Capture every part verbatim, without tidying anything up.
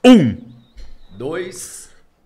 Um, Dois.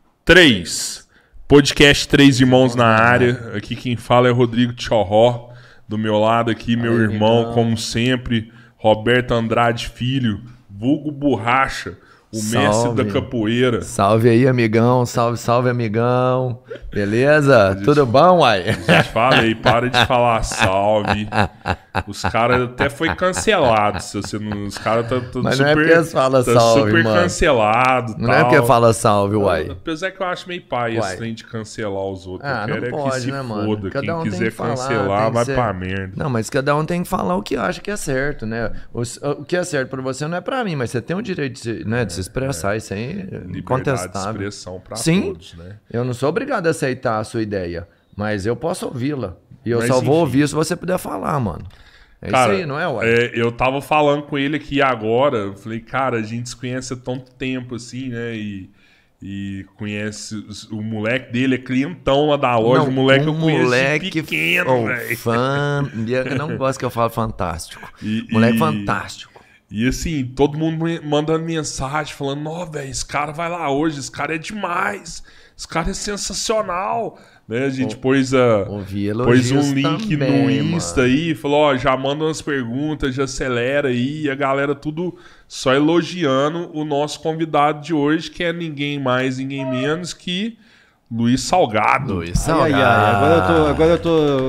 três. Podcast Três Irmãos na área. Aqui quem fala é Rodrigo Tchorró. Do meu lado aqui, meu Aí, irmão, então. como sempre, Roberto Andrade Filho, vulgo Borracha, o mestre da capoeira. Salve aí, amigão. Salve, salve, amigão. Beleza? Gente, Tudo bom, uai? Gente, fala aí, para de falar salve. Os caras até foi cancelado. Se você não, os caras tá, tá Mas super, não é porque eles falam tá salve, super mano. cancelado. Não tal. é porque fala salve, uai. Apesar que eu acho meio pai Uai. esse trem de cancelar os outros. Ah, eu não quero é pode, que se né, mano? foda. Cada Quem um tem quiser que falar, cancelar, tem que vai ser- pra merda. Não, mas cada um tem que falar o que acha que é certo, né? O, o que é certo pra você não é pra mim, mas você tem o direito de se, né, de se expressar. Isso aí é Liberdade de incontestável. expressão pra Sim. todos, né? Eu não sou obrigado a aceitar a sua ideia, mas eu posso ouvi-la. E eu Mas, só vou enfim. ouvir se você puder falar, mano. É Cara, isso aí, não é, uai? é, eu tava falando com ele aqui agora. Eu falei, cara, a gente se conhece há tanto tempo assim, né? E, e conhece. os- O moleque dele é clientão lá da loja. Não, o moleque um eu conheço moleque de pequeno, oh, velho. fã, eu não gosto que eu falo fantástico. E- Moleque e- fantástico. E assim, todo mundo me- mandando mensagem, falando, ó, velho, esse cara vai lá hoje, esse cara é demais, esse cara é sensacional. Né? A gente pôs, a, Ouvi pôs elogios um link também, no Insta mano. aí, falou, ó, já manda umas perguntas, já acelera aí, e a galera tudo só elogiando o nosso convidado de hoje, que é ninguém mais, ninguém menos que Luiz Salgado. Luiz Ai, ai, ai, Salgado. agora eu tô, agora eu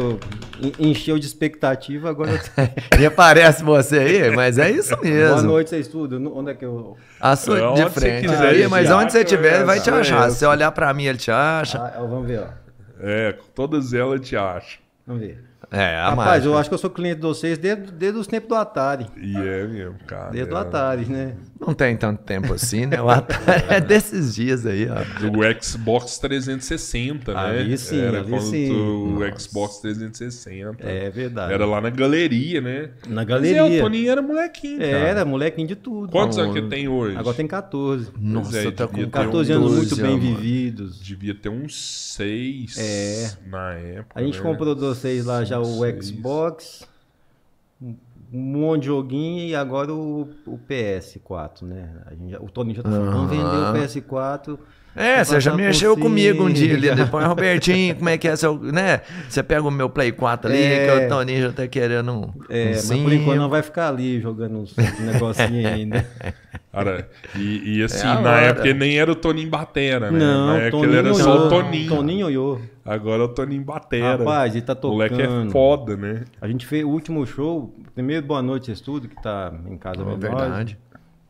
tô en- encheu de expectativa, agora eu tô... E aparece você aí, mas é isso mesmo. Boa noite, vocês tudo. No- Onde é que eu... A sua É, de onde você frente quiser, aí, ele mas te onde você acha, estiver, ele vai te é, achar. é, Se você olhar pra mim, ele te acha. Ah, vamos ver, ó. É, todas elas te acham. Vamos ver. É, a Rapaz, mágica. eu acho que eu sou cliente de vocês desde, desde os tempos do Atari. E é mesmo, cara. Desde é. o Atari, né? Não tem tanto tempo assim, né? O Atari é desses dias aí, ó. Do Xbox trezentos e sessenta, né? Ali sim, Era ali quando sim. tu- o Nossa. Xbox trezentos e sessenta. É verdade. Era lá na galeria, né? Na Mas galeria. é, o Toninho era molequinho, cara. Era, molequinho de tudo. Quantos Não, anos que tem hoje? Agora tem catorze. Nossa, é, tá devia com ter catorze anos muito doze bem mano. vividos. Devia ter uns seis É. na época, A gente né? comprou de vocês lá já o Seis. Xbox, um um monte de joguinho e agora o, o P S quatro, né? A gente já- o Toninho já tá falando, vamos vender o P S quatro. É, você já passar por mexeu comigo um dia ali, cima. depois, Robertinho, como é que é seu, né? Você pega o meu Play quatro ali, É. que o Toninho já tá querendo um, É, um mas por cinco. enquanto não vai ficar ali jogando uns negocinhos ainda. Cara, e, e assim, É a na hora. época ele nem era o Toninho Batera, né? Não, na época Toninho ele era só o Ioiô, Toninho. Toninho Ioiô. Agora é o Toninho Batera. Rapaz, ele tá o tocando. moleque é foda, né? A gente fez o último show, primeiro Boa Noite Estudo, que tá em casa É menor. verdade.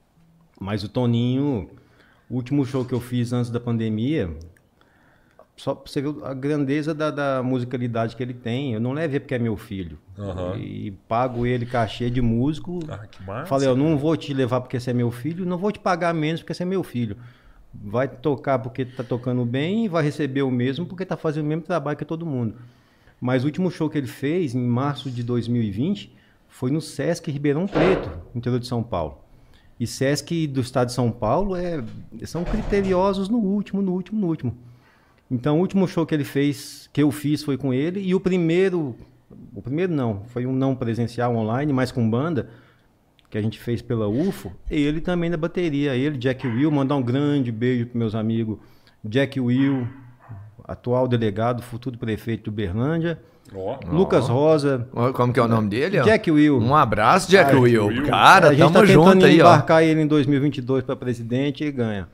Mas o Toninho, o último show que eu fiz antes da pandemia, só pra você ver a grandeza da, da musicalidade que ele tem. Eu não levei porque é meu filho. Aham. E pago ele cachê de músico. Ah, que massa. Falei, eu não vou te levar porque você é meu filho, não vou te pagar menos porque você é meu filho. Vai tocar porque tá tocando bem e vai receber o mesmo porque tá fazendo o mesmo trabalho que todo mundo. Mas o último show que ele fez, em março de dois mil e vinte, foi no Sesc Ribeirão Preto, no interior de São Paulo. E Sesc do estado de São Paulo é, são criteriosos no último, no último, no último. Então o último show que ele fez, que eu fiz, foi com ele. E o primeiro, o primeiro não, foi um não presencial online, mas com banda, que a gente fez pela U F O. Ele também na bateria, ele, Jack Will, mandar um grande beijo para meus amigos. Jack Will, atual delegado, futuro prefeito de Uberlândia. Ó. Lucas Rosa. Ó, como que é o nome dele? ó? Jack Will. Um abraço, Jack Ai, Will. Will. Cara, a gente tamo tá junto tentando aí, ó. embarcar ele em dois mil e vinte e dois para presidente e ganha.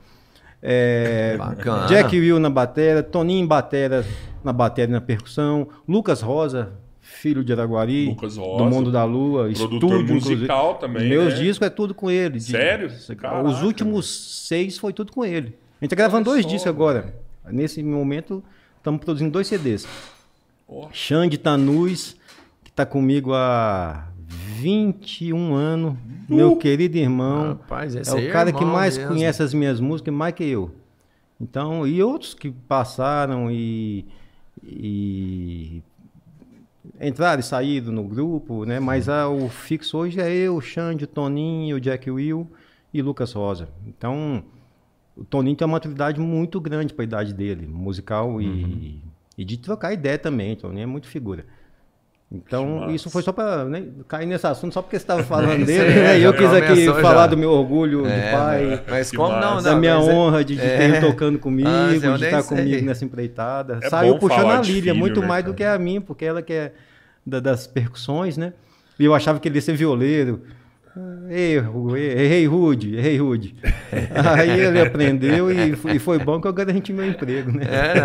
É, Bacana. Jack Will na batera, Toninho batera na bateria e na percussão, Lucas Rosa, filho de Araguari, Lucas Rosa, do Mundo da Lua, produtor estúdio, musical inclusive. também, Meus né? discos é tudo com ele. de- Sério? Os Caraca, últimos seis foi tudo com ele. A gente tá gravando Olha dois só, discos agora. Nesse momento, estamos produzindo dois C Ds. Ó. Xande Tanus, que está comigo há vinte e um anos, meu querido irmão. Rapaz, É esse aí o cara que irmão mais mesmo. conhece as minhas músicas, mais que eu. Então, e outros que passaram e, e entraram e saíram no grupo, né? Mas ah, o fixo hoje é eu, o Xande, o Toninho, o Jack Will e Lucas Rosa. Então, o Toninho tem uma maturidade muito grande para a idade dele, musical e, e de trocar ideia também. O Toninho é muito figura. Então, Que isso massa. foi só para né, cair nesse assunto, só porque você estava falando Isso dele, aí, né? E já eu quis aqui começou falar já. do meu orgulho É, de pai, Mas Que como não, massa. não? da minha mas é- honra de, de ter ele tocando comigo, Ah, eu de nem estar sei. comigo nessa empreitada. É Saiu bom puxando falar a de Lília, filho, muito né, mais cara? do que a minha, porque ela que é da- das percussões, né? E eu achava que ele ia ser violeiro. Erro, errei rude, errei rude. Aí ele aprendeu e foi, e foi bom que eu garanti meu emprego, né? É,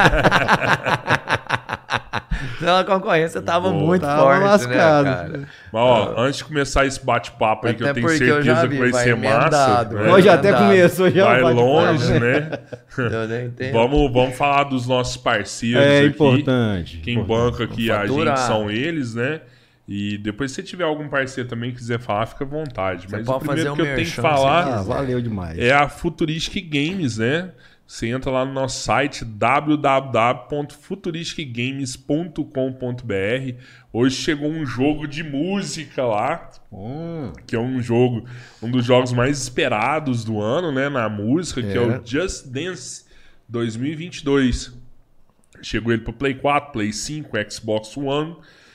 não. Não, a concorrência tava Boa. muito Tava forte, lascado. né, cara? Mas, ó, antes de começar esse bate-papo aí, que Até eu tenho porque eu já certeza vi, que vai, vai ser emendado, massa. vai né? Hoje até Verdade. começou, já Vai bate longe, palma, né? Eu nem entendo. Vamos, vamos falar dos nossos parceiros É aqui. importante. Quem importante. banca aqui a Faturar. gente são eles, né? E depois, se tiver algum parceiro também que quiser falar, fica à vontade. Você Mas pode o primeiro fazer que um eu tenho que merchan, se falar Ah, valeu demais. é a Futuristic Games, né? Você entra lá no nosso site w w w ponto futuristic games ponto com ponto b r. Hoje chegou um jogo de música lá, Hum, que é um jogo, um dos jogos mais esperados do ano, né, na música, que é É. o Just Dance dois mil e vinte e dois. Chegou ele para Play quatro, Play cinco, Xbox One.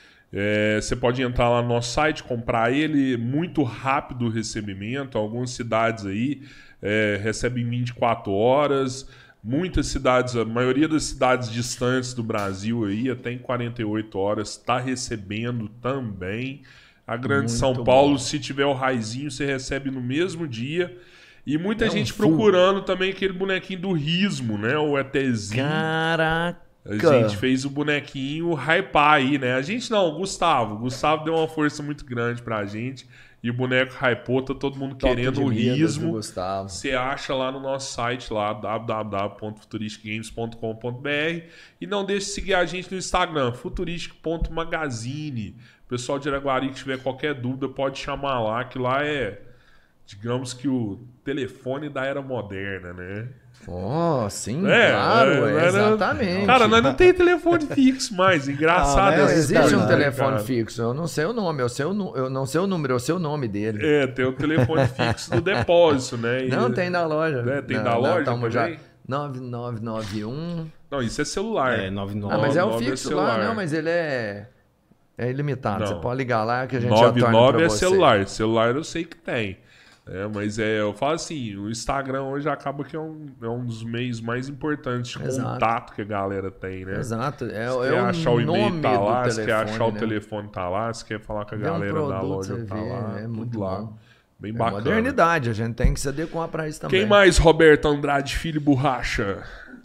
É, você pode entrar lá no nosso site, comprar ele, muito rápido o recebimento. Algumas cidades aí é, recebem em vinte e quatro horas. Muitas cidades, a maioria das cidades distantes do Brasil aí, até em quarenta e oito horas, está recebendo também. A Grande Muito São Paulo, bom. se tiver o raizinho, você recebe no mesmo dia. E muita É um gente full. procurando também aquele bonequinho do Rismo, né? O ETzinho. Caraca. A gente fez o bonequinho hypar aí, né? A gente não, o Gustavo. O Gustavo deu uma força muito grande pra gente. E o boneco hypou, tá todo mundo Toque querendo de o Midas do Rismo. Gustavo. Você acha lá no nosso site, lá, w w w ponto futuristic games ponto com ponto b r. E não deixe de seguir a gente no Instagram, futuristic ponto magazine. O pessoal de Araguari que tiver qualquer dúvida pode chamar lá, que lá é, digamos que o telefone da era moderna, né? Oh, sim, É, claro, é, é, era- exatamente. Cara, nós não tem telefone fixo mais. Engraçado Ah, né? Não essa existe história, um né, telefone cara? fixo, eu não sei o nome, eu, sei o, nu- eu não sei o número, eu sei o nome dele. É, tem o telefone fixo do depósito, né? E- Não, tem da loja. É, tem Não, da não, loja tamo já também? nove nove nove um. Não, isso é celular. É, nove Ah, nove. mas é o nove é fixo celular. lá, não, mas ele é é ilimitado. Não. Você pode ligar lá que a gente já nove torna nove pra é você. celular. Celular eu sei que tem. É, mas é, eu falo assim, o Instagram hoje acaba que é um, é um dos meios mais importantes de Exato. contato que a galera tem, né? Exato, é, Se é quer o achar o e-mail nome tá do lá, telefone, se quer achar o né? telefone tá lá, se quer falar com a Vê um galera da produto, loja você tá vê, lá, é tudo muito lá. bom. Bem É bacana. modernidade, a gente tem que se adequar pra isso também. Quem mais, Roberto Andrade Filho Borracha?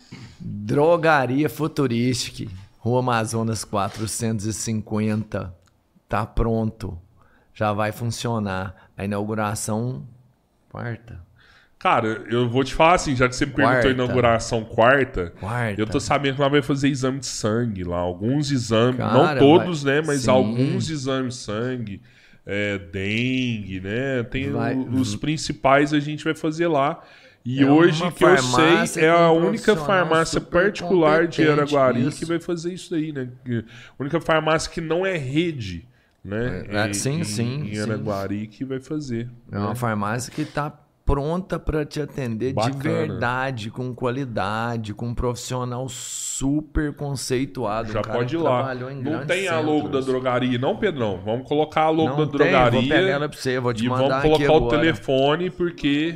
Drogaria Futuristic, Rua Amazonas quatrocentos e cinquenta. Tá pronto. Já vai funcionar. A inauguração quarta. Cara, eu vou te falar assim, já que você me perguntou a Quarta. inauguração quarta, Quarta. eu tô sabendo que lá vai fazer exame de sangue lá. Alguns exames, Cara, não todos, vai- né? Mas sim. alguns exames de sangue, é, dengue, né? Tem Vai- o- os principais a gente vai fazer lá. E É hoje, uma que eu farmácia sei, é a com um única profissional farmácia super particular de competente, Araguari isso. que vai fazer isso daí, né? Que- A única farmácia que não é rede, né? É, Em- sim, em, sim, Em sim. Araguari que vai fazer. É uma farmácia que tá pronta para te atender Bacana. de verdade, com qualidade, com um profissional super conceituado. Já um cara pode que ir lá. trabalhou em Não grandes tem a logo da centros. drogaria, não, Pedrão? Vamos colocar a logo Não da tem, drogaria. vou pegar ela pra você, vou te e mandar vamos aqui colocar o agora. telefone, porque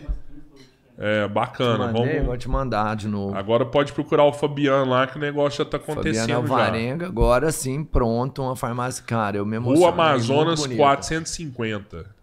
é bacana. Mandei, Vamos... vou te mandar de novo. Agora pode procurar o Fabiano lá, que o negócio já tá acontecendo. Fabiana já. Alvarenga, agora sim, pronto, uma farmácia. Cara, eu me Rua emocionei. Amazonas muito bonito. quatrocentos e cinquenta.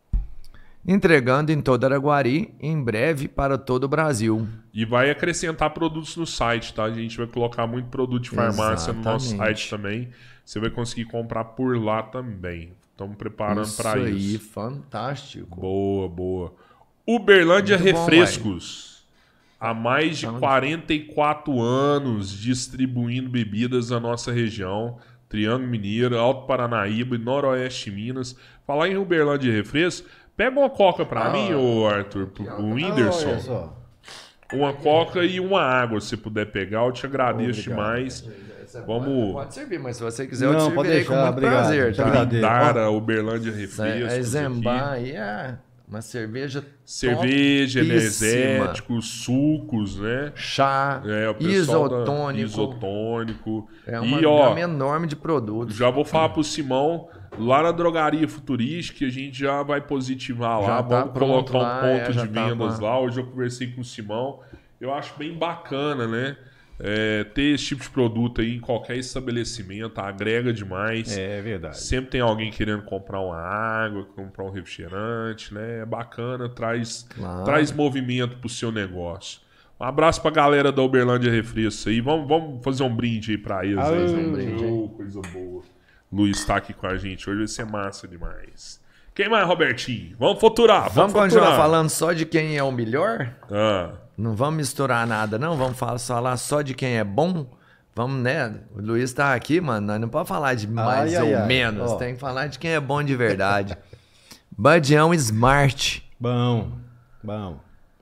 Entregando em toda Araguari, em breve para todo o Brasil. E vai acrescentar produtos no site, tá? A gente vai colocar muito produto de farmácia no nosso Exatamente. site também. Você vai conseguir comprar por lá também. Estamos preparando Isso para aí, isso. fantástico. Boa, boa. Uberlândia Muito bom, Refrescos. Há mais de Então- quarenta e quatro anos distribuindo bebidas na nossa região. Triângulo Mineiro, Alto Paranaíba e Noroeste Minas. Falar em Uberlândia Refrescos, pega uma coca pra mim, ô Arthur, o Whindersson. Olha só. Uma coca e uma água, se puder pegar, eu te agradeço Obrigado. demais. Vamos Pode servir, mas se você quiser, eu Não, te pode servirei com deixar, muito obrigado. prazer. Te Tá? agradeço. dar a Uberlândia É, Refrescos é Zembá aqui. aí é Uma cerveja Cerveja, topíssima. energéticos, sucos, né? Chá, É, o pessoal da- isotônico. isotônico. É uma E, ó, gama enorme de produtos. já vou falar pro Simão, lá na Drogaria Futurística, a gente já vai positivar lá, Já tá vamos pronto colocar um lá, ponto é, já de tá vendas com a- lá. Hoje eu conversei com o Simão, eu acho bem bacana, né? É, ter esse tipo de produto aí em qualquer estabelecimento, agrega demais. É verdade. Sempre tem alguém querendo comprar uma água, comprar um refrigerante, né? É bacana, traz, Claro. traz movimento pro seu negócio. Um abraço pra galera da Uberlândia Refresco aí. Vamos, vamos fazer um brinde aí pra eles. Ah, aí. um brinde, Oh, coisa boa. Luiz tá aqui com a gente. Hoje vai ser massa demais. Quem mais, Robertinho? Vamos futurar. Vamos Vamos continuar futurar. falando só de quem é o melhor? Ah, Não vamos misturar nada, não. Vamos falar, falar só de quem é bom. Vamos, né? O Luiz tá aqui, mano. Nós não pode falar de mais Ai, ai, ou ai. menos. Ó. Tem que falar de quem é bom de verdade. Badião Smart. Bom, bom.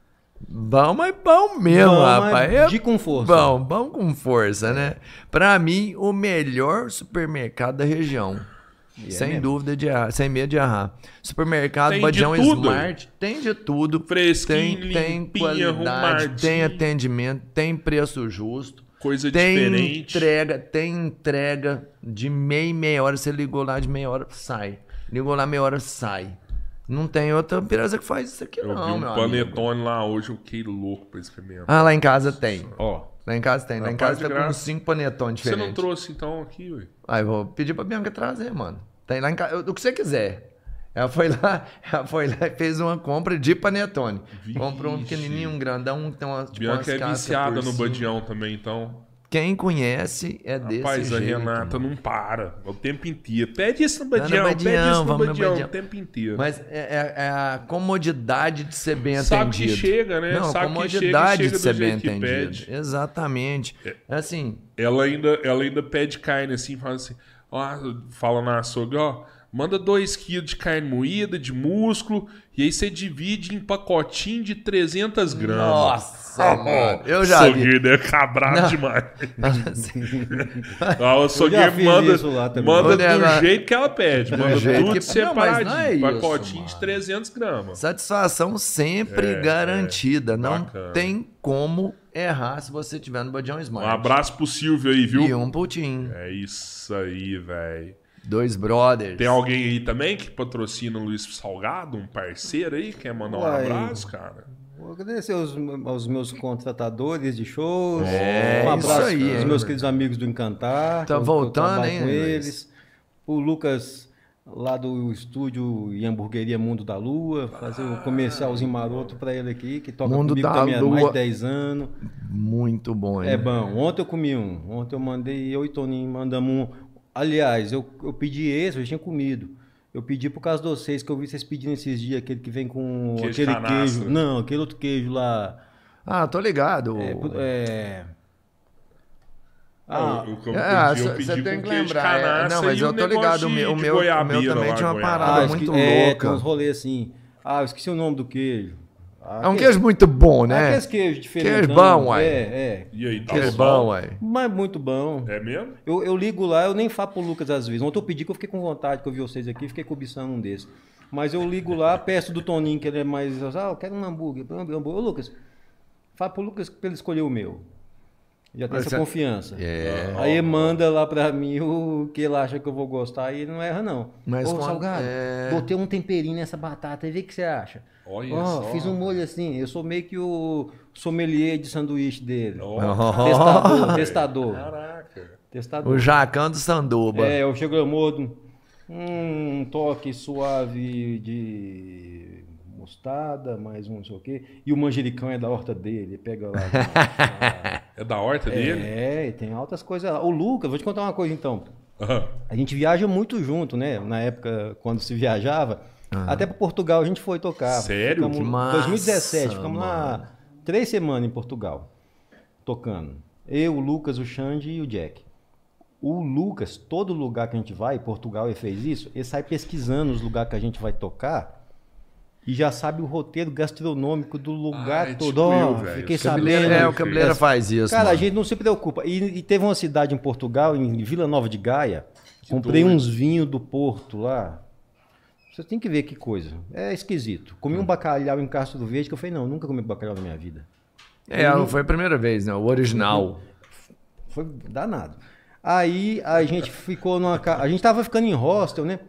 Bom, mas bom mesmo, Bom, rapaz. mas É de com força. Bom, bom com força, né? Pra mim, o melhor supermercado da região. E é sem mesmo. dúvida de errar, sem medo de errar. Supermercado Tem de Badião tudo. Smart tem de tudo. Fresquinho, tem, tem limpinho, qualidade, arrumadinho. tem atendimento, tem preço justo. coisa Tem diferente. entrega, tem entrega de meia e meia hora. Você ligou lá de meia hora, sai. Ligou lá meia hora, sai. Não tem outra empresa que faz isso aqui, Eu não, vi um meu amigo. panetone lá hoje, eu fiquei louco pra experimentar. Ah, lá em casa tem. Ó, Lá em casa tem. Lá em Rapaz, casa tá de com uns graça. cinco panetones Você não diferentes. trouxe então aqui, ué? Aí eu vou pedir pra Bianca trazer, mano. Tem lá em casa. O que você quiser. Ela foi lá, ela foi lá e fez uma compra de panetone. Vixe. Comprou um pequenininho, um grandão, um que tem uma, tipo, Bianca umas é cascas viciada por no cima. Badião também, então. Quem conhece é desse Rapaz, a jeito. Renata mano. não para. O tempo inteiro. Pede isso no Vai no Badião, pede Badião, isso no vamos no Badião, Badião. o tempo inteiro. Mas é, é- é a comodidade de ser bem Sabe que atendido. chega, né? Não, Sabe que comodidade chega, de ser chega do bem jeito que atendido. pede. Exatamente. É assim, Ela ainda, ela ainda pede carne assim, fala assim, ó, fala na açougue, ó, manda dois quilos de carne moída, de músculo, e aí você divide em pacotinho de trezentas gramas. nossa, mano. Eu já vi. Açougueiro é cabrado Não. demais. Assim, Ah, o açougueiro fiz manda, isso lá também. manda Ô, do Nega, jeito que ela pede. Manda jeito tudo que- separadinho. Não, mas não é isso, pacotinho de mano. trezentas gramas. satisfação sempre É, garantida. é. Não Bacana. tem como errar se você tiver no Badião Um Smart. abraço pro Silvio aí, viu? E um putinho. É isso aí, velho. Dois brothers. Tem alguém aí também que patrocina o Luiz Salgado, um parceiro aí, quer mandar um Uai. abraço, cara? vou agradecer aos, aos meus contratadores de shows. É, um isso abraço aí, aos hein, meus mano. queridos amigos do Encantar. Tá que eu- que eu voltando, trabalho hein, com Luiz? eles. O Lucas, lá do estúdio e hamburgueria Mundo da Lua. Fazer um comercialzinho maroto pra ele aqui, que toca Mundo comigo da também há mais Lua. de dez anos. Muito bom, hein? É bom. Ontem eu comi um. Ontem eu mandei, eu e Toninho mandamos um. Aliás, eu, eu pedi esse, eu já tinha comido. Eu pedi por causa de vocês, que eu vi vocês pedindo esses dias, aquele que vem com Queijo aquele canastra. queijo. Não, aquele outro queijo lá. Ah, tô ligado. É, pu- é... Ah, Ah, o que eu Ah, pedi, eu cê- pedi cê com tem que queijo de lembrar, é, canastra não, mas e eu um tô negócio ligado, o de- meu- o de meu- o meu goiabeira também lá, tinha uma goiaba. parada ah, muito esque- é, louca. tem uns rolês assim. Ah, eu esqueci o nome do queijo. Ah, É um aquele- queijo muito bom, Ah, né? aqueles queijos diferentes. Queijo bom, uai. É, é. E aí, tá Queijo bom? bom, ué. Mas muito bom. É mesmo? Eu, eu ligo lá, eu nem falo pro Lucas às vezes. Ontem eu pedi que eu fiquei com vontade, que eu vi vocês aqui, fiquei cobiçando um desses. Mas eu ligo lá, peço do Toninho, que ele é mais. Ah, eu quero um hambúrguer. um hambúrguer. Ô, Lucas, fala pro Lucas pra ele escolher o meu. Já tem Mas essa você- confiança. É. Aí ele manda lá pra mim o que ele acha que eu vou gostar e ele não erra, não. Mas Ô, quando- Salgado, é. botei um temperinho nessa batata, aí vê o que você acha. Olha Ó, só. fiz um molho assim, eu sou meio que o sommelier de sanduíche dele. Ó, Testador, testador. Caraca. O Testador. Jacão do Sanduba. É, eu chego eu mordo, um toque suave de mostarda, mais um não sei o quê. E o manjericão é da horta dele, pega lá. É da horta dele? É, e tem altas coisas lá. O Lucas, vou te contar uma coisa então. Aham. A gente viaja muito junto, né? Na época, quando se viajava. Até para Portugal a gente foi tocar. Sério? Ficamos, Que massa, dois mil e dezessete, ficamos mano. lá três semanas em Portugal, tocando. Eu, o Lucas, o Xande e o Jack. O Lucas, todo lugar que a gente vai, Portugal ele fez isso, ele sai pesquisando os lugares que a gente vai tocar e já sabe o roteiro gastronômico do lugar Ah, é todo. tipo Ó, eu, velho. fiquei Cabeleira, sabendo. é, o Cabeleira faz isso. Cara, a mano. gente não se preocupa. E, e teve uma cidade em Portugal, em Vila Nova de Gaia. Que Comprei doido. uns vinhos do Porto lá. Você tem que ver que coisa. É esquisito. Comi um bacalhau em Castro do Verde que eu falei, não, nunca comi bacalhau na minha vida. É, não foi a primeira vez, né? O original. Foi danado. Aí a gente ficou numa casa. A gente tava ficando em hostel, né?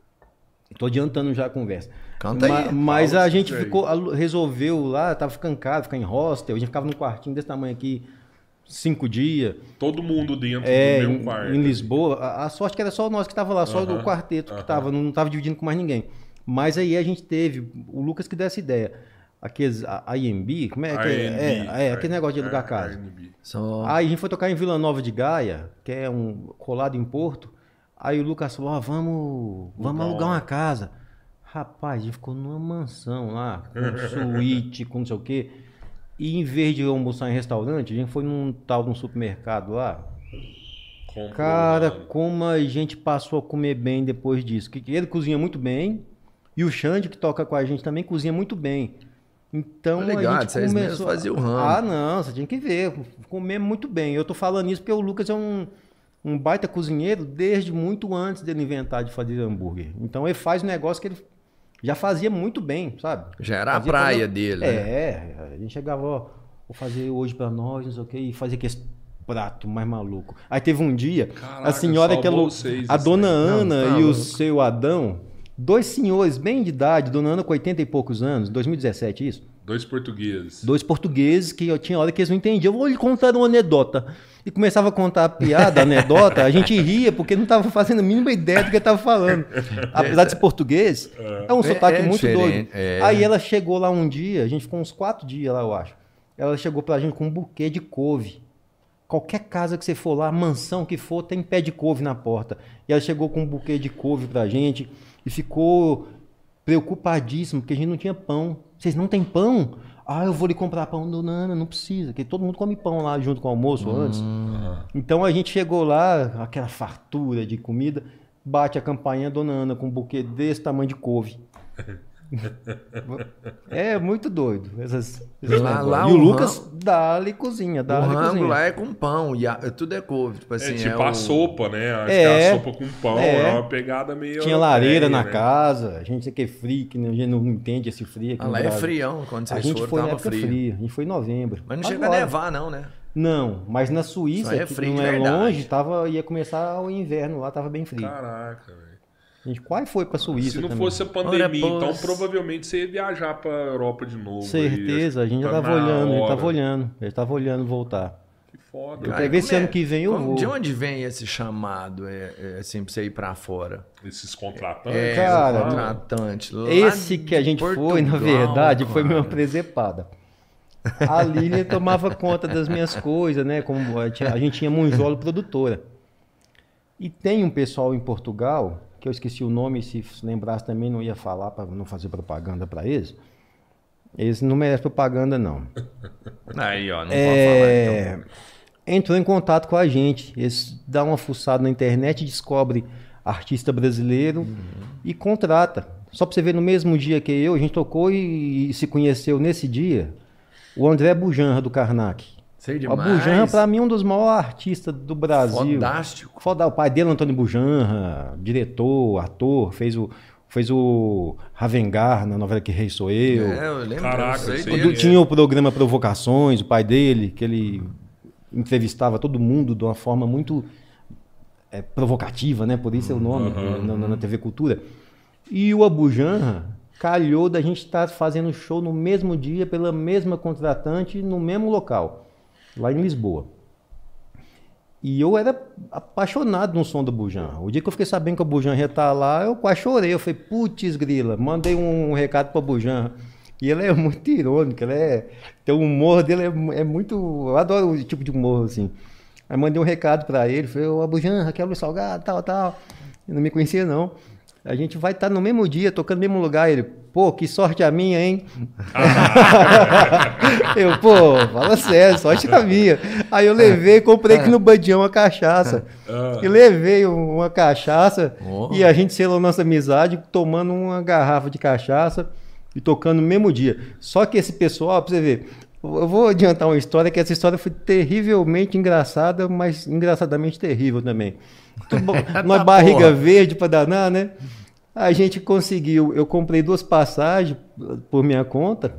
Tô adiantando já a conversa. Canta aí. Ma mas Fala a gente aí. ficou, resolveu lá, tava ficando caro, ficar em hostel. A gente ficava num quartinho desse tamanho aqui, cinco dias. Todo mundo dentro É, do em, mesmo quarto. em Lisboa. A, a sorte que era só nós que tava lá, só Aham, o quarteto que aham. tava, não, não tava dividindo com mais ninguém. Mas aí a gente teve, o Lucas que deu essa ideia. Aqueles A M B, como é que é? É, é, aquele negócio de alugar casa. Só... Aí a gente foi tocar em Vila Nova de Gaia, que é um colado em Porto. Aí o Lucas falou, ó, vamos, vamos alugar uma casa. Rapaz, a gente ficou numa mansão lá, com suíte, com não sei o quê. E em vez de almoçar em restaurante, a gente foi num tal de um supermercado lá. Comprou, Cara, mano. como a gente passou a comer bem depois disso. Que ele cozinha muito bem. E o Xande, que toca com a gente, também cozinha muito bem. Então Tô ligado, a gente vocês começou... mesmos faziam o ramo. Ah, não, você tinha que ver. Comer muito bem. Eu tô falando isso porque o Lucas é um, um baita cozinheiro desde muito antes dele inventar de fazer hambúrguer. Então ele faz um negócio que ele já fazia muito bem, sabe? Já era a Fazia praia coisa- dele, né? É, a gente chegava, ó, vou fazer hoje pra nós, não sei o quê, e fazia aquele prato mais maluco. Aí teve um dia, Caraca, a senhora que salvou alu- vocês, a isso dona aí. Ana Não, tá e o louco. seu Adão, dois senhores bem de idade, dona Ana com oitenta e poucos anos, dois mil e dezessete, isso? Dois portugueses. Dois portugueses que eu tinha hora que eles não entendiam. Eu vou lhe contar uma anedota. E começava a contar a piada, a anedota, a gente ria porque não estava fazendo a mínima ideia do que estava falando. Apesar de ser português, é um É- sotaque é muito doido. diferente, é. Aí ela chegou lá um dia, a gente ficou uns quatro dias lá, eu acho. Ela chegou pra gente com um buquê de couve. Qualquer casa que você for lá, mansão que for, tem pé de couve na porta. E ela chegou com um buquê de couve pra gente e ficou preocupadíssimo, porque a gente não tinha pão. Vocês não têm pão? Ah, eu vou lhe comprar pão, dona Ana, não precisa, porque todo mundo come pão lá junto com o almoço antes. Então a gente chegou lá, aquela fartura de comida, bate a campainha, dona Ana, com um buquê desse tamanho de couve. É muito doido. Essas, esses Lá- negócios. lá e o o Lucas ram- dá-lhe cozinha, O dá-lhe rango cozinha. lá é com pão, e a- tudo é couve. Tipo assim, É tipo é a o- sopa, né? Acho É, que a sopa com pão é. é uma pegada meio. Tinha lareira europeia, na né? casa, a gente que é frio, que a gente não entende esse frio aqui Ah, no lá é Brasil. frião, quando A vocês gente foram, foi na tava época frio. fria, a gente foi em novembro. Mas não chega a Agora. nevar, não, né? Não, mas na Suíça, Só é que frio não de é verdade. longe, tava, ia começar o inverno lá, tava bem frio. Caraca, velho. A gente quase foi pra Suíça Se não também. fosse a pandemia, Ora, então pois. provavelmente você ia viajar pra Europa de novo. Certeza, aí, a gente já tá tava na olhando, ele hora. tava olhando, ele tava olhando voltar. Que foda. Eu Cara, quero ver como se é- ano que vem eu como- vou. De onde vem esse chamado, é, é, assim, pra você ir pra fora? Esses contratantes. É, Cara, o contratante. Lá Esse de que a gente foi, na Portugal, verdade, foi cara. uma presepada. A Lilian tomava conta das minhas coisas, né? Como a gente, a gente tinha Monjolo Produtora. E tem um pessoal em Portugal, que eu esqueci o nome, se lembrasse também não ia falar para não fazer propaganda para eles. Eles não merecem propaganda, não. Aí, ó, não É, pode falar, então. Entrou em contato com a gente. Eles dão uma fuçada na internet, descobre artista brasileiro e contrata. Só para você ver, no mesmo dia que eu, a gente tocou e, e se conheceu nesse dia o André Bujanra, do Karnak. Sei O demais. Bujanra, para mim, é um dos maiores artistas do Brasil. Fantástico. Foda, o pai dele, Antônio Bujanra, diretor, ator, fez o, fez o Ravengar na novela Que Rei Sou Eu. É, eu lembro. Caraca, eu sei eu sei. Quando dele. tinha o programa Provocações, o pai dele, que ele entrevistava todo mundo de uma forma muito é, provocativa, né? Por isso é o nome na, na- na T V Cultura. E o Abujanra calhou da gente estar fazendo show no mesmo dia, pela mesma contratante, no mesmo local, lá em Lisboa. E eu era apaixonado no som do Bujanra. O dia que eu fiquei sabendo que o Bujanra ia estar lá, eu quase chorei. Eu falei, putz, grila, mandei um recado para o Bujanra. E ele é muito irônico, ele é... Então, o humor dele é, é muito... Eu adoro o tipo de humor, assim. Aí mandei um recado para ele, falei, ô Abujanra, quer Luiz Salgado, tal, tal. Ele não me conhecia, não. A gente vai estar no mesmo dia, tocando no mesmo lugar. Ele, pô, que sorte a minha, hein? Eu, pô, fala sério, sorte a minha. Aí eu levei, comprei aqui no Badião uma cachaça. E levei uma cachaça Oh. e a gente selou nossa amizade tomando uma garrafa de cachaça e tocando no mesmo dia. Só que esse pessoal, pra você ver, eu vou adiantar uma história, que essa história foi terrivelmente engraçada, mas engraçadamente terrível também. Tudo bom, uma Tá, barriga porra. verde pra danar, né? A gente conseguiu, eu comprei duas passagens por minha conta,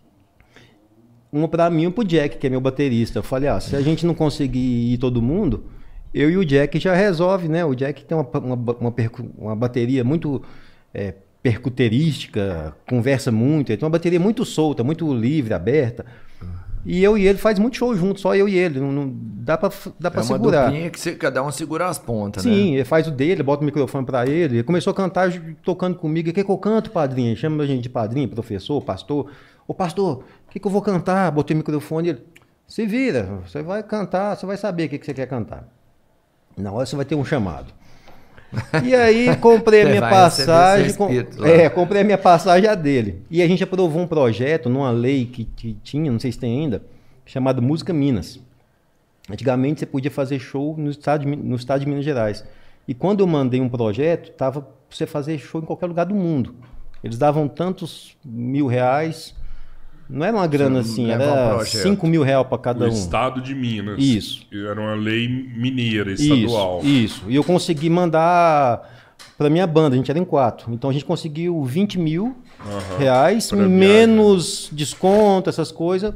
uma para mim e uma pro Jack, que é meu baterista. Eu falei, ah, se a gente não conseguir ir todo mundo, eu e o Jack já resolve, né? O Jack tem uma, uma, uma, percu, uma bateria muito é, percuterística, conversa muito, ele tem uma bateria muito solta, muito livre, aberta. E eu e ele faz muito show junto, só eu e ele. Não, não dá pra, dá pra é uma segurar. duplinha que você, cada um segura as pontas, né? Sim, ele faz o dele, bota o microfone pra ele. Ele começou a cantar tocando comigo. O que, que eu canto, padrinho? Ele chama a gente de padrinho, professor, pastor. Ô, pastor, o que, que eu vou cantar? Botei o microfone. Ele, se vira, você vai cantar, você vai saber o que, que você quer cantar. Na hora você vai ter um chamado. E aí comprei a minha passagem. Com, é, comprei a minha passagem a dele. E a gente aprovou um projeto numa lei que, que tinha, não sei se tem ainda, chamado Música Minas. Antigamente você podia fazer show no estado de, no estado de Minas Gerais. E quando eu mandei um projeto, tava pra você fazer show em qualquer lugar do mundo. Eles davam tantos mil reais. Não era uma grana assim, era um cinco mil reais para cada um. O estado de Minas. Isso. Era uma lei mineira, estadual. Isso, isso. E eu consegui mandar para minha banda, a gente era em quatro. Então a gente conseguiu vinte mil uhum, reais, menos desconto, essas coisas,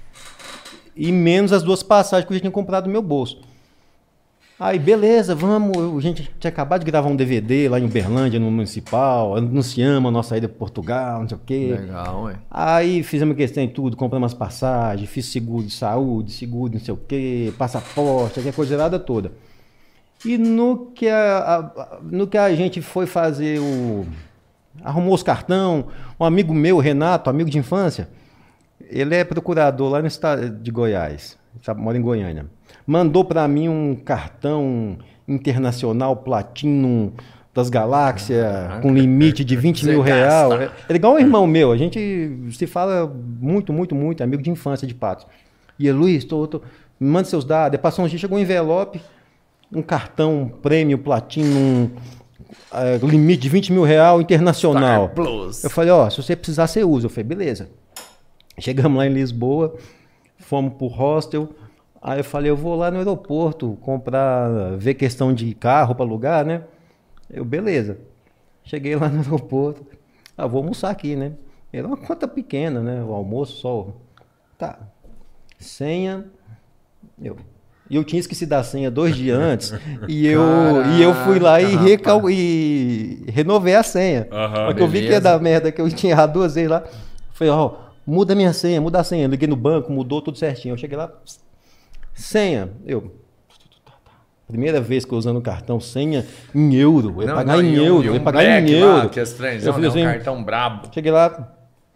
e menos as duas passagens que eu já tinha comprado no meu bolso. Aí, beleza, vamos. A gente tinha acabado de gravar um D V D lá em Uberlândia, no Municipal, anunciamos a nossa ida para Portugal, não sei o quê. Legal, ué. Aí fizemos questão em tudo, compramos as passagens, fiz seguro de saúde, seguro de não sei o quê, passaporte, aquela coisa errada toda. E no que a, a, no que a gente foi fazer o... Arrumou os cartão, um amigo meu, Renato, amigo de infância, ele é procurador lá no estado de Goiás, sabe, mora em Goiânia. Mandou para mim um cartão internacional Platinum das Galáxias, ah, com limite de vinte mil reais. É igual um irmão meu, a gente se fala muito, muito, muito, amigo de infância de Patos. E ele, Luiz, tô, tô, me manda seus dados. Aí passou um dia, chegou um envelope, um cartão prêmio Platinum, é, limite de vinte mil reais internacional. Eu falei, ó, se você precisar, você usa. Eu falei, beleza. Chegamos lá em Lisboa, fomos pro hostel. Aí eu falei, eu vou lá no aeroporto comprar, ver questão de carro para alugar, né? Eu, beleza. Cheguei lá no aeroporto. Ah, vou almoçar aqui, né? Era uma conta pequena, né? O almoço só. Tá. Senha. Eu. E eu tinha esquecido da senha dois dias antes. e, eu, Caraca, e eu fui lá e, recal... e renovei a senha. Uhum, Porque eu vi que ia dar merda, que eu tinha errado duas vezes lá. Falei, ó, muda a minha senha, muda a senha. Liguei no banco, mudou tudo certinho. Eu cheguei lá. Senha, eu. Primeira vez que eu usando o cartão, senha em euro. Eu ia não, pagar não, em euro. Eu ia um pagar em euro. Lá, que as eu falei assim, um cartão brabo. Cheguei lá.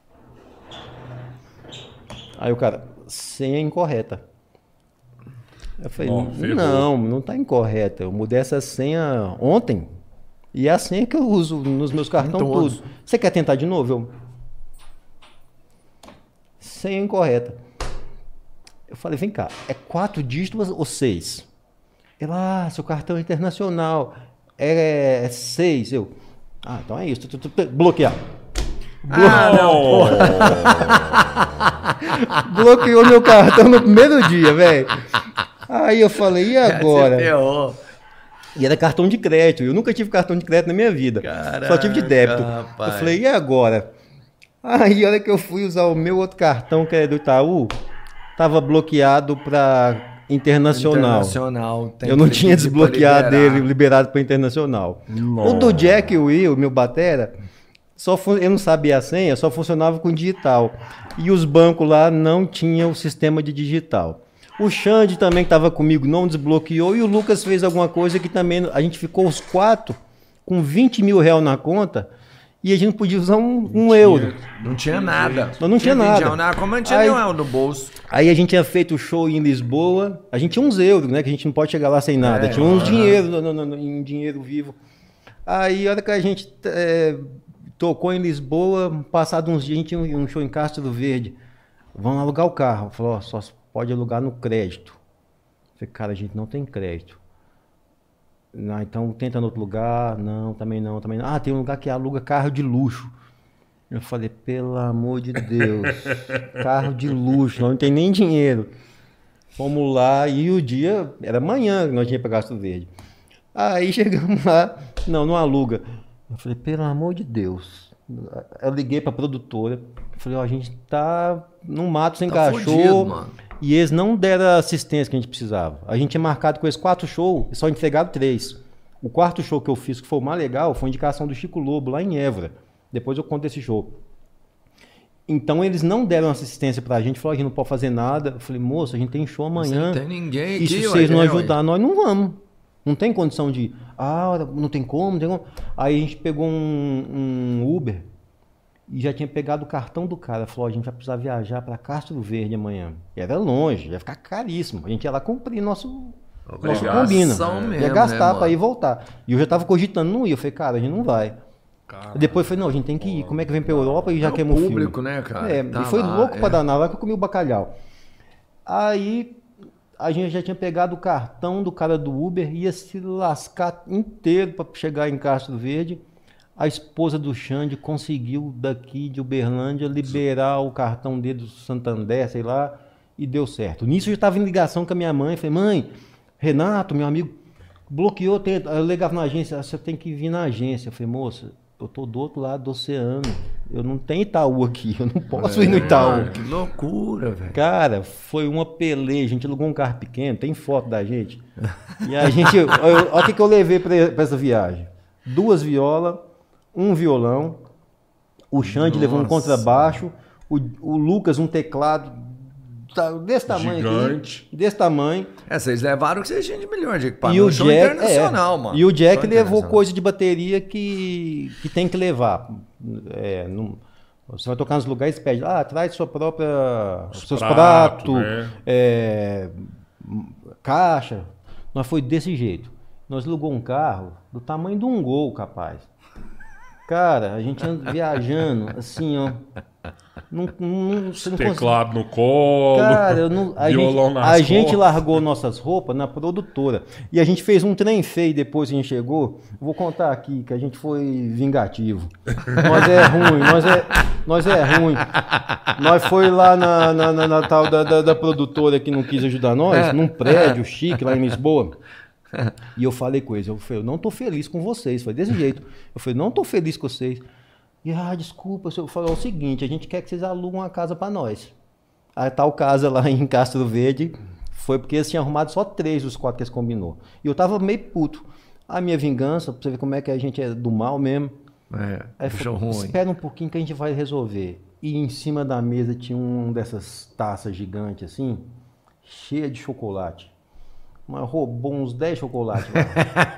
Aí o cara, senha incorreta. Eu falei, oh, não, não tá incorreta. Eu mudei essa senha ontem. E é a senha que eu uso nos meus cartões tudo. Você quer tentar de novo? Eu. Senha incorreta. Eu falei, vem cá, é quatro dígitos ou seis? Ela, ah, seu cartão é internacional. É, é seis. Eu, ah, então é isso. Tu, tu, tu, bloquear. Ah, não, Bloqueou meu cartão no primeiro dia, velho. Aí eu falei, e agora? Você ferrou. E era cartão de crédito. Eu nunca tive cartão de crédito na minha vida. Caraca, só tive de débito. Rapaz. Eu falei, e agora? Aí, a hora que eu fui usar o meu outro cartão, que é do Itaú, tava bloqueado para internacional. Internacional. Eu não tinha desbloqueado dele, liberado para internacional. Nossa. O do Jack Will, meu batera, só fun... eu não sabia a senha, só funcionava com digital. E os bancos lá não tinham o sistema de digital. O Xande também que estava comigo não desbloqueou e o Lucas fez alguma coisa que também... A gente ficou os quatro com vinte mil reais na conta. E a gente não podia usar um, um euro. Não tinha nada. Não, não tinha, tinha nada. nada. Como não tinha aí, nenhum euro no bolso. Aí a gente tinha feito o show em Lisboa. A gente tinha uns euros, né? Que a gente não pode chegar lá sem nada. É, tinha uns uhum. dinheiro, no, no, no, em dinheiro vivo. Aí a hora que a gente é, tocou em Lisboa, passado uns dias, a gente tinha um show em Castro Verde. Vamos alugar o carro. Falou, ó, só pode alugar no crédito. Falei, cara, a gente não tem crédito. Não, então tenta em outro lugar. Não, também não, também não. Ah, tem um lugar que aluga carro de luxo. Eu falei, pelo amor de Deus, carro de luxo, não tem nem dinheiro. Fomos lá e o dia era amanhã que nós tínhamos para Castro Verde. Aí chegamos lá, não, não aluga. Eu falei, pelo amor de Deus. Eu liguei pra produtora. Falei, ó, a gente tá no mato sem Tá cachorro. fudido, mano. E eles não deram a assistência que a gente precisava. A gente tinha marcado com eles quatro shows e só entregaram três. O quarto show que eu fiz, que foi o mais legal, foi a indicação do Chico Lobo, lá em Évora. Depois eu conto esse show. Então eles não deram assistência pra gente, falaram, a gente não pode fazer nada. Eu falei, moço, a gente tem show amanhã. Não tem ninguém E aqui, se ué, vocês não é, ajudar, nós não vamos. Não tem condição de, ah, não tem como, não tem como. Aí a gente pegou um, um Uber e já tinha pegado o cartão do cara. Falou, a gente vai precisar viajar pra Castro Verde amanhã. E era longe, ia ficar caríssimo. A gente ia lá cumprir nosso, nosso combina. Mesmo, Ia gastar né, pra ir e voltar. E eu já tava cogitando não ir. Eu falei, cara, a gente não vai. Caramba. Depois eu falei, não, a gente tem que ir. Como é que vem pra Europa e já É o queimou o público, filme? né, cara? É, Tá e foi lá, louco é. pra danar lá que eu comi o bacalhau. Aí a gente já tinha pegado o cartão do cara do Uber, ia se lascar inteiro pra chegar em Castro Verde. A esposa do Xande conseguiu daqui de Uberlândia liberar o cartão dele do Santander, sei lá, e deu certo. Nisso eu já estava em ligação com a minha mãe. Falei, mãe, Renato, meu amigo, bloqueou. Tem... Eu ligava na agência, você tem que vir na agência. Eu falei, moça, eu tô do outro lado do oceano. Eu não tenho Itaú aqui, eu não posso É, ir no Itaú. mano, que loucura, velho. Cara, foi uma peleja. A gente alugou um carro pequeno, tem foto da gente. E a gente. Olha o que, que eu levei para essa viagem: duas violas, um violão, o Xande levou um contrabaixo, o, o Lucas um teclado desse tamanho Gigante. aqui. Desse tamanho. É, vocês levaram o que vocês tinham de melhor de E equipamento. o Show Jack, internacional, é, mano. e o Jack Show levou internacional. coisa de bateria que, que tem que levar. É, não- você vai tocar nos lugares e pede, ah, traz sua própria, Os seus pratos, pratos, né? é, caixa. Nós foi desse jeito. Nós alugou um carro do tamanho de um Gol, capaz. Cara, a gente anda viajando, assim, ó. Não, não, você não consegue- Teclado no colo. Cara, eu não, a, violão gente, nas a gente costas. largou nossas roupas na produtora. E a gente fez um trem feio depois que a gente chegou. Vou contar aqui que a gente foi vingativo. Nós é ruim, nós é, nós é ruim. Nós foi lá na, na, na- na tal da, da, da produtora que não quis ajudar nós, num prédio chique lá em Lisboa. E eu falei com eles, eu falei, eu não tô feliz com vocês. Foi desse jeito. Eu falei, não tô feliz com vocês. E, ah, desculpa, eu falei, é o seguinte, a gente quer que vocês alugam uma casa pra nós. A tal casa lá em Castro Verde foi porque eles tinham arrumado só três dos quatro que eles combinou. E eu tava meio puto. A minha vingança, pra você ver como é que a gente é do mal mesmo. É, Aí bicho falou, ruim. espera um pouquinho que a gente vai resolver. E em cima da mesa tinha um dessas taças gigantes assim, cheia de chocolate. Mas roubou uns dez chocolates lá.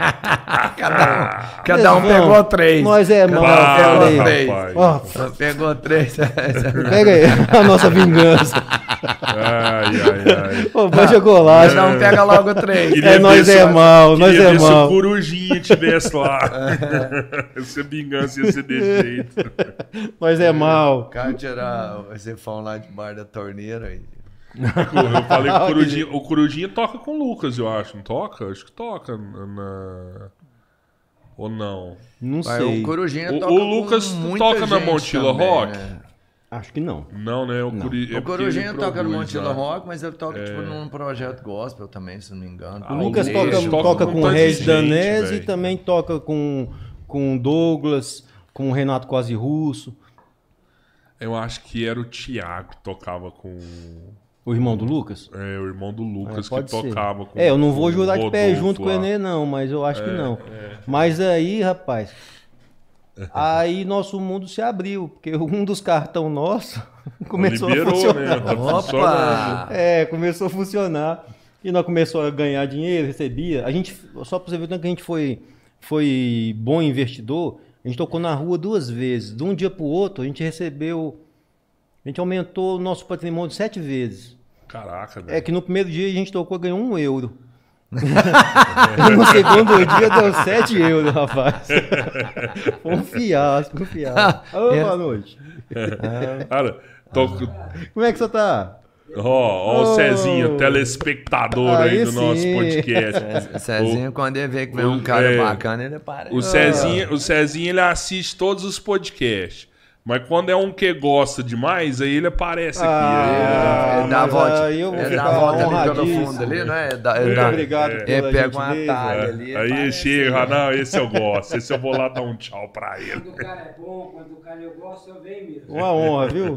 Cada, cada um Nós vamos. pegou três. Nós é Cada um mal, pegou falei. três. Rapaz. Ó, Pegou três. pega aí a nossa vingança. Ai, ai, ai. Roubou chocolate. Cada um pega logo três. É, nós ver é se- mal, nós queria é ver se mal. o Corujinha tivesse lá. Essa vingança ia ser desse jeito. Nós é mal. O cara tirar o cefão lá de bar da torneira aí. Eu falei que o Corujinha, o Corujinha toca com o Lucas, eu acho. Não toca? Acho que toca. Na... Ou não? Não Mas sei. o Corujinha O- toca o Lucas com muita toca na gente Montila também, Rock? né? Acho que não. Não, né? O, Curi... é O porque Corujinha ele toca no produz, Montila né? Rock, mas ele toca tipo num projeto gospel também, se não me engano. Ah, O Lucas o toca, Lucas toca, toca com com o tanta Regis gente, Danese e velho. também toca com com o Douglas, com o Renato Quase Russo, Eu acho que era o Thiago que tocava com o irmão do Lucas. é, o irmão do Lucas É, que pode ser. tocava com É, eu não vou com jurar o de pé Rodolfo junto com lá. o Enê, não, mas eu acho que não. Mas aí, rapaz, aí nosso mundo se abriu, porque um dos cartão nossos começou Liberou, a funcionar. né? Tá Opa! funcionando. É, começou a funcionar. E nós começamos a ganhar dinheiro, recebia. A gente, só para você ver o tanto que a gente foi, foi bom investidor, a gente tocou na rua duas vezes. De um dia para o outro, a gente recebeu. A gente aumentou o nosso patrimônio sete vezes. Caraca, É velho. que no primeiro dia a gente tocou e ganhou um euro. No segundo dia deu sete euros, rapaz. Foi um fiasco, um fiasco. Ô, boa noite. Cara, toco... Como é que você tá? Ó, ó o Oh. Cezinho, telespectador aí, Aí do nosso sim. podcast. O Cezinho, quando ele vê que vem o- um cara é, bacana, ele para. O Cezinho, o Cezinho, ele assiste todos os podcasts. Mas quando é um que gosta demais, aí ele aparece aqui. Ah, aí, É, dá a mas volta, aí eu vou é, ficar dá a volta ali pelo honradíssimo. fundo ali, não é? Dá, Muito dá, obrigado é, pela é, pega um gentileza. atalho ali. aí aparece chega, aí. não, esse eu gosto. Esse eu vou lá dar um tchau pra ele. Quando o cara é bom, quando o cara eu gosto, eu venho mesmo. Uma honra, viu?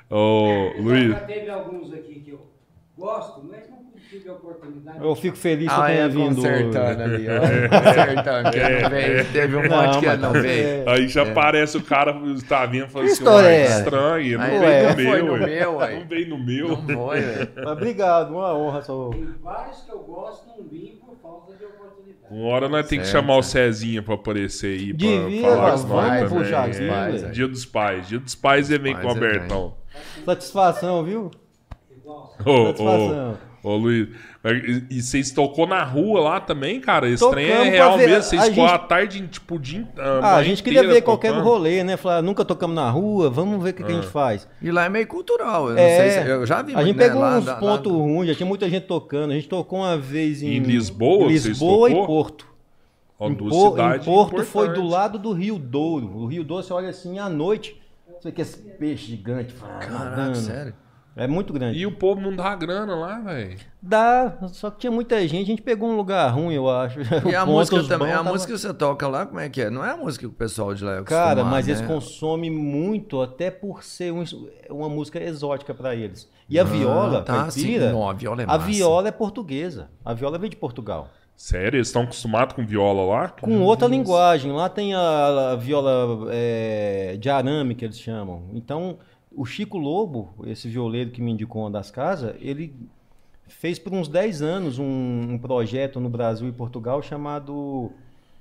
Ô, Luiz. Já teve alguns aqui que eu gosto, mas não tive a oportunidade. Eu fico feliz que Ah, tenha é, vindo. consertando ali, ó. Consertando, que não veio. Teve um monte que mas não tá veio. certo. Aí já parece o cara tá vindo e fala Que assim, história uai, é essa? estranho, não Aí, veio não no foi meu, no ué. meu, ué. Não veio no meu. Não foi, velho. Mas obrigado, uma honra. Sou... Tem vários que eu gosto, não vim por falta de oportunidade. Uma hora nós temos que Certo, chamar o certo. Cezinha pra aparecer aí, pra Devia, falar mas com nós vamos também. puxar É, aqui, Pais, velho. Dia dos Pais. Dia dos Pais ele vem Pais com o ele vem. Bertão. Satisfação, viu? Igual. Ô, Satisfação. ô, ô, Luiz, e, e vocês tocou na rua lá também, cara? Esse Tocamos trem é pra real ver- mesmo. Vocês a ficou gente- a tarde, tipo, o dia Ah, a gente queria ver qualquer rolê, né? Falar, nunca tocamos na rua, vamos ver o que, que a gente faz. E lá é meio cultural. Eu, não É, sei se, eu já vi a gente né, pegou lá uns da- lá pontos do- ruins, já tinha muita gente tocando. A gente tocou uma vez em, Em Lisboa, vocês Lisboa e tocou? Porto. Ó, Em, duas Po- em cidades Porto foi do importantes. lado do Rio Douro. O Rio Douro, você olha assim, à noite, você vê que esse peixe gigante. Caraca, nadando. sério. É muito grande. E o povo não dá grana lá, velho. Dá, só que tinha muita gente, a gente pegou um lugar ruim, eu acho. E a Pontos música também, bons a tava- música que você toca lá, como é que é? Não é a música que o pessoal de lá é Cara, acostumado, mas né? eles consomem muito, até por ser um- uma música exótica pra eles. E a viola, tá, caipira, sim. Não, a viola é a massa. viola é portuguesa. A viola veio de Portugal. Sério? Eles estão acostumados com viola lá? Com outra linguagem. Lá tem a, a viola é, de arame, que eles chamam. Então, o Chico Lobo, esse violeiro que me indicou uma das casas, ele fez por uns dez anos um, um projeto no Brasil e Portugal chamado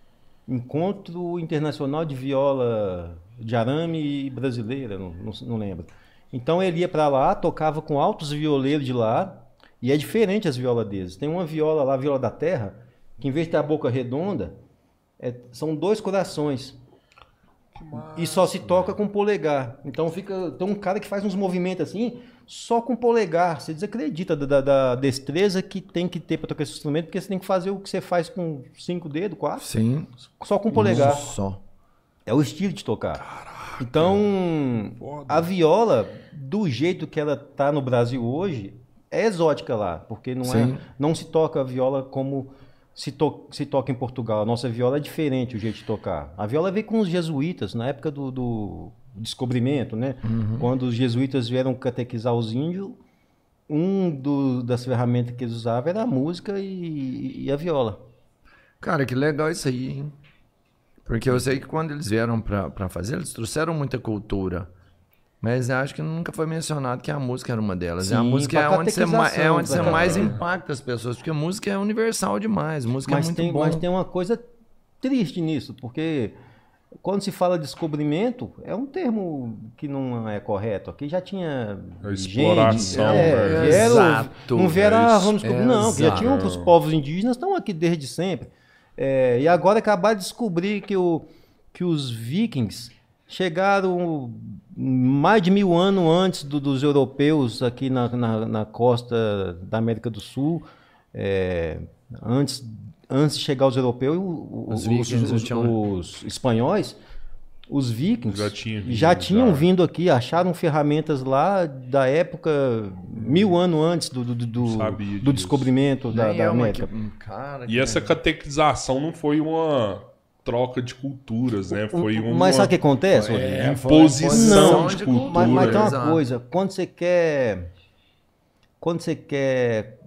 Encontro Internacional de Viola de Arame Brasileira, não, não, não lembro. Então ele ia para lá, tocava com altos violeiros de lá, e é diferente as violas deles. Tem uma viola lá, a viola da terra, que em vez de ter a boca redonda, é- são dois corações. E só se toca com polegar. Então fica. Tem um cara que faz uns movimentos assim, só com polegar. Você desacredita da, da- da destreza que tem que ter para tocar esse instrumento, porque você tem que fazer o que você faz com cinco dedos, quatro, Sim. só com polegar. Só. É o estilo de tocar. Então, Foda. a viola, do jeito que ela tá no Brasil hoje, é exótica lá, porque não, é, Sim. não se toca a viola como se, to, se toca em Portugal. A nossa viola é diferente o jeito de tocar. A viola veio com os jesuítas, na época do, do descobrimento, né? Quando os jesuítas vieram catequizar os índios, um do, das ferramentas que eles usavam era a música e, e a viola. Cara, que legal isso aí, hein? Porque eu sei que quando eles vieram pra, pra fazer, eles trouxeram muita cultura. Mas eu acho que nunca foi mencionado que a música era uma delas. E a Sim, música pra é onde você, ma- é catequização, onde você pra- mais impacta as pessoas. Porque a música é universal demais. Música Mas é muito tem, bom. mas tem uma coisa triste nisso, porque quando se fala descobrimento, é um termo que não é correto. Aqui já tinha A exploração, gente, é, velho. vieram, Exato. não vieram, É ah, isso. vamos descobrir. Não, que já Exato. tinham os povos indígenas, estão aqui desde sempre. É, e agora acabar de descobrir que, o, que os vikings chegaram mais de mil anos antes do- dos europeus aqui na, na, na costa da América do Sul. É, antes, antes de chegar os europeus, o- o- Os os, vikings os- já tinham- os espanhóis, os vikings Já tinha vindo, já tinham já. vindo aqui, acharam ferramentas lá da época, mil anos antes do, do, do, do- Sabia do disso. descobrimento da, Nem da é uma América. que- um cara E que- essa catequização não foi uma troca de culturas, né? Foi uma Mas sabe o que acontece? Rodrigo? É, foi uma imposição de de cultura. Mas, mas tem uma Exato. coisa, quando você quer. Quando você quer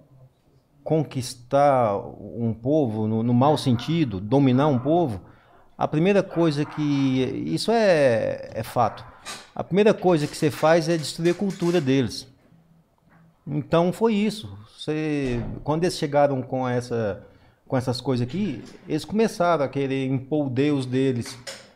conquistar um povo, no, no mau sentido, dominar um povo, a primeira coisa que. Isso é, é fato. A primeira coisa que você faz é destruir a cultura deles. Então foi isso. Você, quando eles chegaram com, essa, com essas coisas aqui, eles começaram a querer impor o Deus deles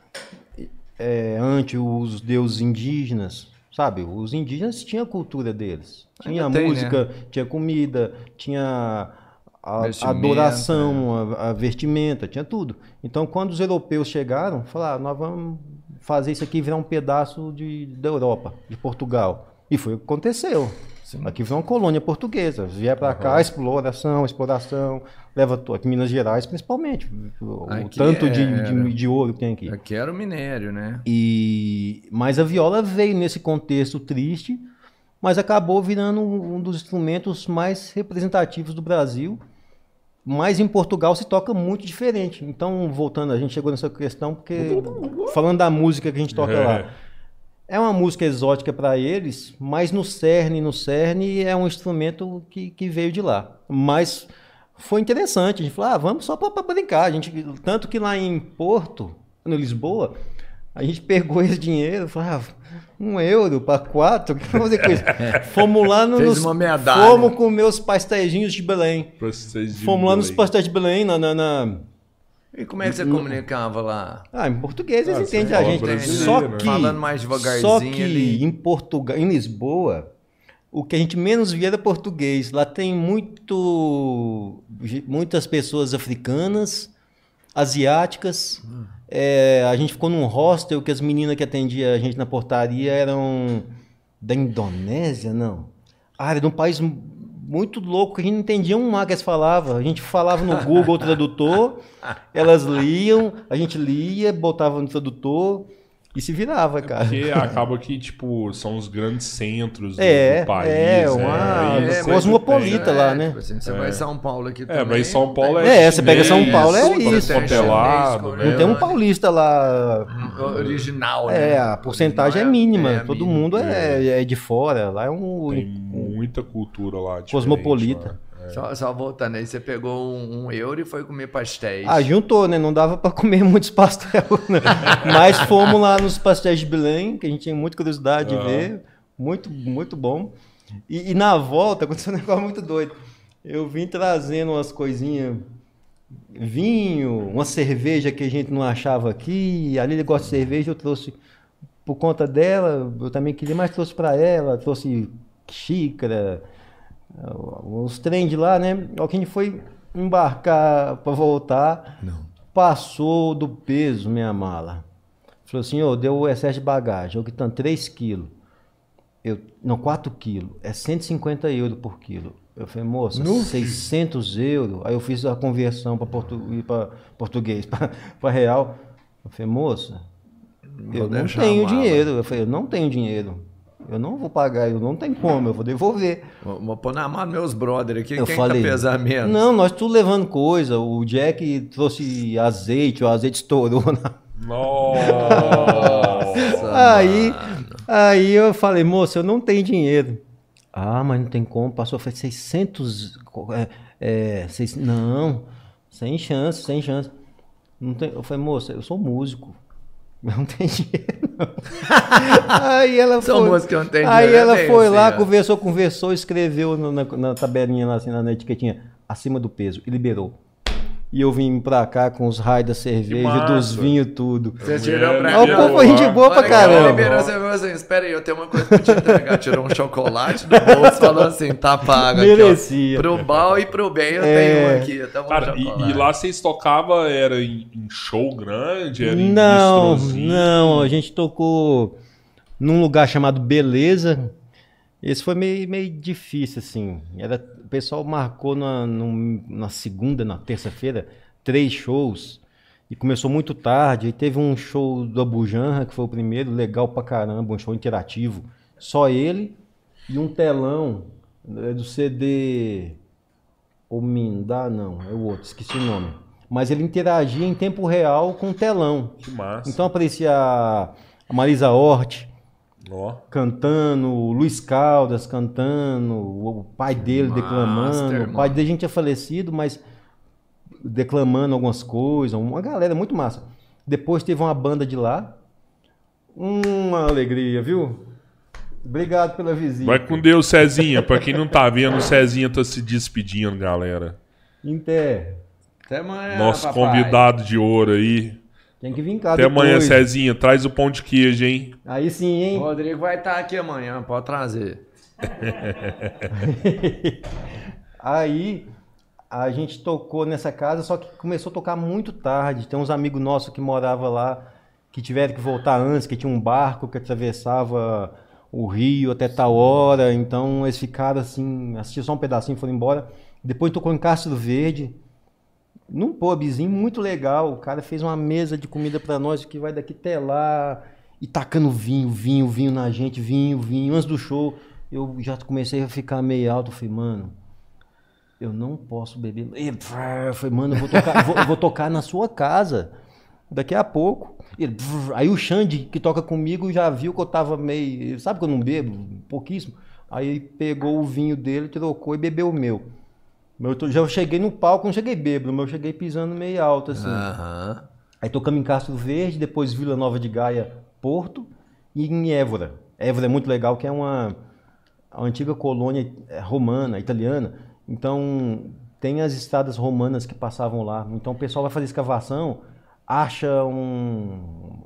é, ante os deuses indígenas, sabe? Os indígenas tinham a cultura deles. Tinha Ainda tem, música, tinha comida, tinha a Vestimenta, adoração, a, a vestimenta, tinha tudo. Então, quando os europeus chegaram, falaram, nós vamos fazer isso aqui virar um pedaço de, da Europa, de Portugal. E foi o que aconteceu. Sim. Aqui foi uma colônia portuguesa. Vier para cá, exploração, exploração. Leva to- aqui em Minas Gerais, principalmente. O, o Aqui tanto de, era. de, de ouro que tem aqui. Aqui era o minério, né? E, mas a viola veio nesse contexto triste, mas acabou virando um um dos instrumentos mais representativos do Brasil. Mas em Portugal se toca muito diferente. Então, voltando, a gente chegou nessa questão porque, falando da música que a gente toca É. lá, é uma música exótica para eles, mas no cerne, no cerne é um instrumento que, que veio de lá. Mas foi interessante, a gente falou, ah, vamos só para brincar. A gente, tanto que lá em Porto, no Lisboa, a gente pegou esse dinheiro, falou, ah, um euro para quatro, o que vamos fazer com isso? Fomos lá no, Fez nos, uma medalha. fomos comer os pastéis de Belém. Pra vocês de Fomos lá nos Belém. pastéis de Belém, na... na, na- E como é que você comunicava lá? Ah, em português eles Ah, entendem você a fala gente. brasileiro, Só né? que, Falando mais devagarzinho só que ali. em Portugal, em Lisboa, o que a gente menos via era português. Lá tem muito, muitas pessoas africanas, asiáticas. É, a gente ficou num hostel que as meninas que atendiam a gente na portaria eram da Indonésia, não. Ah, era de um país muito louco que a gente não entendia um mar que eles falavam. A gente falava no Google Tradutor, elas liam, a gente lia, botava no tradutor e se virava, cara. Porque acaba que, tipo, são os grandes centros do, É, do país. é, uma- né? E É, sempre cosmopolita. tem. lá, né? Tipo assim, você vai em São Paulo aqui É, também. mas em São Paulo tem- é É, você pega São chinês, Paulo, é tudo isso. quanto é lado, Chinês, né? Não tem um paulista lá. Original, né? É, a porcentagem é Original mínima. é a Todo mínima. mundo é, é de fora. Lá é um Tem muita cultura lá. diferente, cosmopolita. né? Só, só voltando aí, você pegou um, um euro e foi comer pastéis. Ah, juntou, né? Não dava pra comer muitos pastéis, né? Mas fomos lá nos pastéis de Belém, que a gente tinha muita curiosidade de Aham. ver. Muito, muito bom. E, e na volta, aconteceu um negócio muito doido. Eu vim trazendo umas coisinhas, vinho, uma cerveja que a gente não achava aqui. Ali ele gosta de cerveja, eu trouxe por conta dela, eu também queria, mas trouxe pra ela, trouxe xícara, uns trem de lá, né? Ao que a gente foi embarcar para voltar, passou do peso minha mala. Falou assim, ô, deu o excesso de bagagem, o que tá três quilos. Eu, não, quatro quilos, é cento e cinquenta euros por quilo. Eu falei, moça, seiscentos euros. Aí eu fiz a conversão para portu, pra português, para real. Eu falei, moça, eu não deixar tenho a mala. dinheiro. Eu falei, eu não tenho dinheiro. Eu não vou pagar, eu não tenho como, eu vou devolver. Vou, vou pôr na mão dos meus brother aqui, Eu quem falei, tá pesando menos? não, nós tudo levando coisa. O Jack trouxe azeite, o azeite estourou. Na... Nossa! Aí, aí eu falei, moça, eu não tenho dinheiro. Ah, mas não tem como. Passou, foi seiscentos. É, é, seis, não, sem chance, sem chance. Não tem, eu falei, moça, eu sou músico. Eu não tenho dinheiro, não. Aí ela São foi, músicos que não tem aí dinheiro, ela é foi bem lá, assim, ó. conversou, conversou, escreveu no- na, na tabelinha lá, assim, na etiquetinha, acima do peso, e liberou. E eu vim pra cá com os raios da cerveja, massa. dos vinhos, tudo. Você tirou pra Ah, o mim. povo é gente boa pra Olha que ela caramba. liberou, você falou assim, espera aí, eu tenho uma coisa pra te entregar. Tirou um chocolate do bolso, falou assim, tá pago aqui, ó. Merecia. Pro mal e pro bem eu É. tenho um aqui. Tá bom, Cara, chocolate. e, e lá vocês tocavam, era em, em show grande? Era em Não, bistrozinho? não, a gente tocou num lugar chamado Beleza. Esse foi meio, meio difícil, assim. Era, o pessoal marcou na, num- na segunda, na terça-feira, três shows. E começou muito tarde. Aí teve um show do Abu Janra, que foi o primeiro, legal pra caramba, um show interativo. Só ele e um telão é, do C D... O Mindá, não, é o outro, esqueci o nome. Mas ele interagia em tempo real com o telão. Que massa. Então aparecia a a Marisa Hort Ó, cantando, o Luiz Caldas cantando, o pai dele Master, declamando. O pai mano. dele já tinha falecido, mas declamando algumas coisas. Uma galera muito massa. Depois teve uma banda de lá. Uma alegria, viu? Obrigado pela visita. vai com Deus, Cezinha. Pra quem não tá vendo, o Cezinha tá se despedindo, galera. Inter. Até amanhã, Nosso papai. convidado de ouro aí. Tem que vir cá Até depois. amanhã, Cezinha. Traz o pão de queijo, hein? Aí sim, hein? O Rodrigo vai estar aqui amanhã, pode trazer. Aí a gente tocou nessa casa, só que começou a tocar muito tarde. Tem uns amigos nossos que moravam lá, que tiveram que voltar antes, que tinha um barco que atravessava o Rio até tal hora, então eles ficaram assim, assistiram só um pedacinho e foram embora. Depois tocou em Castro Verde, num pubzinho muito legal. O cara fez uma mesa de comida pra nós que vai daqui até lá e tacando vinho, vinho, vinho na gente, vinho, vinho. Antes do show, eu já comecei a ficar meio alto. Eu falei, mano, eu não posso beber. Eu falei, mano, eu vou tocar, vou, eu vou tocar na sua casa daqui a pouco. Ele, aí o Xande, que toca comigo, já viu que eu tava meio... Sabe que eu não bebo? Pouquíssimo. Aí pegou o vinho dele, trocou e bebeu o meu. meu já cheguei no palco, não cheguei bêbado, mas eu cheguei pisando meio alto, assim. Uhum. Aí tocamos em Castro Verde, depois Vila Nova de Gaia, Porto, e em Évora. Évora é muito legal, que é uma, uma antiga colônia romana, italiana. Então, tem as estradas romanas que passavam lá. Então, o pessoal vai fazer escavação... acha um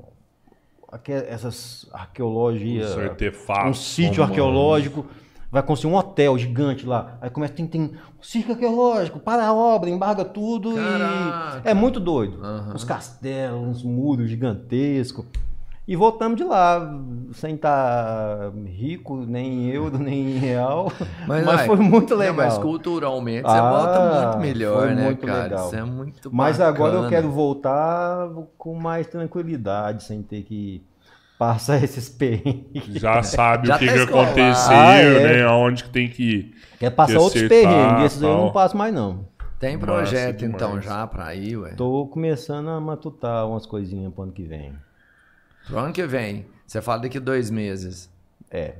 essas arqueologias, um sítio arqueológico, vai construir um hotel gigante lá, aí começa tem, tem um sítio arqueológico, para a obra, embarga tudo. Caraca. E é muito doido, uhum. Uns castelos, uns muros gigantescos. E voltamos de lá, sem estar rico, nem em euro, nem em real. Mas, mas ai, foi muito legal. Não, mas culturalmente você ah, volta muito melhor, né, muito cara? Legal. Isso é muito Mas bacana. Agora eu quero voltar com mais tranquilidade, sem ter que passar esses perrengues. Já sabe Já o que, tá que aconteceu, ah, é. né? Aonde que tem que Quer passar outros perrengues, esses aí eu não passo mais não. Tem projeto Nossa, então já pra ir, ué? Tô começando a matutar umas coisinhas pro ano que vem. Pro ano que vem. Você fala daqui dois meses. É.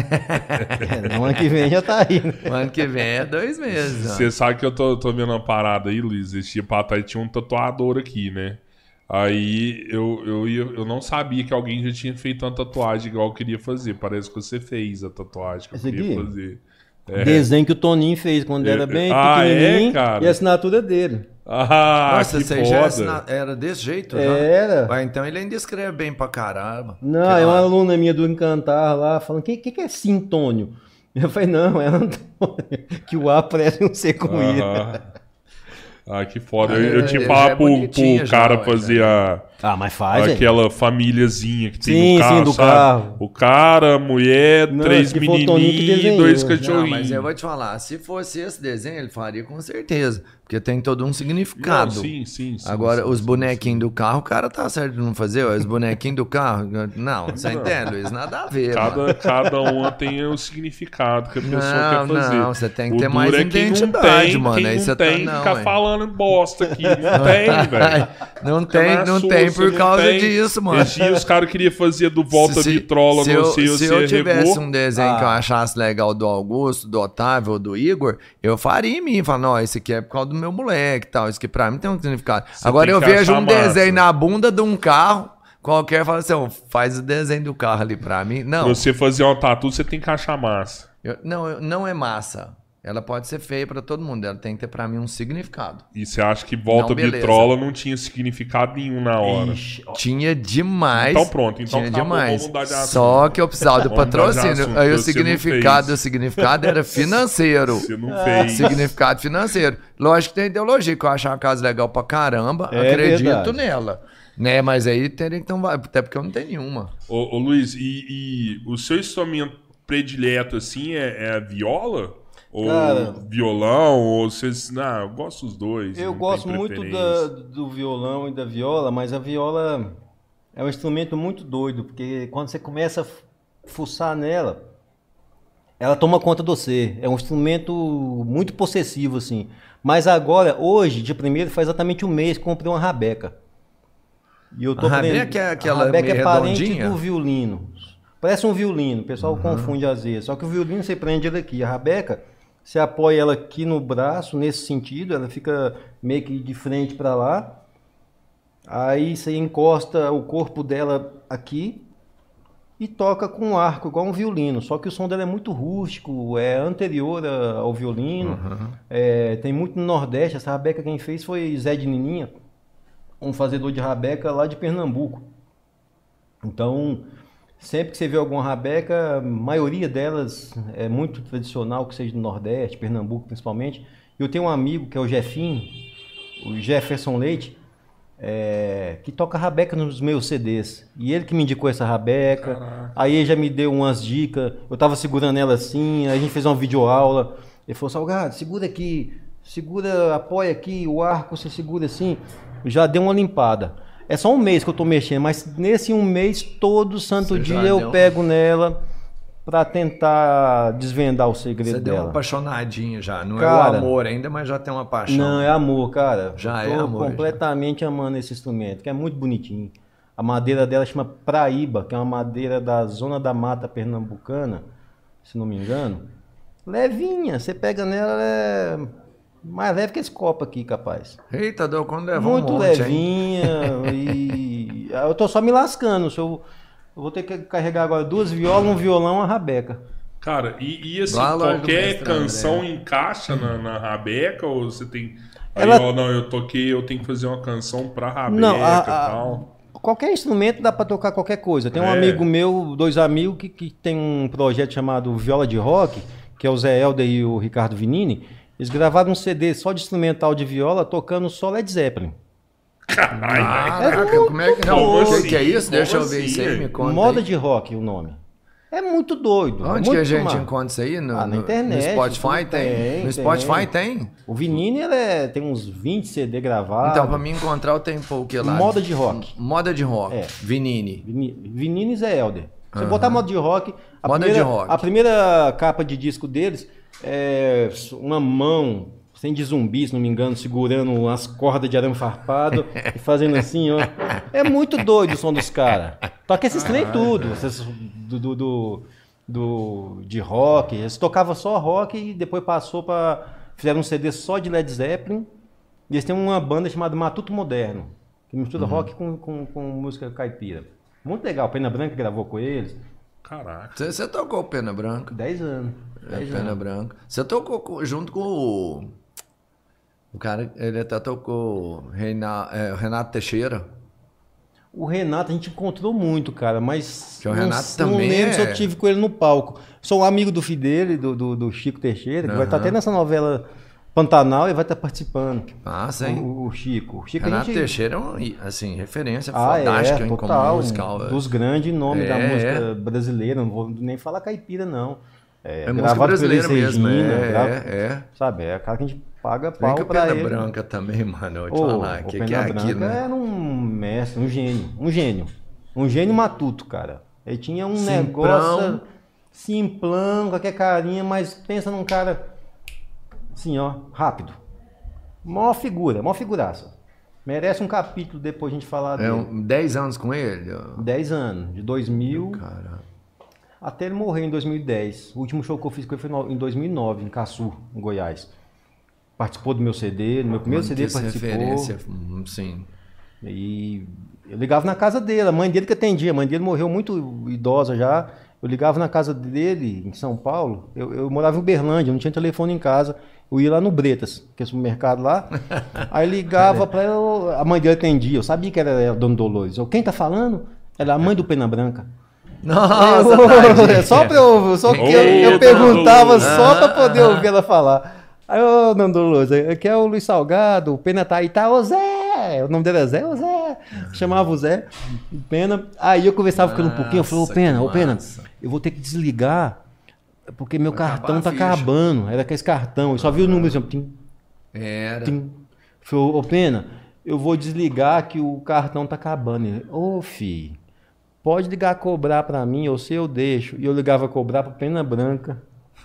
é. No ano que vem já tá aí, né? No ano que vem é dois meses. Você sabe que eu tô, tô vendo uma parada aí, Luiz. Esse dia pra trás tinha um tatuador aqui, né? Aí eu, eu, ia, eu não sabia que alguém já tinha feito uma tatuagem igual eu queria fazer. Parece que você fez a tatuagem que eu Esse queria aqui? fazer. É. Desenho que o Toninho fez quando é, era bem ah, pequenininho. É, cara? E a assinatura dele. Ah, Nossa, que você já assina... era desse jeito? Já? Era. Ah, então ele ainda escreve bem pra caramba. Não, que é uma aluna minha do Encantar lá, falando, o que, que, que é Sintônio? Eu falei, não, é Antônio, que o A parece um C com I. Ah, que foda. Ah, eu, eu tinha que falar é pro, pro cara já, fazer a... Ah, mas faz, aquela é. famíliazinha que tem sim, no carro, sim, do sabe? Carro. O cara, a mulher, não, três menininhos e dois cachorrinhos. Não, mas eu vou te falar, se fosse esse desenho, ele faria com certeza. Porque tem todo um significado. Não, sim, sim, sim. Agora, sim, os sim, bonequinhos sim. do carro, o cara tá certo de não fazer. Os bonequinhos do carro, não, você entende, Luiz? Nada a ver, cada, cada uma tem o significado que a pessoa não, quer fazer. Não, você tem que o ter mais é identidade, tem, mano. Quem Aí não você tem, tá, não, fica hein? falando bosta aqui. Não tem, velho. Não tem, não sua, tem por causa tem. disso, mano. Esse dia os caras queriam fazer do Volta se, Vitrola se no eu, sei, Se eu tivesse regou, um desenho ah. que eu achasse legal do Augusto, do Otávio ou do Igor, eu faria em mim. Falando, ó, esse aqui é por causa do meu moleque e tal. Isso aqui pra mim tem um significado. Você Agora eu vejo um massa. desenho na bunda de um carro, qualquer fala assim, ó, faz o desenho do carro ali pra mim. Não. Pra você fazer uma tatu, você tem que achar massa. Eu, não, não é massa. Ela pode ser feia pra todo mundo. Ela tem que ter pra mim um significado. E você acha que Volta Vitrola não tinha significado nenhum na hora? Ixi, tinha demais. Então pronto. Então tinha tá demais. Bom, vamos mudar de Só que eu precisava do patrocínio. Assunto, Aí o significado, o significado era financeiro. Você não fez. Significado financeiro. Lógico que tem ideologia, que eu achava uma casa legal pra caramba. É acredito verdade. nela. Né? Mas aí teria que ter um... Até porque eu não tenho nenhuma. Ô, ô Luiz, e, e o seu instrumento predileto assim é, é a viola? Ou Cara, violão, ou vocês... Não, eu gosto dos dois. Eu gosto muito da, do violão e da viola, mas a viola é um instrumento muito doido, porque quando você começa a fuçar nela, ela toma conta de você. É um instrumento muito possessivo, assim. Mas agora, hoje, de primeiro, faz exatamente um mês que comprei uma rabeca. E eu tô a rabeca é aquela a rabeca é parente redondinha? do violino. Parece um violino, o pessoal uhum. confunde às vezes. Só que o violino você prende ele aqui. A rabeca, você apoia ela aqui no braço, nesse sentido, ela fica meio que de frente para lá. Aí você encosta o corpo dela aqui e toca com um arco, igual um violino. Só que o som dela é muito rústico, é anterior ao violino. Uhum. É, tem muito no Nordeste. Essa rabeca quem fez foi Zé de Nininha, um fazedor de rabeca lá de Pernambuco. Então... Sempre que você vê alguma rabeca, a maioria delas é muito tradicional, que seja do Nordeste, Pernambuco principalmente. Eu tenho um amigo que é o Jefinho, o Jefferson Leite, é, que toca rabeca nos meus C Ds. E ele que me indicou essa rabeca. Caraca. Aí ele já me deu umas dicas. Eu tava segurando ela assim, aí a gente fez uma videoaula. Ele falou, Salgado, segura aqui, segura, apoia aqui, o arco você segura assim. Já deu uma limpada. É só um mês que eu tô mexendo, mas nesse um mês, todo santo Você dia já eu deu- pego nela pra tentar desvendar o segredo Você deu uma dela. apaixonadinha já. Não Cara, é o amor ainda, mas já tem uma paixão. Não, é amor, cara. Já Eu é tô amor, completamente amando esse instrumento, que é muito bonitinho. A madeira dela chama Praíba, que é uma madeira da zona da mata pernambucana, se não me engano. Levinha, você pega nela, ela é mais leve que esse copo aqui, capaz. Eita, deu quando leva Muito um monte, hein? levinha e eu tô só me lascando. Se eu, eu vou ter que carregar agora duas violas, um violão, uma rabeca. Cara, e, e assim, Lá, loja do qualquer mestre canção André. encaixa na, na rabeca ou você tem... Aí, Ela- ó, não, eu toquei, eu tenho que fazer uma canção pra rabeca Não, a- e a- tal. Qualquer instrumento dá pra tocar qualquer coisa. Tem um É. amigo meu, dois amigos, que, que tem um projeto chamado Viola de Rock, que é o Zé Helder e o Ricardo Vinini. Eles gravaram um C D só de instrumental de viola, tocando só Led Zeppelin. Caralho, Caraca, como é que... Não, Como o que, assim? que é isso? Como Deixa eu ver assim? isso aí, me conta Moda aí. de Rock, o nome. É muito doido. é Onde muito que a gente massa. encontra isso aí? No, Ah, na no- internet, No Spotify tudo tem? tem, No Spotify tem. tem? O Vinini ele é- tem uns vinte C D gravados. Então, pra mim encontrar, eu tenho o que lá? Moda de rock. Moda de rock. É. Vinini. Vini- Vinini e Zé Helder. Você Aham. botar moda de rock, a, Moda primeira, de rock. a primeira capa de disco deles é uma mão, sem de zumbi, se não me engano, segurando umas cordas de arame farpado e fazendo assim, ó. É muito doido o som dos caras. Toca esses trem tudo, esses do, do, do, do- de rock. Eles tocavam só rock e depois passou para fizeram um C D só de Led Zeppelin. E eles têm uma banda chamada Matuto Moderno, que mistura Uhum. rock com, com, com música caipira. Muito legal, Pena Branca gravou com eles. Caraca. Você, você tocou Pena Branca? dez anos. É, dez Pena anos. Branca. Você tocou com- junto com o... O cara, ele até tocou Reina, é, o Renato Teixeira. O Renato a gente encontrou muito, cara, mas Que o não- Renato não, também lembro se é- eu tive com ele no palco. Sou um amigo do filho dele, do, do, do Chico Teixeira, que vai estar Aham. até nessa novela Pantanal e vai estar participando. Ah, sim. O, o Chico. O Chico a Renato gente... Teixeira é uma, assim, referência Ah, fantástica é, em como total, musical. um dos grandes nomes da É, música é. brasileira, não vou nem falar caipira, não. É música gravado por brasileira Elis mesmo. Regina, é, grava- é, é. Sabe, é a cara que a gente paga Vem pau que o pra Pena ele. Branca também, mano. Eu vou te Ô, falar. O o que, Pena que é Branca aquilo, né? era um mestre, um gênio, um gênio. Um gênio matuto, cara. Ele tinha um Simplão. negócio simplão, qualquer carinha, mas pensa num cara assim, ó, rápido. Mó figura, mó figuraça. Merece um capítulo depois a gente falar É dele. um, dez anos com ele? dez anos, de dois mil Cara. até ele morrer em dois mil e dez. O último show que eu fiz com ele foi no- em dois mil e nove, em Caçu, em Goiás. Participou do meu C D, no meu primeiro C D Muitas participou. referência, hum, sim. E eu ligava na casa dele, a mãe dele que atendia, a mãe dele morreu muito idosa já. Eu ligava na casa dele, em São Paulo, eu, eu morava em Uberlândia, não tinha telefone em casa. Eu ia lá no Bretas, que é o supermercado lá. Aí ligava pra ela, a mãe dele atendia, eu sabia que era ela, Dona Dolores. Eu, quem tá falando? Ela é a mãe do Pena Branca. Nossa, Eu- tadinha. só pra eu, só porque eu, eu Ô, perguntava Dona só pra poder ouvir ela falar. Aí, ô, Dona Dolores, aqui é o Luiz Salgado, o Pena tá aí, tá, ô Zé, o nome dele é Zé, ô Zé, chamava o Zé, o Pena. Aí eu conversava com ele um pouquinho, eu falei, ô Nossa, Pena, que ô Pena, massa. eu vou ter que desligar, porque meu Vai cartão acabar tá a ficha. acabando, era aquele cartão, eu só vi o número, assim, tim, Era. tim. Eu falei, ô Pena, eu vou desligar que o cartão tá acabando. Ele, ô filho, pode ligar a cobrar pra mim, ou se eu deixo. E eu ligava a cobrar pra Pena Branca.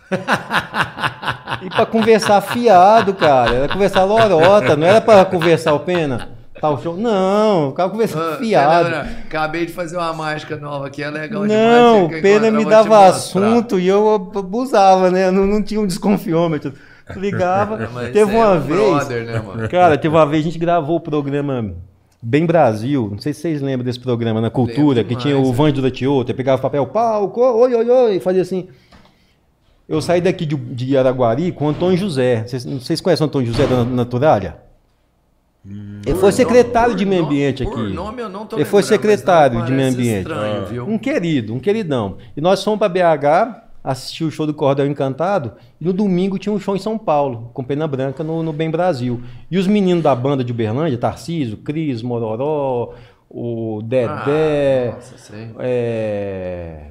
E pra conversar fiado, cara. Era conversar lorota, não era pra conversar o Pena. Tal show. Não, ficava conversando Ah, fiado. Pena, acabei de fazer uma mágica nova aqui, é legal Não, demais. o Você que Pena encontra, me eu vou dava te mostrar. assunto e eu abusava, né? Não, não tinha um desconfiômetro. Ligava. Mas Teve você é uma um vez. brother, né, mano? Cara, teve uma vez a gente gravou o programa Bem Brasil. Não sei se vocês lembram desse programa na Cultura, Lembro que tinha demais, o é. Vande da Tiota, pegava papel, palco, oi, oi, oi, e fazia assim. Eu saí daqui de, de Araguari com o Antônio José. Vocês, vocês conhecem o Antônio José da Naturalha? Ele foi Por secretário nome- de meio por ambiente nome- aqui. Por nome eu não tô Ele foi lembrando, mas secretário não de meio parece ambiente. estranho, Ah. viu? Um querido, um queridão. E nós fomos para B H assistir o show do Cordel Encantado, e no domingo tinha um show em São Paulo, com Pena Branca, no, no Bem Brasil. E os meninos da banda de Uberlândia, Tarcísio, Cris, Mororó, o Dedé... Ah, nossa, sei. É...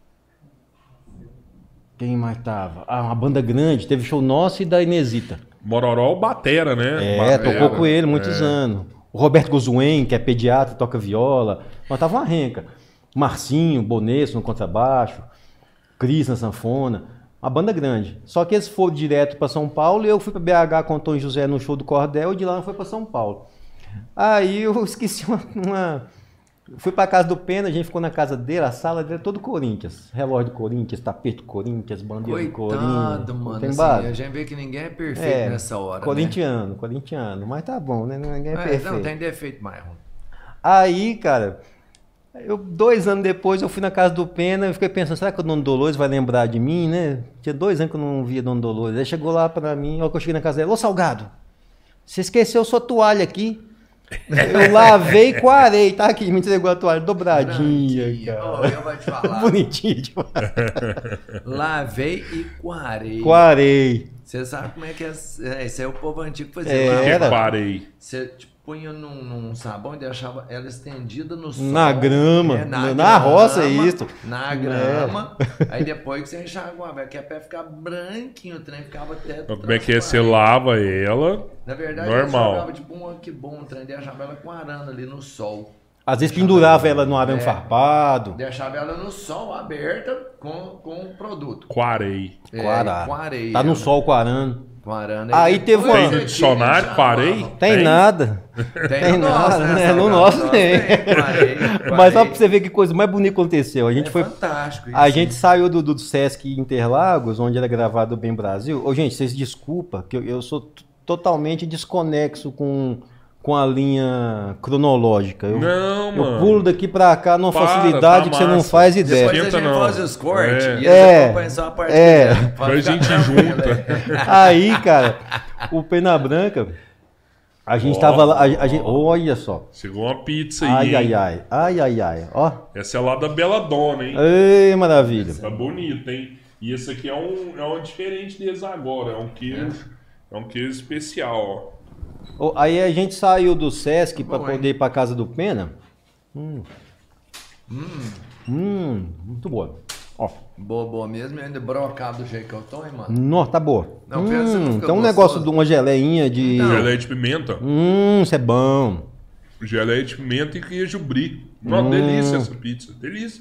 Quem mais tava? Ah, uma banda grande, teve show nosso e da Inesita. Mororó, o Batera, né? É, Batera. tocou com ele muitos É. anos. O Roberto Gozuen, que é pediatra, toca viola. Mas tava uma renca. Marcinho, Bonesso no contrabaixo. Cris na sanfona. Uma banda grande. Só que eles foram direto para São Paulo e eu fui para B H com o Antônio José no show do Cordel e de lá foi para São Paulo. Aí eu esqueci uma... uma... Fui pra casa do Pena, a gente ficou na casa dele, a sala dele é todo Corinthians. Relógio do Corinthians, tapete do Corinthians, bandeira do Corinthians. Coitado, mano. Tem Assim, base? a gente vê que ninguém é perfeito É, nessa hora. corintiano, corintiano. Mas tá bom, né? Ninguém é, Né? É, perfeito. não, tem defeito mais. Aí, cara, eu, dois anos depois eu fui na casa do Pena e fiquei pensando, será que o Dono Dolores vai lembrar de mim, né? Tinha dois anos que eu não via Dono Dolores. Aí chegou lá pra mim, ó, que eu cheguei na casa dele, ô Salgado, você esqueceu sua toalha aqui? Eu lavei e quarei, tá aqui, me entregou a toalha dobradinha, cara. Ó, eu vou te falar. Bonitinho demais. Lavei e quarei. Quarei. Você sabe como é que é? É, esse é o povo antigo que fazia. É, lá. Que Era. parei. Você tipo, punha num, num sabão e deixava ela estendida no sol. Na grama. É, Na grama, roça, é isso. Na grama. Aí depois que você enxaguava, que é pra ficar branquinho, o trem ficava até. Então, como é que é? Você lava ela. Na verdade, Normal. eu jogava tipo um que bom, um trem, deixava ela com arando ali no sol. Às vezes pendurava ela no arame É. farpado. Deixava ela no sol aberta com, com o produto. Quarei. É, Quarar. quarei Tá no ela. sol quarando. Quarando. Aí teve depois uma- Tem é no dicionário, que quarei? chamava. Tem, Tem? nada. Tem, Tem no nada, nosso, né? né? No Salgado? nosso tem. Quarei, quarei. Mas só pra você ver que coisa mais bonita aconteceu. A gente É foi. fantástico. A isso. gente saiu do, do Sesc Interlagos, onde era gravado o Bem Brasil. Ô, gente, vocês desculpa, que eu, eu sou t- totalmente desconexo com, com a linha cronológica. Eu, Não, eu mano. pulo daqui pra cá numa Para, facilidade tá que você não massa. faz ideia. Depois a Esquenta gente não. faz os cortes É. e eles É. acompanham só a parte É. que quiser. Pode Depois a ficar gente tranquilo, junta. né? Aí, cara, o Pena Branca, a gente Ó, tava lá. A, a ó. gente, olha só. Chegou uma pizza aí. Ai, hein? ai, ai. Ai, ai, ai. Ó. Essa é lá da Bela Dona, hein? Ei, maravilha. Tá bonito, hein? E esse aqui é um, é um diferente deles agora. É um queijo, é um queijo especial, ó. Ô, Aí a gente saiu do Sesc pra Bom, poder ir pra casa do Pena. Hum. Hum, muito boa. Ó. Boa, boa mesmo. E ainda brocado do jeito que eu tô, hein, mano? Nossa, tá boa. Não, pensa, não hum, fica tem um gostoso? negócio de uma geleinha de. Não. Geleia de pimenta. Hum, isso é bom. Geleia de pimenta e queijo brie. Uma Hum. delícia essa pizza. Delícia.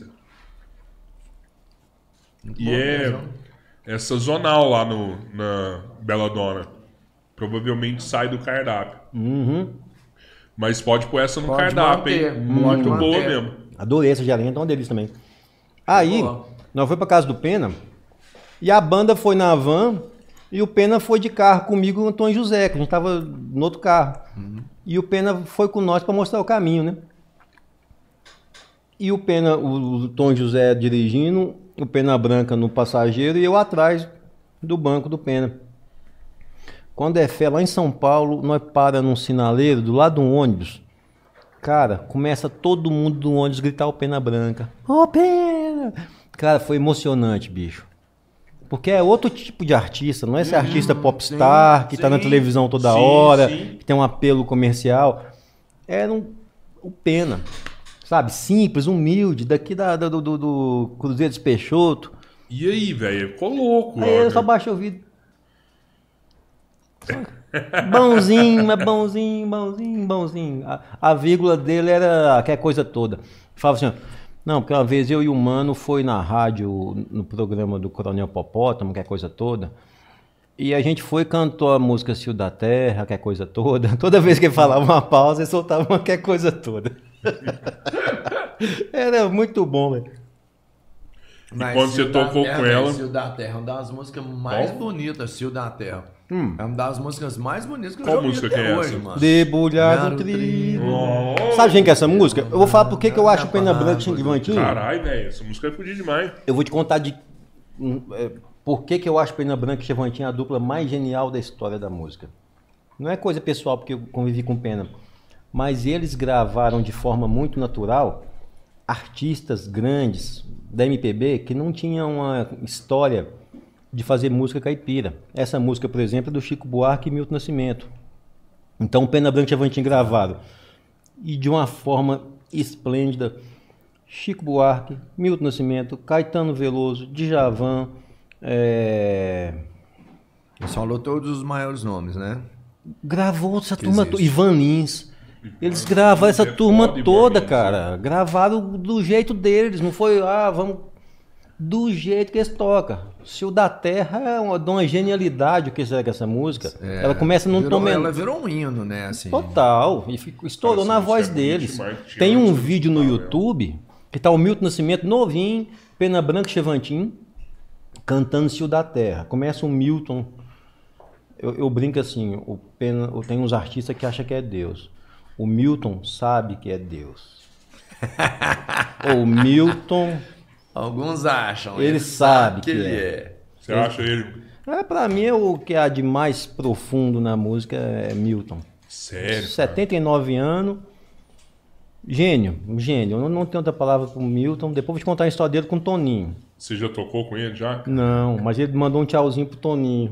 Muito E bom é, mesmo. é sazonal lá no, na Bela Dona. Provavelmente sai do cardápio. Uhum. Mas pode pôr essa no Pode cardápio, manter, hein? pode Muito manter. boa mesmo. Adorei essa geleinha, tá uma delícia também. Aí, Boa. nós fomos pra casa do Pena e a banda foi na van e o Pena foi de carro comigo e o Antônio José, que a gente tava no outro carro. E o Pena foi com nós pra mostrar o caminho, né? E o Pena, o, o Tom José dirigindo, o Pena Branca no passageiro e eu atrás do banco do Pena. Quando é fé, lá em São Paulo, nós para num sinaleiro, do lado de um ônibus. Cara, começa todo mundo do ônibus gritar o Pena Branca. Ô, Pena! Cara, foi emocionante, bicho. Porque é outro tipo de artista, não é esse artista popstar sim, que tá na sim. televisão toda Sim, hora, sim. que tem um apelo comercial. Era um, o Pena, sabe? Simples, humilde, daqui da, da- do, do, do Cruzeiro de Peixoto. E aí, velho? Ficou louco. Aí eu ó, só baixei o vidro. Bonzinho, mas bonzinho, bonzinho, bonzinho. A, a vírgula dele era aquela coisa toda. Falava assim, ó, não, porque uma vez eu e o Mano foi na rádio, no programa do Coronel Popótamo, que é coisa toda. E a gente foi e cantou a música Cio da Terra, que é coisa toda. Toda vez que ele falava uma pausa, ele soltava uma que é coisa toda. Era muito bom, velho. Mas quando você Cio da tocou Terra, com velho, ela- Cio da Terra é uma das músicas mais Qual? bonitas, Cio da Terra. Hum. É uma das músicas mais bonitas que eu Qual já ouvi música até que é hoje, essa? mano. Debulhar Claro, do trigo. trigo. Oh, Sabe quem que é essa música? Eu vou falar por que que eu acho o Pena Branca Xinguivantinho. Caralho, velho. Essa música é fodida demais. Eu vou te contar de hum, é, por que que eu acho Pena Branca e Xinguivantinho a dupla mais genial da história da música. Não é coisa pessoal porque eu convivi com Pena, mas eles gravaram de forma muito natural artistas grandes da M P B que não tinham uma história de fazer música caipira. Essa música, por exemplo, é do Chico Buarque e Milton Nascimento. Então, Pena Branca e Chavantin gravaram. E de uma forma esplêndida, Chico Buarque, Milton Nascimento, Caetano Veloso, Djavan, é... Você falou todos os maiores nomes, né? Gravou essa Que turma existe. toda. Ivan Lins. Eles gravaram essa turma toda, cara. Gravaram do jeito deles. Não foi, ah, vamos... Do jeito que eles tocam. Cio da Terra é uma, de uma genialidade o que será que essa música. É, ela começa num virou, tom... Ela virou um hino, né? Assim. Total. E ficou, estourou Cara, na isso voz é deles. multimarketing, Tem um antes de vídeo no falar, YouTube que tá o Milton Nascimento novinho, Pena Branca e Chavantin, cantando Cio da Terra. Começa o Milton... Eu, eu brinco assim, o Pena, eu tenho uns artistas que acham que é Deus. O Milton sabe que é Deus. O Milton... Alguns acham. Ele sabe que ele é. é. Você acha ele... É, pra mim, o que há de mais profundo na música é Milton. Sério, cara? setenta e nove anos. Gênio, um gênio. Eu não, não tenho outra palavra com o Milton. Depois vou te contar a história dele com o Toninho. Você já tocou com ele, já? Não, mas ele mandou um tchauzinho pro Toninho.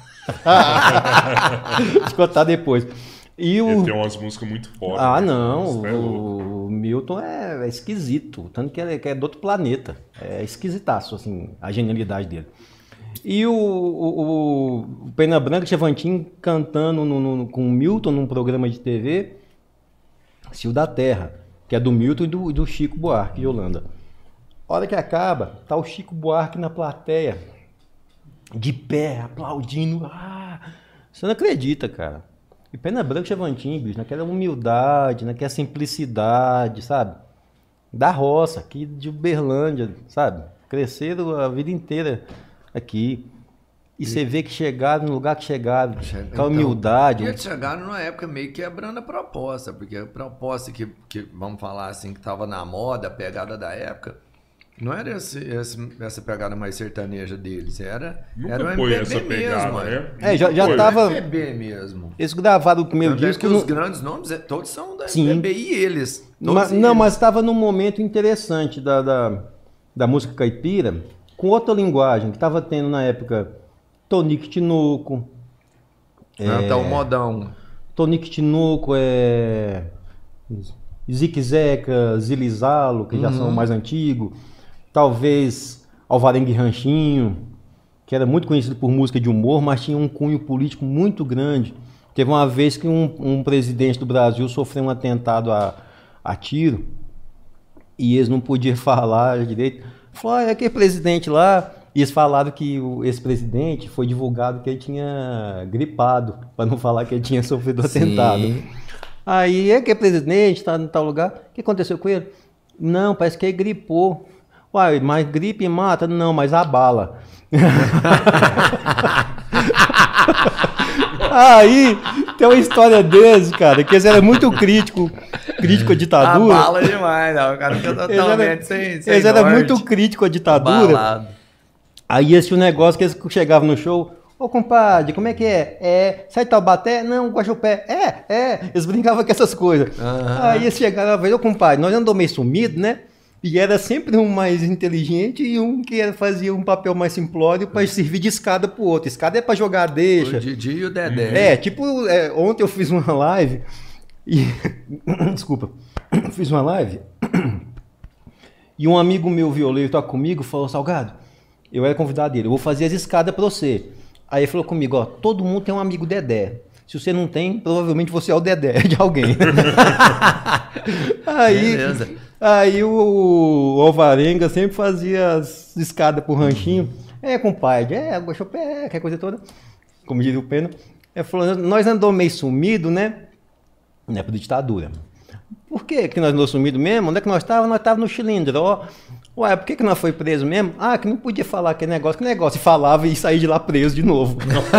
Vou te contar depois. E o... Ele tem umas músicas muito fodas. Ah, né? não. Isso é louco. O, o Milton é, é esquisito. Tanto que é, que é do outro planeta. É esquisitaço, assim, a genialidade dele. E o, o, o Pena Branca e Chavantin cantando no, no, com o Milton num programa de T V, Cio da Terra, que é do Milton e do, do Chico Buarque de Holanda. A hora que acaba, tá o Chico Buarque na plateia, de pé, aplaudindo. Ah, você não acredita, cara. E Pena Branca e Chavantin, bicho, naquela humildade, naquela simplicidade, sabe? Da roça, aqui de Uberlândia, sabe? Cresceram a vida inteira aqui. E você vê que chegaram no lugar que chegaram, com a humildade. E eles chegaram numa época meio quebrando a proposta, porque a proposta que, que vamos falar assim, que estava na moda, a pegada da época, não era esse, esse, essa pegada mais sertaneja deles, era, Nunca era o foi M P B essa pegada, mesmo. né? É, já, já Foi. tava... M P B mesmo. Eles gravaram o primeiro Tanto é disco... que no- os grandes nomes, é- todos são da Sim. M P B e eles. todos Ma- eles. não, mas estava num momento interessante da, da, da música caipira, com outra linguagem, que estava tendo na época Tonique Tinoco, Ah, tá o modão. Tonique Tinoco, é... Zique Zeca, Zilizalo, que já são mais antigos, talvez Alvarengue Ranchinho, que era muito conhecido por música de humor, mas tinha um cunho político muito grande. Teve uma vez que um, um presidente do Brasil sofreu um atentado a, a tiro e eles não podiam falar direito. Falou, ah, é aquele presidente lá. E eles falaram que o, esse presidente foi divulgado que ele tinha gripado, para não falar que ele tinha sofrido um atentado. Aí, é aquele presidente está em tal lugar. O que aconteceu com ele? Não, parece que ele gripou. Uai, mas gripe mata? Não, mas abala. Aí, tem uma história deles, cara, que eles eram muito crítico, crítico à ditadura. Abala demais, não. O cara fica Eles totalmente eram, sem, sem eles eram norte. muito críticos à ditadura. Abalado. Aí esse negócio que eles chegavam no show, ô compadre, como é que é? É, sai de Taubaté? Não, Guaxupé. É, é. Eles brincavam com essas coisas. Aham. Aí eles chegaram e falaram, ô compadre, nós andamos meio sumido, né? E era sempre um mais inteligente e um que era- fazia um papel mais simplório para servir de escada pro outro. Escada é para jogar deixa. O Didi e o Dedé. É, tipo, é, ontem eu fiz uma live e... Desculpa. Fiz uma live e um amigo meu violeiro toca comigo falou, Salgado, eu era convidado dele, eu vou fazer as escadas pra você. Aí ele falou comigo, ó, todo mundo tem um amigo Dedé. Se você não tem, provavelmente você é o Dedé de alguém. Aí, Beleza. aí o, o Alvarenga sempre fazia as escadas pro ranchinho. É, compadre, é, Guaxupé, aquela coisa toda. Como diria o Pena. Ele falou, nós andamos meio sumido, né? Na época da ditadura. Por que que nós andamos sumido mesmo? Onde é que nós estávamos? Nós estávamos no Chilindró. Ué, por que que nós foi preso mesmo? Ah, que não podia falar aquele negócio. Que negócio? E falava e saía de lá preso de novo.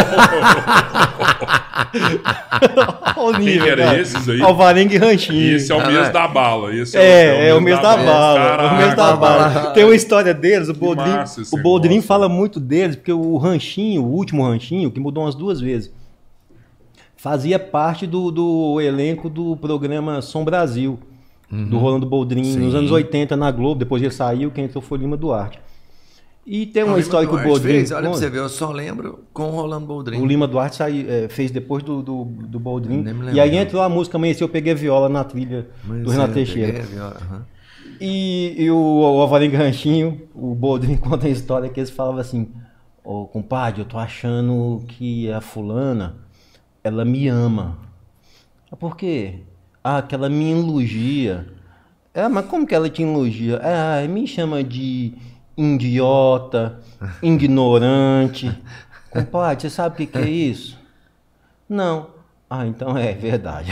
Olha o Quem que era esses aí? Alvarenga e Ranchinho. E esse é o Ah, mês né? da bala. Esse É, é o mês da bala. É o mês da Caraca, bala. Tem uma história deles, o Boldrin, massa esse o Boldrin negócio. fala muito deles, porque o Ranchinho, o último Ranchinho, que mudou umas duas vezes, fazia parte do, do elenco do programa Som Brasil, uhum. do Rolando Boldrin, Sim. nos anos oitenta na Globo, depois ele saiu, quem entrou foi o Lima Duarte. E tem uma história que o Boldrin... Fez, olha pra você ver, eu só lembro com o Rolando Boldrin. O Lima Duarte saiu, é, fez depois do, do, do Boldrin. E aí entrou a música Amanheceu, eu peguei a viola na trilha Amanheceu, do Renato Teixeira. Viola, uhum. E, e o, o Alvarenga Ranchinho, o Boldrin conta a história que eles falavam assim, ô oh, compadre, eu tô achando que a fulana, ela me ama. Ah, por quê? Ah, que ela me elogia. Ah, mas como que ela te elogia? Ah, me chama de... idiota, ignorante. Compadre, você sabe o que, que é isso? Não. Ah, então é verdade.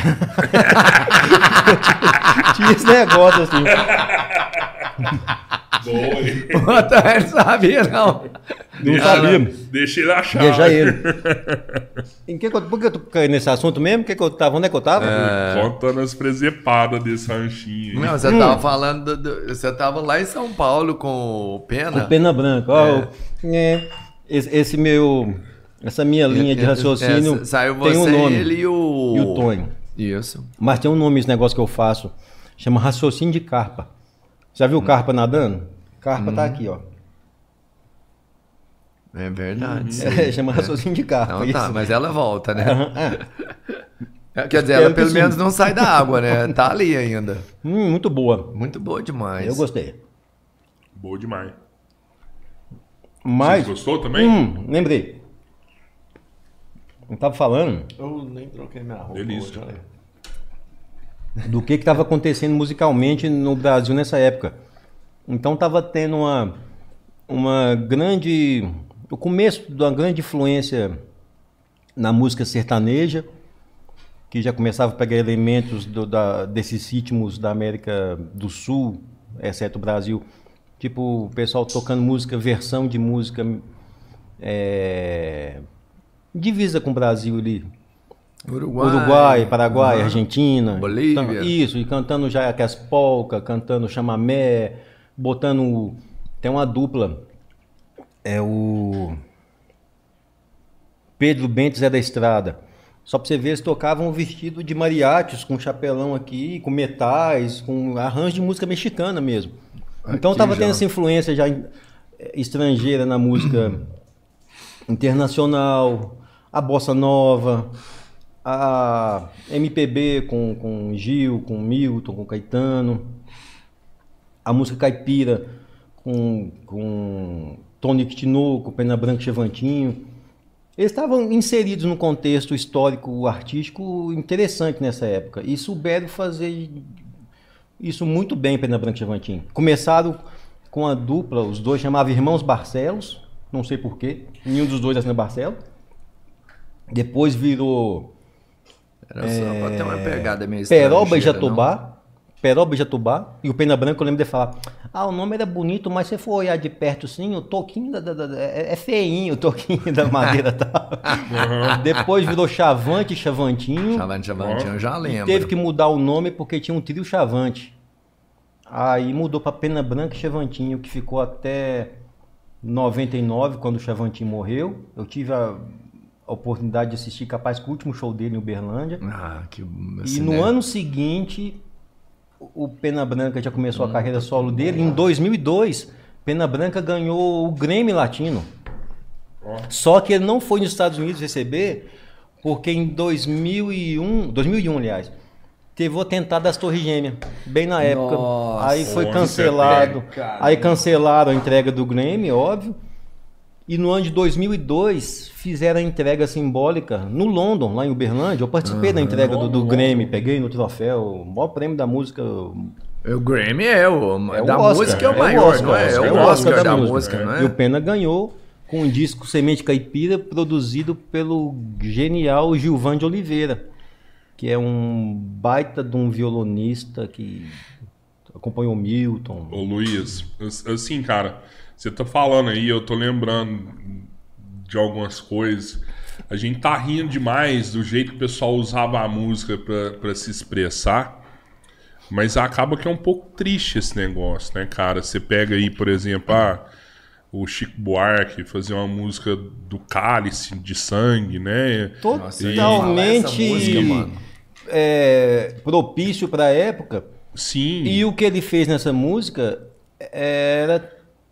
Tinha esse negócio assim. Boa. Ele sabia, não. Não sabia. Deixa ele achar. Deixa ele. Em que que eu, por que eu tô caindo nesse assunto mesmo? Que que eu tava, onde é que eu tava? É... Contando as presepadas desse ranchinho. Não, você hum. tava falando. Do, do, você tava lá em São Paulo com o Pena. Com o Pena Branca. Ó, é. é, esse, esse meu. Essa minha linha de raciocínio. É, saiu tem você, um nome. Ele e o. E o Tonho. Isso. Mas tem um nome esse negócio que eu faço. Chama raciocínio de carpa. Já viu hum. carpa nadando? Carpa hum. tá aqui, ó. É verdade. É, chama raciocínio de carpa. Não, tá, mas ela volta, né? É. Quer dizer, ela pelo menos não sai da água, né? Tá ali ainda. Hum, muito boa. Muito boa demais. Eu gostei. Boa demais. Mas... Você gostou também? Hum, lembrei. Não tava falando? Eu nem troquei minha roupa. Delícia. Hoje, do que estava acontecendo musicalmente no Brasil nessa época. Então estava tendo uma, uma grande... O começo de uma grande influência na música sertaneja, que já começava a pegar elementos do, da, desses ritmos da América do Sul, exceto o Brasil. Tipo, o pessoal tocando música, versão de música é, divisa com o Brasil ali. Uruguai, Uruguai, Paraguai, uhum. Argentina. Bolívia. Então, isso, e cantando já aquelas polca, cantando chamamé, botando... Tem uma dupla, é o Pedro Bento Zé da Estrada. Só pra você ver, eles tocavam vestido de mariachis, com chapelão aqui, com metais, com arranjo de música mexicana mesmo. Então aqui tava já. Tendo essa influência já estrangeira na música internacional, a bossa nova, a M P B com, com Gil, com Milton, com Caetano, a música caipira com, com Tonico Tinoco, Pena Branca e Chevantinho. Eles estavam inseridos num contexto histórico, artístico interessante nessa época e souberam fazer isso muito bem, Pena Branca e Chevantinho. Começaram com a dupla, os dois chamavam Irmãos Barcelos, não sei porquê, nenhum dos dois assina Barcelos. Depois virou... Era só é, pra ter uma pegada meio Peroba e Jatobá. Não? Peroba e Jatobá. E o Pena Branca, eu lembro de falar, ah, o nome era bonito, mas se você for olhar de perto assim, o toquinho da, da, da, é, é feinho, o toquinho da madeira e tal. Uhum. Depois virou Chavante e Chavantinho. Chavante e Chavantinho, eu já lembro. Teve que mudar o nome porque tinha um trio Chavante. Aí mudou para Pena Branca e Chavantinho, que ficou até noventa e nove, quando o Chavantinho morreu. Eu tive a... a oportunidade de assistir, capaz, que o último show dele em Uberlândia. Ah, que... E no ano seguinte, o Pena Branca já começou hum, a carreira solo dele. Em dois mil e dois, Pena Branca ganhou o Grammy Latino. Oh. Só que ele não foi nos Estados Unidos receber, porque em dois mil e um, dois mil e um, aliás, teve o atentado das Torres Gêmeas, bem na época. Nossa, aí foi cancelado. Aí cancelaram a entrega do Grammy, óbvio. E no ano de dois mil e dois fizeram a entrega simbólica no London, lá em Uberlândia. Eu participei uhum. da entrega do, do Grammy, peguei no troféu, o maior prêmio da música. O Grammy é o, é da o Oscar, música é o é maior, o Oscar, não é? É o é Oscar, Oscar da, da música, música, não é? E o Pena ganhou com um disco Semente Caipira, produzido pelo genial Gilvan de Oliveira, que é um baita de um violonista que acompanhou Milton. Ô Luiz, assim, cara... Você tá falando aí, eu tô lembrando de algumas coisas. A gente tá rindo demais do jeito que o pessoal usava a música pra, pra se expressar. Mas acaba que é um pouco triste esse negócio, né, cara? Você pega aí, por exemplo, ah, o Chico Buarque fazer uma música do Cálice de Sangue, né? Totalmente música, é, propício pra época. Sim. E o que ele fez nessa música era,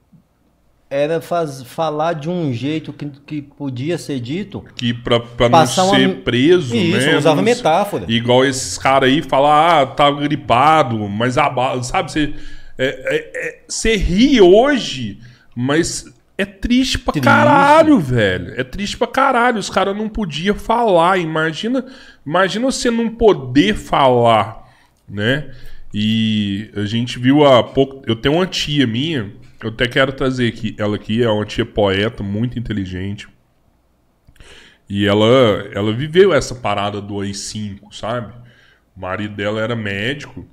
era faz, falar de um jeito que, que podia ser dito. Que pra, pra não ser uma... preso, Isso, né? usava Não... metáfora. Igual esses caras aí falar, ah, tá gripado, mas a bala, sabe? Você, é, é, é, você ri hoje, mas é triste pra triste. caralho, velho. É triste pra caralho. Os caras não podiam falar. Imagina, imagina você não poder falar, né? E a gente viu há pouco... Eu tenho uma tia minha, eu até quero trazer aqui, ela aqui, é uma tia poeta, muito inteligente. E ela, ela viveu essa parada do A I cinco, sabe? O marido dela era médico.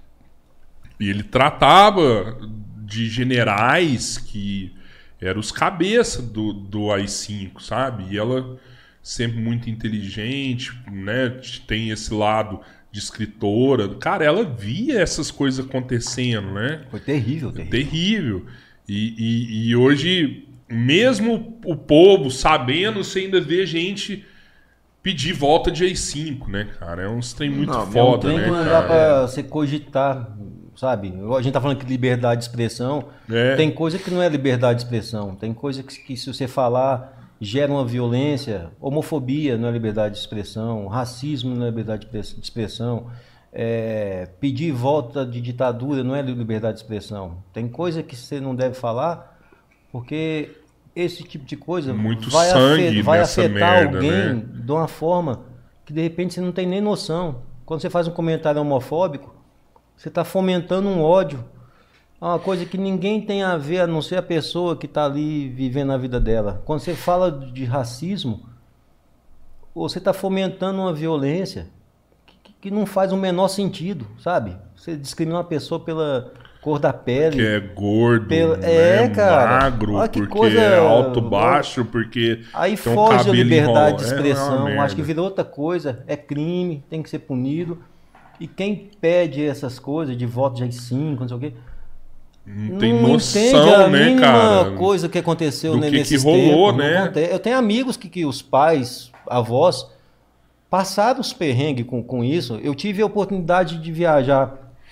E ele tratava de generais que eram os cabeças do, do A I cinco, sabe? E ela sempre muito inteligente, né? Tem esse lado... de escritora, cara, ela via essas coisas acontecendo, né? Foi terrível, terrível. Terrível. E, e, e hoje, mesmo o povo sabendo, você ainda vê gente pedir volta de A I cinco, né, cara? É um trem muito não, foda, é um trem né, que não cara? dá pra você cogitar, sabe? A gente tá falando que liberdade de expressão, é. Tem coisa que não é liberdade de expressão, tem coisa que, que se você falar... gera uma violência, homofobia não é liberdade de expressão, racismo não é liberdade de expressão, é, pedir volta de ditadura não é liberdade de expressão. Tem coisa que você não deve falar, porque esse tipo de coisa Muito vai, sangue afetar, vai nessa afetar merda, alguém, né? De uma forma que de repente você não tem nem noção. Quando você faz um comentário homofóbico, você está fomentando um ódio. É uma coisa que ninguém tem a ver, a não ser a pessoa que está ali vivendo a vida dela. Quando você fala de racismo, você está fomentando uma violência que, que não faz o menor sentido, sabe? Você discrimina uma pessoa pela cor da pele. Que é gordo, pela... né? é, cara. magro, que porque coisa... é alto, baixo, porque aí tem um foge a liberdade de é expressão. Acho que virou outra coisa, é crime, tem que ser punido. E quem pede essas coisas de voto de A I cinco, não sei o quê, não tem não noção, a né, cara? Coisa que aconteceu do que, nesse que rolou, tempos, né? Eu tenho amigos que, que os pais, avós, passaram os perrengues com, com isso. Eu tive a oportunidade de viajar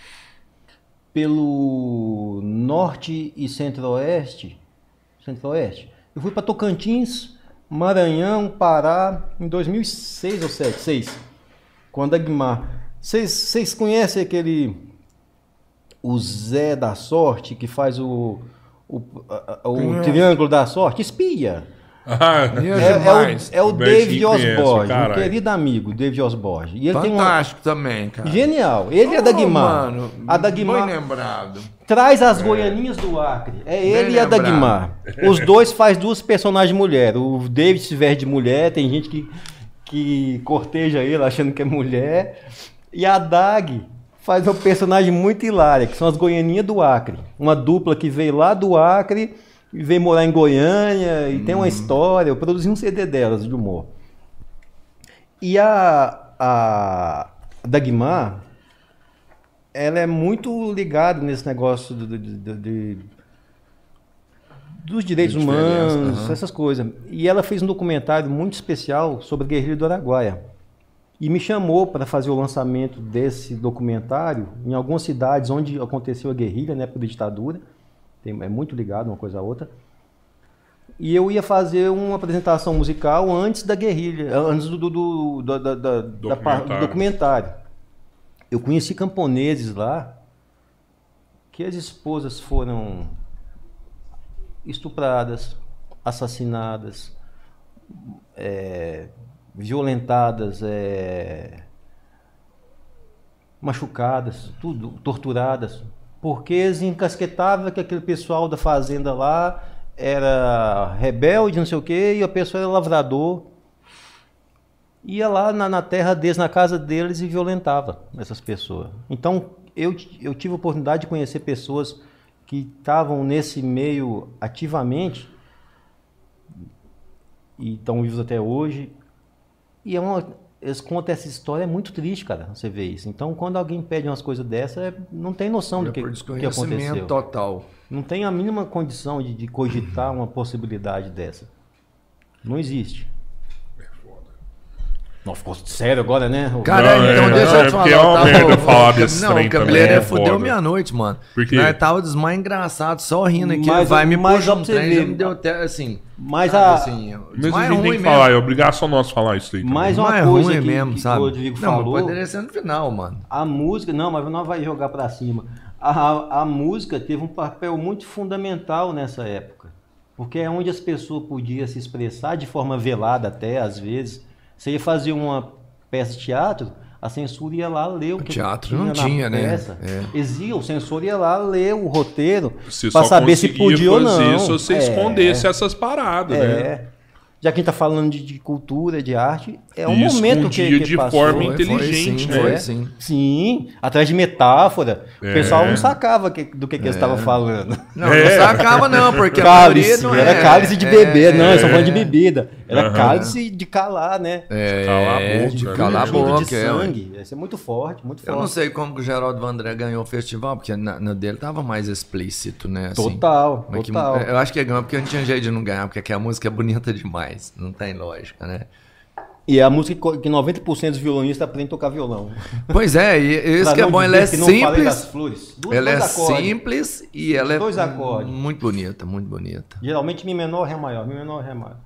pelo norte e centro-oeste. Centro-oeste. Eu fui para Tocantins, Maranhão, Pará, em dois mil e seis ou sete, seis, quando a Guimar. Vocês conhecem aquele... o Zé da Sorte, que faz o, o, o, o Triângulo da Sorte? Espia. Ah, é, é, o, é o David Osborne, um querido amigo, David Osborne. E ele fantástico tem uma... também, cara. Genial. Ele oh, é da Guimar. Mano, a da Guimar. bem lembrado. Traz as é. Goianinhas do Acre. É bem ele e a da Guimar. Os dois faz duas personagens mulheres. O David se veste de mulher, tem gente que, que corteja ele achando que é mulher. E a Dag faz uma personagem muito hilária, que são as Goianinhas do Acre. Uma dupla que veio lá do Acre e veio morar em Goiânia e hum. tem uma história. Eu produzi um C D delas de humor. E a, a Dagmar, ela é muito ligada nesse negócio de, de, de, de, dos direitos humanos, uhum. essas coisas. E ela fez um documentário muito especial sobre a guerrilha do Araguaia. E me chamou para fazer o lançamento desse documentário em algumas cidades onde aconteceu a guerrilha, na época da ditadura. Tem, é muito ligado uma coisa a outra. E eu ia fazer uma apresentação musical antes da guerrilha, antes do, do, do, do, da, da, documentário. Da, do documentário. Eu conheci camponeses lá que as esposas foram estupradas, assassinadas, é, violentadas, é, machucadas, tudo, torturadas, porque eles encasquetavam que aquele pessoal da fazenda lá era rebelde, não sei o quê, e a pessoa era lavrador, ia lá na, na terra deles, na casa deles e violentava essas pessoas. Então eu, eu tive a oportunidade de conhecer pessoas que estavam nesse meio ativamente e estão vivos até hoje. E é uma, eles contam essa história, é muito triste, cara, você vê isso. Então, quando alguém pede umas coisas dessas, é, não tem noção do que, que aconteceu. Total. Não tem a mínima condição de, de cogitar uma possibilidade dessa. Não existe. É foda. Não, ficou sério agora, né? Cara, Não, então é, deixa não, eu é te porque falar. é uma tava- merda o- falar o- desse Não, trem o também, cabeleiro é fudeu foda. minha noite, mano. Por quê? Nós tava desmais engraçado, só rindo aqui. Mas- vai me mas puxar ó, um pra você trem, ver, já me deu até assim. Mas sabe, a- assim, Mesmo desmaio assim tem ruim que falar, é mesmo. obrigação nossa falar isso aí também. Mais uma Desmaio coisa ruim que, mesmo, que sabe? o Rodrigo Não, mas falou. poderia ser no final, mano. A música, não, mas não vai jogar pra cima. A, a, a música teve um papel muito fundamental nessa época. Porque é onde as pessoas podiam se expressar de forma velada até, às vezes. Você ia fazer uma peça de teatro, a censura ia lá ler o que teatro tinha não na tinha, né? peça. É. Exia, o censor ia lá ler o roteiro Você pra só saber se conseguia podia ou fazer não. se você É, escondesse essas paradas, né? É. Já que a gente tá falando de, de cultura, de arte, é um E momento que, escondia que de passou. forma Foi, inteligente, foi, sim, né? foi, É. sim. Sim, atrás de metáfora. É. O pessoal não sacava que- do que, que eles estavam falando. Não, É. não sacava não, porque a Cálice, maioria não era é. cálice de é, beber, não, é, eles estão falando de bebida. Era Aham. cálice de calar, né? É, Calar a boca, de né? calar a Ajuda boca, de é, ué. sangue. Isso é muito forte, muito Eu não forte. sei como que o Geraldo Vandré ganhou o festival, porque na, no dele tava mais explícito, né? assim. Total, Mas que- total. eu acho que ele ganhou porque não tinha jeito de não ganhar, porque aqui a música é bonita demais. Não tem lógica, né? E é a música que- que noventa por cento dos violonistas aprendem a tocar violão. Pois é, e isso Pra que é não bom, dizer ela é que não falei das simples. flores. Duas- Ela é dois acordes. simples e ela é Dois acordes. muito bonita, muito bonita. Geralmente Mi menor, Ré maior, Mi menor, Ré maior.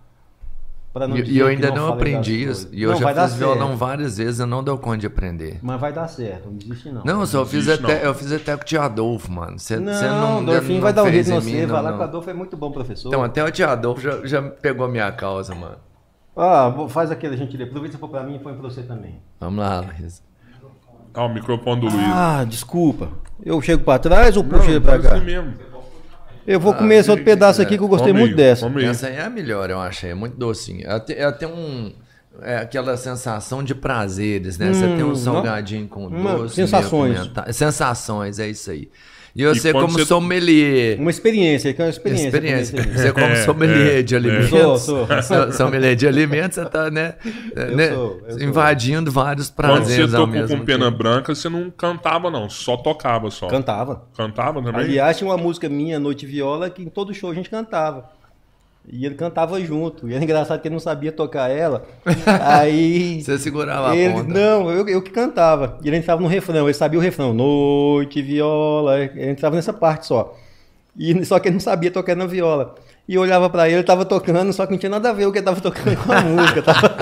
Pra não E, dizer e eu que ainda não, falei das aprendi flores. isso. E eu Não, vai já dar fiz violão certo. várias vezes, eu não deu conta de aprender. Mas vai dar certo, não desiste não. Não, eu só fiz existe, até, não. eu fiz até com o tio Adolfo, mano. Cê, Não, cê não, Dorfinho não vai dar um fez jeito em em você, mim, vai não, lá não. que o Adolfo é muito bom professor. Então, até o tio Adolfo já, já pegou minha causa, mano. Ah, vou- faz aquele, gente, aproveita se for pra mim e põe pra você também. Vamos lá, Luiz. Ah, o microfone do Luiz. Ah, desculpa. Eu chego pra trás ou puxo ele Não, pra faz cá? assim mesmo. Eu vou Ah, comer esse outro que pedaço quiser. aqui que eu gostei Come muito aí, dessa. come aí. Essa aí é a melhor, eu achei. É muito docinho. Ela tem, ela tem um... É aquela sensação de prazeres, né? Você tem um Hum, salgadinho com Uma- doce. sensações. meio apimentado. Sensações, é isso aí. E você, quando como você- sommelier... Uma experiência, que é uma experiência. Experiência. comer isso aí. Você como É, sommelier é, de é. alimentos. Sou, sou. So- Sommelier de alimentos, você tá, né? Eu né, sou, eu sou. invadindo vários Quando você prazeres ao tocou mesmo com pena tempo. branca, você não cantava, não. Só tocava só. Cantava. Cantava também? Aliás, tinha uma música minha, Noite Viola, que em todo show a gente cantava. E ele cantava junto. E era engraçado que ele não sabia tocar ela. Aí. Você segurava ele, a ponta. Não, eu, eu que cantava. E ele entrava no refrão, ele sabia o refrão. Noite, viola. Ele entrava nessa parte só. E, só que ele não sabia tocar na viola. E eu olhava pra ele, ele tava tocando, só que não tinha nada a ver o que ele tava tocando com a música. Tava...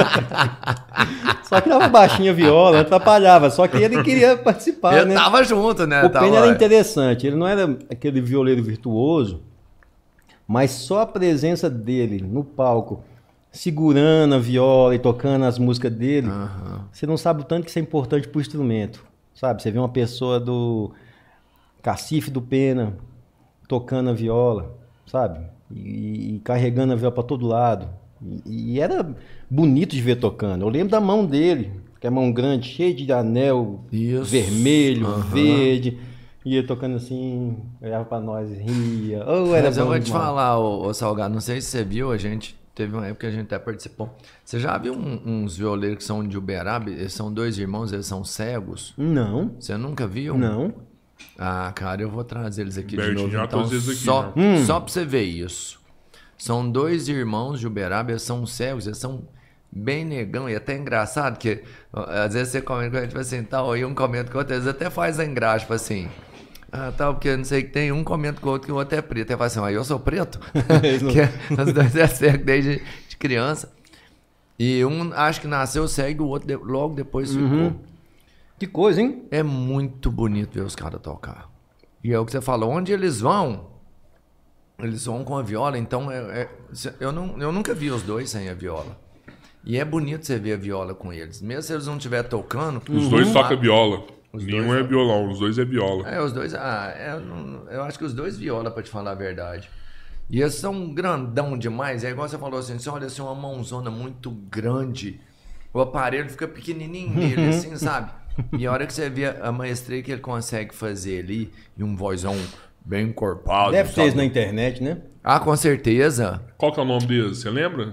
só que dava baixinha a viola, atrapalhava. Só que ele queria participar, Eu né? tava junto, né? O Tava- Pena era interessante, ele não era aquele violeiro virtuoso, mas só a presença dele no palco, segurando a viola e tocando as músicas dele, você não sabe o tanto que isso é importante pro instrumento, sabe? Você vê uma pessoa do cacife do Pena tocando a viola, sabe? E, e carregando a viola para todo lado. E, e era bonito de ver tocando. Eu lembro da mão dele, que é mão grande, cheia de anel Isso. vermelho, Aham. verde. Ia tocando assim, olhava pra nós, ria. Oh, era Mas eu bom vou te demais. falar, ô, ô Salgado, não sei se você viu, a gente teve uma época que a gente até participou. Você já viu um- uns violeiros que são de Uberaba? Eles são dois irmãos, eles são cegos? Não, Você nunca viu? não. Ah, cara, eu vou trazer eles aqui Bertinho, de novo. já Então, trouxe eles aqui, só, já. Hum. só pra você ver isso. São dois irmãos de Uberaba, eles são cegos, eles são bem negão, e até engraçado que ó, às vezes você comenta com ele, tipo assim, tal, e um comenta com o outro, às vezes até faz a engraxa, tipo assim, ah, tal, porque não sei o que tem, um comenta com o outro que o outro é preto, até fala assim, ah, eu sou preto? que os dois é cego desde de criança. E um acho que nasceu cego e o outro de- logo depois ficou. Uhum. Que coisa, hein? É muito bonito ver os caras tocar. E é o que você falou, onde eles vão, eles vão com a viola, então é, é- se- eu, não, eu nunca vi os dois sem a viola. E é bonito você ver a viola com eles. Mesmo se eles não estiverem tocando. Os dois tocam ah, viola. Os Nenhum dois é violão, os dois é viola. É, os dois. Ah, é, eu, não- eu acho que os dois viola, pra te falar a verdade. E eles são grandão demais. É igual você falou assim: você olha assim, uma mãozona muito grande, o aparelho fica pequenininho nele, assim, sabe? E a hora que você vê a maestria que ele consegue fazer ali, e um vozão bem encorpado. Deve ter sabe? isso na internet, né? Ah, com certeza. Qual que é o nome deles? Você lembra?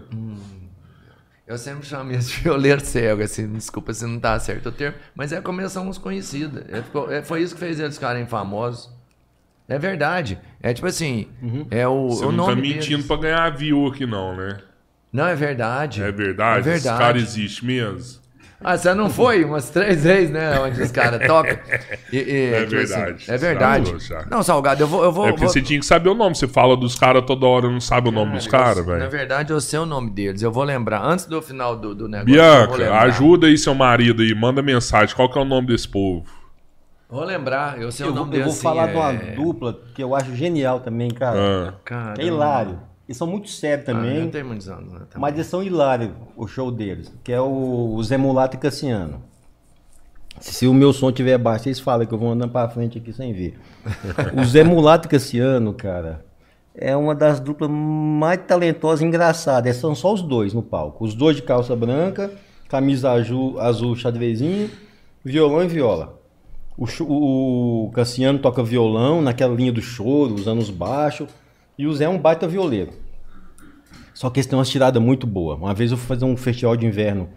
Eu sempre chamo isso de violeiro cego, assim, desculpa se não tá certo o termo, mas é como eles são uns conhecidos. É, ficou- é, foi isso que fez eles ficarem famosos. É verdade. É tipo assim, é o, Você o não tá nome mentindo deles. pra ganhar view aqui não, né? Não, é verdade. É verdade? É Esse verdade. cara existe mesmo? Ah, você não foi umas três vezes, né? Onde os caras tocam. E, e, É tipo verdade. assim, é verdade. Já falou, já. Não, Salgado, eu vou. Eu vou É porque vou... você tinha que saber o nome. Você fala dos caras toda hora, não sabe o nome dos caras, Na velho. verdade, eu sei o nome deles. Eu vou lembrar. Antes do final do, do negócio. eu vou Bianca, lembrar. ajuda aí seu marido aí. Manda mensagem. Qual que é o nome desse povo? Vou lembrar. Eu sei Eu o vou, nome eu vou deles. falar sim, de uma é... dupla que eu acho genial também, cara. Ah, Caramba. Que é hilário. Eles são muito sérios Ah, também. já tem muitos anos, né? Também. Mas eles são hilários, o show deles. Que é o, o Zé Mulato e Cassiano. Se o meu som estiver baixo, vocês falam que eu vou andando pra frente aqui sem ver. O Zé Mulato e Cassiano, cara, é uma das duplas mais talentosas e engraçadas. São só os dois no palco. Os dois de calça branca, camisa azul, azul xadrezinho, violão e viola. O, cho- o Cassiano toca violão naquela linha do choro, usando os baixos. E o Zé é um baita violeiro. Só que eles têm umas tiradas muito boas. Uma vez eu fui fazer um festival de inverno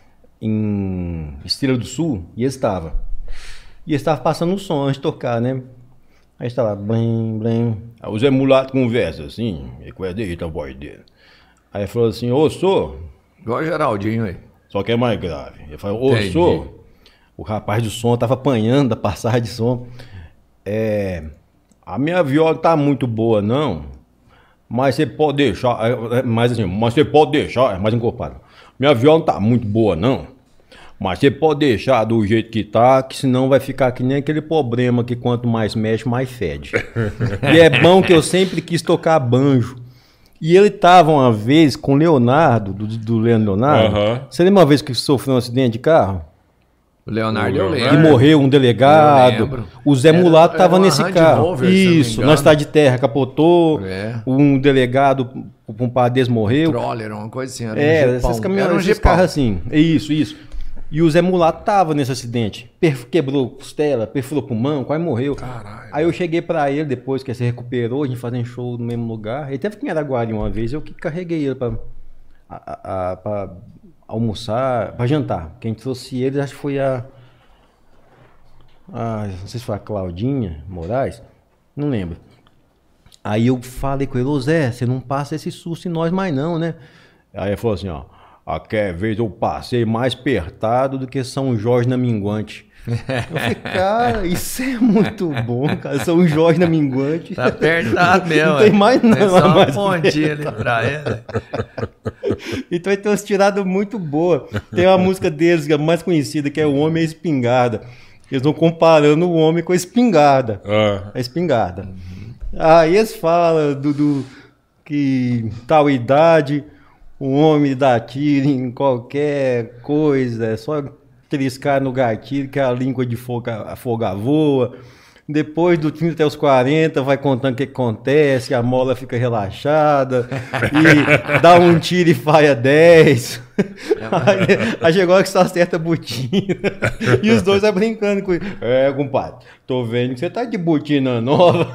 em Estrela do Sul e eles estavam. E eles estavam passando um som antes de tocar, né? Aí está lá, blim, blim. Aí o Zé Mulato conversa assim, e com a voz dele. Aí ele falou assim, ô, sou, Igual o Geraldinho aí. só que é mais grave. Ele falou, ô, Entendi. sou. O rapaz do som tava apanhando da passagem de som. É, a minha viola tá muito boa, não. Mas você pode deixar. é, é, Mais assim, mas você pode deixar. É mais encorpado. Minha viola não tá muito boa, não. Mas você pode deixar do jeito que tá, que senão vai ficar que nem aquele problema que quanto mais mexe, mais fede. E é bom que eu sempre quis tocar banjo. E ele tava uma vez com o Leonardo, do, do Leandro Leonardo. Aham. Você lembra uma vez que sofreu um acidente de carro? O Leonardo, O eu Leonardo. lembro. Que morreu um Eu delegado. lembro. O Zé Era- Mulato era tava uma nesse Land carro. Rover, se eu não me Isso, engano. na cidade de terra, capotou. É. Um delegado, um padres morreu. Troller, uma coisa assim. Era um É, Jeepão. essas Era um caminhonetas, esses Jeepão. carros assim. Isso, isso. E o Zé Mulato tava nesse acidente. Per- Quebrou costela, perfurou pulmão, quase morreu. Caralho. Aí eu cheguei pra ele depois que ele se recuperou, a gente fazendo show no mesmo lugar. Ele teve que ir em Araguari uma vez, eu que carreguei ele pra, a- a- a- pra almoçar, pra jantar. Quem trouxe ele, acho que foi a. a não sei se foi a Claudinha Moraes, não lembro. Aí eu falei com ele, ô Zé, você não passa esse susto em nós mais não, né? Aí ele falou assim, ó, aquela vez eu passei mais apertado do que São Jorge na Minguante. Eu falei, cara, isso é muito bom, cara, São Jorge na Minguante. Tá apertado mesmo. Não tem é. mais Tem nada só uma mais pontinha ali pra ele. Então ele tem umas tiradas muito boas. Tem uma música deles que é a mais conhecida, que é O Homem e a Espingarda. Eles vão comparando o homem com a espingarda. Ah, A espingarda. Aí eles falam do, do que tal idade o homem dá tiro em qualquer coisa, é só triscar no gatilho que a língua de fogo, a fogo voa. Depois do trinta até os quarenta, vai contando o que acontece, a mola fica relaxada, e dá um tiro e faia dez. Aí, aí chegou a hora que só acerta a botina. E os dois vai brincando com isso. É, compadre, tô vendo que você tá de botina nova.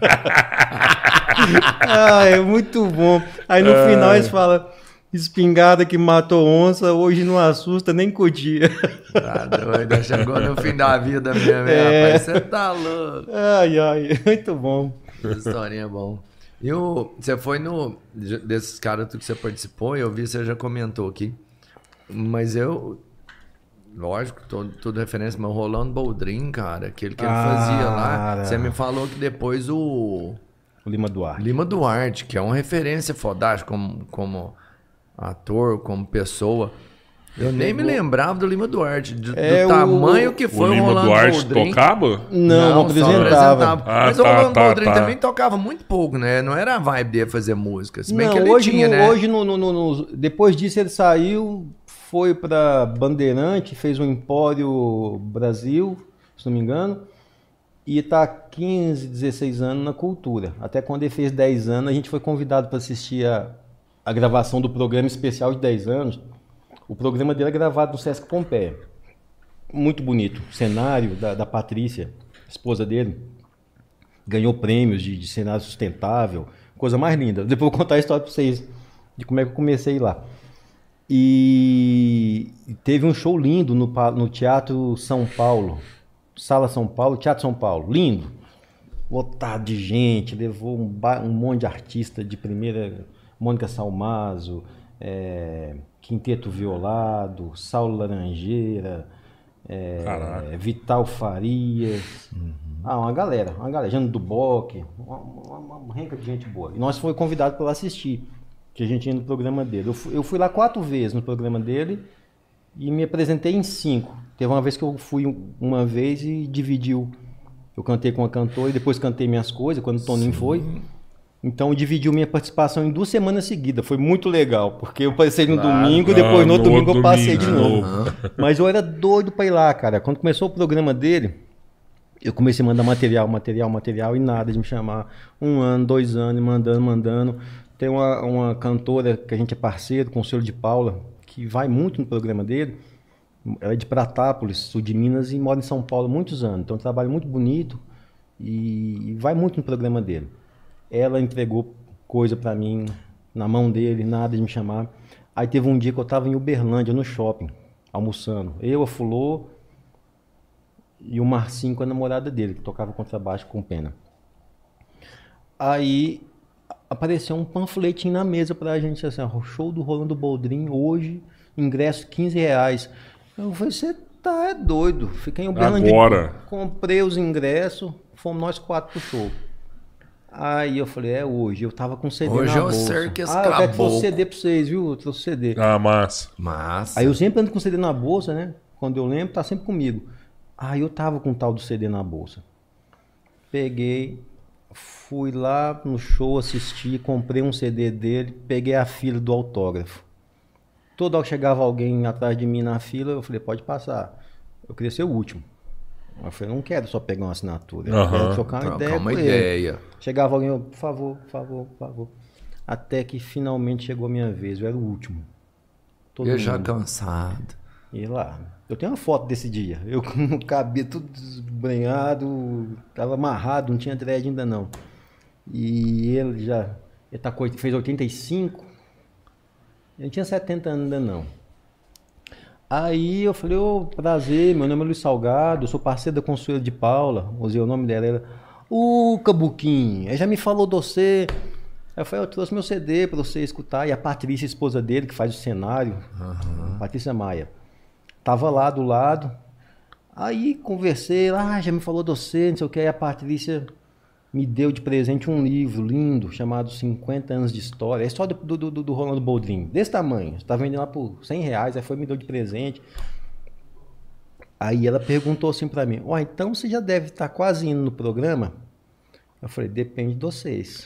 Ah, é muito bom. Aí no final eles falam: espingarda que matou onça, hoje não assusta nem com o dia. Tá doido, chegou no fim da vida mesmo, hein, É. rapaz? Você tá louco. Ai, ai, muito bom. Essa historinha é bom. E o, você foi no. Desses caras que você participou, eu vi, você já comentou aqui. Mas eu. Lógico, todo, tudo referência, mas o Rolando Boldrin, cara, aquele que ele Ah, fazia lá. cara. Você me falou que depois o. O Lima Duarte. Lima Duarte, que é uma referência fodástica como, como ator, como pessoa. Eu nem me lembrava do Lima Duarte, do, É, do o- tamanho que o foi o, Lima Rolando Duarte Boldrin. tocava? Não, não só apresentava. Ah, Mas o tá, Rolando tá, Boldrin tá. também tocava muito pouco, né? Não era a vibe dele fazer música. Se bem Não, que ele hoje, tinha, no- né? hoje no, no- no- no- depois disso ele saiu, foi pra Bandeirante, fez o Empório Brasil, se não me engano, e tá há quinze, dezesseis anos na Cultura. Até quando ele fez dez anos, a gente foi convidado para assistir a, a gravação do programa especial de dez anos. O programa dele é gravado no Sesc Pompeia. Muito bonito. O cenário da, da Patrícia, esposa dele, ganhou prêmios de, de cenário sustentável. Coisa mais linda. Depois eu vou contar a história para vocês de como é que eu comecei lá. E teve um show lindo no, pa- no Teatro São Paulo. Sala São Paulo, Teatro São Paulo. Lindo. Lotado de gente. Levou um, ba- um monte de artista de primeira. Mônica Salmazo, é, Quinteto Violado, Saulo Laranjeira, é, Vital Farias, uhum. ah, uma galera, uma galera, Jano Duboc, uma, uma, uma renca de gente boa. E nós fomos convidados para lá assistir, que a gente ia no programa dele. Eu fui, eu fui lá quatro vezes no programa dele e me apresentei em cinco. Teve uma vez que eu fui uma vez e dividiu. Eu cantei com uma cantora e depois cantei minhas coisas, quando o Toninho Sim. foi. Então dividiu minha participação em duas semanas seguidas. Foi muito legal, porque eu passei no claro. domingo e depois ah, no outro no domingo eu passei domingo, de novo. Uhum. Mas eu era doido pra ir lá, cara. Quando começou o programa dele, eu comecei a mandar material, material, material e nada de me chamar. Um ano, dois anos, mandando, mandando. Tem uma, uma cantora que a gente é parceiro, Conselho de Paula, que vai muito no programa dele. Ela é de Pratápolis, sul de Minas, e mora em São Paulo há muitos anos. Então, é um trabalho muito bonito e vai muito no programa dele. Ela entregou coisa pra mim, na mão dele, nada de me chamar. Aí teve um dia que eu tava em Uberlândia, no shopping, almoçando. Eu, a Fulô e o Marcinho com a namorada dele, que tocava contrabaixo com pena. Aí apareceu um panfletinho na mesa pra gente, assim, ó, show do Rolando Boldrin, hoje, ingresso quinze reais. Eu falei, você tá é doido. Fiquei em Uberlândia. Agora. Comprei os ingressos, fomos nós quatro pro show. Aí eu falei, é hoje. Eu tava com C D hoje na bolsa. Hoje é o Circus Ah, eu quero que trouxe C D pra vocês, viu? Eu trouxe C D. Ah, massa. Massa. Aí eu sempre ando com C D na bolsa, né? Quando eu lembro, tá sempre comigo. Aí eu tava com o tal do C D na bolsa. Peguei, fui lá no show assistir, comprei um C D dele, peguei a fila do autógrafo. Toda hora que chegava alguém atrás de mim na fila, eu falei, pode passar. Eu queria ser o último. Eu falei, não quero só pegar uma assinatura. Eu uhum. quero trocar uma Trocar ideia uma com ideia. ele. Chegava alguém, eu, por favor, por favor, por favor. Até que finalmente chegou a minha vez. Eu era o último. Todo eu mundo. Já cansado. E lá. Eu tenho uma foto desse dia. Eu com o cabelo tudo desbrenhado, tava amarrado, não tinha dread ainda não. E ele já ele tá, fez oitenta e cinco. Ele não tinha setenta anos ainda não. Aí eu falei, ô, oh, prazer, meu nome é Luiz Salgado, eu sou parceiro da Conselho de Paula, usei o nome dela, ela, ô, uh, Cabuquinho, ele já me falou de você. Aí eu falei, eu trouxe meu C D pra você escutar, e a Patrícia, esposa dele, que faz o cenário, uhum. Patrícia Maia, tava lá do lado, aí conversei, ah, já me falou de você, não sei o que, aí a Patrícia me deu de presente um livro lindo, chamado cinquenta anos de História. É a história do, do, do, do Rolando Boldrin, desse tamanho. Você tá vendendo lá por cem reais, aí foi me deu de presente. Aí ela perguntou assim pra mim, ó, oh, então você já deve estar quase indo no programa? Eu falei, depende de vocês.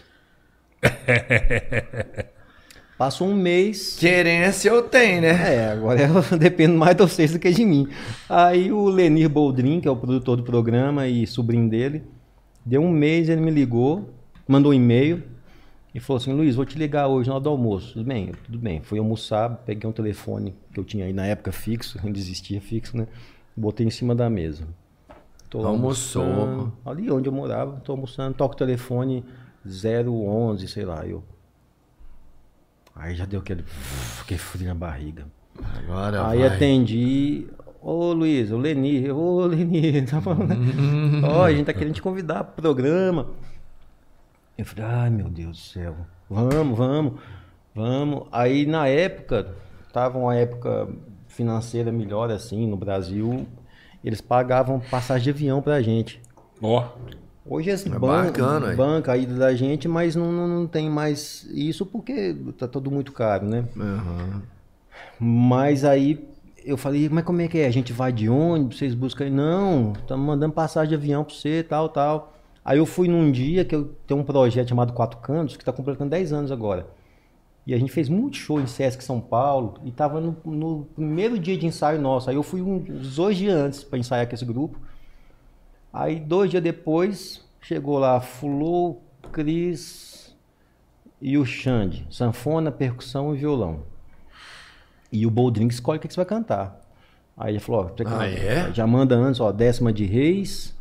Passou um mês... Querência eu tenho, né? É, agora eu dependo mais de vocês do que de mim. Aí o Lenir Boldrin, que é o produtor do programa e sobrinho dele, deu um mês, ele me ligou, mandou um e-mail e falou assim, Luiz, vou te ligar hoje na hora do almoço. Tudo bem? Tudo bem. Fui almoçar, peguei um telefone que eu tinha aí na época fixo, ainda existia fixo, né? Botei em cima da mesa. Tô Almoçou. Ali onde eu morava, tô almoçando, toco o telefone zero onze, sei lá, eu... Aí já deu aquele, aquele frio na barriga. Agora Aí vai. Atendi... Ô Luiz, o Lenir, ô Lenir, tá falando, ó, oh, a gente tá querendo te convidar pro programa. Eu falei, ai meu Deus do céu, vamos, vamos, vamos. Aí na época, tava uma época financeira melhor assim no Brasil, eles pagavam passagem de avião pra gente. Ó. Oh. Hoje esse é banco, banca a ida da gente, mas não, não, não tem mais isso porque tá tudo muito caro, né? Uhum. Mas aí... Eu falei, mas como é que é? A gente vai de ônibus, vocês buscam aí? Não, estamos mandando passagem de avião para você, tal, tal. Aí eu fui num dia que eu tenho um projeto chamado Quatro Cantos, que está completando dez anos agora. E a gente fez muito show em Sesc São Paulo, e estava no, no primeiro dia de ensaio nosso. Aí eu fui uns dois dias antes para ensaiar com esse grupo. Aí dois dias depois, chegou lá Fulô, Cris e o Xande. Sanfona, percussão e violão. E o Boldrin escolhe o que você vai cantar. Aí ele falou, ó, ah, é? já manda antes, ó, Décima de Reis,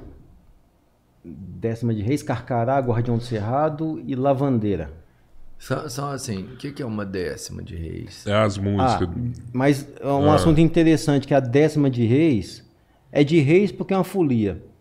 Décima de Reis, Carcará, Guardião do Cerrado e Lavandeira. Só, só assim, o que, que é uma décima de Reis? É as músicas. Ah, mas é um ah. assunto interessante, que a Décima de Reis é de Reis porque é uma folia.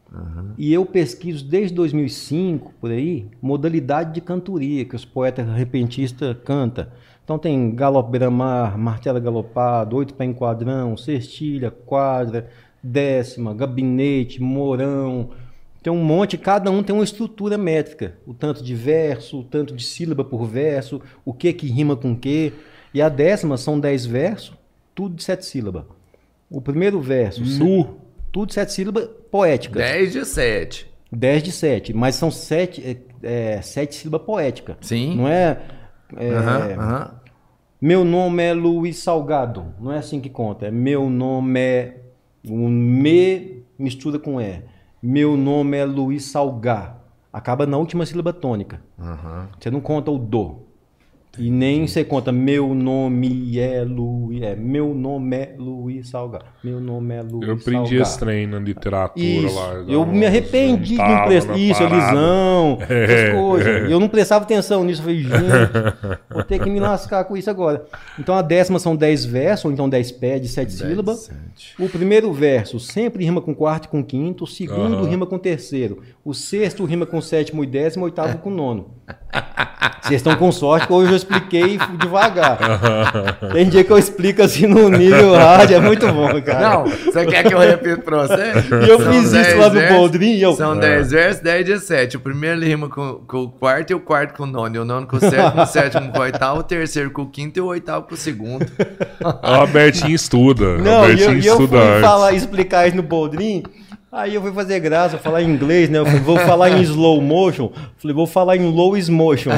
Uhum. E eu pesquiso desde dois mil e cinco, por aí, modalidade de cantoria, que os poetas repentistas cantam. Então tem galope beira-mar, martelo galopado, oito pé em quadrão, cestilha, quadra, décima, gabinete, morão. Tem um monte, cada um tem uma estrutura métrica. O tanto de verso, o tanto de sílaba por verso, o que que rima com o que. E a décima são dez versos, tudo de sete sílabas. O primeiro verso, nu, tudo de sete sílabas poéticas. dez de sete. dez de sete, mas são sete, é, é, sete sílabas poéticas. Sim. Não é... é uhum, uhum. Meu nome é Luiz Salgado. Não é assim que conta. É meu nome é... Um me mistura com E. Meu nome é Luiz Salgá. Acaba na última sílaba tônica. Uhum. Você não conta o do. E nem você conta meu nome é Luiz. É, meu nome é Luiz Salgado. Meu nome é Luiz Eu aprendi Salgado. esse trem na literatura isso. lá. Eu me arrependi de não prestar. Isso, Elisão, é. essas coisas. Eu não prestava atenção nisso. Eu falei, gente, vou ter que me lascar com isso agora. Então a décima são dez versos, ou então dez pés de sete sílabas. O primeiro verso sempre rima com quarto e com quinto. O segundo uhum. rima com terceiro. O sexto rima com sétimo e décimo. O oitavo com nono. Vocês estão com sorte que hoje eu expliquei devagar. Tem dia que eu explico assim no nível rádio, é muito bom, cara. Não, você quer que eu repita pra você? E eu são fiz isso lá do Boldrin. Eu... São dez versos, dez de sete. O primeiro rima com, com o quarto e o quarto com o nono. E o nono com o sétimo, o sétimo com o oitavo, o terceiro com o quinto e o oitavo com o segundo. O Albertinho estuda. Não, Albertinho e eu, estuda eu fui falar, explicar isso no Boldrin. Aí eu fui fazer graça, falar em inglês, né? Eu falei, vou falar em slow motion. Falei, vou falar em low motion.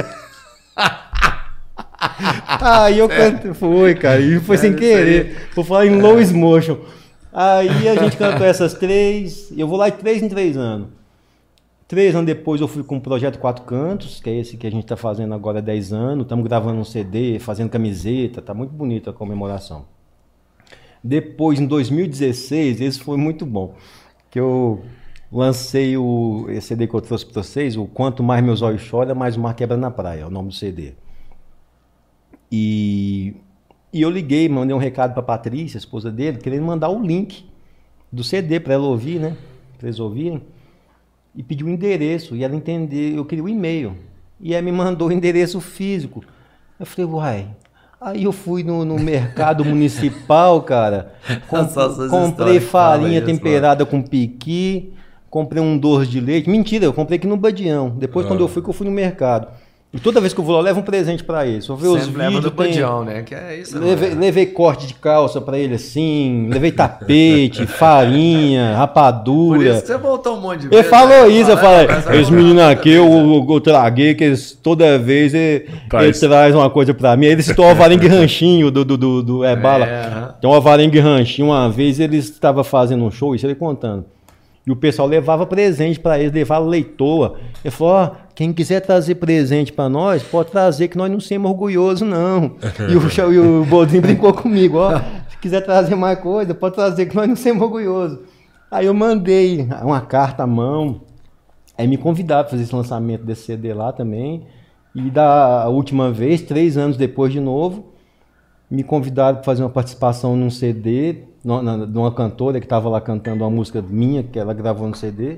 Aí eu cantei, foi, cara, e foi sem querer. Vou falar em low motion. Aí a gente cantou essas três, eu vou lá de três em três anos. Três anos depois eu fui com o Projeto Quatro Cantos, que é esse que a gente está fazendo agora há dez anos. Estamos gravando um C D, fazendo camiseta, tá muito bonita a comemoração. Depois, em dois mil e dezesseis, esse foi muito bom. Que eu lancei o esse C D que eu trouxe para vocês, o Quanto Mais Meus Olhos Choram, Mais o Mar Quebra na Praia, é o nome do C D. E, e eu liguei, mandei um recado para Patrícia, a esposa dele, querendo mandar o link do C D para ela ouvir, né? Para eles ouvirem. E pedi o endereço, e ela entendeu, eu queria o e-mail. E ela me mandou o endereço físico. Eu falei, uai... Aí eu fui no, no mercado municipal, cara, com, comprei farinha temperada com piqui, comprei um doce de leite. Mentira, eu comprei aqui no Badião. Depois, ah. quando eu fui, que eu fui no mercado. E toda vez que eu vou lá, eu levo um presente pra ele. Só ver os vídeos, leva do tem... Badião, né? Que é isso, levei, levei corte de calça pra ele assim, levei tapete, farinha, rapadura. Por isso que você voltou um monte de vezes. Ele falou né? isso, eu falei, esse menino aqui eu, eu, eu traguei, que eles, toda vez ele, ele traz uma coisa pra mim. Aí ele citou o Avarengue Ranchinho do, do, do, do é, Bala. É. Então o Avarengue Ranchinho, uma vez ele estava fazendo um show, isso ele contando. E o pessoal levava presente para eles, levava leitoa. Ele falou, ó, quem quiser trazer presente para nós, pode trazer, que nós não somos orgulhosos, não. E o, e o Boldrin brincou comigo, ó, se quiser trazer mais coisa, pode trazer, que nós não somos orgulhosos. Aí eu mandei uma carta à mão, aí me convidaram para fazer esse lançamento desse C D lá também. E da última vez, três anos depois de novo, me convidaram para fazer uma participação num C D, de uma cantora que estava lá cantando uma música minha, que ela gravou no C D.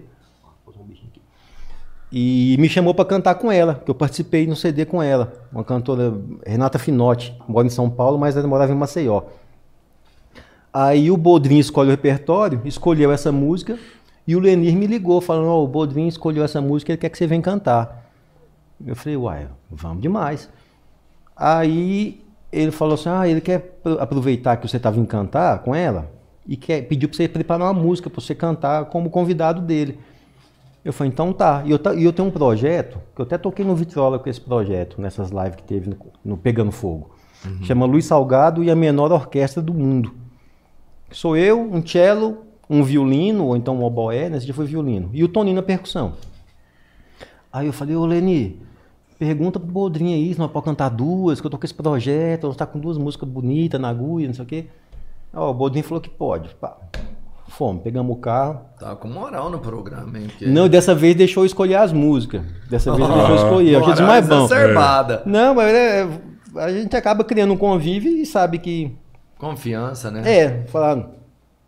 E me chamou para cantar com ela, que eu participei no C D com ela. Uma cantora, Renata Finotti, mora em São Paulo, mas ela morava em Maceió. Aí o Boldrin escolhe o repertório, escolheu essa música, e o Lenir me ligou, falando, ó, oh, o Boldrin escolheu essa música, ele quer que você venha cantar. Eu falei, uai, vamos demais. Aí ele falou assim, ah, ele quer aproveitar que você estava em cantar com ela e quer, pediu para você preparar uma música para você cantar como convidado dele. Eu falei, então tá. E eu, e eu tenho um projeto, que eu até toquei no Vitrola com esse projeto, nessas lives que teve no, no Pegando Fogo. Uhum. Chama Luiz Salgado e a Menor Orquestra do Mundo. Sou eu, um cello, um violino, ou então um oboé, nesse dia foi violino, e o Toninho na percussão. Aí eu falei, ô Leni, pergunta pro Boldrin aí, se nós podemos cantar duas, que eu tô com esse projeto, nós tá com duas músicas bonitas na agulha, não sei o quê. Ó, o Boldrin falou que pode. Pá. Fomos, pegamos o carro. Tava com moral no programa, hein? Porque... Não, dessa vez deixou eu escolher as músicas. Dessa vez ele deixou eu escolher. Eu achei isso mais bom. É. Não, mas é, a gente acaba criando um convívio e sabe que... Confiança, né? É, falando.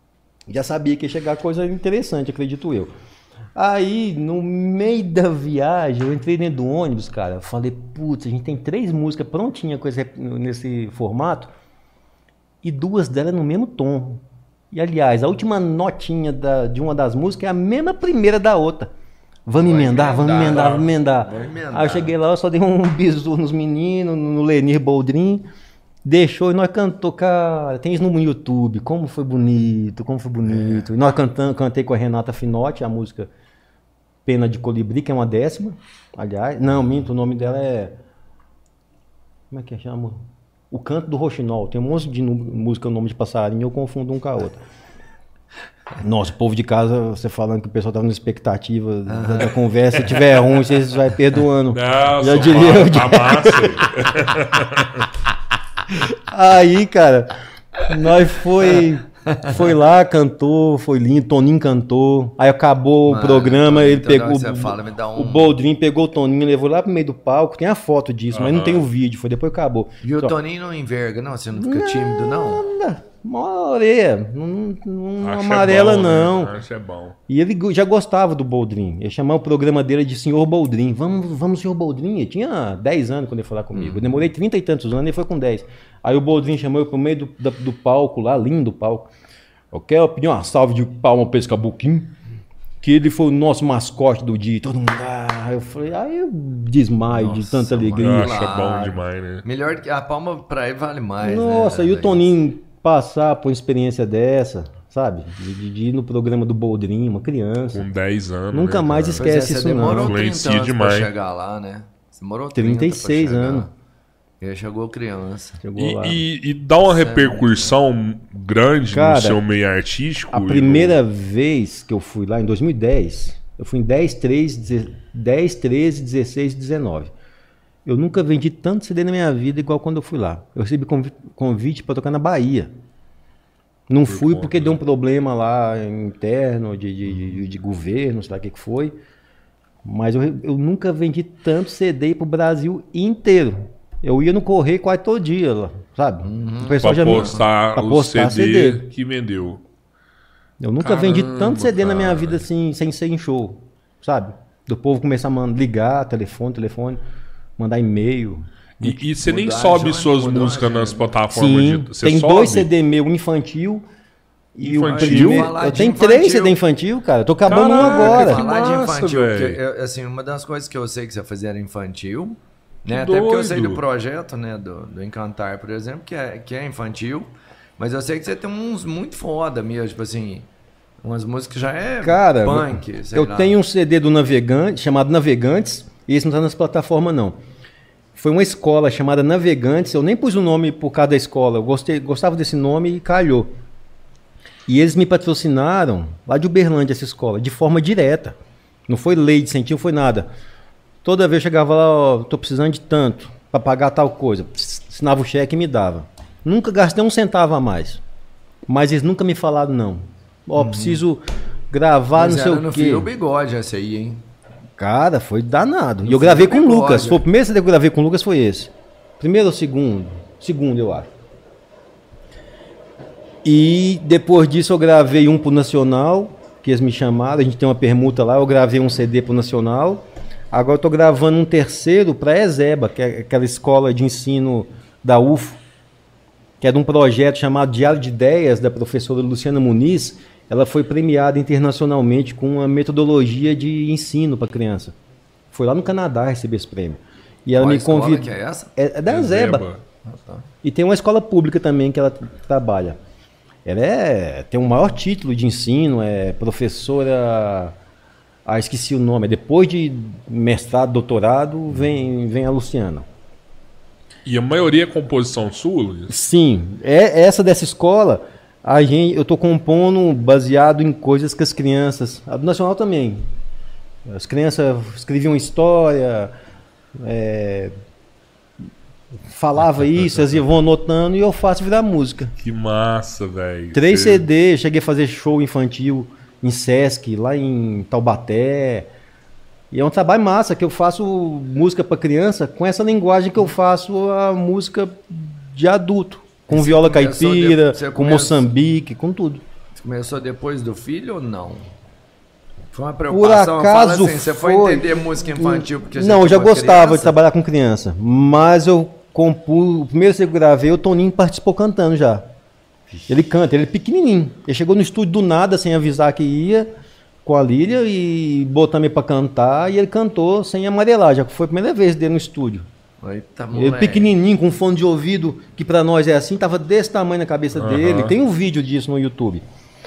Já sabia que ia chegar coisa interessante, acredito eu. Aí, no meio da viagem, eu entrei dentro do ônibus, cara. Falei, putz, a gente tem três músicas prontinhas com esse, nesse formato e duas delas no mesmo tom. E, aliás, a última notinha da, de uma das músicas é a mesma primeira da outra. Vamos emendar, vamos emendar, vamos emendar. Aí eu cheguei lá, eu só dei um bisu nos meninos, no Lenir Boldrin. Deixou e nós cantou, cara, tem isso no YouTube, como foi bonito, como foi bonito. É. E nós cantamos, cantei com a Renata Finotti, a música Pena de Colibri, que é uma décima, aliás. Não, minto, o nome dela é... Como é que chama? O Canto do Roxinol. Tem um monte de música, nome de passarinho, eu confundo um com a outra. Nossa, o povo de casa, você falando que o pessoal tava na expectativa ah. da, da conversa, se tiver ruim, vocês vai perdoando. Não, já diria eu. Tá massa. Aí, cara, nós foi, foi lá, cantou, foi lindo, Toninho cantou. Aí acabou Mano, o programa, Toninho, ele pegou fala, me dá um... o Boldrin, pegou o Toninho, levou lá pro meio do palco. Tem a foto disso, uhum. mas não tem o vídeo, foi depois acabou. E Só... o Toninho não enverga, não? Você não fica não, tímido, não? Nada. Uma orelha, não, não amarela é bom, não. Né? Acho é bom. E ele já gostava do Boldrin. Ele chamava o programa dele de senhor Boldrin. Vamos, vamos, senhor Boldrin. Ele tinha dez anos quando ele foi lá comigo. Hum. Eu demorei trinta e tantos anos e ele foi com dez. Aí o Boldrin chamou eu pro meio do, do, do palco lá, lindo palco. Eu quero pedir uma salve de palma pra esse cabuquinho, que ele foi o nosso mascote do dia. Todo mundo, ah, eu falei, aí eu desmaio Nossa, de tanta alegria. Eu acho claro. bom demais, né? Melhor que a palma pra ele vale mais. Nossa, né? E o Toninho passar por uma experiência dessa, sabe? De, de ir no programa do Boldrin, uma criança. Com dez anos. Nunca né, mais cara? esquece é, isso, demorou não. Influencia trinta demais. Pra chegar lá, né? Você demorou trinta e seis anos. Ele chegou criança. Chegou e, lá. E, e dá uma Sério? repercussão grande Cara, no seu meio artístico? A primeira no... vez que eu fui lá, em dois mil e dez, eu fui em dez, treze, dezesseis e dezenove. Eu nunca vendi tanto C D na minha vida igual quando eu fui lá. Eu recebi convite para tocar na Bahia. Não Por fui conta, porque né? deu um problema lá interno, de, de, de, de governo, sei lá o que, que foi. Mas eu, eu nunca vendi tanto C D pro Brasil inteiro. Eu ia no correio quase todo dia, lá, sabe? Uhum. O pessoal pra já postar, pra postar o C D, C D que vendeu. Eu nunca Caramba, vendi tanto C D cara. na minha vida assim, sem ser em show, sabe? Do povo começar a ligar, telefone, telefone, mandar e-mail. E, e você nem sobe suas músicas nas plataformas Sim, de... Você tem sobe? dois C D meu infantil. E infantil? O primeiro, eu tenho três C D infantil, cara. Eu tô acabando um agora. Falar de infantil, porque, eu, assim, uma das coisas que eu sei que você fazia era infantil, né? Até porque eu sei do projeto, né? Do, do Encantar, por exemplo, que é, que é infantil. Mas eu sei que você tem uns muito foda mesmo, tipo assim... Umas músicas que já é cara, punk, sei eu lá. tenho um C D do Navegante, chamado Navegantes, e esse não tá nas plataformas, não. Foi uma escola chamada Navegantes, eu nem pus o nome por causa da escola, eu gostei, gostava desse nome e calhou. E eles me patrocinaram, lá de Uberlândia, essa escola, de forma direta. Não foi lei de incentivo, foi nada. Toda vez eu chegava lá, ó, tô precisando de tanto, para pagar tal coisa. Assinava o cheque e me dava. Nunca gastei um centavo a mais. Mas eles nunca me falaram não. Ó, uhum. preciso gravar, Mas não sei o quê. no fio bigode essa aí, hein? Cara, foi danado. No e eu gravei com o Lucas. Foi o primeiro C D que eu gravei com o Lucas foi esse. Primeiro ou segundo? Segundo, eu acho. E depois disso eu gravei um pro Nacional, que eles me chamaram, a gente tem uma permuta lá, eu gravei um C D pro Nacional. Agora eu tô gravando um terceiro pra Ezeba, que é aquela escola de ensino da U F O, que é de um projeto chamado Diário de Ideias, da professora Luciana Muniz. Ela foi premiada internacionalmente com uma metodologia de ensino para criança. Foi lá no Canadá receber esse prêmio. E ela Qual me convidou. Que é essa? É, é da Ezeba. Ah, tá. E tem uma escola pública também que ela trabalha. Ela é, tem um maior título de ensino, é professora. Ah, esqueci o nome. Depois de mestrado, doutorado, vem, vem a Luciana. E a maioria é composição sua, Luiz? Sim. É, essa dessa escola, a gente, eu estou compondo baseado em coisas que as crianças... A do Nacional também. As crianças escreviam história, é, falava isso, elas vão anotando e eu faço virar música. Que massa, velho. Três Você... C D, cheguei a fazer show infantil em Sesc, lá em Taubaté. E é um trabalho massa, que eu faço música para criança com essa linguagem que eu faço a música de adulto. Com você viola caipira, de... com Moçambique, com tudo. Você Começou depois do filho ou não? Foi uma preocupação? Por acaso assim, você foi, foi entender música infantil porque Não, eu já gostava criança? de trabalhar com criança, mas eu compus, o primeiro que eu gravei, o Toninho participou cantando já. Ele canta, ele é pequenininho. Ele chegou no estúdio do nada, sem avisar que ia, com a Lília, e botou também pra cantar, e ele cantou sem amarelar, já foi a primeira vez dele no estúdio. Eita, ele pequenininho, com fone de ouvido, que pra nós é assim, tava desse tamanho na cabeça uhum. dele. Tem um vídeo disso no YouTube.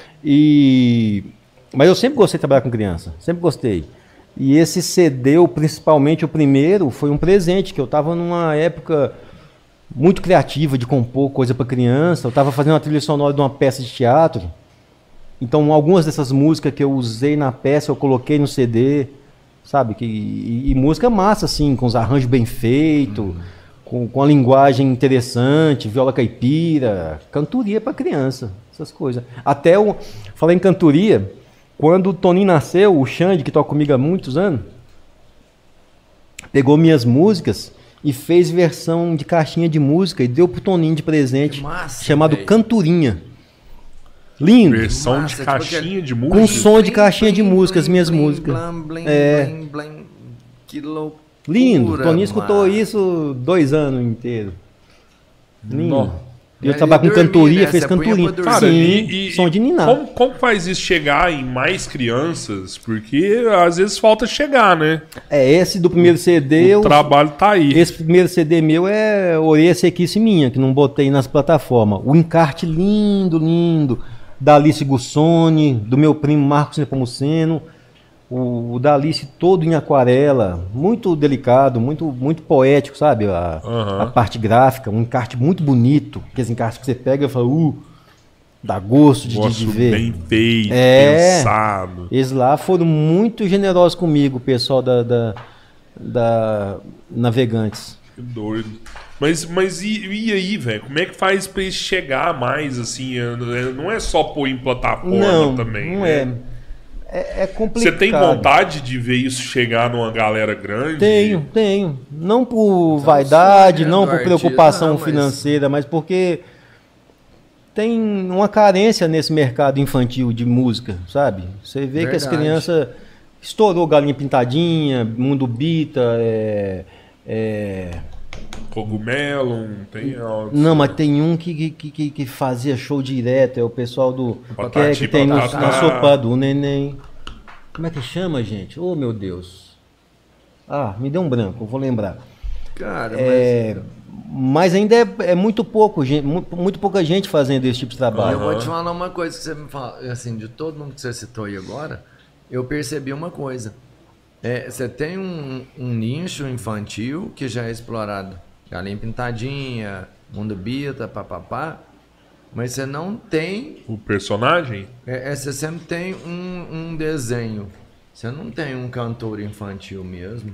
E... Mas eu sempre gostei de trabalhar com criança, sempre gostei. E esse C D, principalmente o primeiro, foi um presente, que eu tava numa época muito criativa de compor coisa para criança. Eu tava fazendo uma trilha sonora de uma peça de teatro. Então, algumas dessas músicas que eu usei na peça, eu coloquei no C D, sabe? Que, e, e música massa, assim, com os arranjos bem feitos, uhum. com, com a linguagem interessante, viola caipira, cantoria para criança, essas coisas. Até, o, falei em cantoria, quando o Toninho nasceu, o Xande, que toca comigo há muitos anos, pegou minhas músicas e fez versão de caixinha de música e deu pro Toninho de presente, massa, chamado véio. Canturinha. Lindo. Versão massa, de caixinha tipo, de música. Com som de caixinha de música, as minhas blim, músicas. Blim, blim, é. Blim, blim. Que loucura. Lindo. Toninho escutou isso dois anos inteiros. Lindo. Não. E eu trabalho com cantoria, né? Fez cantoria. Cara, sim, e, e, som de ninar. Como, como faz isso chegar em mais crianças? Porque às vezes falta chegar, né? É, esse do primeiro C D... O eu, trabalho tá aí. Esse primeiro C D meu é orelha sequice minha, que não botei nas plataformas. O encarte lindo, lindo. Da Alice Gussoni, do meu primo Marcos Nepomuceno. O, o da Alice todo em aquarela, muito delicado, muito, muito poético, sabe? A, uhum. a parte gráfica, um encarte muito bonito, aqueles encartes que você pega e fala, uh, dá gosto de, de ver. Bem feito, é, pensado. Eles lá foram muito generosos comigo, o pessoal da, da, da Navegantes. Que doido. Mas, mas e, e aí, velho? Como é que faz pra isso chegar mais, assim? Não é só pôr em plataforma não, também, não né? é. É, é complicado. Você tem vontade de ver isso chegar numa galera grande? Tenho, tenho. Não por vaidade, não por preocupação financeira, mas porque tem uma carência nesse mercado infantil de música, sabe? Você vê que as crianças... Estourou Galinha Pintadinha, Mundo Bita, é... é... Cogumelo, tem algo. Não, mas tem um que, que, que, que fazia show direto, é o pessoal do... Que, é, que tem no, na sopa do neném. Como é que chama, gente? Oh, meu Deus. Ah, me deu um branco, eu vou lembrar. Cara, é, mas... mas ainda é, é muito pouco, gente, muito, muito pouca gente fazendo esse tipo de trabalho. Eu vou te falar uma coisa que você me fala, assim, de todo mundo que você citou aí agora, eu percebi uma coisa. É, você tem um, um nicho infantil que já é explorado. Galinha Pintadinha, Mundo Bita, papapá. Mas você não tem... O personagem? É, é, você sempre tem um, um desenho. Você não tem um cantor infantil mesmo.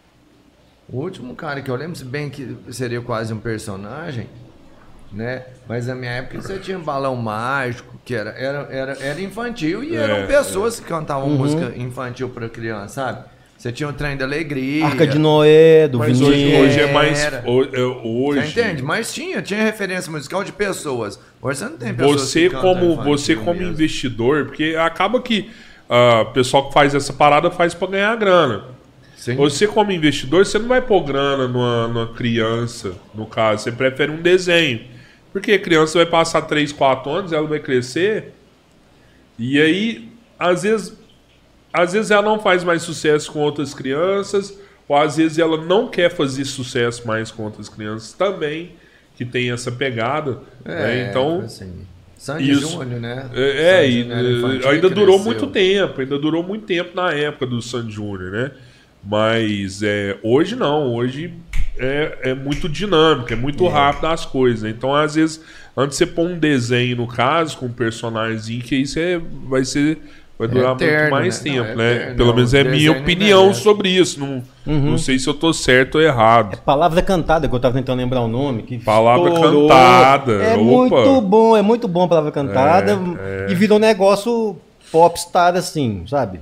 O último cara que eu lembro, se bem que seria quase um personagem, né? Mas na minha época você tinha Balão Mágico, que era, era, era, era infantil e é, eram pessoas é. que cantavam uhum. música infantil para criança, sabe? Você tinha o Trem da Alegria. Arca de Noé, do Mas hoje, hoje é mais... Hoje... Você entende? Mas tinha, tinha referência musical de pessoas. Hoje você não tem pessoas você que como Você como mesmo. investidor, porque acaba que o uh, pessoal que faz essa parada faz para ganhar grana. Sim. Você como investidor, você não vai pôr grana numa, numa criança, no caso. Você prefere um desenho. Porque a criança vai passar três, quatro anos, ela vai crescer. E aí, às vezes... Às vezes ela não faz mais sucesso com outras crianças, ou às vezes ela não quer fazer sucesso mais com outras crianças também, que tem essa pegada. É, né? Então, assim, Sandy Júnior, né? É, é e, ainda durou cresceu. muito tempo, ainda durou muito tempo na época do Sandy Júnior, né? Mas é, hoje não, hoje é, é muito dinâmico, é muito é. rápido as coisas. Né? Então, às vezes, antes de você pôr um desenho, no caso, com um personagem, que aí você vai ser... Vai durar é eterno, muito mais né? tempo, não, é né? Eterno, Pelo não, menos é minha opinião é sobre isso. Não, uhum. não sei se eu tô certo ou errado. É Palavra Cantada, que eu tava tentando lembrar o nome. Que Palavra estourou. Cantada. É Opa. muito bom, é muito bom Palavra Cantada. É, é. E virou um negócio popstar assim, sabe?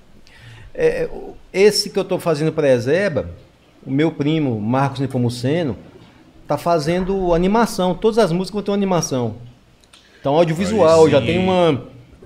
É, esse que eu tô fazendo para Ezeba, o meu primo, Marcos Nepomuceno, tá fazendo animação. Todas as músicas vão ter uma animação. Então, audiovisual, já tem uma...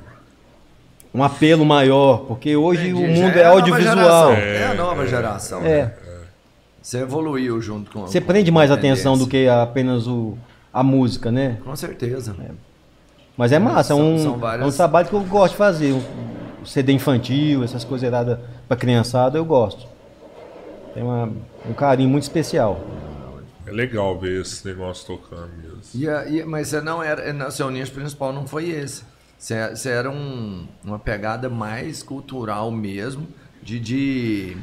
um apelo maior, porque hoje Entendi, o mundo já é a nova audiovisual. geração, É, É, a nova geração. É. né? Você evoluiu junto com Você com prende a mais tendência. atenção do que apenas o, a música, né? Com certeza. Mas é massa, é São- um, são várias- é um trabalho que eu gosto de fazer. O um C D infantil, essas coisas erradas pra criançada, eu gosto. Tem uma, um carinho muito especial. É legal ver esse negócio tocando mesmo. E, a- e- mas você não era. não, Seu nicho principal não foi esse. Você, você era um, uma pegada mais cultural mesmo, de. de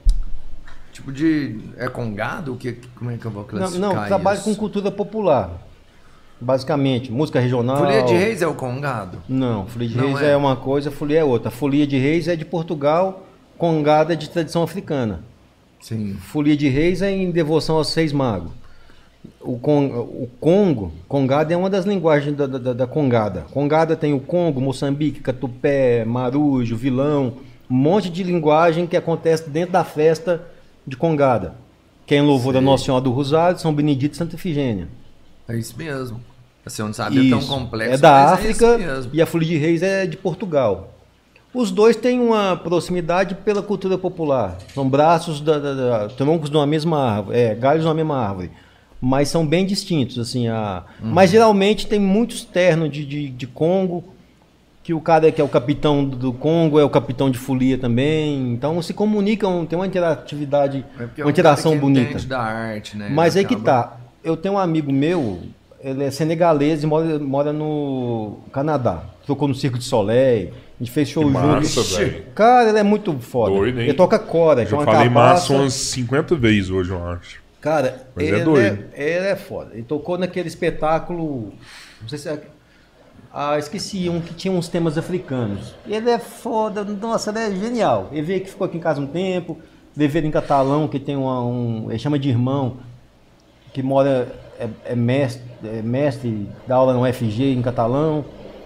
tipo de. É com gado? O que, como é que eu vou Não, classificar não, trabalho isso? com cultura popular. Basicamente, música regional. Folia de Reis é o congado? Não, Folia de Não Reis é. é. uma coisa, Folia é outra. Folia de Reis é de Portugal, Congada é de tradição africana. Sim. Folia de Reis é em devoção aos seis magos. O, con, o Congo, Congada é uma das linguagens da, da, da Congada. Congada tem o Congo, Moçambique, Catupé, Marujo, Vilão, um monte de linguagem que acontece dentro da festa de Congada. Que é em louvor da Nossa Senhora do Rosário, São Benedito e Santa Efigênia. É isso mesmo. Você não sabia tão Isso. complexo. É da mas África É isso mesmo. e a Folia de Reis é de Portugal. Os dois têm uma proximidade pela cultura popular. São braços, da, da, da- troncos de uma mesma árvore, é, galhos de uma mesma árvore. Mas são bem distintos. Assim, a... Uhum. Mas geralmente tem muitos ternos de, de, de Congo, que o cara que é o capitão do Congo é o capitão de folia também. Então se comunicam, tem uma interatividade, É porque é uma um interação cara que bonita. entende da arte, né? Mas aí que Acaba- tá. Eu tenho um amigo meu, ele é senegalês e mora, mora no Canadá. Tocou no Circo de Soleil. A gente fez show Que junto. massa, Ixi, velho. Cara, ele é muito foda. Doido, hein? Ele toca cora, que é Eu uma falei massa cabaça. umas cinquenta vezes hoje, eu acho. Cara, Mas é ele, doido. é, ele é foda. Ele tocou naquele espetáculo. Não sei se é. Ah, esqueci um que tinha uns temas africanos. Ele é foda, nossa, ele é genial. Ele veio que ficou aqui em casa um tempo, levei ele em Catalão, que tem uma, um. Ele chama de irmão, que mora. É, é mestre, é mestre, dá aula no U F G em Catalão.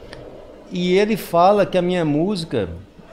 E ele fala que a minha música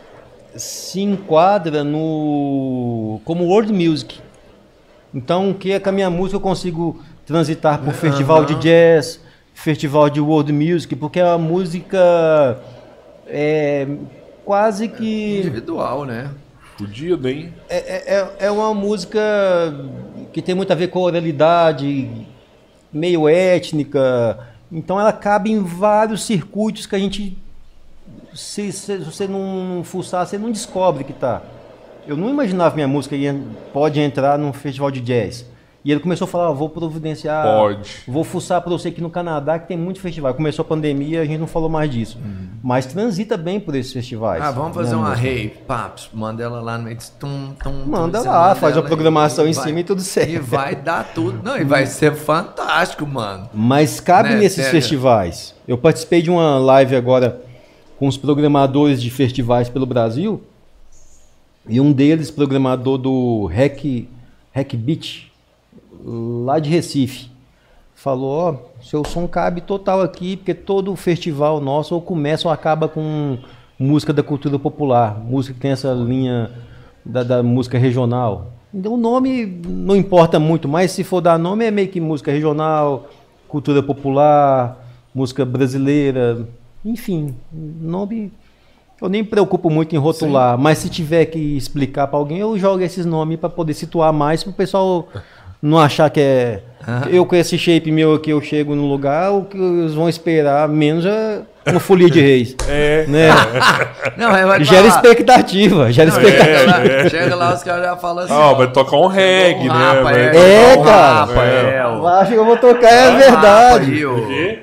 se enquadra no. Como world music. Então, que é com a minha música eu consigo transitar por festival de jazz, festival de world music, porque a música é quase que Individual, né? Fudido, hein? é, é, é uma música que tem muito a ver com a oralidade, meio étnica. Então ela cabe em vários circuitos que a gente, se, se você não fuçar, você não descobre que tá. Eu não imaginava que minha música ia, pode entrar num festival de jazz. E ele começou a falar, ah, vou providenciar, Pode. vou fuçar para você aqui no Canadá, que tem muito festival. Começou a pandemia, a gente não falou mais disso. Mas transita bem por esses festivais. Ah, vamos fazer Minha uma música. rave, paps, manda ela lá no meio, tum, tum, Manda tum, lá, você faz ela a programação e em vai- cima e tudo certo. E vai dar tudo. Não, e vai ser fantástico, mano. Mas cabe Né, nesses pega. festivais. Eu participei de uma live agora com os programadores de festivais pelo Brasil. E um deles, programador do Hack, Hack Beat, lá de Recife, falou, ó, seu som cabe total aqui, porque todo festival nosso ou começa ou acaba com música da cultura popular, música que tem essa linha da, da música regional. Então o nome não importa muito, mas se for dar nome é meio que música regional, cultura popular, música brasileira, enfim, nome... Eu nem me preocupo muito em rotular, mas se tiver que explicar para alguém, eu jogo esses nomes para poder situar mais, para o pessoal não achar que é... Eu com esse shape meu aqui, eu chego no lugar, o que eles vão esperar menos é uma folia de reis. É. Né? Não, aí vai Gera falar- expectativa, gera Não, expectativa. chega, lá, é. chega lá, os caras já falam assim. Ah, ó, vai tocar um reggae, o né? Rapa, Vai é, tocar É, um cara. Rapa, é. o- Acho que eu vou tocar, é o Rapa verdade. aí, O o- quê?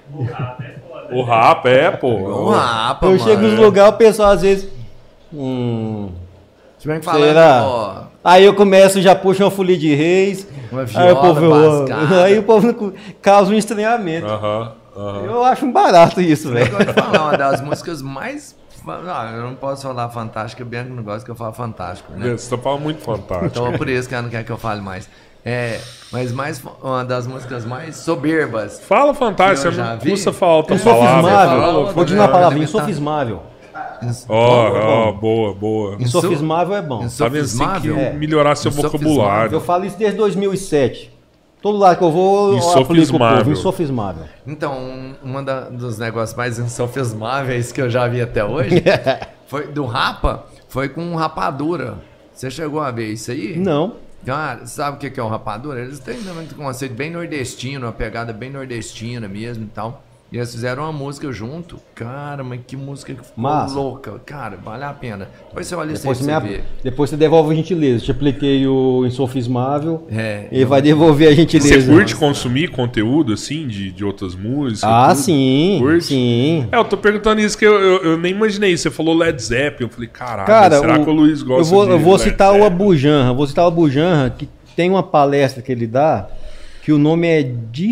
O rap, é, pô. O Rapa, Eu mano. chego nos lugares, o pessoal às vezes... Hum, Se bem que falando, será? ó, Aí eu começo, já puxo uma folia de reis. Uma Aí o viola povo, bascada. aí o povo causa um estranhamento. Aham, aham. Eu acho um barato isso, eu velho. gosto de falar, uma das músicas mais... Não, eu não posso falar fantástica, bem que não gosta que eu falo fantástico, né? Você tá falando muito fantástico. Então é por isso que ela não quer que eu fale mais. É, mas mais uma das músicas mais soberbas. Fala fantástico, Eu você já não vi. custa falar outra Insofismável. palavra. Fala, Vou dizer uma fala, palavrinha, elementar. insofismável. Ó, ó, boa, boa. Insofismável é bom. Tá vendo? Você tem que Insofismável? É. melhorar seu Insofismável. Eu vocabulário. falo isso desde dois mil e sete. Todo lado que eu vou, eu aplico o povo, insofismável. Então, um uma da, dos negócios mais insofismáveis que eu já vi até hoje, foi do Rapa, foi com rapadura. Você chegou a ver isso aí? Não. Cara, sabe o que é o rapadura? Eles têm um conceito bem nordestino, uma pegada bem nordestina mesmo e tal. E eles fizeram uma música junto. Cara, mas que música que ficou Massa. louca. Cara, vale a pena. Depois você olha isso aí Depois, pra você você me... ver. Depois você devolve a gentileza. Eu te apliquei o insofismável. É, Ele eu- vai devolver a gentileza. Você curte consumir conteúdo, assim, de, de outras músicas? Ah, tudo? sim. Curte? Sim. É, eu tô perguntando isso que eu, eu, eu nem imaginei. Você falou Led Zeppelin. Eu falei, caralho, Cara, será o- que o Luiz gosta eu vou, de eu vou Led citar o Zeppelin? Abu Janra. Vou citar o Abu Janra, que tem uma palestra que ele dá, que o nome é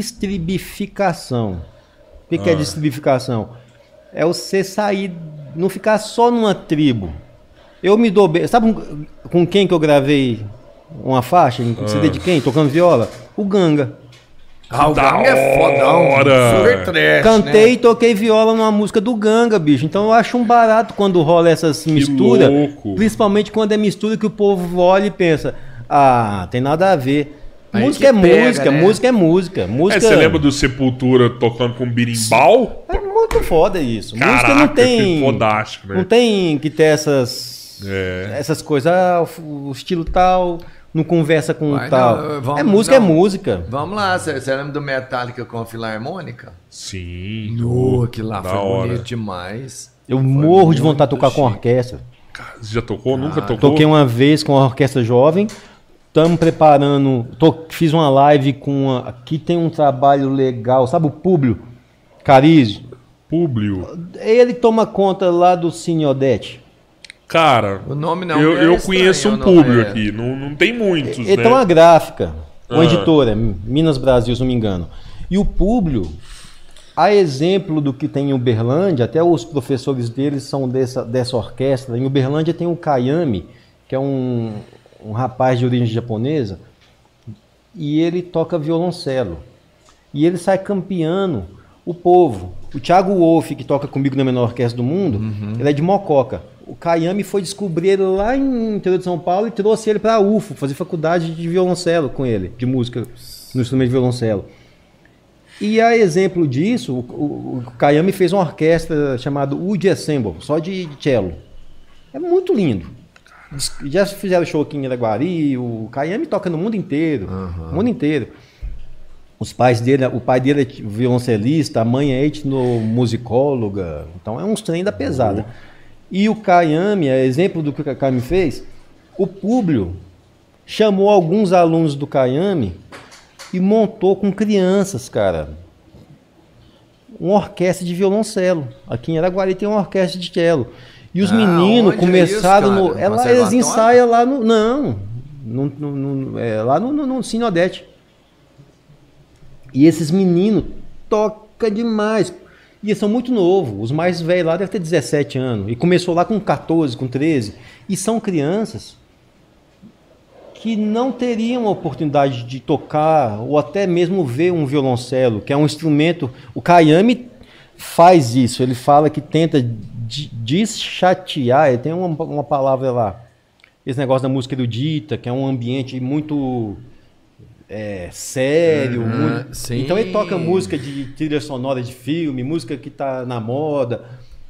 distribificação. O que, que é Ah. distribificação? É você sair, não ficar só numa tribo. Eu me dou bem. Sabe com- com quem que eu gravei uma faixa? Em C D de quem? Tocando viola? O Ganga. Ah, o Da Ganga é fodão. hora. Super trash, Cantei né? e toquei viola numa música do Ganga, bicho. Então eu acho um barato quando rola essas misturas. louco. Principalmente quando é mistura que o povo olha e pensa: ah, tem nada a ver. Aí música é que pega, música, né? música é música. É, Música você lembra do Sepultura tocando com birimbau? É muito foda isso. Caraca, música não que tem. fodástico, né? Não tem que ter essas. É. Essas coisas. Ah, o o estilo tal, não conversa com Vai, o tal. não, vamos- é música, não. é música. Vamos lá, você você lembra do Metallica com a Filarmônica? Sim. Oh, que lá da foi hora. bonito demais. Eu morro de muito vontade de tocar com chique. orquestra. Cara, você já tocou? Nunca Ah, tocou? Toquei uma vez com a orquestra jovem. Estamos preparando. Tô, fiz uma live com. Uma, aqui tem um trabalho legal. Sabe o Públio Carizio? Públio. Ele toma conta lá do Cine Odete. Cara, O nome não eu, é eu estranho, conheço um não públio é. aqui. Não, não tem muitos, Ele né? tem uma gráfica, uma Ah. editora, Minas Brasil, se não me engano. E o Públio, a exemplo do que tem em Uberlândia, até os professores deles são dessa, dessa orquestra. Em Uberlândia tem o Kayami, que é um, um rapaz de origem japonesa, e ele toca violoncelo. E ele sai campeando o povo. O Thiago Wolff, que toca comigo na menor orquestra do mundo, ele é de Mococa. O Kayami foi descobrir ele lá em interior de São Paulo e trouxe ele para a U F O, fazer faculdade de violoncelo com ele, de música no instrumento de violoncelo. E a exemplo disso, o, o, o Kayami fez uma orquestra chamada Wood Ensemble, só de, de cello. É muito lindo. Já fizeram show aqui em Iraguari, o Kayami toca no mundo inteiro, no mundo inteiro. Os pais dele, o pai dele é violoncelista, a mãe é etnomusicóloga, então é uns trem da pesada. E o Kayami, é exemplo do que o Kayami fez, o Públio chamou alguns alunos do Kayami e montou com crianças, cara, uma orquestra de violoncelo. Aqui em Araguari tem uma orquestra de cello. E os Ah, meninos onde é começaram isso, no. cara? É lá, Conservatório? eles ensaiam lá no. Não. no, no, no- é, lá no, no, no Cine Odete. E esses meninos tocam demais. E eles são muito novos. Os mais velhos lá devem ter dezessete anos. E começou lá com quatorze, com treze. E são crianças que não teriam a oportunidade de tocar ou até mesmo ver um violoncelo, que é um instrumento. O Kayami faz isso. Ele fala que tenta de- deschatear. Ele tem uma, uma palavra lá. Esse negócio da música erudita, que é um ambiente muito é, sério. Uhum, muito- sim. Então ele toca música de trilha sonora de filme, música que está na moda.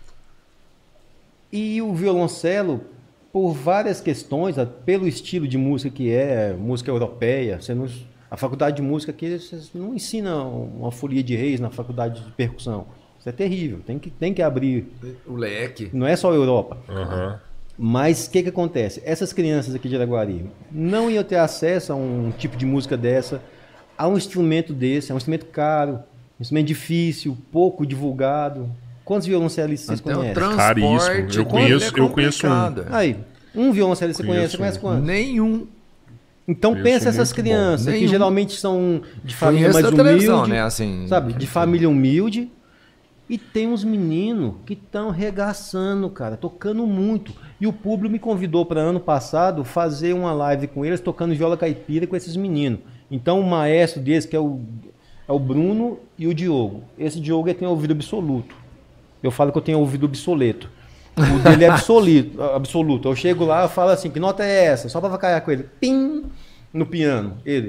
E o violoncelo, por várias questões, a- pelo estilo de música que é, música europeia, você não, a faculdade de música aqui vocês não ensina uma folia de reis na faculdade de percussão. Isso é terrível, tem que, tem que abrir. O leque. Não é só a Europa. Aham. Mas o que, que acontece? Essas crianças aqui de Araguari não iam ter acesso a um tipo de música dessa, a um instrumento desse, é um instrumento caro, um instrumento difícil, pouco divulgado. Quantos violoncelistas vocês Até o conhecem? transporte. Caríssimo. Eu dele conheço- é eu conheço um. complicado. Aí, um violoncelista você Conheço conhece, você conhece um. quantos? Nenhum. Então Conheço pensa essas muito bom. crianças que Nenhum. geralmente são de família Conheço mais da televisão, humilde, né? Assim, sabe? De família humilde. E tem uns meninos que estão regaçando, cara, tocando muito. E o público me convidou para ano passado fazer uma live com eles, tocando viola caipira com esses meninos. Então o maestro deles, que é o, é o Bruno e o Diogo. Esse Diogo ele tem ouvido absoluto. Eu falo que eu tenho ouvido obsoleto. O dele é absoluto, absoluto. Eu chego lá e falo assim, que nota é essa? Só para vacaiar com ele. Pim! No piano. Ele.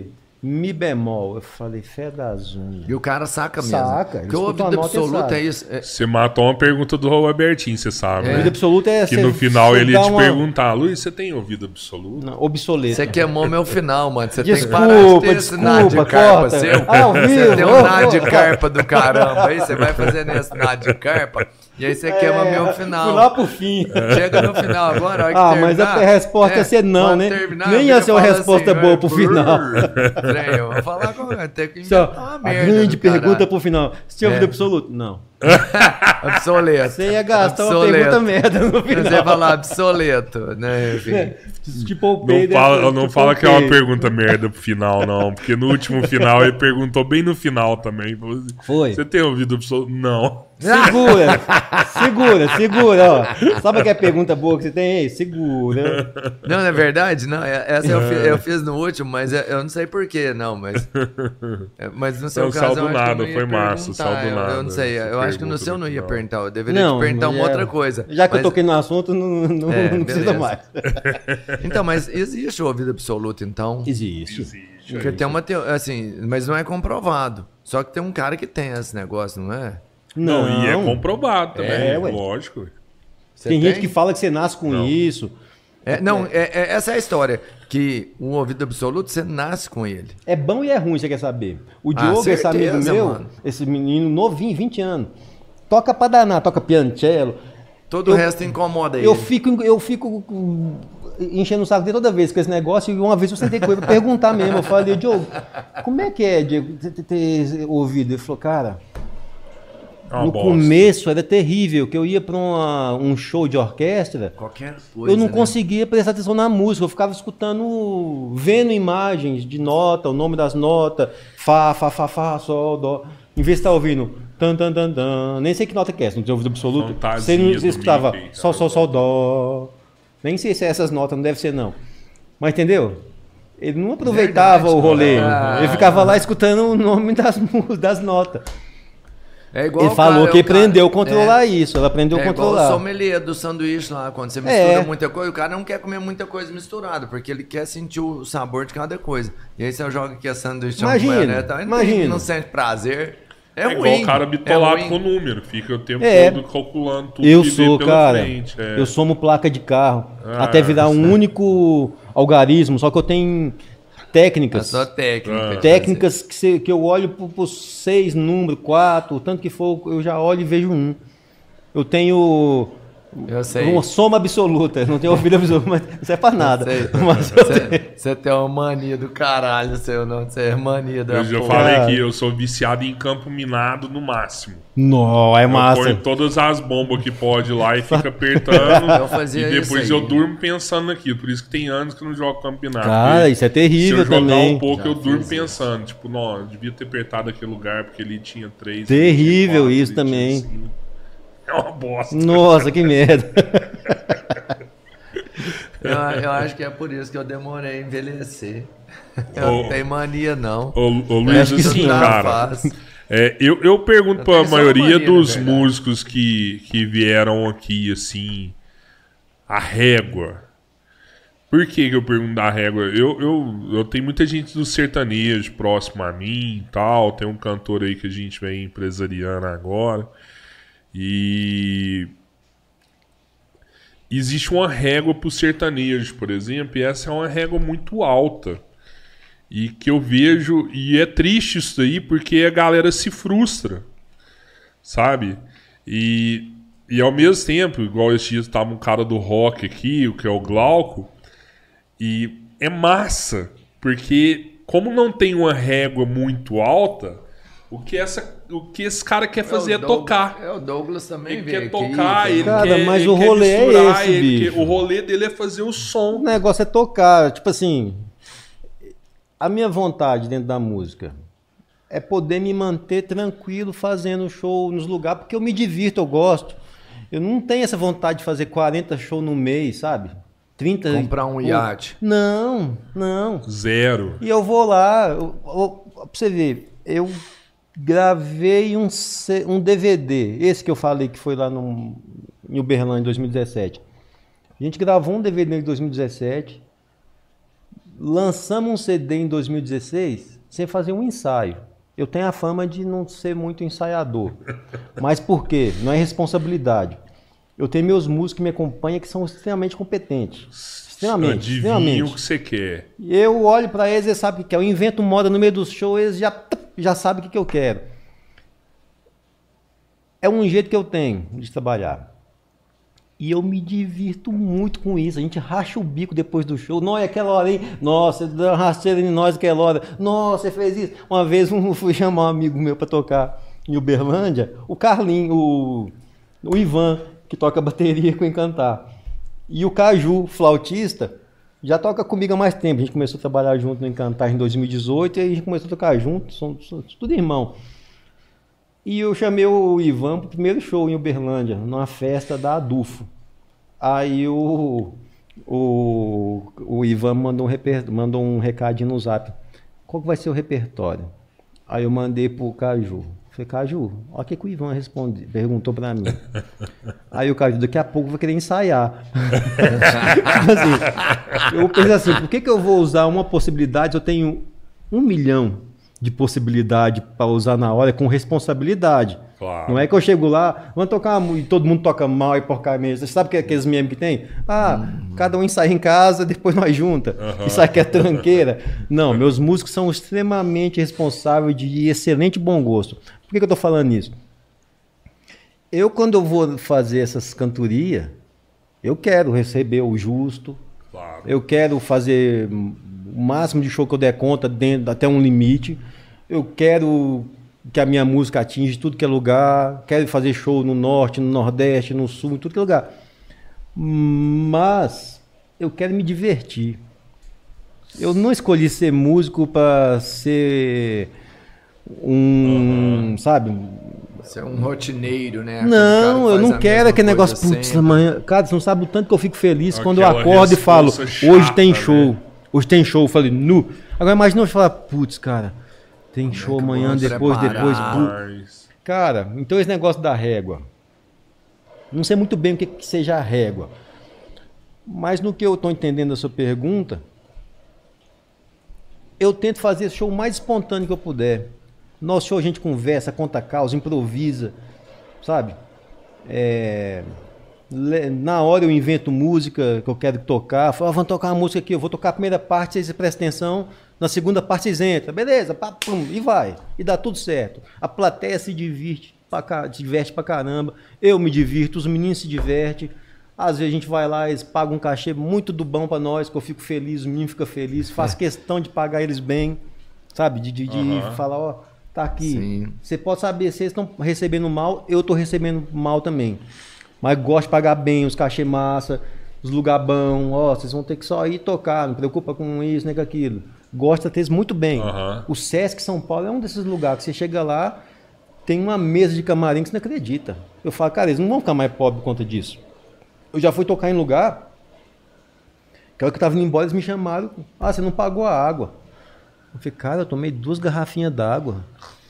Mi bemol. Eu falei, fé das unhas. E o cara saca mesmo. Saca. Porque o ouvido absoluto é isso. É... Você matou uma pergunta do Robertinho, você sabe. É. Né? Ouvido absoluto é... Que cê, no final ele ia te uma... perguntar, Luiz, você tem ouvido absoluto? Não, obsoleto. Você queimou meu final, mano. Você Desculpa, tem que parar de ter esse nada de carpa corta. seu. Ah, ao Você vivo, tem oh, um nada de oh, carpa do caramba. Aí você vai fazendo esse nada de carpa e aí você É, queima meu final. Fui lá pro fim. Chega no final agora, a hora que Ah, terminar, mas a resposta é, ia ser não, quando né? terminar, Nem vira ia ser e uma fala resposta assim, boa pro brrr, final. Trem, eu vou falar com até que Só, inventar uma a merda grande do caralho. pergunta pro final. Você tinha ouvido É. absoluto? Não. Obsoleto. Você ia gastar uma Obsoleto. pergunta merda no Você ia final. falar obsoleto, né? Enfim. Te poupei Não fala, dessa- não te fala que é uma poupei. pergunta merda pro final, não. Porque no último final ele perguntou bem no final também. Falou assim, Foi. Você tem ouvido absoluto? Não. Segura, segura, segura, ó. Sabe aquela pergunta boa que você tem aí? Segura. Não, não é verdade? Não, é- essa eu, fi- eu fiz no último, mas eu eu não sei porquê, não, mas. é, Mas no seu Não, caso. sal do eu acho que eu nada, não ia foi massa, perguntar, sal do eu- nada, Eu não sei, essa eu acho que no pergunta seu no não ia final. perguntar, eu deveria te perguntar uma mas é- outra coisa. Já que eu mas- toquei no assunto, não, não, É, não precisa beleza. mais. Então, mas existe o ouvido absoluto, então. Existe. Existe. Porque tem uma teo- assim, mas não é comprovado. Só que tem um cara que tem esse negócio, não é? Não, e é comprovado também, É, ué. lógico. Você Tem, gente que fala que você nasce com Não. isso. É, não, é- é- essa é a história. Que um ouvido absoluto, você nasce com ele. É bom e é ruim, você quer saber. O Ah, Diogo, esse amigo certeza, meu, mano. esse menino novinho, vinte anos, toca pra danar, toca piano, cello. Todo Eu- o resto incomoda ele. Eu fico, eu fico hum, enchendo o saco dele toda vez com esse negócio. E uma vez eu sentei com ele pra perguntar mesmo. Eu falei, Diogo, como é que é, Diego, ter- ter- ter ouvido? Ele falou, cara, É uma no bosta. começo era terrível, que eu ia pra uma- um show de orquestra, Qualquer coisa. eu não né? conseguia prestar atenção na música, eu ficava escutando, vendo imagens de nota, o nome das notas, Fá, Fá, Fá, Fá, Sol, Dó. Em vez de estar ouvindo, tan, tan, tan, tan, nem sei que nota que é, não tem ouvido absoluto. Fantasia Você não do você escutava Mickey, cara. Sol, Sol, Sol, Dó. Nem sei se é essas notas, não deve ser não. Mas entendeu? Ele não aproveitava Verdade. o rolê, Ah. ele ficava lá escutando o nome das, mu- das notas. É igual Ele o cara- falou é que o cara- aprendeu a controlar é, isso, ela aprendeu a É igual o controlar. sommelier do sanduíche lá, quando você mistura É. muita coisa, o cara não quer comer muita coisa misturada, porque ele quer sentir o sabor de cada coisa. E aí você joga aqui a sanduíche de Imagina, maionese, tá? Ele não tem- imagina. não sente prazer. É, É, ruim. igual o cara bitolado é ruim. com o número. Fica o tempo É. todo calculando tudo Eu que vê sou, pela cara. frente. é. Eu somo placa de carro. Ah, até virar um único algarismo. Só que eu tenho É técnicas. só técnica. Ah. de Técnicas que, você- que eu olho por, por seis números, quatro, o tanto que for, eu já olho e vejo um. Eu tenho fazer. Eu sei. uma soma absoluta. Não tenho ouvido absoluto, mas não serve pra nada. Sei. Mas eu tenho. Você você tem uma mania do caralho, seu não. Você é mania da Eu já porra. falei Cara. que eu sou viciado em campo minado no máximo. Não, é Eu massa. ponho todas as bombas que pode lá e fica apertando. Eu fazia e depois isso aí. eu durmo pensando naquilo. Por isso que tem anos que eu não jogo campo minado. Cara, Porque isso é se terrível eu jogar também. um pouco, Já eu durmo fiz pensando. Tipo, não, eu devia ter apertado aquele lugar porque ele tinha três. Terrível ele tinha isso quatro, ele também. tinha cinco. É uma bosta. Nossa, que merda. Eu, eu acho que é por isso que eu demorei a envelhecer. Eu Ô. não tenho mania, não. Ô, ô Luiz, acho que isso assim, não cara. fácil. É, eu, eu pergunto Eu pra tenho só uma maioria mania, na dos verdade. músicos que, que vieram aqui, assim, a régua. Por que, que eu pergunto da régua? Eu, eu, eu tenho muita gente do sertanejo próximo a mim e tal. Tem um cantor aí que a gente vem empresariando agora. E existe uma régua pro sertanejo, por exemplo, e essa é uma régua muito alta. E que eu vejo, e é triste isso aí, porque a galera se frustra, sabe? E, e ao mesmo tempo, igual esse dia estava um cara do rock aqui, o que é o Glauco, e é massa, porque como não tem uma régua muito alta, o que, essa, o que esse cara quer fazer é, o Douglas- tocar. É, o Douglas também Ele veio quer aqui, tocar, ele Cara, quer, mas ele o quer rolê é misturar, esse, ele bicho. quer- o rolê dele é fazer o O som. negócio é tocar. Tipo assim, a minha vontade dentro da música é poder me manter tranquilo fazendo show nos lugares, porque eu me divirto, eu gosto. Eu não tenho essa vontade de fazer quarenta shows no mês, sabe? trinta. Comprar um iate. Não, não. Zero. E eu vou lá, eu, eu, pra você ver, eu gravei um, C- um D V D, esse que eu falei que foi lá no, em Uberlândia em dois mil e dezessete. A gente gravou um D V D em dois mil e dezessete, lançamos um C D em dois mil e dezesseis, sem fazer um ensaio. Eu tenho a fama de não ser muito ensaiador. Mas por quê? Não é responsabilidade. Eu tenho meus músicos que me acompanham que são extremamente competentes. Extremamente. Adivinha extremamente. o que você quer. Eu olho pra eles e eles sabem o que quer. Eu invento moda no meio do show, eles já, já sabem o que, que eu quero. É um jeito que eu tenho de trabalhar. E eu me divirto muito com isso. A gente racha o bico depois do show. Não, é aquela hora, hein? Nossa, deu uma rasteira em nós aquela hora. Nossa, você fez isso. Uma vez um, fui chamar um amigo meu pra tocar em Uberlândia, o Carlinho, o, o Ivan, que toca bateria com Encantar. E o Caju, flautista, já toca comigo há mais tempo. A gente começou a trabalhar junto no Encantar em dois mil e dezoito e a gente começou a tocar junto. Somos, somos tudo irmão. E eu chamei o Ivan pro primeiro show em Uberlândia, numa festa da Adufo. Aí o, o, o Ivan mandou um, reper, mandou um recadinho no zap. Qual que vai ser o repertório? Aí eu mandei pro Caju. Falei, Caju, olha o que, que o Ivan responde, perguntou pra mim. Aí o Caju, daqui a pouco vai querer ensaiar. assim, eu pensei assim, por que, que eu vou usar uma possibilidade? Eu tenho um milhão de possibilidade para usar na hora com responsabilidade. Claro. Não é que eu chego lá, vamos tocar e todo mundo toca mal e porcaria. Você sabe que é aqueles memes que tem? Ah, uhum. Cada um ensaia em casa, depois nós junta. Uhum. Isso aqui é tranqueira. Não, meus músicos são extremamente responsáveis de excelente bom gosto. Por que, que eu tô falando isso? Eu, quando eu vou fazer essas cantorias, eu quero receber o justo. Claro. Eu quero fazer o máximo de show que eu der conta, dentro, até um limite. Eu quero que a minha música atinja tudo que é lugar. Quero fazer show no norte, no nordeste, no sul, em tudo que é lugar. Mas eu quero me divertir. Eu não escolhi ser músico para ser um, uhum. sabe... Ser um rotineiro, né? Não, eu não quero aquele negócio, putz, amanhã... Cara, você não sabe o tanto que eu fico feliz Aquela quando eu acordo e falo, chata, hoje tem show. Né? Hoje tem show, eu falei, nu. Agora imagina eu falar, putz, cara, tem Como show é amanhã, depois, depois. Bu... Cara, então esse negócio da régua. Não sei muito bem o que, que seja a régua. Mas no que eu estou entendendo da sua pergunta, eu tento fazer esse show o mais espontâneo que eu puder. Nosso show a gente conversa, conta causa, improvisa, sabe? É... Na hora eu invento música que eu quero tocar. Falo, ah, vamos tocar uma música aqui, eu vou tocar a primeira parte, vocês prestem atenção. Na segunda parte vocês entram, beleza, pá, pum, e vai. E dá tudo certo. A plateia se diverte pra, se diverte pra caramba. Eu me divirto, os meninos se divertem. Às vezes a gente vai lá, eles pagam um cachê muito do bom pra nós, que eu fico feliz, os meninos ficam felizes. Faço questão de pagar eles bem, sabe? De, de, de uhum. falar, ó, tá aqui. Sim. Você pode saber se eles estão recebendo mal, eu tô recebendo mal também. Mas gosto de pagar bem, os cachê massa, os lugar bom, ó, vocês vão ter que só ir tocar, não preocupa com isso nem com aquilo. Gosto de ter muito bem. Uhum. O Sesc São Paulo é um desses lugares que você chega lá, tem uma mesa de camarim que você não acredita. Eu falo, cara, eles não vão ficar mais pobres por conta disso. Eu já fui tocar em lugar, que a hora que eu tava indo embora, eles me chamaram, ah, você não pagou a água. Eu falei, cara, eu tomei duas garrafinhas d'água.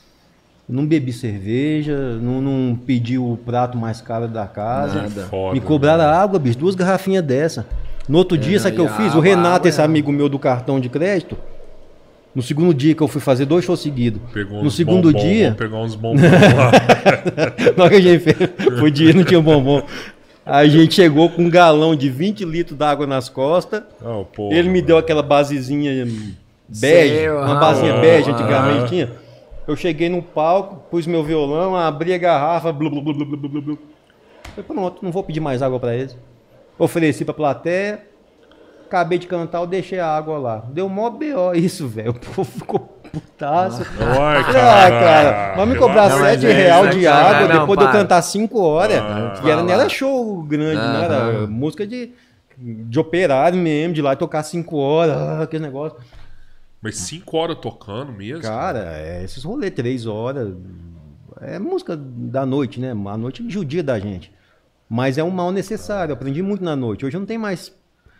Não bebi cerveja, não, não pedi o prato mais caro da casa. Nada. Foda, me cobraram né? água, bicho, duas garrafinhas dessa. No outro é, dia, sabe o que eu fiz? O Renato, esse é... amigo meu do cartão de crédito, no segundo dia que eu fui fazer dois shows seguidos. No segundo bombom, dia. Vou pegar uns bombons lá. Na hora que a gente fez, podia, não tinha bombom. A gente chegou com um galão de vinte litros d'água nas costas. Oh, porra, ele me deu aquela basezinha bege, Sei, uma basezinha ah, bege, antigamente ah, tinha. Eu cheguei no palco, pus meu violão, abri a garrafa, blu, blu, blu, blu, blu, blu. Falei, pronto, não vou pedir mais água pra eles. Ofereci pra plateia, acabei de cantar, eu deixei a água lá. Deu mó B O isso, velho. O povo ficou putaço. Uai, ah, cara, vai me cobrar sete reais de água não, depois não, de eu cantar cinco horas. Ah, e era, não era show grande, ah, não era ah. música de, de operário mesmo, de lá tocar cinco horas, ah, aquele negócio. Mas cinco horas tocando mesmo? Cara, é esses rolês, três horas. É música da noite, né? A noite judia da gente. Mas é um mal necessário. Eu aprendi muito na noite. Hoje eu não tenho mais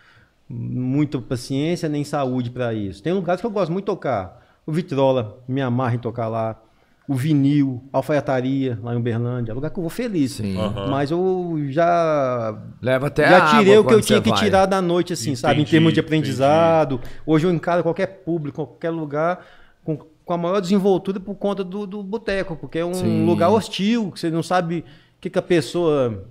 muita paciência nem saúde para isso. Tem lugares que eu gosto muito de tocar. O Vitrola, me amarra em tocar lá. O Vinil, Alfaiataria, lá em Uberlândia. É lugar que eu vou feliz. Uhum. Mas eu já... Leva até já tirei o que eu vai. tinha que tirar da noite, assim, entendi, sabe? Em termos de aprendizado. Entendi. Hoje eu encaro qualquer público, qualquer lugar, com com a maior desenvoltura por conta do, do boteco, porque é um Sim. lugar hostil, que você não sabe o que, que a pessoa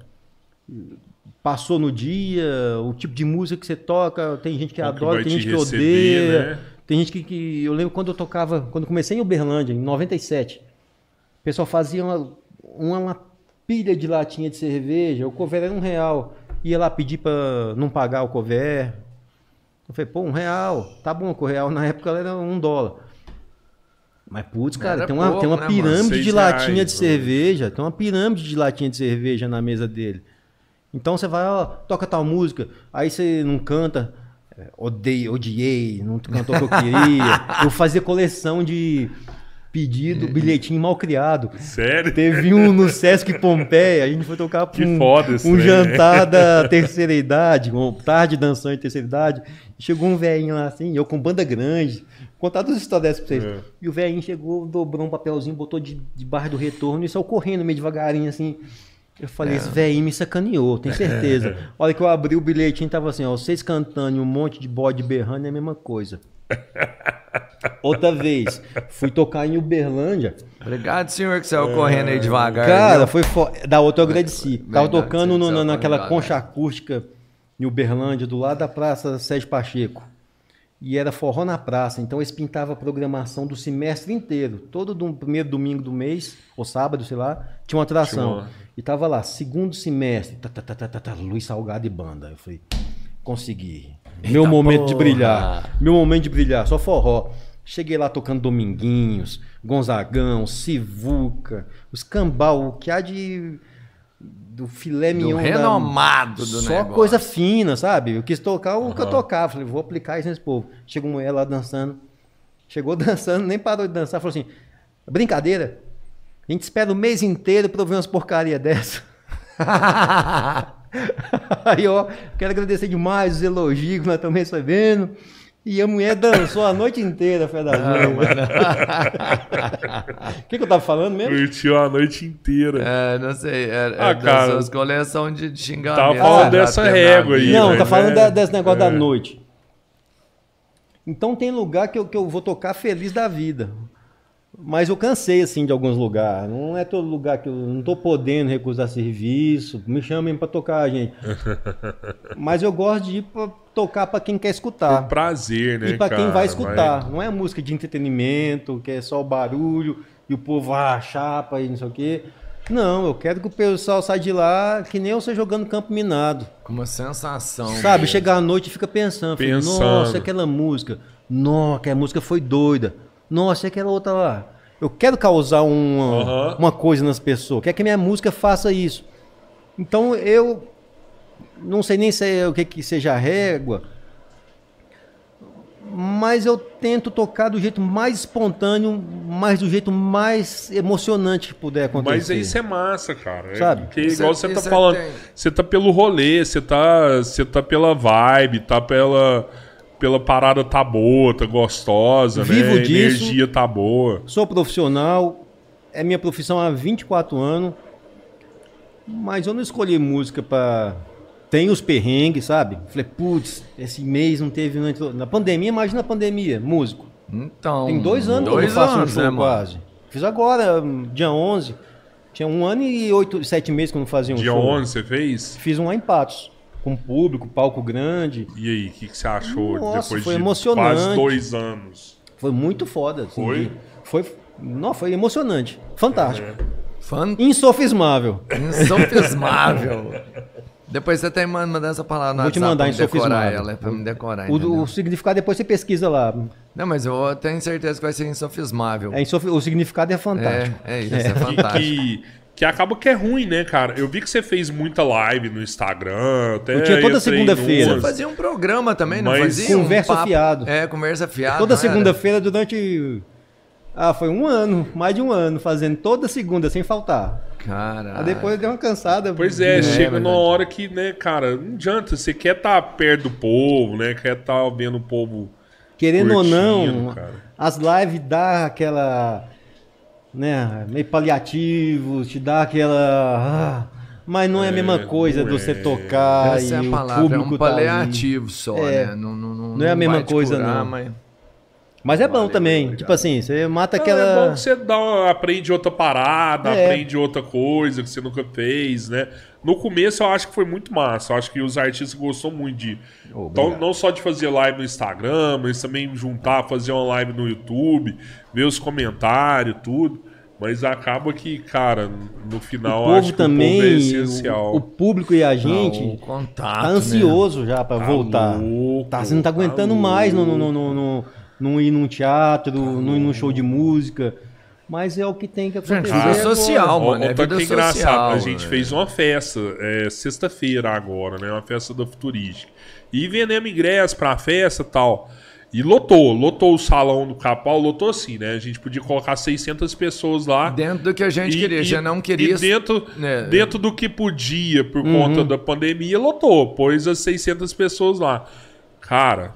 passou no dia, o tipo de música que você toca, tem gente que Qual que adora, vai tem te gente que receber, odeia, né? tem gente que, que... Eu lembro quando eu tocava, quando comecei em Uberlândia, em noventa e sete, o pessoal fazia uma, uma, uma pilha de latinha de cerveja, o cover era um real, ia lá pedir para não pagar o cover. Eu falei, pô, um real, tá bom, o real na época era um dólar. Mas, putz, cara, Era tem uma, pouco, tem uma né, pirâmide mano? de Seis latinha reais, de mano. cerveja, tem uma pirâmide de latinha de cerveja na mesa dele. Então você vai, ó, toca tal música, aí você não canta, é, odeio, odiei, não cantou o que eu queria. Eu fazia coleção de pedido, bilhetinho mal criado. Sério? Teve um no Sesc Pompeia, a gente foi tocar pra Que um, foda esse um trem. jantar da terceira idade, uma tarde dançando de terceira idade. Chegou um velhinho lá assim, eu com banda grande, vou contar duas histórias dessas pra vocês. É. E o velhinho chegou, dobrou um papelzinho, botou de, debaixo do retorno e saiu correndo meio devagarinho assim. Eu falei, esse velhinho me sacaneou, tenho certeza. Olha que eu abri o bilhetinho, tava assim, ó, vocês cantando e um monte de bode berrando é a mesma coisa. Outra vez, fui tocar em Uberlândia. Obrigado, senhor, que saiu correndo aí devagar. Cara, viu? foi fo... Da outra eu agradeci. Tava Verdade, tocando sim, no- saiu na- naquela correndo concha devagar. acústica em Uberlândia, do lado da Praça Sérgio Pacheco. E era forró na praça, então eles pintavam a programação do semestre inteiro. Todo do primeiro domingo do mês, ou sábado, sei lá, tinha uma atração. Tinha uma- E tava lá, segundo semestre, tá, tá, tá, tá, tá, tá, Luiz Salgado e banda. Eu falei, consegui. Meu momento de porra. brilhar. Meu momento de brilhar, só forró. Cheguei lá tocando Dominguinhos, Gonzagão, Sivuca, os cambal, o que há de do filé Do mignon da- renomado do só negócio. coisa fina, sabe? Eu quis tocar o que eu tocava. Falei, vou aplicar isso nesse povo. Chegou uma mulher lá dançando. Chegou dançando, nem parou de dançar. Falou assim, brincadeira? A gente espera o mês inteiro pra eu ver umas porcaria dessa. Aí, ó, quero agradecer demais os elogios que nós estamos recebendo. E a mulher dançou a noite inteira, fé da mãe. O que, que eu tava falando mesmo? Curtiu a noite inteira. É, não sei. É, Ah, é cara, dessas coleção de, de xingamento. tava falando né, dessa da régua aí, penalidade. Não, mas, tá falando né? da- desse negócio da É. noite. Então tem lugar que eu, que eu vou tocar feliz da vida. Mas eu cansei, assim, de alguns lugares. Não é todo lugar que eu não tô podendo recusar serviço. Me chamem pra tocar, gente. Mas eu gosto de ir pra tocar pra quem quer escutar. Por prazer, né, E pra quem cara? vai escutar. Não é música de entretenimento, que é só o barulho e o povo ah, chapa e não sei o quê. Não, eu quero que o pessoal saia de lá que nem eu sei jogando campo minado. Com uma sensação. Sabe, chegar à noite e fica pensando. Fala, Pensando. nossa, aquela música. Nossa, aquela música foi doida. Nossa, e aquela outra lá. Eu quero causar uma, Aham. uma coisa nas pessoas. Quero que a minha música faça isso. Então eu não sei nem se é o que, que seja régua, mas eu tento tocar do jeito mais espontâneo, mas do jeito mais emocionante que puder acontecer. Mas isso é massa, cara. É Sabe? Porque Isso igual é- você tá isso é falando, tem. você tá pelo rolê, você tá, você tá pela vibe, tá pela, pela parada tá boa, tá gostosa, Vivo né? A disso. energia tá boa. Sou profissional, é minha profissão há vinte e quatro anos, mas eu não escolhi música pra... Tem os perrengues, sabe? Falei, putz, esse mês não teve... não entrou- Na pandemia, imagina a pandemia, músico. Então. Tem dois anos dois que eu não faço anos, um show né, mano? quase. Fiz agora, dia onze. Tinha um ano e oito, sete meses que eu não fazia um Dia show. onze você fez? Fiz um lá em Patos, com público, palco grande. E aí, o que, que você achou Nossa, depois foi de emocionante. quase dois anos? Foi muito foda. assim, Foi? de- Foi, não, foi emocionante. Fantástico. Fã Insofismável. insofismável. Depois você tem manda mandar essa palavra no Vou te WhatsApp mandar pra me decorar insofismável. ela, é pra me decorar, O, entendeu? o significado depois você pesquisa lá. Não, mas eu tenho certeza que vai ser insofismável. É insof- O significado é fantástico. É, é isso, é, Que, fantástico. que, que acaba que é ruim, né, cara? Eu vi que você fez muita live no Instagram. Até Eu tinha toda entrei segunda-feira. numas. Você fazia um programa também, não Mas- fazia? Um Conversa papo- fiado. É, conversa fiada. Toda não era? segunda-feira durante... Ah, foi um ano, mais de um ano, fazendo toda segunda, sem faltar. Caralho. Aí depois deu uma cansada. Pois é, É, chega verdade. numa hora que, né, cara, não adianta. Você quer estar perto do povo, né? Quer estar vendo o povo. Querendo ou curtindo, não, cara. as lives dá aquela... Né, meio paliativo, te dá aquela... ah, mas não é, a mesma coisa não de você é. tocar Essa é e a o palavra, é público um tá ali. paliativo só, É. né? Não, não, não, Não é a mesma vai te coisa, curar, não. Mas... Mas é bom Valeu, também. obrigado. Tipo assim, você mata Não, aquela. é bom que você dá uma- aprende outra parada, É. aprende outra coisa que você nunca fez, né? No começo eu acho que foi muito massa. Eu acho que os artistas gostou muito de. Oh, então, obrigado. não só de fazer live no Instagram, mas também juntar, fazer uma live no YouTube, ver os comentários, tudo. Mas acaba que, cara, no final O povo acho que também, o povo é essencial. o, o público e a gente Ah, o contato, tá ansioso já pra Tá voltar. louco, Tá, você não tá aguentando tá mais no, no, louco. no, no, não ir num teatro, não ir num show de música. Mas é o que tem que acontecer. Gente, vida agora. social, Ó, mano. ó, É tá vida que engraçado. social. A gente né? fez uma festa é, sexta-feira agora, né? Uma festa da Futurística. E vendemos ingresso pra festa e tal. E lotou, lotou o salão do Capão, lotou assim, né? A gente podia colocar seiscentas pessoas lá. Dentro do que a gente E- queria. e- Já não queria. E dentro, né? dentro do que podia, por Uhum. conta da pandemia, lotou. Pôs as seiscentas pessoas lá. Cara,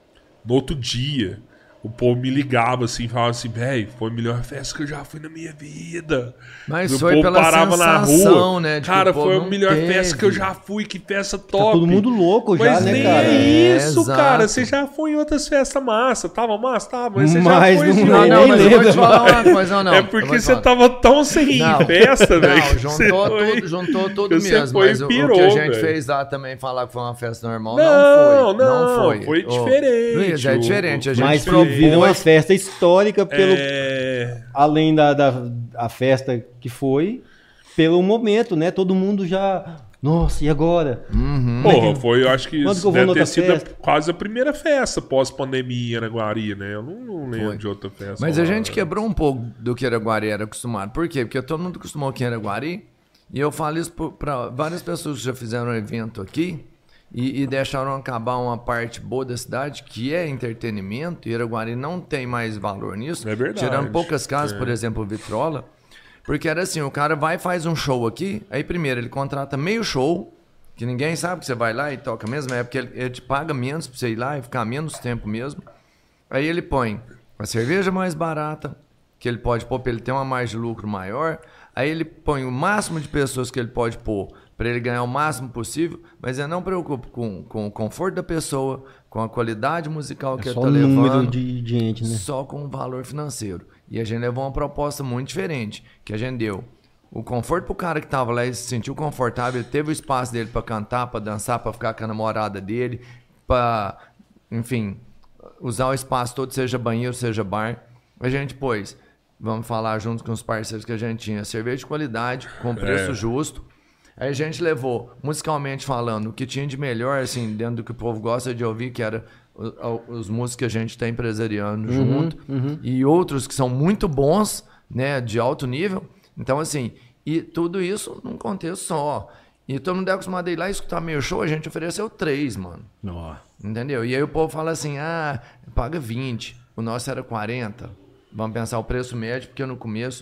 no outro dia, o povo me ligava assim, falava assim, velho, foi a melhor festa que eu já fui na minha vida. Mas O foi povo pela parava na sensação, rua. né? de que Cara, o povo foi a não melhor teve. festa que eu já fui, que festa Tá top. todo mundo louco já, Mas né, nem cara? é isso, É, cara. exato. Você já foi em outras festas massa. Tava massa? Tava, mas você Mas já foi não- em Não, Nem não, mas eu vou te lembro. falar uma coisa, não, não. É Eu vou porque te você falar. tava tão sem Não, festa, velho. que Não, você juntou foi- tudo, juntou tudo que você mesmo. foi Mas e o- pirou, o que a gente velho. fez lá também, falar que foi uma festa normal, Não, não, foi. não, Não foi. foi Ô, diferente, Luiz, é o- diferente. A gente Mas propôs- virou uma festa histórica pelo, É... além da, da a festa que foi, pelo momento, né? Todo mundo já. Nossa, e agora? Uhum. Porra, foi, eu acho que Quando que eu vou deve noutra ter sido a- festa? quase a primeira festa pós-pandemia na Guari, né? Eu não, não lembro Foi. de outra festa. Mas lá, a gente né? quebrou um pouco do que Araguari era acostumado. Por quê? Porque todo mundo acostumou que era Araguari. E eu falo isso para várias pessoas que já fizeram um evento aqui e, e deixaram acabar uma parte boa da cidade, que é entretenimento. E Araguari não tem mais valor nisso. É verdade. Tirando poucas casas, É. por exemplo, o Vitrola. Porque era assim, o cara vai e faz um show aqui, aí primeiro ele contrata meio show, que ninguém sabe que você vai lá e toca mesmo, é porque ele, ele te paga menos pra você ir lá e ficar menos tempo mesmo. Aí ele põe a cerveja mais barata, que ele pode pôr para ele ter uma margem de lucro maior. Aí ele põe o máximo de pessoas que ele pode pôr para ele ganhar o máximo possível, mas ele não preocupa com, com o conforto da pessoa, com a qualidade musical que É ele só tá o número levando, de, de gente, né? só com o valor financeiro. E a gente levou uma proposta muito diferente, que a gente deu o conforto pro cara que tava lá, ele se sentiu confortável, ele teve o espaço dele para cantar, para dançar, para ficar com a namorada dele, para, enfim, usar o espaço todo, seja banheiro, seja bar. A gente pôs, vamos falar junto com os parceiros que a gente tinha, cerveja de qualidade, com preço É. justo. Aí a gente levou, musicalmente falando, o que tinha de melhor, assim, dentro do que o povo gosta de ouvir, que era o- o- os músicos que a gente está empresariando junto, e outros que são muito bons, né, de alto nível. Então, assim, e tudo isso num contexto só. E todo mundo é acostumado a ir lá e escutar meio show, a gente ofereceu três, mano. Nossa. Entendeu? E aí o povo fala assim, ah, paga vinte, o nosso era quarenta. Vamos pensar o preço médio, porque no começo,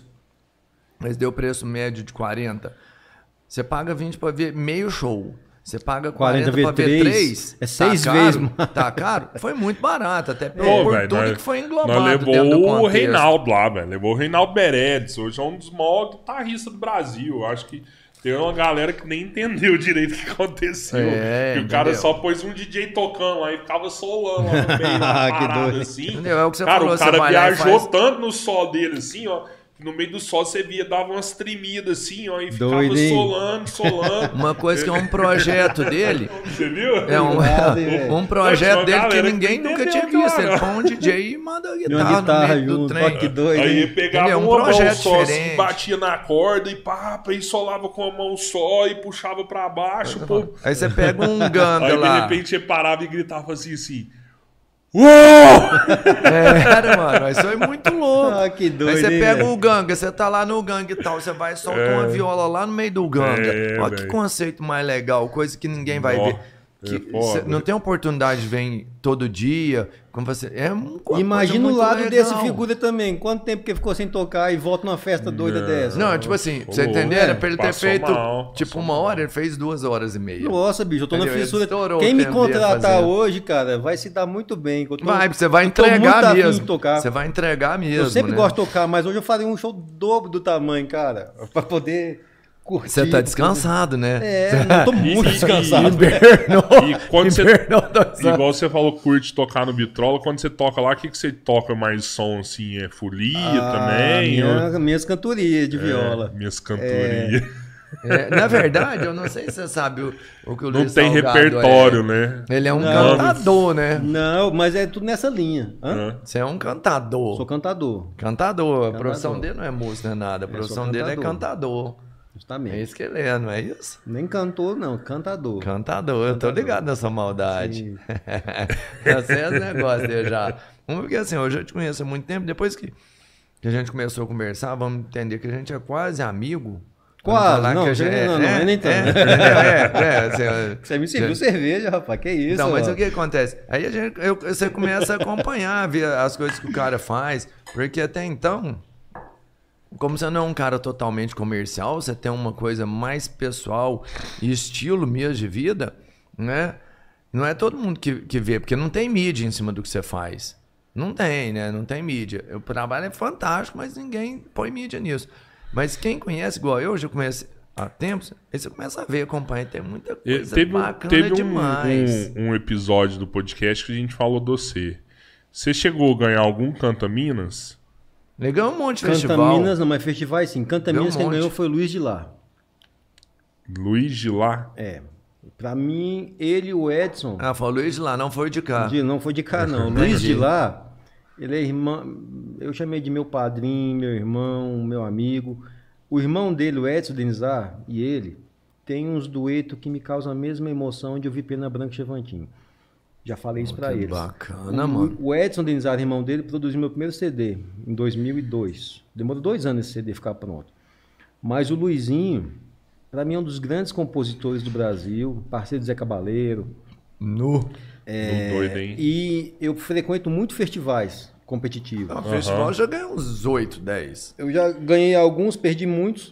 mas deu preço médio de quarenta. Você paga vinte para ver meio show. Você paga quarenta para ver três. É seis tá vezes caro? mais. Tá caro? Foi muito barato, até por, Pô, por velho, tudo nós- que foi Nós englobado levou dentro do o contexto. Reinaldo lá, velho. Levou o Reinaldo Beredes. Hoje é um dos maiores guitarristas do Brasil. Eu acho que tem uma galera que nem entendeu direito o que aconteceu. É, que o cara entendeu? só pôs um D J tocando lá e ficava solando lá no meio da Que parada, doido. assim. Entendeu? É o que você cara, falou, o você cara vai lá e viajou faz- tanto no sol dele, assim, ó. que No meio do sol você via, dava umas tremidas assim, ó, e ficava Doido, hein? solando, solando. Uma coisa que é um projeto dele, Você viu? é um, Nada, hein, velho? um projeto Uma dele que galera ninguém que nunca entendeu, tinha visto. cara. Ele põe um D J e manda a E uma guitarra, guitarra no meio do junto, trem. ó, que doido, Aí hein? ele pegava Entendeu? Um uma mão projeto só, diferente. assim, batia na corda e pá, e solava com a mão só e puxava pra baixo. Pô. Aí você pega um ganga Aí de lá. repente você parava e gritava assim, assim. Uou! Era, mano. Isso é muito louco. Ah, que doido, Aí você hein, pega velho? o ganga, você tá lá no ganga e tal, você vai e solta uma viola lá no meio do ganga. É, Olha que velho. conceito mais legal, coisa que ninguém vai Nó, ver. é Que foda. cê não tem oportunidade de ver todo dia, como você. É uma coisa Imagina o muito lado legal. desse figura também. Quanto tempo que ele ficou sem tocar e volta numa festa doida dessa? Não, tipo assim, pra você Ô, entender, é, era pra ele ter passou feito mal, tipo passou uma mal. hora, ele fez duas horas e meia. Nossa, bicho, eu tô na Entendeu? Ele fissura. estourou Quem o me tempo dele contratar fazendo. hoje, cara, vai se dar muito bem. que eu tô- Vai, você vai eu tô muito entregar afim de mesmo. tocar. Você vai entregar mesmo. Eu sempre né? gosto de tocar, mas hoje eu faria um show dobro do tamanho, cara. Pra poder curtir. Você tá descansado, né? É, não tô muito E- descansado. Invernou. E quando você, Invernou dois anos. igual você falou, curte tocar no Bitrola, quando você toca lá, o que, que você toca mais som, assim? É folia Ah, também? minha- ou- minhas cantorias de É, viola. minhas cantorias. É, na verdade, eu não sei se você sabe o, o que o Não Luiz tem Salgado repertório, é. né? Ele é um Não. cantador, né? Não, mas é tudo nessa linha. Hã? Hã? Você é um cantador. Sou cantador, Cantador. A Cantador. profissão dele não é música, não é nada. A Eu sou profissão dele é cantador. cantador. É justamente. isso que ele é, não é isso? Nem cantor, não, cantador. Cantador, eu tô Cantador. ligado nessa maldade. Sim. Eu sei os negócios dele já. Vamos porque assim, eu já te conheço há muito tempo. Depois que, que a gente começou a conversar, vamos entender que a gente é quase amigo. Vamos Quase, falar não, que a gente- gente- não, não, é nem tanto. É, é, é, é, assim, Você me serviu cerveja, rapaz, que isso? Então, mas ó. o que acontece? Aí a gente, eu- você começa a acompanhar, ver as coisas que o cara faz, porque até então, como você não é um cara totalmente comercial, você tem uma coisa mais pessoal e estilo mesmo de vida, né? Não é todo mundo que, que vê, porque não tem mídia em cima do que você faz. Não tem, né? Não tem mídia. O trabalho é fantástico, mas ninguém põe mídia nisso. Mas quem conhece, igual eu, já conhece há tempos, aí você começa a ver, acompanha, tem muita E coisa Teve, um- bacana teve um, demais. um, um episódio do podcast que a gente falou do você. Você chegou a ganhar algum Canta Minas? Legal um monte de Canta festival. Minas, não, mas festivais sim. Canta Deu um Minas, quem monte. ganhou foi o Luiz de Lá. Luiz de lá? É. Pra mim, ele e o Edson, Ah, foi o Luiz de lá, não foi o de cá. de- não foi de cá, não. O Luiz de Lá, ele é irmão. Eu chamei de meu padrinho, meu irmão, meu amigo. O irmão dele, o Edson Denizar, e ele, tem uns duetos que me causam a mesma emoção de ouvir Pena Branca e Chevantinho. Já falei isso pra que eles. bacana, o, mano. O Edson Denizar, irmão dele, produziu meu primeiro C D em dois mil e dois. Demorou dois anos esse C D ficar pronto. Mas o Luizinho, pra mim, é um dos grandes compositores do Brasil, parceiro do Zé Cabaleiro. Nu. É, Do doido, hein? E eu frequento muito festivais competitivos. O festival já ganhou uns oito, dez. Eu já ganhei alguns, perdi muitos.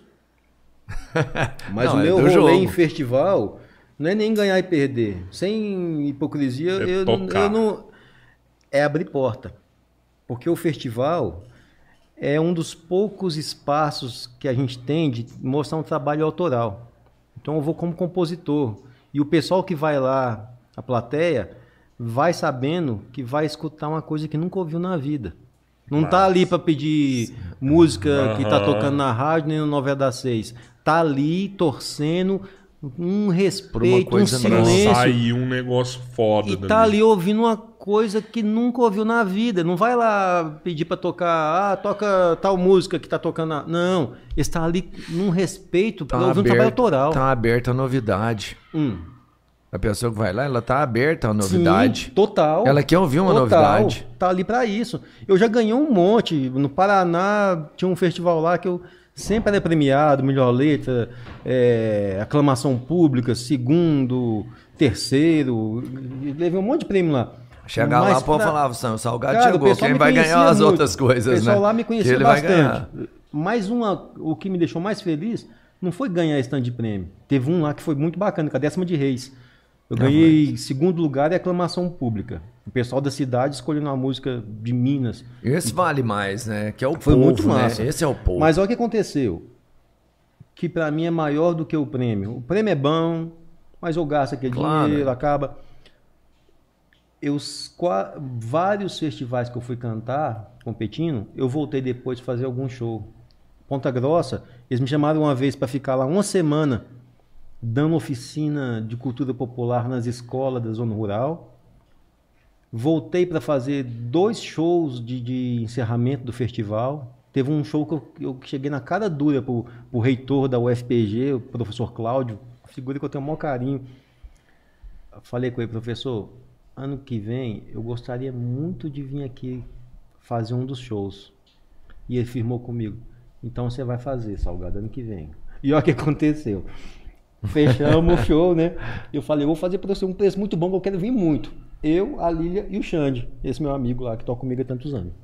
Mas Não, o é meu do rolê jogo. em festival não é nem ganhar e perder. Sem hipocrisia, É eu, não, tocar. eu não. É abrir porta. Porque o festival é um dos poucos espaços que a gente tem de mostrar um trabalho autoral. Então eu vou como compositor. E o pessoal que vai lá, a plateia, vai sabendo que vai escutar uma coisa que nunca ouviu na vida. Não Mas- tá ali para pedir música que tá Aham. tocando na rádio nem no novela das seis. Tá ali torcendo um respeito, um coisa Pra Silêncio. silêncio. sair um negócio foda E dali. tá ali ouvindo uma coisa que nunca ouviu na vida. Não vai lá pedir pra tocar, ah, toca tal música que tá tocando. na-" Não, está ali num respeito pra ouvir um trabalho autoral. Tá aberta a novidade. Hum. A pessoa que vai lá, ela tá aberta à novidade. Sim, total. Ela quer ouvir uma total, novidade. Tá ali pra isso. Eu já ganhei um monte. No Paraná tinha um festival lá que eu sempre era premiado, melhor letra, é, aclamação pública, segundo, terceiro. Levei um monte de prêmio lá. Chegar Mas lá, pô, pra- falava, Sam, o Salgado Cara, o chegou, pessoal quem me vai conhecia ganhar as muito. outras coisas, né? O pessoal lá me Que conhecia ele vai bastante. ganhar. Mais uma, o que me deixou mais feliz não foi ganhar stand de prêmio. Teve um lá que foi muito bacana, com a décima de Reis. Eu ganhei segundo lugar e aclamação pública. O pessoal da cidade escolhendo uma música de Minas. Esse vale mais, né? Que é o Foi povo, muito né? massa. Esse é o povo. Mas olha o que aconteceu. Que pra mim é maior do que o prêmio. O prêmio é bom, mas eu gasto aquele Claro. dinheiro, acaba. Eu, qua- vários festivais que eu fui cantar, competindo, eu voltei depois de fazer algum show. Ponta Grossa, eles me chamaram uma vez para ficar lá uma semana, dando oficina de cultura popular nas escolas da zona rural. Voltei para fazer dois shows de, de encerramento do festival. Teve um show que eu, eu cheguei na cara dura pro, pro reitor da U F P G, o professor Cláudio, figura que eu tenho o maior carinho. Eu falei com ele, professor, ano que vem eu gostaria muito de vir aqui fazer um dos shows. E ele firmou comigo, então você vai fazer, Salgado, ano que vem. E olha o que aconteceu. Fechamos o show, né? Eu falei, eu vou fazer para você um preço muito bom, que eu quero vir muito. Eu, a Lília e o Xande, esse meu amigo lá que toca comigo há tantos anos.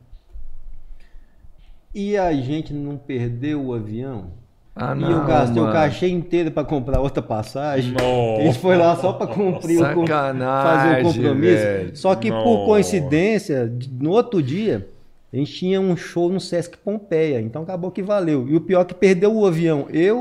E a gente não perdeu o avião. Ah, e não, eu gastei mano. o cachê inteiro para comprar outra passagem. Nossa. A gente foi lá só para cumprir o com- Sacanagem, fazer o compromisso. velho. Só que Nossa. por coincidência, de- no outro dia, a gente tinha um show no Sesc Pompeia. Então acabou que valeu. E o pior é que perdeu o avião. Eu,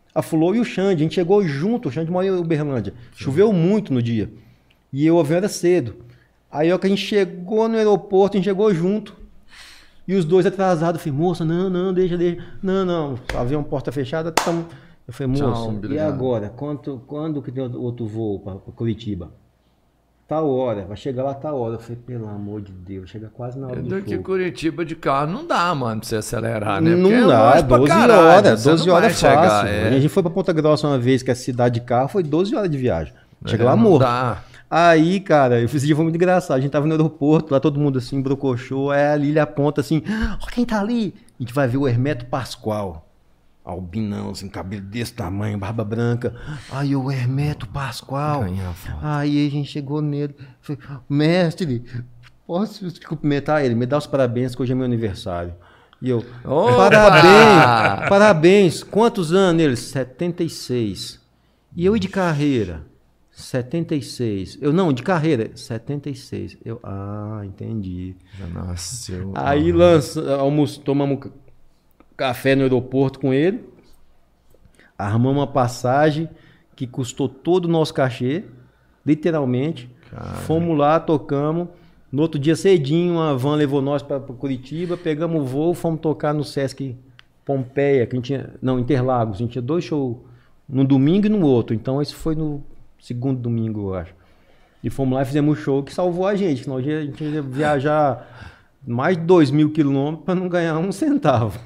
A Fulô e o Xande. A gente chegou junto. O Xande mora em Uberlândia. Choveu muito no dia. E o avião era cedo. Aí, ó, que a gente chegou no aeroporto, a gente chegou junto. E os dois atrasados. Eu falei, moça, não, não, deixa, deixa. Não, não. Avião porta fechada. Tamo... Eu falei, moça, tchau, e agora? Quanto, quando que tem outro voo para Curitiba? Tal hora, vai chegar lá tal hora. Eu falei, pelo amor de Deus, chega quase na hora do Daqui fogo. Curitiba de carro não dá, mano, pra você acelerar, né? Não Porque dá, é doze caralho, horas, doze horas é fácil. Chegar, é. A gente foi pra Ponta Grossa uma vez, que é cidade de carro, foi doze horas de viagem. Chega é, lá morto. Dá. Aí, cara, esse dia foi muito engraçado. A gente tava no aeroporto, lá todo mundo assim, brocochou. Aí a Lília aponta assim, ó, quem tá ali? A gente vai ver o Hermeto Pascoal. Albinão, assim, cabelo desse tamanho, barba branca. Aí o Hermeto Pascoal. Aí a gente chegou nele. Falei, mestre, posso te cumprimentar ele? Me dá os parabéns, que hoje é meu aniversário. E eu, Opa! parabéns, parabéns. Quantos anos ele? setenta e seis. E eu de carreira? setenta e seis. Eu, não, de carreira, setenta e seis. Eu, ah, entendi. Já nasceu. Aí lança, almoço, tomamos café no aeroporto com ele, armamos uma passagem que custou todo o nosso cachê, literalmente. Cara. Fomos lá, tocamos. No outro dia cedinho, uma van levou nós para Curitiba, pegamos o voo, fomos tocar no Sesc Pompeia, que a gente tinha, não, Interlagos. A gente tinha dois shows, num domingo e no outro. Então esse foi no segundo domingo, eu acho. E fomos lá e fizemos um show que salvou a gente, senão a gente ia viajar mais de dois mil quilômetros para não ganhar um centavo.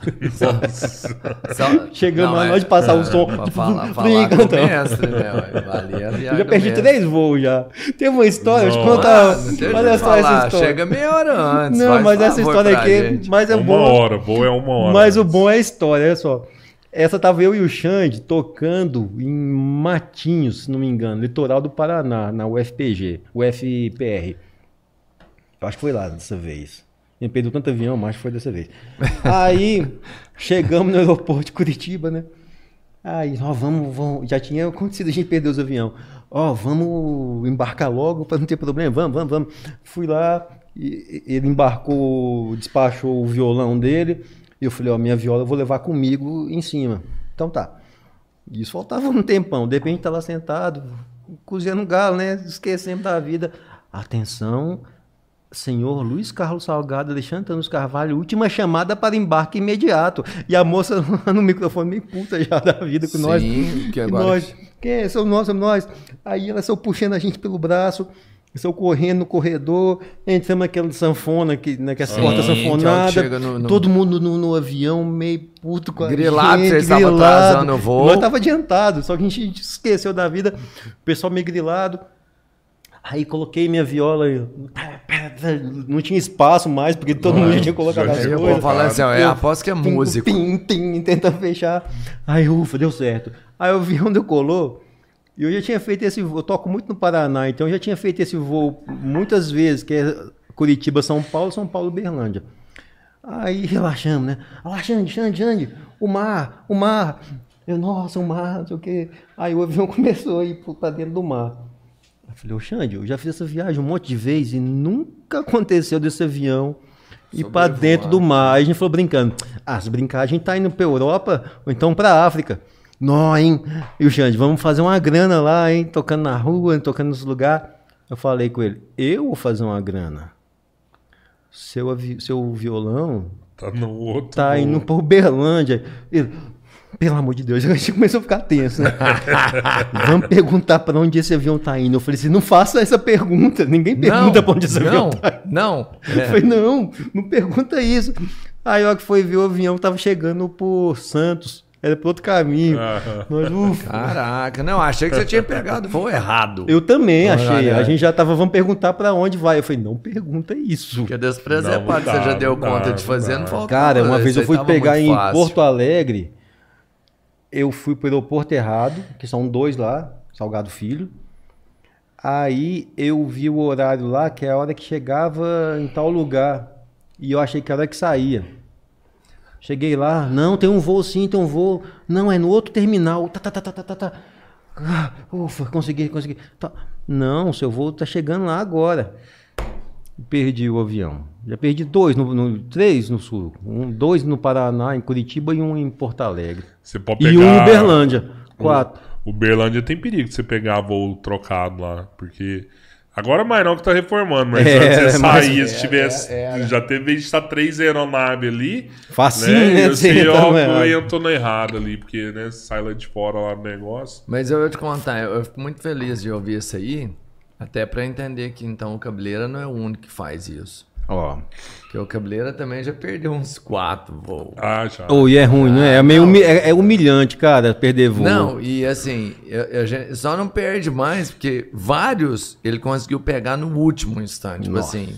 Só, chegamos não, lá, é, nós de passar o som. É, tipo, falar, falar com o mestre, né? Valia a viagem. Eu já perdi três voos já. Teve uma história, deixa eu Não, contar. deixa Olha eu só falar, essa história. chega meia hora antes. Não, mas essa história aqui. Mas é uma bom. hora, voo é uma hora. Mas o bom é a história, olha só. Essa tava eu e o Xande tocando em Matinhos, se não me engano, litoral do Paraná, na U F P G, U F P R. Eu acho que foi lá dessa vez. A gente perdeu tanto avião, mas foi dessa vez. Aí, chegamos no aeroporto de Curitiba, né? Aí, ó, vamos, vamos. Já tinha acontecido, a gente perdeu os aviões. Ó, vamos embarcar logo para não ter problema. Vamos, vamos, vamos. Fui lá, e, ele embarcou, despachou o violão dele. E eu falei, ó, minha viola eu vou levar comigo em cima. Então tá. Isso faltava um tempão. De repente tá lá sentado, cozinhando galo, né? Esquecendo da vida. Atenção, senhor Luiz Carlos Salgado, Alexandre Tanos Carvalho, última chamada para embarque imediato. E a moça no microfone meio puta já da vida com Sim, nós. que agora... nós. Quem é? Somos nós, somos nós. Aí ela saiu puxando a gente pelo braço. Estou correndo no corredor, entramos naquela sanfona, que, naquela né, porta sanfonada, no, no... todo mundo no, no avião, meio puto com a grilado, gente. Vocês estavam atrasando o voo. Nós estava adiantado, só que a gente esqueceu da vida, o pessoal meio grilado. Aí coloquei minha viola, não tinha espaço mais, porque todo mundo tinha colocado as coisas. Eu falando assim, é, aposto que é músico. Tim, tim, tentando fechar. Aí, ufa, deu certo. Aí eu vi onde eu colou. E eu já tinha feito esse voo, eu toco muito no Paraná, então eu já tinha feito esse voo muitas vezes, que é Curitiba, São Paulo, São Paulo, Uberlândia. Aí relaxamos, né? Ah, Xande, Xande, Xande, o mar, o mar. Eu, nossa, o mar, não sei o quê. Aí o avião começou a ir para dentro do mar. Eu falei, ô Xande, eu já fiz essa viagem um monte de vezes e nunca aconteceu desse avião ir para dentro do mar. Aí a gente falou brincando, ah, se brincar a gente tá indo para Europa ou então para África. Nó, hein? E o Xande, vamos fazer uma grana lá, hein? Tocando na rua, tocando nos lugares. Eu falei com ele, eu vou fazer uma grana. Seu, avi... Seu violão tá, no outro tá no... indo pra Uberlândia. Ele, pelo amor de Deus, a gente começou a ficar tenso, né? Vamos perguntar pra onde esse avião tá indo. Eu falei assim, não faça essa pergunta. Ninguém pergunta não, pra onde esse não, avião tá indo. Não, é. Eu falei, não, não pergunta isso. Aí, ó, que foi ver o avião, tava chegando por Santos. Era para outro caminho. Nós, ufa. Caraca, não, achei que você tinha pegado o voo errado. Eu também não, achei. Não, a gente já tava, vamos perguntar para onde vai. Eu falei, não pergunta isso. Porque despreservado, você já deu não conta dá, de fazer, não, não falta. Cara, uma vez eu fui pegar em fácil. Porto Alegre, eu fui pro aeroporto errado, que são dois lá, Salgado Filho. Aí eu vi o horário lá, que é a hora que chegava em tal lugar. E eu achei que era a hora que saía. Cheguei lá, não, tem um voo sim, tem um voo. Não, é no outro terminal. Tá, tá, tá, tá, tá, tá, tá. Ah, ufa, consegui, consegui. Tá. Não, seu voo tá chegando lá agora. perdi o avião. Já perdi dois, no, no, três no sul. Um, dois no Paraná, em Curitiba e um em Porto Alegre. Você pode pegar... E um em Uberlândia. Quatro. O Uberlândia tem perigo de você pegar voo trocado lá, porque... Agora mais não que tá reformando, mas É, antes você mas- saía, se tivesse... é, é. Já teve vez de estar três aeronaves ali, Facinho, né? né? E você, Você ó, tá no errado. entrou no errado ali, porque, né, sai lá de fora lá do negócio. Mas eu vou te contar, eu eu fico muito feliz de ouvir isso aí, até pra entender que então o Cabeleira não é o único que faz isso. Ó. Porque o Cabeleira também já perdeu uns quatro voos. Ah, já. Oh, e é ruim, não é? É meio não. humi- é, é humilhante, cara, perder voo. Não, e assim, eu, eu já- só não perde mais, porque vários ele conseguiu pegar no último instante. Tipo Nossa. assim,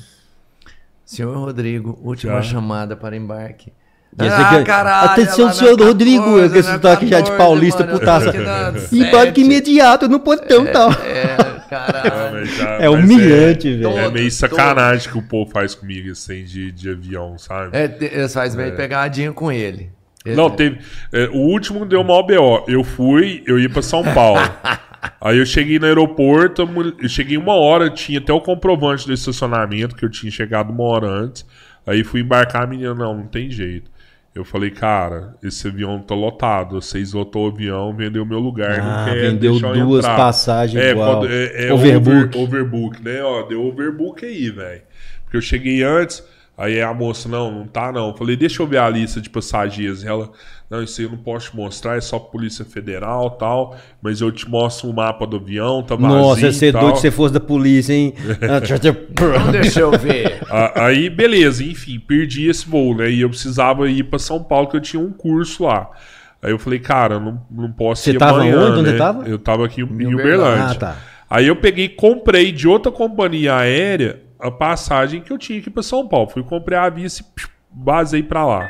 senhor Rodrigo, última Já. chamada para embarque. E esse Ah, aqui é- caralho, Atenção, lá na senhor Rodrigo, catorze, com esse na sotaque já de catorze, paulista, mano, eu tô putaça. aqui na Embarque sete. imediato no portão e tal. É, Ah, caralho. mas já- É mas humilhante, é- velho. É, Todo- meio sacanagem que o povo faz comigo, assim, de, de avião, sabe? É, te- eles fazem meio pegadinha com ele. Ele- Não, teve. é, o último deu mal B O. Eu fui, eu ia pra São Paulo. Aí eu cheguei no aeroporto, a mul- eu cheguei uma hora, tinha até o comprovante do estacionamento, que eu tinha chegado uma hora antes. Aí fui embarcar, a menina, não, não tem jeito. Eu falei, cara, esse avião tá lotado. Vocês lotou o avião, vendeu meu lugar, Ah, não quer vendeu deixar eu duas entrar. passagens é, igual. quando- é, é Overbook. over- overbook, né? Ó, deu overbook aí, velho. Porque eu cheguei antes, aí a moça, não, não tá não. Eu falei, deixa eu ver a lista de passageiros. Ela, não, isso aí eu não posso te mostrar, é só Polícia Federal e tal. Mas eu te mostro o mapa do avião, tá vazio Nossa, ia e ser tal. doido se você fosse da polícia, hein? Ah, tchau, tchau. Então deixa eu ver. A- Aí, beleza, enfim, perdi esse voo, né? E eu precisava ir pra São Paulo, que eu tinha um curso lá. Aí eu falei, cara, eu não, não posso Você ir tava amanhã, onde? Onde né? tava? Eu tava aqui em Uberlândia. Uberlândia. Ah, tá. Aí eu peguei, comprei de outra companhia aérea a passagem que eu tinha aqui pra São Paulo. Fui, comprei a via e basei pra lá.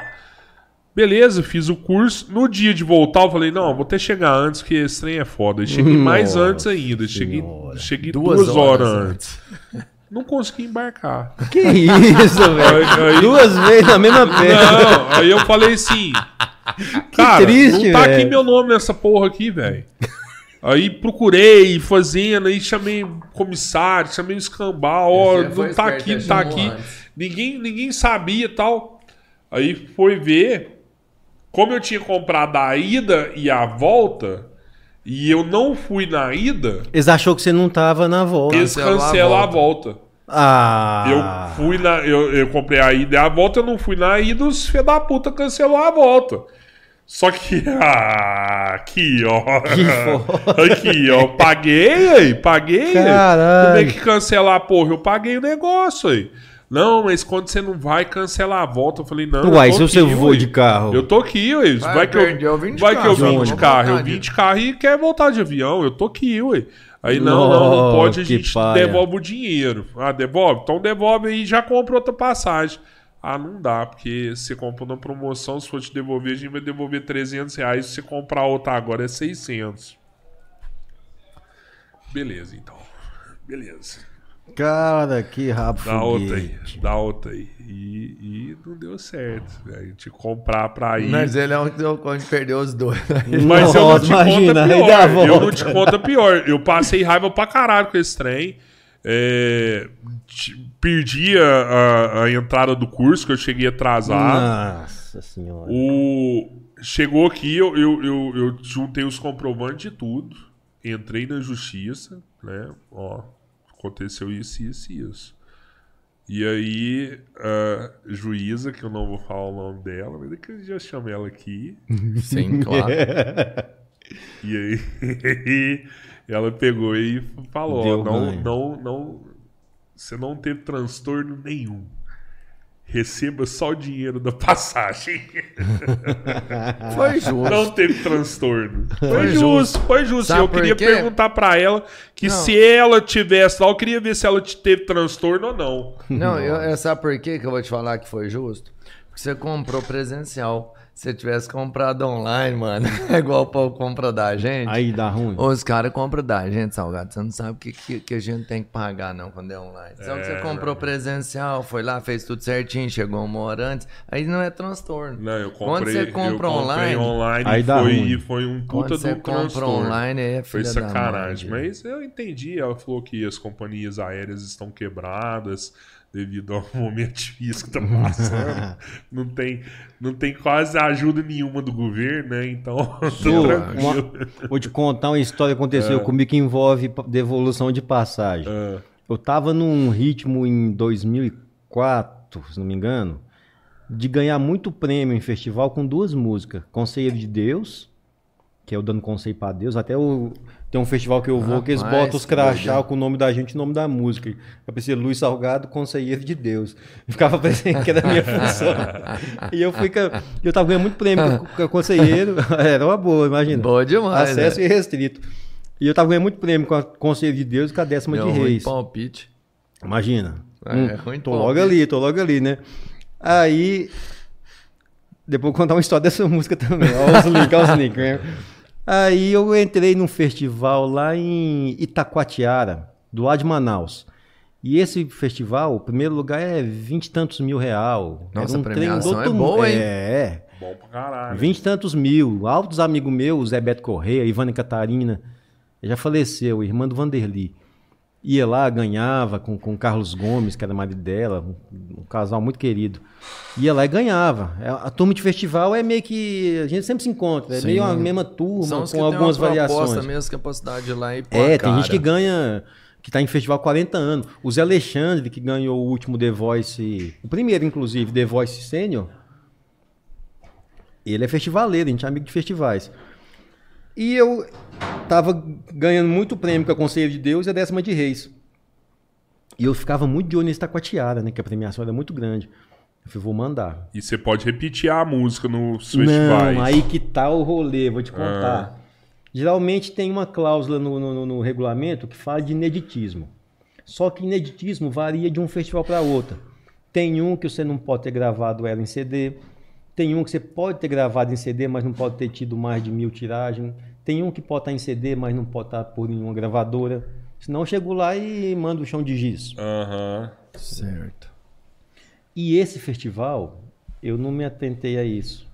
Beleza, fiz o curso. No dia de voltar, eu falei, não, eu vou até chegar antes, porque esse trem é foda. Eu cheguei mais Nossa antes ainda. Cheguei, Senhora. cheguei Duas duas, horas, horas antes. Não consegui embarcar. Que isso, velho? Aí- aí- Duas vezes na mesma peça. Não, aí eu falei assim, cara, triste, não tá aqui velho. meu nome nessa porra aqui, velho. Aí procurei, fazendo, aí chamei o comissário, chamei o escambau, ó, Esse já foi não tá esperto, aqui, não já tá chamou aqui. antes. Ninguém, ninguém sabia e tal. Aí foi ver, como eu tinha comprado a ida e a volta, e eu não fui na ida, Eles achou que você não tava na volta. eles Cancelou a cancelam a volta. volta. Ah. Eu fui na. Eu, eu comprei a ida e a volta, eu não fui na ida, os filhos da puta cancelou a volta. Só que. Ah, aqui, ó. Que foda. Aqui, ó. Paguei aí, paguei. aí. Caralho. Como é que cancelar, porra? Eu paguei o negócio aí. Não, mas quando você não vai cancelar a volta, eu falei, não. Uai, eu se tô você aqui, voa ué. de carro. Eu tô aqui, ué. Vai, Vai que eu, perdeu, eu vim de vai que eu carro, vim de de onde? carro. Eu Vontade. vim de carro e quer voltar de avião. Eu tô aqui, ué. Aí, não, não, não Nossa, pode, a que gente paia. devolve o dinheiro. Ah, devolve? Então devolve aí e já compra outra passagem. Ah, não dá, porque você compra na promoção, se for te devolver, a gente vai devolver trezentos reais. Se você comprar outra agora é seiscentos. Beleza, então. Beleza. Cara, que rabo Dá outra aí, foguete. dá outra aí. E, e não deu certo. A gente comprar pra ir. Mas ele é um que deu conta de perder os dois. Mas eu não Nossa, te imagina, conta aí pior. dá a Eu não volta. te conta pior. Eu passei raiva pra caralho com esse trem. É, t- perdi a, a- a entrada do curso, que eu cheguei atrasado. Nossa senhora. O... Chegou aqui, eu, eu, eu, eu juntei os comprovantes de tudo. Entrei na justiça, né? Ó, aconteceu isso, isso e isso. E aí, a juíza, que eu não vou falar o nome dela, mas é que eu já chamo ela aqui. Sim, claro. E aí, ela pegou e falou: Deu ó, não, ganho. não, não, você não teve transtorno nenhum. Receba só o dinheiro da passagem. Foi justo. Não teve transtorno. Foi, Foi justo, justo. foi justo. Sabe Eu por queria quê? perguntar pra ela que Não. se ela tivesse lá, eu queria ver se ela te- teve transtorno ou não. Não, eu, eu- sabe por quê que eu vou te falar que foi justo? Porque você comprou presencial. Se você tivesse comprado online, mano, é igual o povo compra da gente. Aí dá ruim. Os caras compram da gente, Salgado. Você não sabe o que, que, que a gente tem que pagar, não, quando é online. Só que você comprou presencial, foi lá, fez tudo certinho, chegou uma hora antes. Aí não é transtorno. Não, eu comprei, Quando você compra eu comprei online, online aí e dá foi, ruim. e foi um quando puta você do compra transtorno. online, é Foi filha da sacanagem. mãe. Mas eu entendi. Ela falou que as companhias aéreas estão quebradas devido ao momento difícil que tá passando. não, tem, não tem quase ajuda nenhuma do governo, né? Então, tô tranquilo. Uma, vou te contar uma história que aconteceu é. comigo que envolve devolução de passagem. É. Eu tava num ritmo em dois mil e quatro, se não me engano, de ganhar muito prêmio em festival com duas músicas. Conselheiro de Deus, que é o Dando Conselho pra Deus. Até o... Tem um festival que eu vou ah, que eles botam os crachá com o nome da gente e o nome da música. Eu pensei, Luiz Salgado, Conselheiro de Deus. Eu ficava pensando que era a minha função. E eu fui... Eu tava ganhando muito prêmio com o conselheiro. Era uma boa, imagina. Boa demais, acesso né? irrestrito. E eu tava ganhando muito prêmio com a Conselheiro de Deus e com a décima Meu, de Reis. Ruim palpite. Imagina. É, hum, é ruim tô palpite. logo ali, tô logo ali, né? Aí... Depois eu vou contar uma história dessa música também. Olha os links, olha os links, né? Aí eu entrei num festival lá em Itacoatiara, do lado de Manaus. E esse festival, o primeiro lugar é vinte e tantos mil real. Nossa, um a premiação é mundo. boa, hein? É. Bom pra caralho. Vinte e tantos mil. Altos amigos meus, Zé Beto Correia, Ivana Catarina, já faleceu, irmã do Vanderly. Ia lá, ganhava com o Carlos Gomes, que era marido dela, um, um casal muito querido. Ia lá e ganhava. A, a turma de festival é meio que... A gente sempre se encontra, é Sim. meio a mesma turma, São os com que algumas tem uma variações. Mesmo capacidade de ir lá e pôr É, a tem cara. gente que ganha... Que tá em festival há quarenta anos. O Zé Alexandre, que ganhou o último The Voice... O primeiro, inclusive, The Voice Senior. Ele é festivaleiro, a gente é amigo de festivais. E eu tava ganhando muito prêmio com a Conselheiro de Deus e a décima de Reis. E eu ficava muito de olho nesse Itacoatiara, né? Que a premiação era muito grande. Eu falei, vou mandar. E você pode repetir a música nos festivais. Não, aí que tá o rolê, vou te contar. Ah. Geralmente tem uma cláusula no, no, no regulamento que fala de ineditismo. Só que ineditismo varia de um festival para outro. Tem um que você não pode ter gravado ela em C D. Tem um que você pode ter gravado em C D, mas não pode ter tido mais de mil tiragens. Tem um que pode estar em C D, mas não pode estar por nenhuma gravadora. Senão eu chego lá e mando o chão de giz. Aham. Uhum. Certo. E esse festival, eu não me atentei a isso.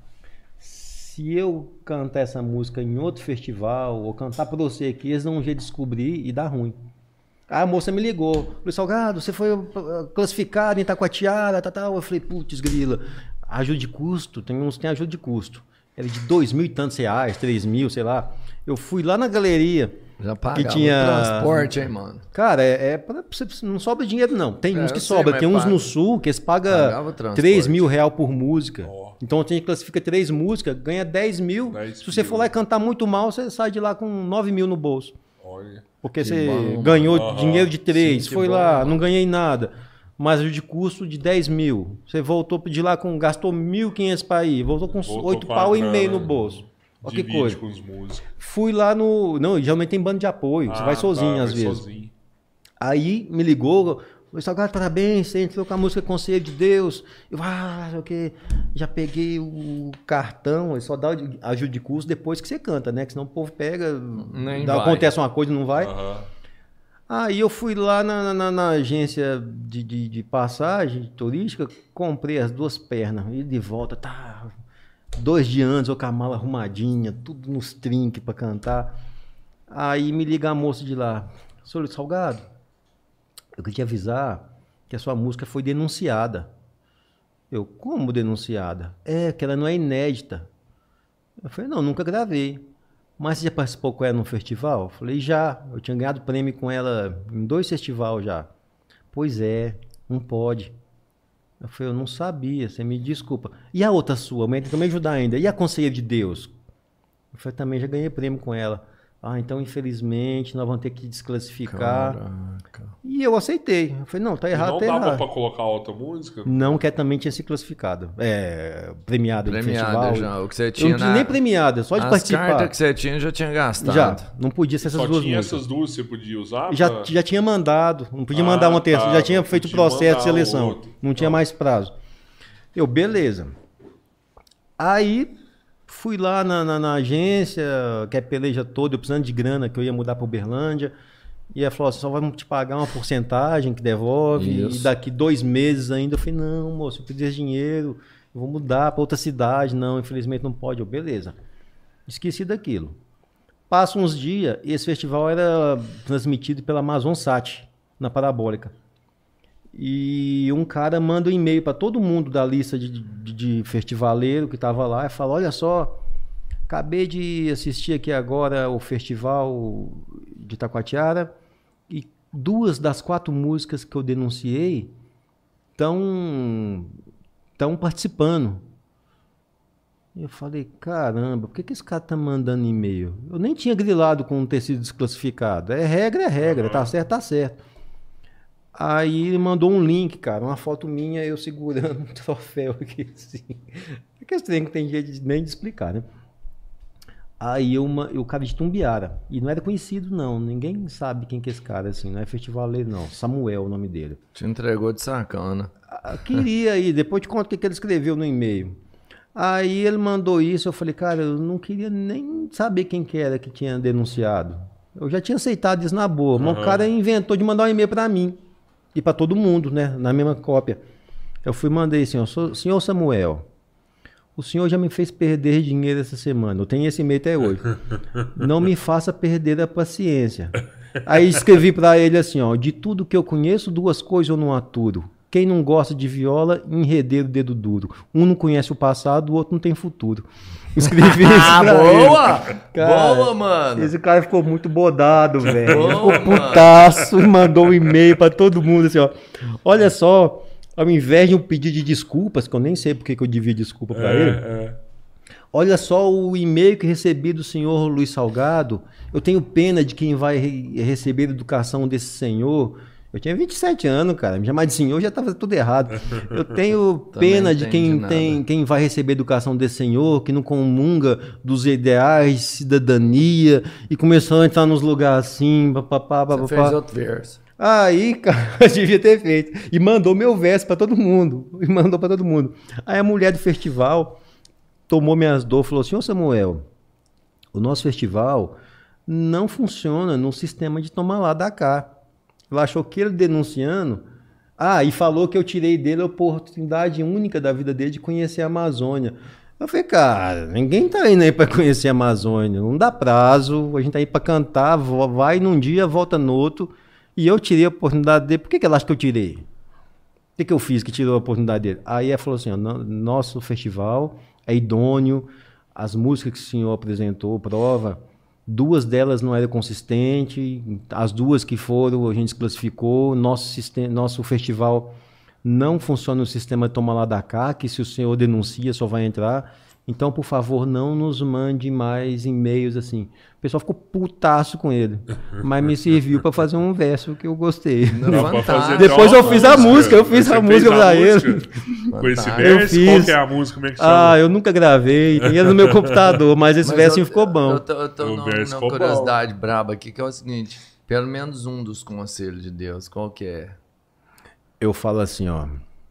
Se eu cantar essa música em outro festival, ou cantar pra você aqui, eles dão um jeito de descobrir e dá ruim. Aí a moça me ligou. Luiz Salgado, você foi classificado em Itacoatiara, tal, tal. Eu falei, putz, grila. Ajuda de custo, tem uns que tem ajuda de custo. Era de dois mil e tantos reais, três mil, sei lá. Eu fui lá na galeria. Já pagava que tinha... o transporte, hein, mano? Cara, é, é pra, não sobra dinheiro, não. Tem é, uns que sobra. Tem uns paga. no sul que eles pagam três mil reais por música. Oh. Então a gente classifica três músicas, ganha dez mil. dez Se você mil. for lá e cantar muito mal, você sai de lá com nove mil no bolso. Olha. Porque você bom, ganhou uhum. dinheiro de três, Sim, foi bom, lá, mano. não ganhei nada. Mas de custo de dez mil. Você voltou de lá com. Gastou mil e quinhentos para ir. Voltou com voltou oito pau e meio no bolso. Olha que coisa. Com os músicos. Fui lá no. Não, geralmente tem bando de apoio. Ah, você vai sozinho tá, às vai vezes. Sozinho. Aí me ligou. Luiz Salgado, parabéns, você entrou com a música Conselheiro de Deus. Eu, ah, o que? Já peguei o cartão, só dá ajuda de custo depois que você canta, né? Que senão o povo pega, dá, acontece uma coisa e não vai. Uhum. Aí eu fui lá na, na, na agência de, de, de passagem turística, comprei as duas pernas, e de volta, tá. Dois dias antes, eu com a mala arrumadinha, tudo nos trinques pra cantar. Aí me liga a moça de lá, senhor Luiz Salgado, eu queria te avisar que a sua música foi denunciada. Eu, como denunciada? É, que ela não é inédita. Eu falei, não, nunca gravei. Mas você já participou com ela num festival? Eu falei, já. Eu tinha ganhado prêmio com ela em dois festivais já. Pois é, não pode. Eu falei, eu não sabia, você me desculpa. E a outra sua? Mas também ajudar ainda. E a Conselheiro de Deus? Eu falei, também já ganhei prêmio com ela. Ah, então infelizmente nós vamos ter que desclassificar. Caraca. E eu aceitei. Eu falei, não, tá errado, tá errado. Não dava pra colocar outra música? Não, que também tinha se classificado. É, premiado de festival. Já, o que você tinha eu não tinha na... nem premiada, só de As participar. As cartas que você tinha já tinha gastado. Já, não podia ser essas só duas tinha músicas. essas duas você podia usar? Já, pra... já tinha mandado, não podia ah, mandar uma terça, tá, já tinha feito o processo de seleção. Outro. Não tinha mais prazo. Eu, beleza. Aí... Fui lá na, na, na agência, que é peleja toda, eu precisando de grana, que eu ia mudar para Uberlândia. E ela falou assim, só vamos te pagar uma porcentagem que devolve. Isso. E daqui dois meses ainda. Eu falei, não, moço, eu preciso de dinheiro. Eu vou mudar para outra cidade. Não, infelizmente não pode. Eu, beleza. Esqueci daquilo. Passa uns dias e esse festival era transmitido pela Amazon Sat, na Parabólica. E um cara manda um e-mail para todo mundo da lista de, de, de festivaleiro que estava lá e fala, olha só, acabei de assistir aqui agora o festival de Taquatiara e duas das quatro músicas que eu denunciei estão estão participando. Eu falei, caramba, por que, que esse cara tá mandando e-mail? Eu nem tinha grilado com ter sido desclassificado. É regra, é regra, tá certo, tá certo. Aí ele mandou um link, cara, uma foto minha, eu segurando um troféu aqui, assim. É que esse trem que tem jeito de, nem de explicar, né? Aí eu, uma, eu cara de Tumbiara, e não era conhecido não, ninguém sabe quem que é esse cara, assim, não é festivaleiro não, Samuel o nome dele. Te entregou de sacana. Ah, queria aí, depois te conto o que, que ele escreveu no e-mail. Aí ele mandou isso, eu falei, cara, eu não queria nem saber quem que era que tinha denunciado. Eu já tinha aceitado isso na boa, mas uhum. o cara inventou de mandar um e-mail pra mim e pra todo mundo, né, na mesma cópia. Eu fui e mandei assim, ó, senhor Samuel, o senhor já me fez perder dinheiro essa semana, eu tenho esse e-mail até hoje. Não me faça perder a paciência. Aí escrevi pra ele assim, ó, de tudo que eu conheço, duas coisas eu não aturo. Quem não gosta de viola, enredeiro, dedo duro. Um não conhece o passado, o outro não tem futuro. Escrevi isso ah, pra boa! ele. Cara, boa, mano! Esse cara ficou muito bodado, velho. Ficou putaço e mandou um e-mail pra todo mundo assim, ó. Olha só, ao invés de um pedido de desculpas, que eu nem sei porque que eu devia desculpa pra é, ele. É. Olha só o e-mail que recebi do senhor Luiz Salgado. Eu tenho pena de quem vai re- receber educação desse senhor. Eu tinha vinte e sete anos, cara. Me chamar de senhor já estava tudo errado. Eu tenho pena de quem, tem, quem vai receber educação desse senhor, que não comunga dos ideais de cidadania e começou a entrar nos lugares assim. Papapá, papapá. Você fez outro verso. Aí, cara, eu devia ter feito. E mandou meu verso para todo mundo. E mandou para todo mundo. Aí a mulher do festival tomou minhas dores e falou assim, ô Samuel, o nosso festival não funciona no sistema de tomar lá da cá. Ela achou que ele denunciando... Ah, e falou que eu tirei dele a oportunidade única da vida dele de conhecer a Amazônia. Eu falei, cara, ninguém tá indo aí pra conhecer a Amazônia. Não dá prazo, a gente tá aí pra cantar, vai num dia, volta no outro. E eu tirei a oportunidade dele. Por que, que ela acha que eu tirei? O que, que eu fiz que tirou a oportunidade dele? Aí ela falou assim, ó, nosso festival é idôneo, as músicas que o senhor apresentou, prova... Duas delas não eram consistentes, as duas que foram a gente desclassificou, nosso, sistema, nosso festival não funciona no sistema toma lá da cá, que se o senhor denuncia só vai entrar, então por favor não nos mande mais e-mails assim. O pessoal ficou putaço com ele, mas me serviu para fazer um verso que eu gostei. Não, fazer Depois eu fiz música. a música, eu fiz Você a música para ele. Com esse verso, fiz... qual que é a música? Como é que chama? Ah, eu nunca gravei, tinha no meu computador, mas esse mas versinho eu, ficou bom. Eu tô, eu tô numa, numa curiosidade bom. braba aqui, que é o seguinte, pelo menos um dos conselhos de Deus, qual que é? Eu falo assim, ó.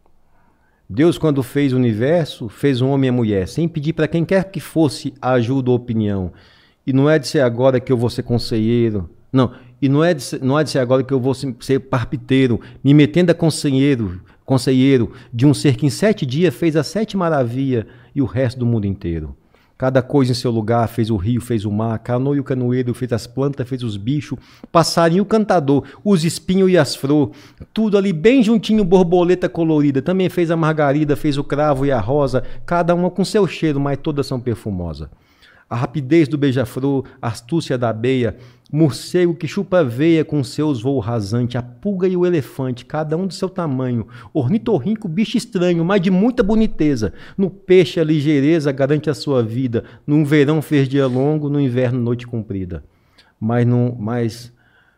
Deus, quando fez o universo, fez um homem e a mulher, sem pedir para quem quer que fosse ajuda ou opinião. E não é de ser agora que eu vou ser conselheiro. Não, e não é de ser, não é de ser agora que eu vou ser parpiteiro, me metendo a conselheiro, conselheiro de um ser que em sete dias fez as sete maravilhas e o resto do mundo inteiro. Cada coisa em seu lugar, fez o rio, fez o mar, canoa e o canoeiro, fez as plantas, fez os bichos, passarinho e o cantador, os espinhos e as flor, tudo ali bem juntinho, borboleta colorida, também fez a margarida, fez o cravo e a rosa, cada uma com seu cheiro, mas todas são perfumosas. A rapidez do beija-flor, a astúcia da abeia, morcego que chupa a veia com seus voos rasantes, a pulga e o elefante, cada um do seu tamanho, ornitorrinco, bicho estranho, mas de muita boniteza. No peixe a ligeireza garante a sua vida, no verão fez dia longo, no inverno noite comprida. Mas não, mas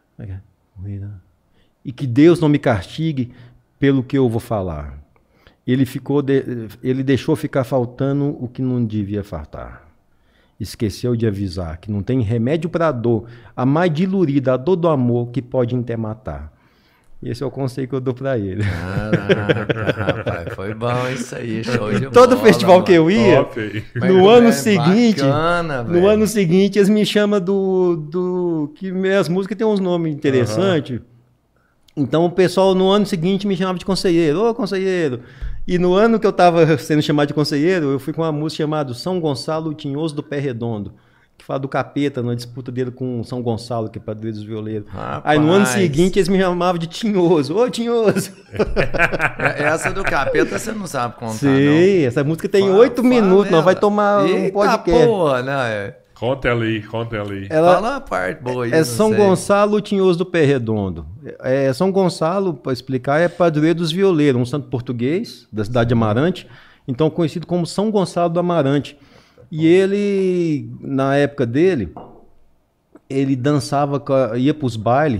e que Deus não me castigue pelo que eu vou falar. Ele ficou, de, ele deixou ficar faltando o que não devia faltar. Esqueceu de avisar que não tem remédio para a dor, a mais dilurida, a dor do amor que pode até matar. Esse é o conselho que eu dou para ele. Caraca, rapaz, foi bom isso aí, show de Todo bola, festival mano. que eu ia, Top. no Mas, ano é seguinte, bacana, no velho. ano seguinte eles me chamam do, do que minhas músicas têm uns nomes interessantes. Uhum. Então o pessoal no ano seguinte me chamava de conselheiro, ô conselheiro. E no ano que eu estava sendo chamado de conselheiro, eu fui com uma música chamada São Gonçalo Tinhoso do Pé Redondo. que fala do Capeta, na disputa dele com São Gonçalo, que é padroeiro dos violeiros. Rapaz. Aí no ano seguinte eles me chamavam de Tinhoso. Ô, Tinhoso! Essa do Capeta você não sabe contar, Sim, não. essa música tem Fala, oito fala minutos, ela. não vai tomar Eita um podcast. porra, né? Conta ela aí, conta ela aí. Ela Fala a parte boa aí. é não São sei. Gonçalo Tinhoso do Pé Redondo. É, São Gonçalo, para explicar, é padroeiro dos violeiros, um santo português da cidade de Amarante, então conhecido como São Gonçalo do Amarante. E ele, na época dele, ele dançava, com a- ia para os bailes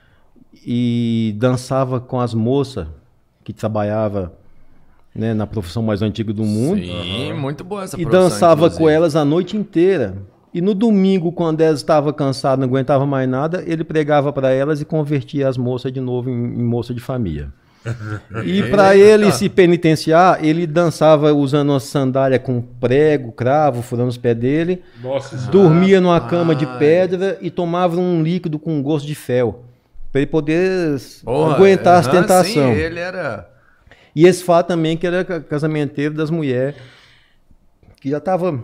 e dançava com as moças que trabalhavam, né, na profissão mais antiga do mundo. Sim, muito boa essa E profissão, dançava inclusive. com elas a noite inteira. E no domingo, quando elas estavam cansadas, não aguentava mais nada, ele pregava para elas e convertia as moças de novo em, em moça de família. E para ele se penitenciar, ele dançava usando uma sandália com prego, cravo, furando os pés dele, Nossa, isso dormia numa cama de Rapaz. pedra e tomava um líquido com gosto de fel, para ele poder Porra, aguentar as aham, tentações. Sim, ele era... E esse fato também que ele era ca- casamenteiro das mulheres, que já estava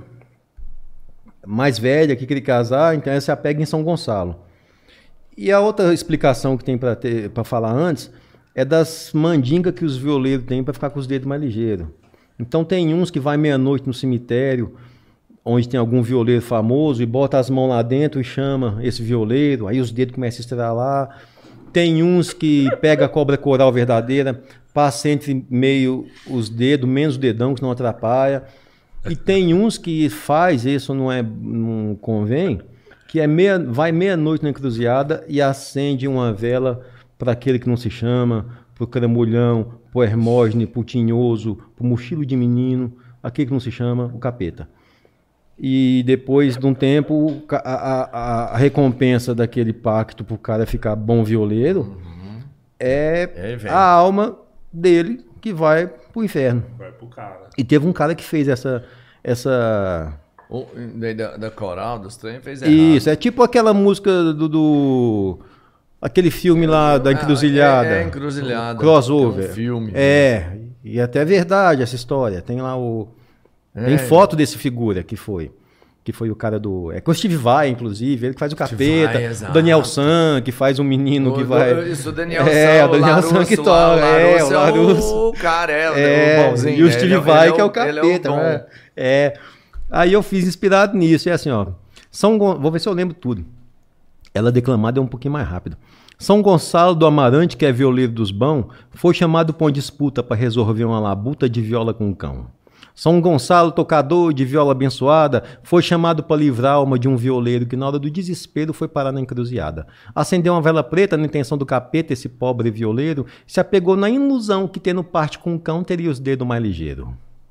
mais velha, que queria casar, então ela se apega em São Gonçalo. E a outra explicação que tem para falar antes é das mandingas que os violeiros têm para ficar com os dedos mais ligeiros. Então tem uns que vai meia-noite no cemitério, onde tem algum violeiro famoso, e bota as mãos lá dentro e chama esse violeiro, aí os dedos começam a estralar. Tem uns que pega a cobra coral verdadeira, passa entre meio os dedos, menos o dedão, que não atrapalha. E tem uns que faz, isso não, é, não convém, que é meia, vai meia-noite na encruzilhada e acende uma vela para aquele que não se chama, para o cramulhão, para o Hermógenes, para o Tinhoso, para o mochilo de menino, aquele que não se chama, o Capeta. E depois de um tempo, a, a, a recompensa daquele pacto para o cara ficar bom violeiro Uhum. é É, velho. a alma dele que vai pro inferno. vai pro cara. E teve um cara que fez essa... essa... O, da, da coral, dos trem, fez errado. Isso, é tipo aquela música do... do- aquele filme lá da Encruzilhada. Ah, é, é Encruzilhada. Crossover. É um filme. É, e até é verdade essa história. Tem lá o... É. Tem foto desse figura que foi. Que foi o cara do... É com o Steve Vai, inclusive. Ele que faz o Capeta. Vai, exato. O Daniel San, que faz um menino O- que vai... o- Isso, o Daniel É, San, o Daniel Larusso San que lá, toca, é, o é Larusso. o cara, é, É, o bonzinho. e o né? Steve Ele é- Vai, ele que é o ele Capeta. bom. né? É. Aí eu fiz inspirado nisso. É assim, ó. São Gon- Vou ver se eu lembro tudo. Ela declamada é um pouquinho mais rápido. São Gonçalo do Amarante, que é violeiro dos bão, foi chamado para uma disputa para resolver uma labuta de viola com cão. São Gonçalo, tocador de viola abençoada, foi chamado para livrar a alma de um violeiro que na hora do desespero foi parar na encruzilhada. Acendeu uma vela preta na intenção do Capeta, esse pobre violeiro, se apegou na ilusão que tendo parte com o cão teria os dedos mais ligeiros.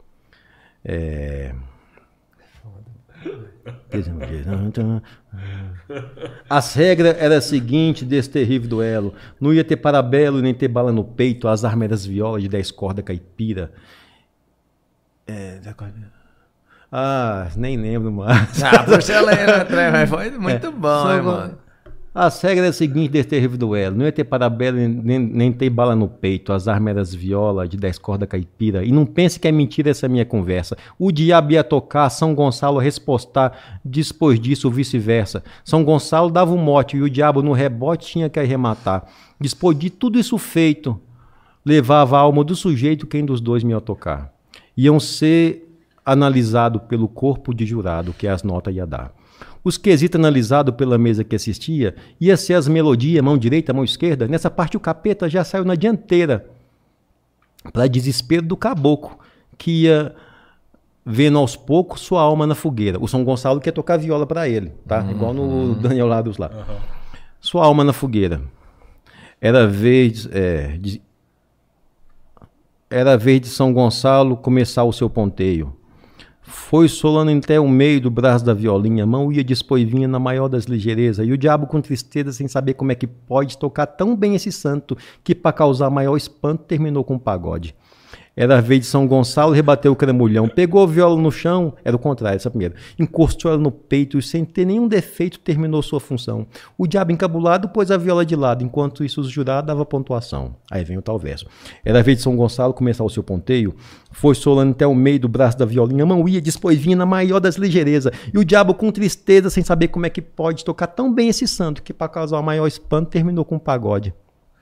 É... As regras eram as seguintes desse terrível duelo. Não ia ter parabelo nem ter bala no peito, as armas eram as violas de dez cordas caipira. É... Ah, nem lembro mais. Ah, puxa ela aí, né, trem, mas foi muito bom, São hein, Gon- mano. As regras eram as seguintes desse terrível duelo. Não ia ter parabelo nem, nem ter bala no peito, as armas eram as violas de dez cordas caipira. E não pense que é mentira essa minha conversa. O diabo ia tocar, São Gonçalo respostar, depois disso vice-versa. São Gonçalo dava um mote e o diabo no rebote tinha que arrematar. Depois de tudo isso feito, levava a alma do sujeito quem dos dois me ia tocar. Iam ser analisado pelo corpo de jurado que as notas ia dar. Os quesitos analisados pela mesa que assistia ia ser as melodias, mão direita, mão esquerda. Nessa parte o Capeta já saiu na dianteira, para desespero do caboclo, que ia vendo aos poucos sua alma na fogueira. O São Gonçalo quer tocar viola para ele, tá? Uhum. Igual no Daniel Lados lá. Uhum. Sua alma na fogueira. Era vez é, de, era vez de São Gonçalo começar o seu ponteio. Foi solando até o meio do braço da violinha, mão ia depois vinha na maior das ligeirezas, e o diabo com tristeza, sem saber como é que pode tocar tão bem esse santo, que para causar maior espanto terminou com um pagode. Era a vez de São Gonçalo, rebateu o cramulhão. Pegou a viola no chão, era o contrário, essa primeira. Encostou ela no peito e, sem ter nenhum defeito, terminou sua função. O diabo encabulado pôs a viola de lado, enquanto isso o jurado dava pontuação. Aí vem o tal verso. Era a vez de São Gonçalo começar o seu ponteio. Foi solando até o meio do braço da violinha. A mão ia, depois vinha na maior das ligeirezas. E o diabo, com tristeza, sem saber como é que pode tocar tão bem esse santo, que para causar o maior espanto, terminou com um pagode.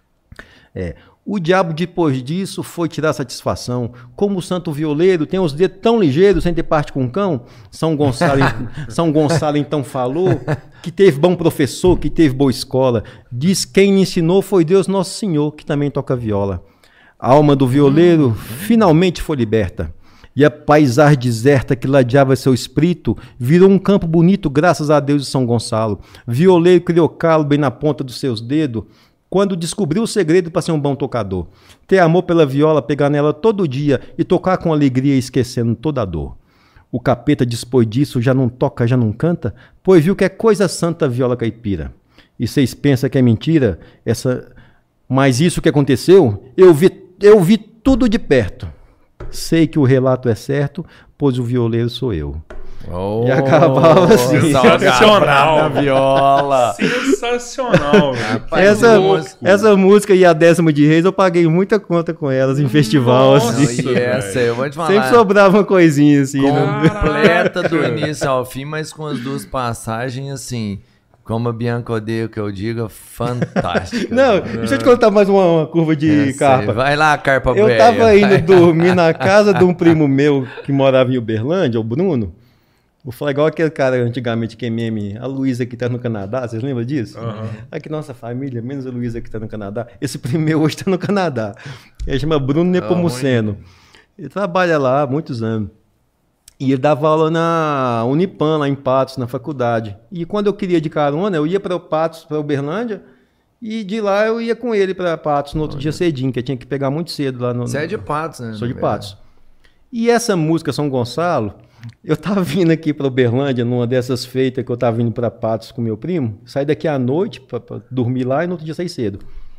É... O diabo, depois disso, foi tirar satisfação. Como o santo violeiro tem os dedos tão ligeiros, sem ter parte com o cão, São Gonçalo, São Gonçalo então falou que teve bom professor, que teve boa escola. Diz quem me ensinou foi Deus Nosso Senhor, que também toca viola. A alma do violeiro hum. finalmente foi liberta. E a paisagem deserta que ladeava seu espírito virou um campo bonito, graças a Deus de São Gonçalo. Violeiro criou calo bem na ponta dos seus dedos, quando descobriu o segredo para ser um bom tocador. Ter amor pela viola, pegar nela todo dia e tocar com alegria, esquecendo toda a dor. O capeta, depois disso, já não toca, já não canta, pois viu que é coisa santa a viola caipira. E vocês pensam que é mentira? Essa... Mas isso que aconteceu, eu vi, eu vi tudo de perto. Sei que o relato é certo, pois o violeiro sou eu. Oh, e acabava assim. Sensacional. Viola. Sensacional. Rapaz, essa, essa música e a Décima de Reis eu paguei muita conta com elas em festival. Nossa, assim. E essa, eu vou te falar. Sempre sobrava uma coisinha assim. Completa do início ao fim, mas com as duas passagens assim. Como a Bianca odeia que eu diga, fantástica. Não, deixa eu te contar mais uma, uma curva de carpa. Vai lá, carpa Eu véia. tava indo dormir na casa de um primo meu que morava em Uberlândia, o Bruno. Vou falar igual aquele cara antigamente que é meme, a Luísa que tá no Canadá, vocês lembram disso? Uhum. Aqui nossa família, menos a Luísa que tá no Canadá. Esse primo meu hoje tá no Canadá. Ele chama Bruno Nepomuceno. Oh, ele trabalha lá há muitos anos. E ele dava aula na Unipan, lá em Patos, na faculdade. E quando eu queria de carona, eu ia para Patos, para Uberlândia, e de lá eu ia com ele para Patos no outro oh, dia cedinho, que eu tinha que pegar muito cedo lá no... Você é de Patos, né? Sou de Patos. E essa música, São Gonçalo, eu tava vindo aqui para Uberlândia, numa dessas feitas que eu tava vindo para Patos com meu primo, saí daqui à noite para dormir lá e no outro dia saí cedo.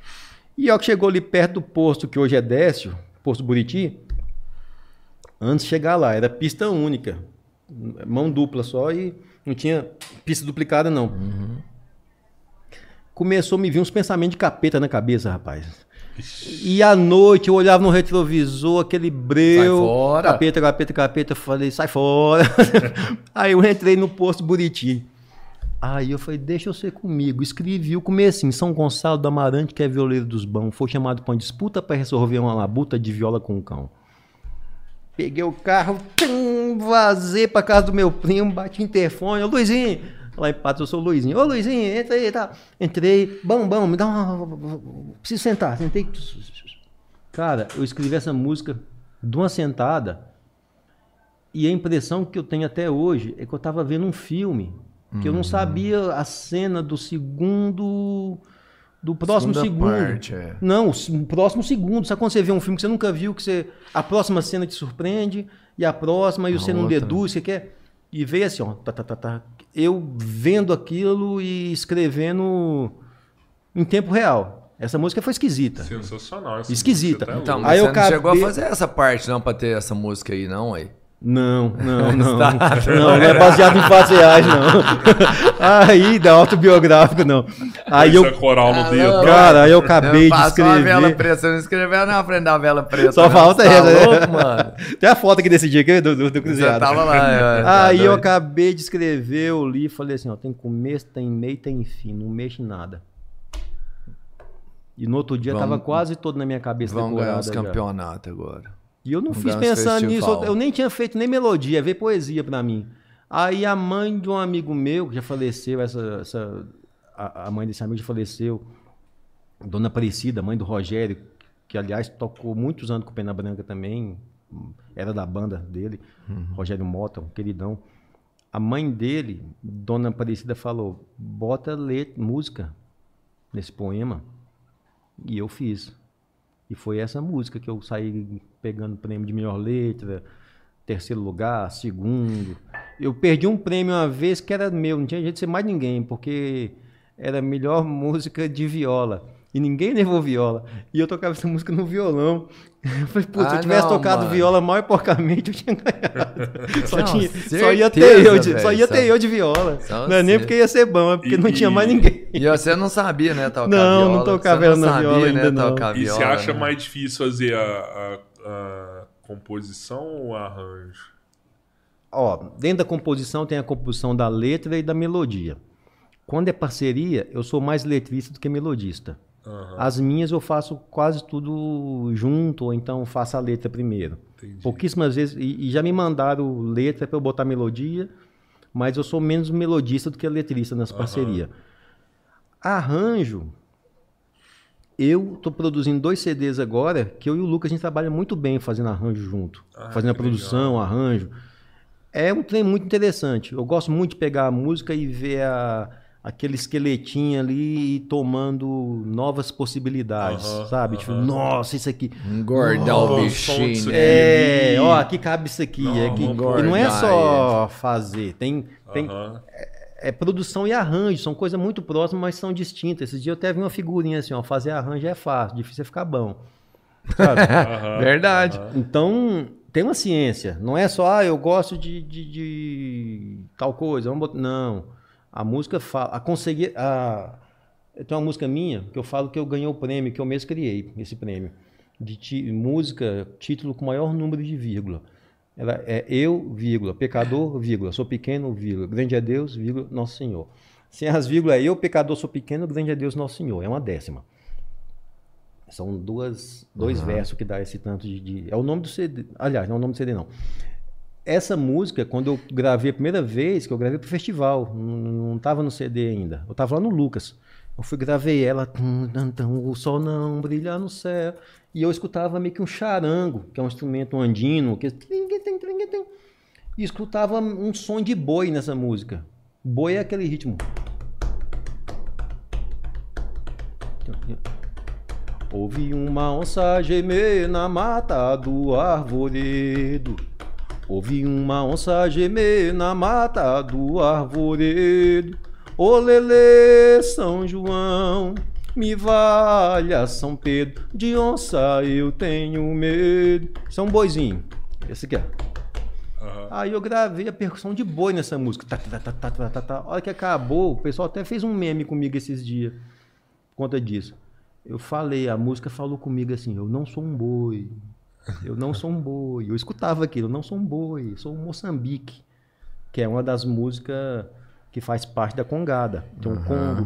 E ó, que chegou ali perto do posto, que hoje é Décio, posto Buriti, antes de chegar lá, era pista única, mão dupla só e não tinha pista duplicada não. Uhum. Começou a me vir uns pensamentos de capeta na cabeça, rapaz. E à noite eu olhava no retrovisor, aquele breu, sai fora. capeta, capeta, capeta, eu falei, sai fora. Aí eu entrei no posto Buriti. Aí eu falei, deixa eu ser comigo. Escrevi o começo assim, São Gonçalo do Amarante, que é violeiro dos bãos, foi chamado para uma disputa para resolver uma labuta de viola com o cão. Peguei o carro, tum, vazei pra casa do meu primo, bati o interfone, ô Luizinho, lá em Patos eu sou o Luizinho, ô Luizinho, entra aí, tá? Entrei, bom, bom, me dá uma... Preciso sentar, sentei. Cara, eu escrevi essa música de uma sentada e a impressão que eu tenho até hoje é que eu tava vendo um filme, que eu não sabia a cena do segundo... Do próximo Segunda segundo. Parte, é. Não, o próximo segundo. Sabe quando você vê um filme que você nunca viu, que você, a próxima cena te surpreende, e a próxima, e a você outra. Não deduz, você quer. E veio assim, ó. Tá, tá, tá, tá. Eu vendo aquilo e escrevendo em tempo real. Essa música foi esquisita. Sensacional. Essa esquisita. Então, mas aí você eu não acabei... chegou a fazer essa parte, não, pra ter essa música aí, não, aí? Não, não, não. Não, não é baseado em fatos reais, não. Aí, da autobiográfico, não. Aí eu, coral no dedo. Cara, aí eu acabei eu de escrever. Só a vela preta, você não escreveu na frente da vela preta. Só não. falta essa, tá louco, mano. Tem a foto aqui desse dia aqui do, do, do Cruzeiro. Você tava lá. É, aí tá eu acabei de escrever, eu li e falei assim, ó, tem começo, tem meio, tem fim, não mexe em nada. E no outro dia vamos, tava quase todo na minha cabeça. Vamos ganhar os campeonatos agora. E eu não fiz pensando nisso, eu nem tinha feito nem melodia, ver poesia pra mim. Aí a mãe de um amigo meu, que já faleceu, essa, essa, a, a mãe desse amigo já faleceu, Dona Aparecida, mãe do Rogério, que aliás tocou muitos anos com Pena Branca também, era da banda dele, uhum. Rogério Mota, um queridão. A mãe dele, Dona Aparecida, falou, bota letra, música nesse poema, e eu fiz. E foi essa música que eu saí pegando prêmio de melhor letra, terceiro lugar, segundo. Eu perdi um prêmio uma vez que era meu, não tinha jeito de ser mais ninguém, porque era a melhor música de viola. E ninguém levou viola. E eu tocava essa música no violão. Eu falei, putz, Ah, se eu tivesse não, tocado mano. viola mal e porcamente, eu tinha ganhado. Só, Não, tinha, certeza, só ia ter eu de, só velho, ia só- ter eu de viola. só Não é nem você. porque ia ser bom, é porque E- não tinha e- mais ninguém. E você não sabia, né, tocar Não, viola? não tocava você ela não na sabia, viola né, ainda, não. tocar E viola. você acha né? mais difícil fazer a, a- a composição ou o arranjo? Ó, dentro da composição tem a composição da letra e da melodia. Quando é parceria, eu sou mais letrista do que melodista. Aham, As minhas eu faço quase tudo junto, ou então faço a letra primeiro. entendi. Pouquíssimas vezes, e, e já me mandaram letra para eu botar melodia, mas eu sou menos melodista do que letrista nas Aham. parcerias. Arranjo, eu tô produzindo dois C Ds agora, que eu e o Lucas a gente trabalha muito bem fazendo arranjo junto, Ah, fazendo a que produção, arranjo. É um trem muito interessante. Eu gosto muito de pegar a música e ver a, aquele esqueletinho ali e tomando novas possibilidades, Aham, sabe? aham. Tipo, nossa, isso aqui. Engordar o Nossa, bichinho, som né? É, ali. ó, aqui cabe isso aqui. Não, aqui. vamos E não é engordar só fazer, tem, tem Aham. é produção e arranjo, são coisas muito próximas, mas são distintas. Esses dias eu até vi uma figurinha assim, ó, fazer arranjo é fácil, difícil é ficar bom. Sabe? Aham, Verdade. aham. Então, tem uma ciência. Não é só, ah, eu gosto de, de, de tal coisa. Vamos botar... Não. A música fala. A conseguir. A... Eu tenho uma música minha que eu falo que eu ganhei o prêmio, que eu mesmo criei, esse prêmio. De ti... música, título com maior número de vírgula. Ela é eu, vírgula, pecador, vírgula, sou pequeno, vírgula, grande é Deus, vírgula, Nosso Senhor. Sem as vírgulas é eu, pecador, sou pequeno, grande é Deus, Nosso Senhor. É uma décima. São duas, dois Uhum. versos que dá esse tanto de, de... É o nome do C D. Aliás, não é o nome do C D, não. Essa música, quando eu gravei a primeira vez, que eu gravei pro festival, não estava no C D ainda. Eu estava lá no Lucas. Eu fui, gravei ela, tum, tum, tum, o sol não brilha no céu. E eu escutava meio que um charango, que é um instrumento andino, que... E escutava um som de boi nessa música. Boi é aquele ritmo. Ouvi uma onça gemer na mata do arvoredo. Ouvi uma onça gemer na mata do arvoredo. Ô lelê, São João, me valha São Pedro. De onça eu tenho medo. Isso é um boizinho. Esse aqui, ó. Aham. Aí eu gravei a percussão de boi nessa música. Tá, tá, tá, tá, tá, tá, tá. A hora que acabou, o pessoal até fez um meme comigo esses dias por conta disso. Eu falei, a música falou comigo assim, eu não sou um boi, eu não sou um boi. Eu escutava aquilo, eu não sou um boi, eu sou um Moçambique, que é uma das músicas que faz parte da congada. Tem um congo.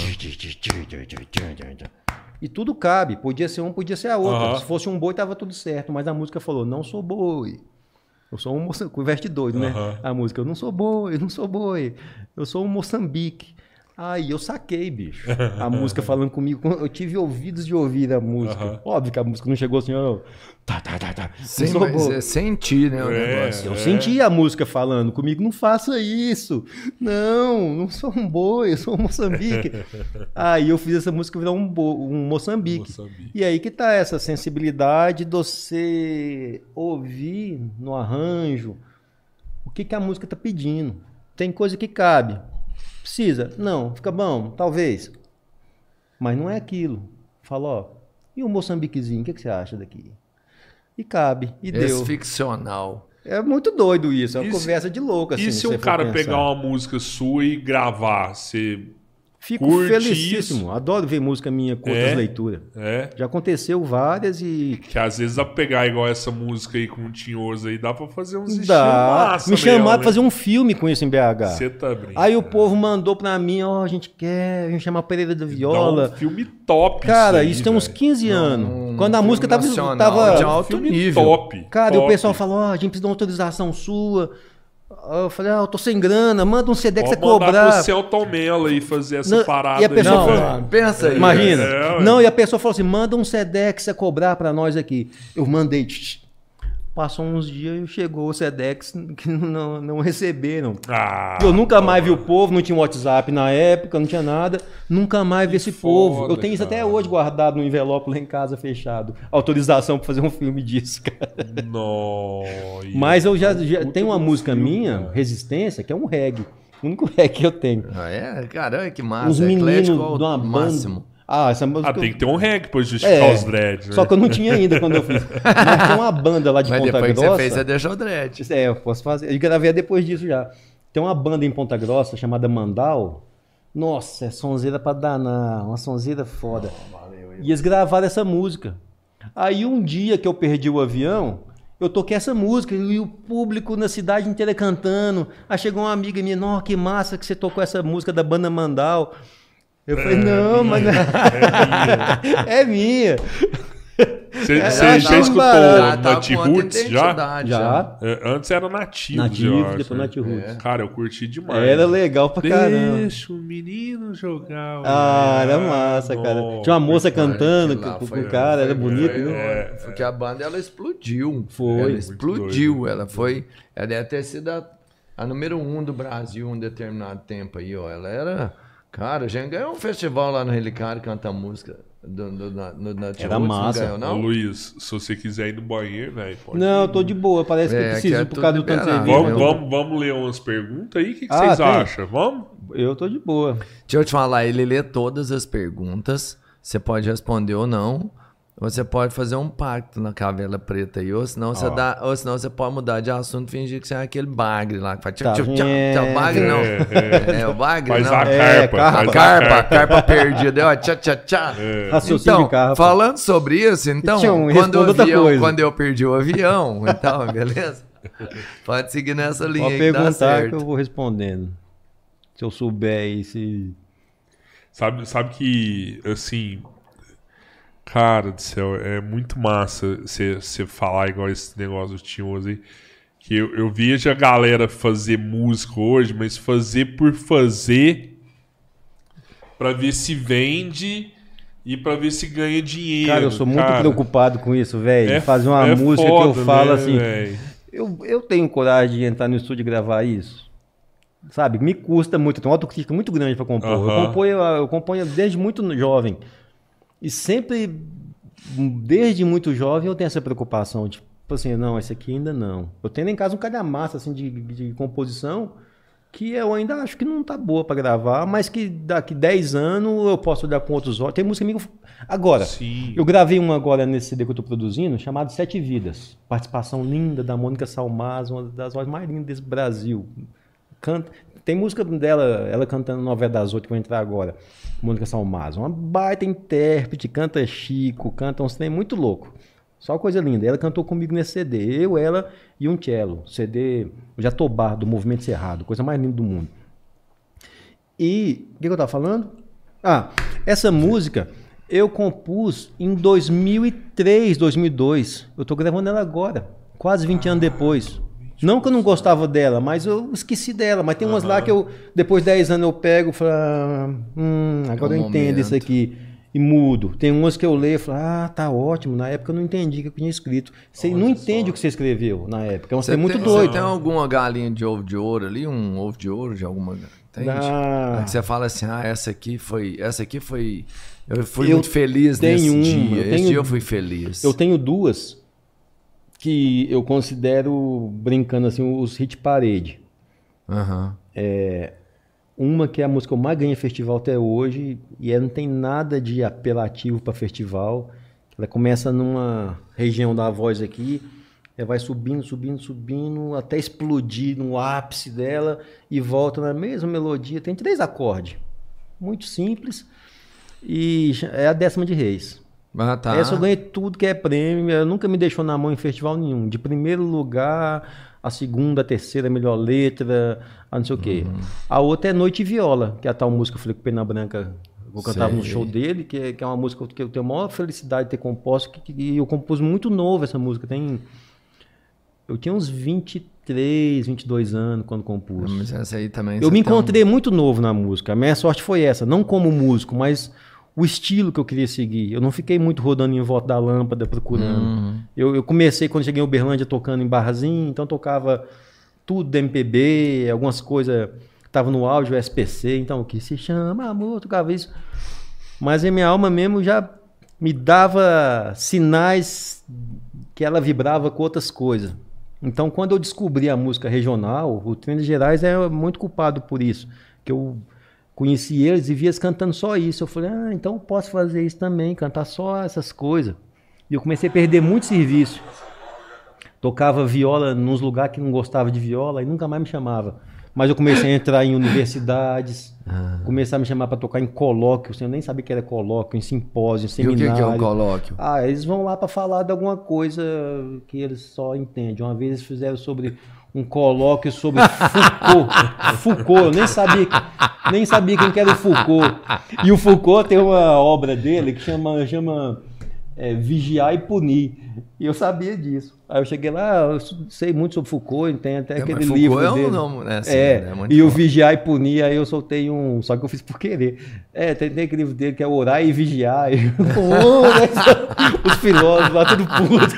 E tudo cabe, podia ser um, podia ser a outra. Aham. Se fosse um boi, tava tudo certo, mas a música falou, não sou boi. Eu sou um Moçambique, com veste doido, né? Aham. A música, eu não sou boi, eu não sou boi, eu sou um Moçambique. Aí eu saquei, bicho. A música falando comigo, eu tive ouvidos de ouvir a música. Aham. Óbvio que a música não chegou assim, ó. Tá, tá, tá, tá. Sim, Não sou mas boi. é sentir, né, o É. negócio. Eu É. senti a música falando comigo, não faça isso. Não, não sou um boi, eu sou um Moçambique. Aí eu fiz essa música virar um, bo... um Moçambique. Moçambique. E aí que tá essa sensibilidade de você ouvir no arranjo o que, que a música tá pedindo. Tem coisa que cabe. Precisa? Não. Fica bom? Talvez. Mas não é aquilo. Fala, ó, e o Moçambiquezinho, o que, que você acha daqui? E cabe, e Esse deu. ficcional. É muito doido isso, é uma E se- conversa de louco. Assim, E se você um for cara pensar. pegar uma música sua e gravar, você Fico curte felicíssimo. isso? Adoro ver música minha com É? outras leituras. é? Já aconteceu várias e. Que às vezes dá pra pegar igual essa música aí com o Tinhoso aí, dá pra fazer uns estilos Dá. massa Me chamaram mesmo, pra fazer um filme com isso em B H. Você tá brincando. Aí o povo mandou pra mim, ó, a gente quer, a gente chama Pereira da Dá Viola. um filme top Cara, aí, isso tem uns velho. quinze anos. Quando a filme música tava. nacional, tava de alto filme nível. top. Cara, e top. o pessoal falou, ó, a gente precisa de uma autorização sua. Aí eu falei, ah, eu tô sem grana, manda um C D que você Pode mandar cobrar. pro Celton Mello aí fazer essa Não, parada e a pessoa aí, falou, velho. Mano, pensa aí. Imagina. É, ué. Não, e a pessoa falou assim: manda um C D que você cobrar pra nós aqui. Eu mandei. tch, Passou uns dias e chegou o Sedex que não, não receberam. Ah, Eu nunca mais vi o povo, não tinha WhatsApp na época, não tinha nada. Nunca mais vi esse povo. Eu tenho isso cara. até hoje guardado no envelope lá em casa fechado. Autorização pra fazer um filme disso, cara. Nossa. Mas eu já, já Puta tenho uma do música filme, minha, cara. Resistência, que é um reggae. O único reggae que eu tenho. Ah, é? Caramba, que massa. Os é meninos de eclético ao uma banda. máximo. Ah, essa música... Ah, tem que ter um reggae pra justificar É, os dreads, né? Só que eu não tinha ainda quando eu fiz. Mas tem uma banda lá de Mas Ponta depois Grossa... que você fez, você deixou o dread. É, eu posso fazer. Eu gravei depois disso já. Tem uma banda em Ponta Grossa chamada Mandal. Nossa, é sonzeira pra danar. Uma sonzeira foda. E eles gravaram essa música. Aí um dia que eu perdi o avião, eu toquei essa música e o público na cidade inteira cantando. Aí chegou uma amiga minha, nossa, que massa que você tocou essa música da banda Mandal. Eu falei, não, mas não... é minha. Você É, já já escutou tava Nat Roots já? Já. É, antes era Nativos, Nativos, eu acho, depois né? Nat Roots. Cara, eu curti demais. Era legal pra caramba. Deixa o menino jogar. Ah, era massa, cara. Nossa, Tinha uma moça cara. cantando Aquilo lá com, com foi- o cara, era foi- bonito, foi- né? É, Porque a banda ela explodiu. Foi. Ela Muito explodiu. doido. Ela foi. Ela deve ter sido a, a número um do Brasil um determinado tempo aí, ó. Ela era. Cara, a gente ganhou um festival lá no Relicário canta música do, do, do, no Nat Era Roots, massa. Não ganhou, Ô, não? Luiz, se você quiser ir no banheiro, velho, pode Não, ir. eu tô de boa. Parece que É, eu preciso que é por causa do tudo tanto liberado. serviço. Vamos, mas eu tô- vamos, vamos ler umas perguntas aí? O que, que Ah, vocês tem? acham? Vamos? Eu tô de boa. Deixa eu te falar, ele lê todas as perguntas. Você pode responder ou não. Ou você pode fazer um pacto na Caveira Preta aí. Ou senão, você, dá, ou senão você pode mudar de assunto e fingir que você é aquele bagre lá. Que faz tchau, Tá tchau, tchau, vendo? tchau. Bagre não. É, É, o bagre Faz não. a É, carpa. carpa. faz a Carpa, carpa perdida. Ó, tchau, tchau, tchau. Raciocínio Então, de carro. falando sobre isso, então, Tchau, quando, responda o outra avião, coisa. quando eu perdi o avião, então, beleza? Pode seguir nessa linha Pode aí que dá perguntar certo. que eu vou respondendo. Se eu souber aí, se... Sabe, sabe que, assim, cara do céu, é muito massa você falar igual esse negócio do Tinhoso aí. Que eu, eu vejo a galera fazer música hoje, mas fazer por fazer pra ver se vende e pra ver se ganha dinheiro. Cara, eu sou muito cara. preocupado com isso, velho. É, Fazer uma é música foda, que eu falo né, assim... velho? Eu, eu tenho coragem de entrar no estúdio e gravar isso? Sabe? Me custa muito. Eu tenho uma autocrítica muito grande pra compor. Aham. Eu, componho, eu componho desde muito jovem. E sempre, desde muito jovem, eu tenho essa preocupação. Tipo assim, não, esse aqui ainda não. Eu tenho em casa um calhamaço assim, de, de composição que eu ainda acho que não tá boa pra gravar, mas que daqui dez anos eu posso olhar com outros olhos. Tem música minha. Agora, Sim. eu gravei uma agora nesse C D que eu tô produzindo, chamado Sete Vidas. Participação linda da Mônica Salmaz, uma das vozes mais lindas desse Brasil. Canta, tem música dela, ela cantando Novela das Oito, que vai entrar agora. Mônica Salmaz. Uma baita intérprete, canta Chico, canta uns trem muito louco. Só coisa linda. Ela cantou comigo nesse C D. Eu, ela e um cello. C D Jatobá, do Movimento Cerrado. Coisa mais linda do mundo. E o que, que eu tava falando? Ah, essa música eu compus em dois mil e três, dois mil e dois. Eu tô gravando ela agora, quase vinte anos depois. Não que eu não gostava dela, mas eu esqueci dela. Mas tem umas lá que eu, depois de dez anos, eu pego e falo, ah, hum, agora É um eu entendo momento. isso aqui. E mudo. Tem umas que eu leio e falo, ah, tá ótimo. Na época eu não entendi o que eu tinha escrito. Você não entende o que você escreveu na época. É um Você trem muito tem, doido. Você tem alguma galinha de ovo de ouro ali? Um ovo de ouro de alguma... Entende? Ah. Aí você fala assim, ah, essa aqui foi... Essa aqui foi... Eu fui Eu muito feliz tenho nesse uma, dia. eu Esse tenho- dia eu fui feliz. Eu tenho duas que eu considero, brincando assim, os hit parede. Aham. Uma que é a música que eu mais ganhei em festival até hoje, e ela não tem nada de apelativo para festival. Ela começa numa região da voz aqui, ela vai subindo, subindo, subindo, até explodir no ápice dela e volta na mesma melodia. Tem três acordes, muito simples, e é a Décima de Reis. Ah, tá. Essa eu ganhei tudo que é prêmio, ela nunca me deixou na mão em festival nenhum. De primeiro lugar, a segunda, a terceira, a melhor letra, a não sei o quê. A outra é Noite e Viola, que é a tal música que eu falei com o Pena Branca, eu cantava no Sei. show dele, que é, que é uma música que eu tenho a maior felicidade de ter composto, que, que eu compus muito novo essa música. Tem, eu tinha uns vinte e três, vinte e dois anos quando compus. Mas essa aí também... Eu você me tem um- encontrei muito novo na música. A minha sorte foi essa, não como músico, mas o estilo que eu queria seguir. Eu não fiquei muito rodando em volta da lâmpada procurando. Uhum. Eu, eu comecei quando cheguei em Uberlândia tocando em barzinho, então tocava tudo da M P B, algumas coisas estavam no áudio, S P C, então o que se chama amor, tocava isso. Mas a minha alma mesmo já me dava sinais que ela vibrava com outras coisas. Então, quando eu descobri a música regional, o Trem de Gerais é muito culpado por isso. Que eu conheci eles e via eles cantando só isso. Eu falei, ah, então eu posso fazer isso também, cantar só essas coisas. E eu comecei a perder muito serviço. Tocava viola nos lugares que não gostava de viola e nunca mais me chamava. Mas eu comecei a entrar em universidades, ah. comecei a me chamar para tocar em colóquios, eu nem sabia que era colóquio, em simpósio, em seminário. E o que, que é um colóquio? Ah, eles vão lá para falar de alguma coisa que eles só entendem. Uma vez eles fizeram sobre um colóquio sobre Foucault. Foucault, eu nem sabia, nem sabia quem que era o Foucault. E o Foucault tem uma obra dele que chama... chama É, Vigiar e Punir. E eu sabia disso. Aí eu cheguei lá, eu sei muito sobre Foucault, tem até é, aquele livro Foucault dele. É um nome, né? Assim, é, né? E o Vigiar e Punir, aí eu soltei um, só que eu fiz por querer. É, tem, tem aquele livro dele que é Orar e Vigiar. E, pô, né? Os filósofos lá, tudo puto.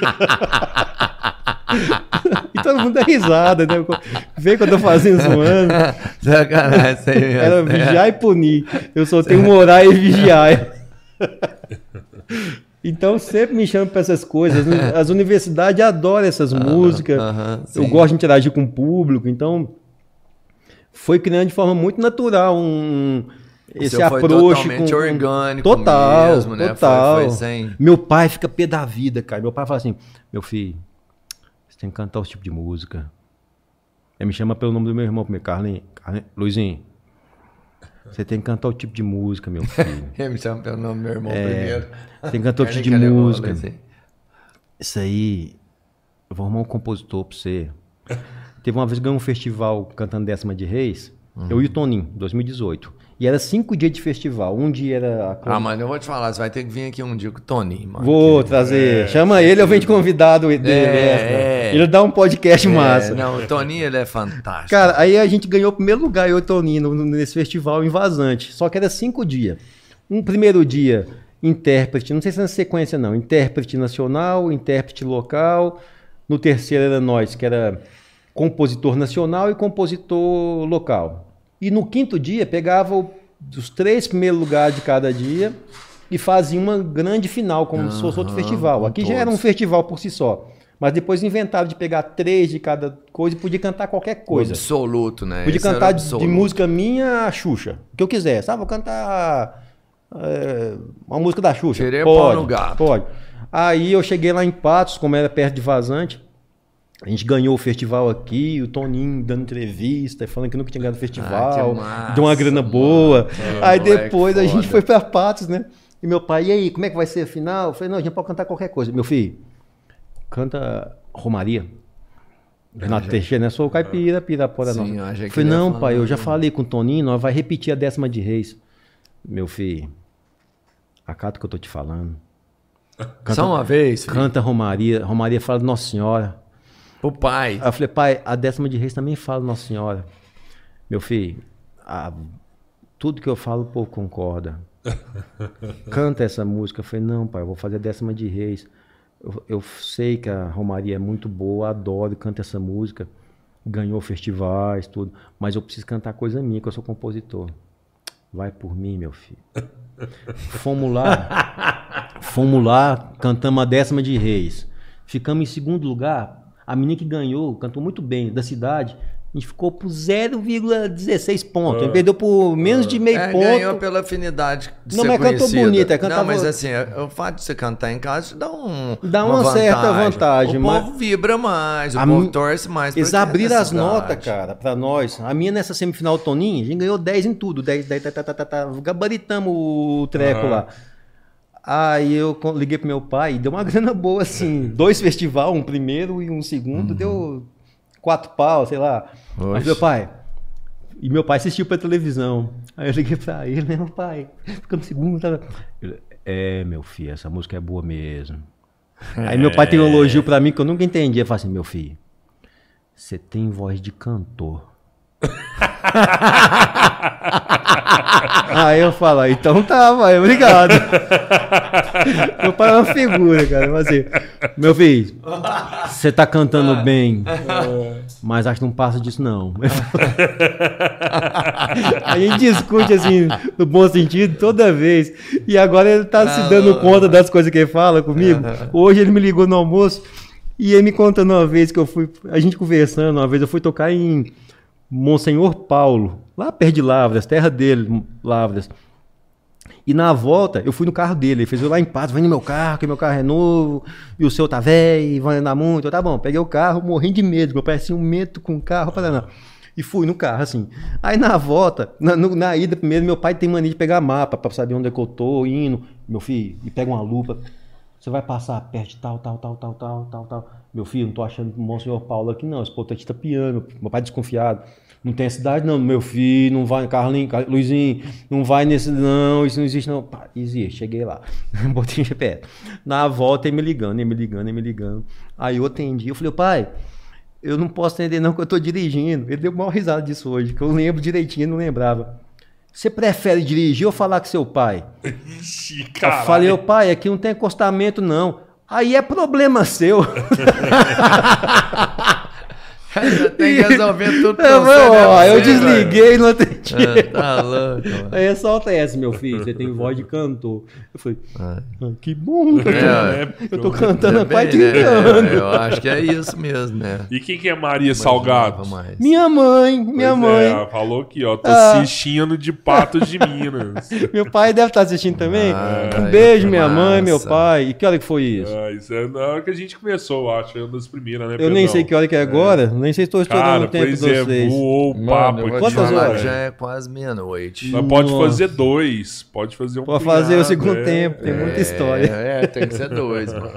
E todo mundo dá risada, né? Vê que eu tô fazendo zoando. Sacanagem, isso aí mesmo. Era Vigiar e Punir. Eu soltei um Orar e Vigiar. Então sempre me chamam para essas coisas. As universidades adoram essas músicas. Uh-huh, eu gosto de interagir com o público. Então foi criando de forma muito natural um esse approach totalmente com, orgânico total, mesmo, né? Total. Foi, foi sem... Meu pai fica pé da vida, cara. Meu pai fala assim: meu filho, você tem que cantar esse tipo de música. Ele me chama pelo nome do meu irmão primeiro, Carlinhos, Carlinhos, Luizinho. Você tem que cantar o tipo de música, meu filho. Ele me chama pelo nome do meu irmão é, primeiro. Você tem que cantar o tipo de música. Assim. Isso aí, eu vou arrumar um compositor pra você. Teve uma vez que ganhei um festival cantando Décima de Reis, uhum. eu e o Toninho, dois mil e dezoito. E era cinco dias de festival. Um dia era... A... Ah, mas eu vou te falar, você vai ter que vir aqui um dia com o Toninho, mano. Vou trazer. É, Chama ele, eu venho de convidado dele. É, é. Ele dá um podcast é, massa. Não, o Toninho, ele é fantástico. Cara, aí a gente ganhou o primeiro lugar, eu e o Toninho, nesse festival em Vazante. Só que era cinco dias. Um primeiro dia, intérprete, não sei se é na sequência não, intérprete nacional, intérprete local. No terceiro era nós, que era compositor nacional e compositor local. E no quinto dia, pegava o, os três primeiros lugares de cada dia e fazia uma grande final, como uhum, se fosse outro festival. Aqui todos. Já era um festival por si só. Mas depois inventaram de pegar três de cada coisa e podia cantar qualquer coisa. Absoluto, né? Podia Esse cantar de, de música minha a Xuxa. O que eu quiser. Sabe, vou cantar é, uma música da Xuxa. Tirei pode, no gato. Pode. Aí eu cheguei lá em Patos, como era perto de Vazante. A gente ganhou o festival aqui, o Toninho dando entrevista, falando que nunca tinha ganhado o festival, ah, deu uma grana boa. Mano, aí depois a gente foi para Patos, né? E meu pai, e aí, como é que vai ser a final? Eu falei, não, a gente pode cantar qualquer coisa. Meu filho, canta Romaria. Renato Teixeira, né? Sou o caipira, pirapora não. Eu falei, não, pai, eu já falei com o Toninho, nós vai repetir a Décima de Reis. Meu filho, acata o que eu tô te falando. Canta, Só uma vez? Filho. Canta Romaria. Romaria fala de Nossa Senhora. O pai. Aí eu falei, pai, a Décima de Reis também fala Nossa Senhora. Meu filho, a, tudo que eu falo o povo concorda. Canta essa música. Eu falei, não, pai, eu vou fazer a Décima de Reis. Eu, eu sei que a Romaria é muito boa, adoro, canta essa música. Ganhou festivais, tudo. Mas eu preciso cantar coisa minha, que eu sou compositor. Vai por mim, meu filho. Fomos lá, fomos lá, cantamos a Décima de Reis. Ficamos em segundo lugar. A menina que ganhou, cantou muito bem, da cidade, a gente ficou por zero vírgula dezesseis pontos. Uh, a gente perdeu por menos uh, de meio é, ponto. Ganhou pela afinidade de Não, ser mas conhecida. Cantou bonita. Cantava... Não, mas assim, o fato de você cantar em casa te dá um Dá uma, uma certa vantagem. vantagem. O mas... povo vibra mais, o a povo mi... torce mais. Eles abriram as notas, cara, pra nós. A minha nessa semifinal Toninho, a gente ganhou dez em tudo. dez, dez, tá, tá, tá, tá, tá, gabaritamos o treco uh. lá. Aí eu liguei pro meu pai e deu uma grana boa, assim. Dois festivais, um primeiro e um segundo, uhum. deu quatro pau, sei lá. Oxe. Aí meu pai... E meu pai assistiu pra televisão. Aí eu liguei pra ele, né, meu pai? Ficamos segundo. Tá... Ele, é, meu filho, essa música é boa mesmo. É. Aí meu pai tem um elogio pra mim que eu nunca entendi. Ele falou assim, meu filho, você tem voz de cantor. Aí eu falo, então tá, vai, obrigado. Meu pai é uma figura, cara. Assim, meu filho, você tá cantando bem, mas acho que não passa disso, não. A gente discute assim, no bom sentido, toda vez. E agora ele tá se dando conta das coisas que ele fala comigo. Hoje ele me ligou no almoço e ele me contando uma vez que eu fui, a gente conversando, uma vez eu fui tocar em Monsenhor Paulo, lá perto de Lavras, terra dele, Lavras. E na volta, eu fui no carro dele. Ele fez eu lá em paz, vai no meu carro, que meu carro é novo, e o seu tá velho, vai andar muito. Eu, tá bom, peguei o carro, morrendo de medo, meu parecia um medo com o carro, para não. E fui no carro, assim. Aí na volta, na, no, na ida primeiro, meu pai tem mania de pegar mapa pra saber onde é que eu tô indo. Meu filho, e pega uma lupa. Você vai passar perto de tal, tal, tal, tal, tal, tal, tal. Meu filho, não tô achando o Monsenhor Paulo aqui, não. Esse povo tá te tapeando. Meu pai desconfiado. Não tem cidade, não. Meu filho, não vai, Carlinhos, Luizinho, não vai nesse, não. Isso não existe, não. Pá, existe. Cheguei lá. Botei o G P S. Na volta, ele me ligando, ele me ligando, ele me ligando. Aí eu atendi. Eu falei, pai, eu não posso atender, não, que eu tô dirigindo. Ele deu uma risada disso hoje, que eu lembro direitinho, não lembrava. Você prefere dirigir ou falar com seu pai? Ixi, caralho. Eu falei, ô pai, aqui não tem acostamento, não. Aí é problema seu. Tem que resolver tudo pra eu, você, né, ó, eu você, desliguei e não atendi. Ah, tá louco, mano. Aí solta essa, meu filho, você tem voz de cantor. Eu falei, ah, que bom, que eu, tô, É, eu tô cantando É a pai bem, né? gritando. Eu acho que é isso mesmo, né? E quem que é Maria Salgado? Mais. Minha mãe, minha Pois mãe. é, ela falou aqui, ó, tô Ah. assistindo de Patos de Minas. Meu pai deve estar assistindo também. Ah, um beijo, que minha mãe, meu massa. pai. E que hora que foi isso? Ah, isso é na hora que a gente começou, eu acho, é uma das primeiras, né, Eu nem Pedrão? sei que hora que é agora, nem sei se estou estourando Cara, o tempo de pois é, vocês. voou o Mano, papo eu vou aqui. te Quantas falar, horas? já é quase meia-noite. Mas pode Nossa. fazer dois, pode fazer um Pode fazer o punhado, segundo é. tempo, tem muita história. É, tem que ser dois, mano.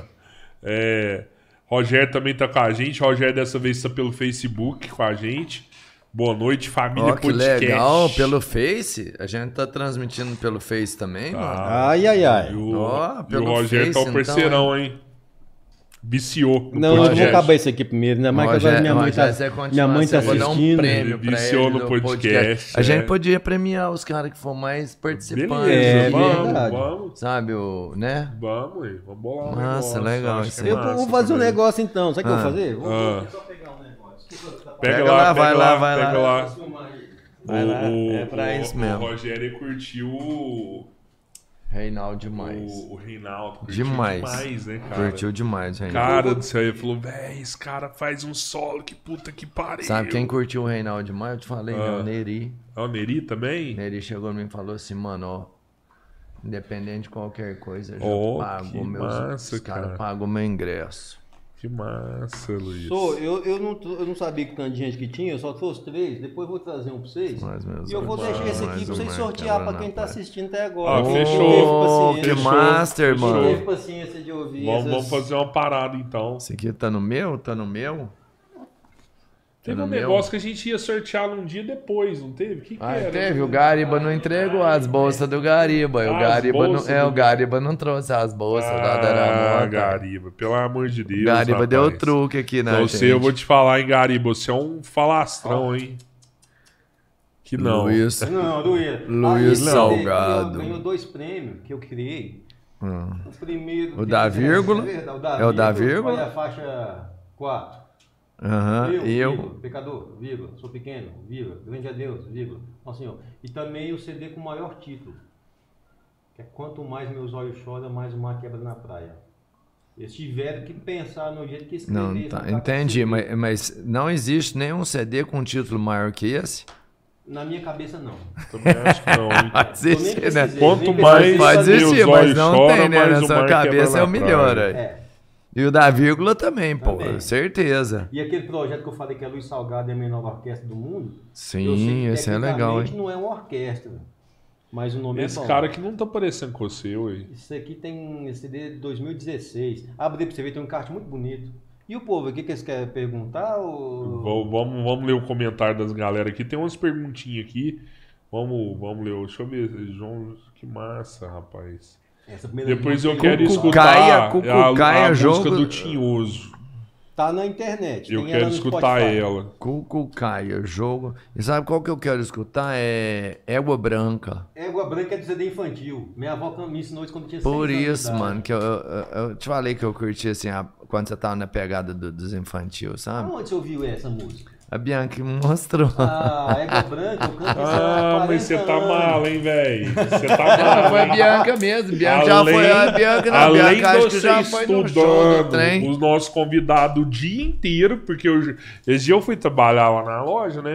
É, Rogério também tá com a gente. Rogério dessa vez tá pelo Facebook com a gente. Boa noite, família Ó, que podcast. legal, pelo Face. A gente tá transmitindo pelo Face também, mano. Ai, ai, ai. E o, Ó, e o pelo Rogério tá Face, o parceirão, hein? Viciou. no Não, eu vou podcast. acabar isso aqui primeiro, né? Mas que agora minha mãe tá, você continua, minha mãe tá você vai dar um assistindo. prêmio pra Viciou ele no do podcast, A gente é. podia premiar os caras que for mais participantes. Beleza, É, vamos, verdade. vamos. Sabe, o, né? Vamos, hein? Vamos bolar um Massa, negócio. legal Acho isso que aí. é Eu massa vou fazer um também. negócio então. Sabe o que eu vou Ah. fazer? Vou Ah. vou só pegar um negócio. Pega, Pega lá, lá, pega vai lá, lá, vai pega lá. lá. Vai lá, O- é pra o- isso mesmo. O Rogério curtiu o, Reinaldo demais. o, o Reinaldo. Curtiu Demais. demais, né, cara? Curtiu demais, Reinaldo. Cara do céu, ele falou, véi, esse cara faz um solo, que puta que pariu. Sabe quem curtiu o Reinaldo demais? Eu te falei, né? Ah. O Neri. É o Neri também? O Neri chegou em mim e falou assim, mano, ó. Independente de qualquer coisa, eu já Oh, pago que meus. massa, os caras cara. pagam meu ingresso. Que massa, Luiz. Sou, eu, eu, não, eu não sabia que tanto de gente que tinha, eu só trouxe três, depois eu vou trazer um pra vocês. Mais meus E eu vou olhos, deixar esse mais aqui pra um vocês mais sortear quebra pra quem na tá praia. assistindo até agora. Ah, Quem fechou. teve Que paciência, master, quem mano. teve paciência de ouvir Vamos, essas- vamos fazer uma parada, então. Esse aqui tá no meu? Tá no meu? Teve no um meu? negócio que a gente ia sortear num dia depois, não teve? O que, que Ah, era? teve. O Gariba não entregou as bolsas do Gariba. E o Ah, as Gariba não, bolsas é, do- o Gariba não trouxe as bolsas lá da Ah, Aramota. Gariba, pelo amor de Deus. O Gariba rapaz. deu truque aqui na Então, gente. você, eu vou te falar, hein, Gariba, você é um falastrão, hein? Que não. Luiz. Não, Luiz. Luiz esse Salgado. Ganhou, ganhou dois prêmios que eu criei. Hum. O primeiro. O da vírgula? É verdade, o da É o da vírgula? Olha a faixa quatro. Aham. Eu, E eu. vírgula, pecador, vírgula, sou pequeno, vírgula, grande a Deus, vírgula, nosso Senhor. E também o C D com o maior título, que é Quanto Mais Meus Olhos Choram, Mais o Mar Quebra na Praia. Eles tiveram que pensar no jeito que escrever. Não, essa tá, capa de entendi, C D. mas, mas não existe nenhum C D com título maior que esse? Na minha cabeça, não. Também acho que não, hein? Pode existir, nem né? pesquisei, Quanto nem mais pesquisei, Pode só dei- existir, meus mas olhos não choram, tem, né? mais Na o sua mar quebra cabeça é na o melhor, praia. aí. É. E o da vírgula também, pô, Também. certeza. E aquele projeto que eu falei que é Luiz Salgado e a menor orquestra do mundo. Sim, eu sei que esse é legal, tecnicamente hein? não é uma orquestra, mas o nome Esse é bom. cara aqui não tá parecendo com você, ué. Isso aqui tem esse C D de dois mil e dezesseis. Abre pra você ver, tem um encarte muito bonito. E o povo, o que, que eles querem perguntar? Ou... Vamos, vamos, vamos ler o comentário das galera aqui. Tem umas perguntinhas aqui. Vamos, vamos ler. Deixa eu ver. João, que massa, rapaz. Essa primeira Depois eu música quero aí escutar Cucucaia, a, Cucucaia, a música jogo- do Tinhoso. tá na internet. Eu tem quero ela no escutar Spotify. ela. Cucucaia, jogo. E sabe qual que eu quero escutar? É Égua Branca. Égua Branca é do C D infantil. Minha avó me ensinou isso quando eu tinha seis Por anos de isso, idade. mano, que eu, eu, eu te falei que eu curti assim, a- quando você tava na pegada do- dos infantil, sabe? Aonde você ouviu essa música? A Bianca me mostrou. Ah, Égua Branca, eu canto isso há Ah, mas quarenta você tá anos. mal, hein, velho? Você tá Ah, mal, foi a hein? Bianca mesmo. Bianca já Além- foi a Bianca, não. Além Bianca acho de que você já foi no show do estudando trem. os nossos convidados o dia inteiro, porque eu, esse dia eu fui trabalhar lá na loja, né? Ah.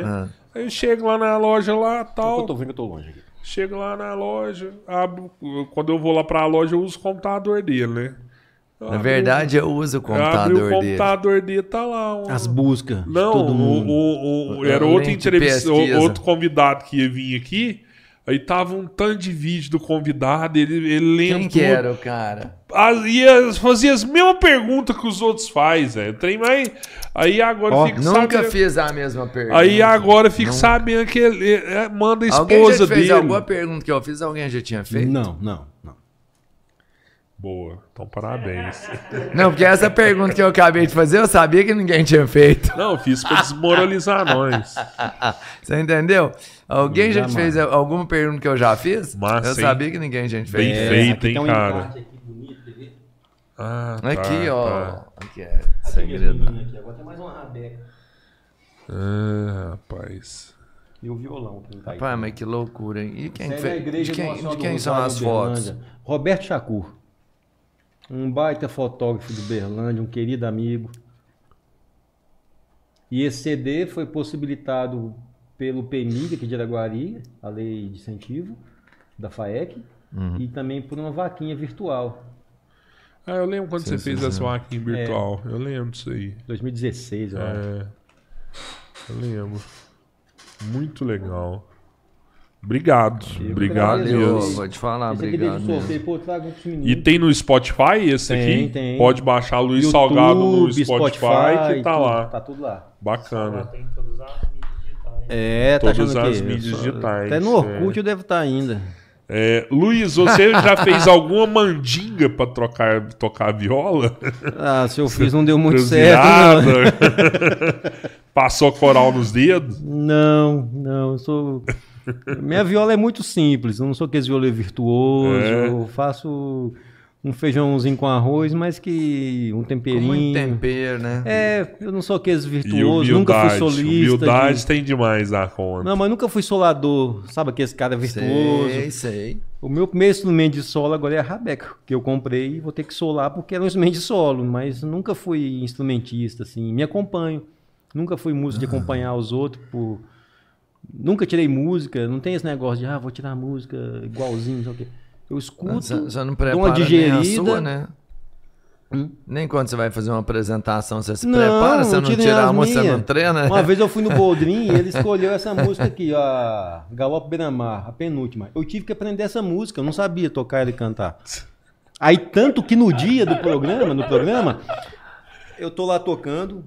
Aí eu chego lá na loja lá tal. Eu tô vendo que eu tô longe aqui. Chego lá na loja, abro, quando eu vou lá pra loja, eu uso o computador dele, né? Eu Na abro- verdade, eu uso o eu computador abri o dele. computador dele, tá lá. Um... As buscas de Não, todo o, mundo. o, o- O era link outro de entrevista, pesquisa. outro convidado que ia vir aqui. Aí tava um tanto de vídeo do convidado, ele, ele lendo Quem que tudo. era o cara? As- ia fazer as mesmas perguntas que os outros fazem, velho. Tem mais. Aí agora Ó, fica Nunca sabendo. fiz a mesma pergunta. Aí agora fica Nunca. sabendo que ele é, manda a Alguém já esposa fez dele. alguma pergunta que eu fiz? Alguém já tinha feito? Não, não, não. Boa, então parabéns. Não, porque essa pergunta que eu acabei de fazer, eu sabia que ninguém tinha feito. Não, eu fiz pra desmoralizar nós. Você entendeu? Alguém já Jamais. fez alguma pergunta que eu já fiz? Massa, eu hein? sabia que ninguém tinha feito. Bem É, feito, aqui hein, tem um cara. Parte aqui bonito, quer ver? Ah, tá, Aqui, ó. tá. Aqui é Aqui, minhas segredo. meninas aqui. Agora tem mais uma rabeca. Ah, rapaz. E o violão que não tá aí. Pai, mas que loucura, hein? E quem Isso aí fez? é a igreja De quem, Nossa Senhora de do quem são Rosário, as Uberlândia. fotos? Roberto Chacur. Um baita fotógrafo do Berlândia, um querido amigo. E esse C D foi possibilitado pelo P M I G aqui de Araguari, a lei de incentivo da FAEC, Uhum. e também por uma vaquinha virtual. Ah, eu lembro quando Sim, você sim, fez sim. essa máquina virtual. Eu lembro disso aí. dois mil e dezesseis, eu acho. É, eu lembro. Muito legal. Obrigado. Eu Obrigado agradeço. Valeu, mesmo. vou te falar, Esse aqui obrigado teve um mesmo. sorteio, pô, traga um pros meninos. E tem no Spotify esse Tem, aqui? tem. Pode baixar Luiz YouTube, Salgado no Spotify, que tá tudo, lá. Tá tudo lá. Bacana. Tem todas as mídias digitais. É, tá Todas achando as que mídias digitais. Até no Orkut eu devo estar ainda. É, Luiz, você já fez alguma mandinga pra trocar, tocar viola? Ah, se eu fiz não deu muito certo, não. Cruzirada? Passou coral nos dedos? Não, não, eu sou... Minha viola é muito simples, eu não sou aquele violeiro virtuoso, É. eu faço um feijãozinho com arroz, mas que um Com temperinho... muito tempero, né? É, eu não sou aquele E virtuoso, nunca fui humildade. solista. Humildade de- tem demais na conta. Não, mas nunca fui solador, sabe aquele cara virtuoso? Sei, sei. O meu primeiro instrumento de solo agora é a rabeca, que eu comprei e vou ter que solar porque era um instrumento de solo, mas nunca fui instrumentista, assim, me acompanho. Nunca fui músico de acompanhar os outros por... Nunca tirei música, não tem esse negócio de, ah, vou tirar música igualzinho, não sei o quê. Eu escuto, Você você não dou prepara uma nem a digerida. sua, né? Hum? Nem quando você vai fazer uma apresentação, você se Não, prepara, você eu não tiro tira a as música, você minhas. não treina. Uma vez eu fui no Boldrin e ele escolheu essa música aqui, a Galope Beira-Mar, a penúltima. Eu tive que aprender essa música, eu não sabia tocar e cantar. Aí tanto que no dia do programa, no programa, eu tô lá tocando,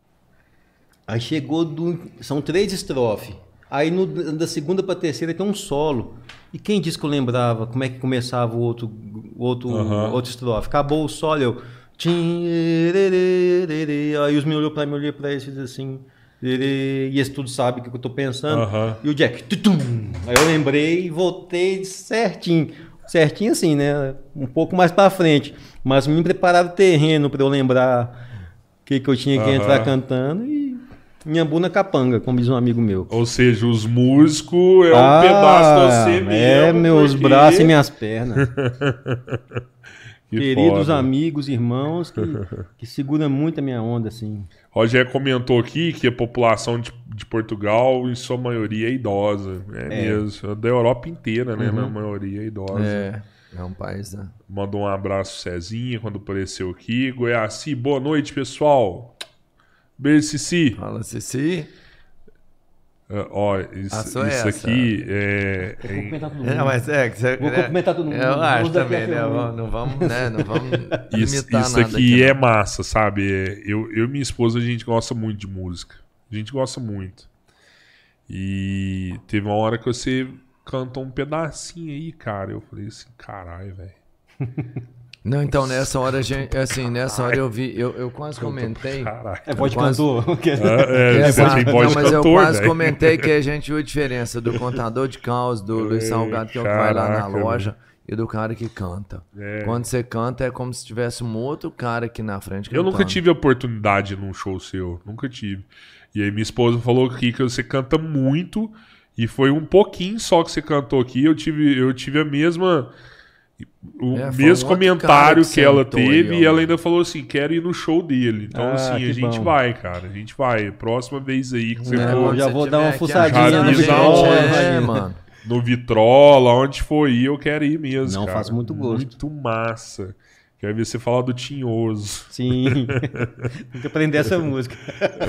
aí chegou, do, são três estrofes. Aí no, da segunda pra terceira tem um solo. E quem disse que eu lembrava como é que começava o outro, o outro, Aham. outro estrofe? Acabou o solo, eu... Tchim, ererê, aí os meninos olhou pra mim, eu olhei pra eles e fiz assim... erê, E esse tudo sabe o que eu tô pensando. Aham. E o Jack... Tutum, aí eu lembrei e voltei certinho. Certinho assim, né? Um pouco mais pra frente. Mas me prepararam o terreno pra eu lembrar o que, que eu tinha que Aham. entrar cantando e... Minha buna capanga, como diz um amigo meu. Ou seja, os músicos é um Ah, pedaço de você mesmo. É, meus porque- braços e minhas pernas. Que Queridos foda. amigos, irmãos, que, que segura muito a minha onda, assim. Rogério comentou aqui que a população de, de Portugal, em sua maioria, é idosa. É, mesmo. Da Europa inteira, né? Uhum. Na maioria é idosa. É, é um país, né? Mandou um abraço, Cezinha, quando apareceu aqui. Goiaci, boa noite, pessoal. Beijo, Cici. Fala, Cici. Ah, ó, isso, Ah, só isso essa. aqui é. Vou é- cumprimentar todo mundo. É, mas é que você... Vou é, cumprimentar todo mundo. Eu acho Vamos daqui a também, né? filme. Vamos- Não vamos, né? Não vamos Isso, limitar isso nada aqui é não. massa, sabe? É, eu, eu e minha esposa, a gente gosta muito de música. A gente gosta muito. E teve uma hora que você cantou um pedacinho aí, cara. Eu falei assim, caralho, velho. Não, então nessa hora, a gente, assim, nessa hora eu vi, eu, eu quase comentei... Caralho. É voz de Quase- cantor. É, É, você quase- tem voz não, de mas eu cantor, quase velho. comentei que a gente viu a diferença do contador de caos, do Luiz Salgado, que é o que vai lá na Caraca, loja, e do cara que canta. É. Quando você canta, é como se tivesse um outro cara aqui na frente Eu cantando. nunca tive a oportunidade num show seu. Nunca tive. E aí minha esposa falou aqui que você canta muito. E foi um pouquinho só que você cantou aqui. Eu tive, eu tive a mesma... O É, foi mesmo um outro cara comentário que que, ela sentou teve aí, e ó. ela ainda falou assim, quero ir no show dele. Então, Ah, assim, que a gente bom. vai, cara. A gente vai. Próxima vez aí que você É, for eu já quando vou você dar uma tiver aqui, fuçadinha no avisa Vitrola, a gente, É, imagina. mano. no Vitrola, onde for ir, eu quero ir mesmo, Não, cara. faz muito gosto. Muito massa. Quero ver você falar do Tinhoso. Sim. Tem que aprender essa música.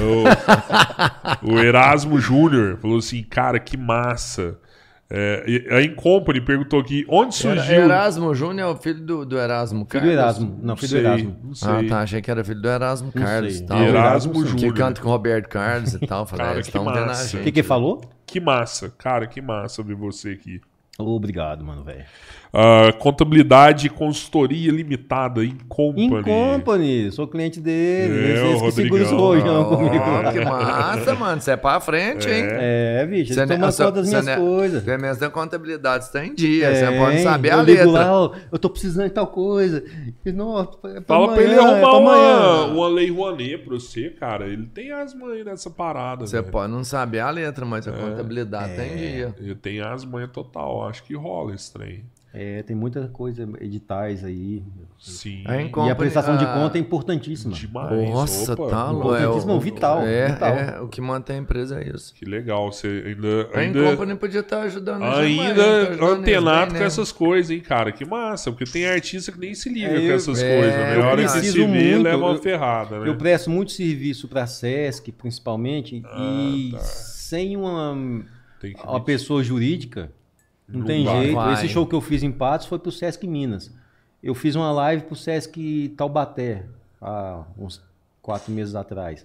O, o Erasmo Júnior falou assim, cara, que massa. É, e a Incompany perguntou aqui, onde Era, surgiu... Erasmo Júnior é o filho do, do Erasmo Filho Carlos? do Erasmo. Não, filho do sei, Erasmo. não sei. Ah, tá. Achei que era filho do Erasmo Não Carlos sei. e tal. Erasmo sim. Júnior. Que canta com o Roberto Carlos e tal. Falei, Cara, eles que estão vendo a massa. gente. O que que falou? Que massa, cara, que massa ver você aqui. Obrigado, mano, velho. Uh, contabilidade e consultoria limitada, Incompany. Incompany, sou cliente dele. É, o Esse que segura os Rodrigão. rojão Ó, comigo. que massa, mano. Você é pra frente, hein? É, bicho, Você ele toma você- conta das você minhas não é- coisas. Você mesmo da contabilidade, você tá em dia. Tem, Você pode saber a eu ligo letra. lá, ó, eu tô precisando de tal coisa. E, não, é pra Fala pra amanhã, ele arrumar é pra uma, amanhã. uma lei Rouanet pra você, cara. Ele tem asma aí nessa parada. Você velho. pode não saber a letra, mas a contabilidade tá em dia. Ele tem asma aí total. Acho que rola esse trem. É, tem muita coisa, editais aí. Sim. É E a Company, prestação de ah, conta é importantíssima. Demais. Nossa, Opa, tá louco. Importantíssimo, É, o- vital, É, vital. é, o que mantém a empresa é isso. Que legal. Você ainda. A ainda... Incompany podia estar ajudando a gente, mas tá Ainda ajudando eles antenado bem, com né? essas coisas, hein, cara? Que massa, porque tem artista que nem se liga É, com eu- essas é, coisas, né? eu A hora que se preciso vê, muito, leva uma eu- ferrada, né? Eu presto muito serviço para a Sesc, principalmente, e tá. sem uma, Tem que uma pessoa jurídica, não, Não tem vai. jeito. Vai. Esse show que eu fiz em Patos foi pro Sesc Minas. Eu fiz uma live pro Sesc Taubaté, há uns quatro meses atrás.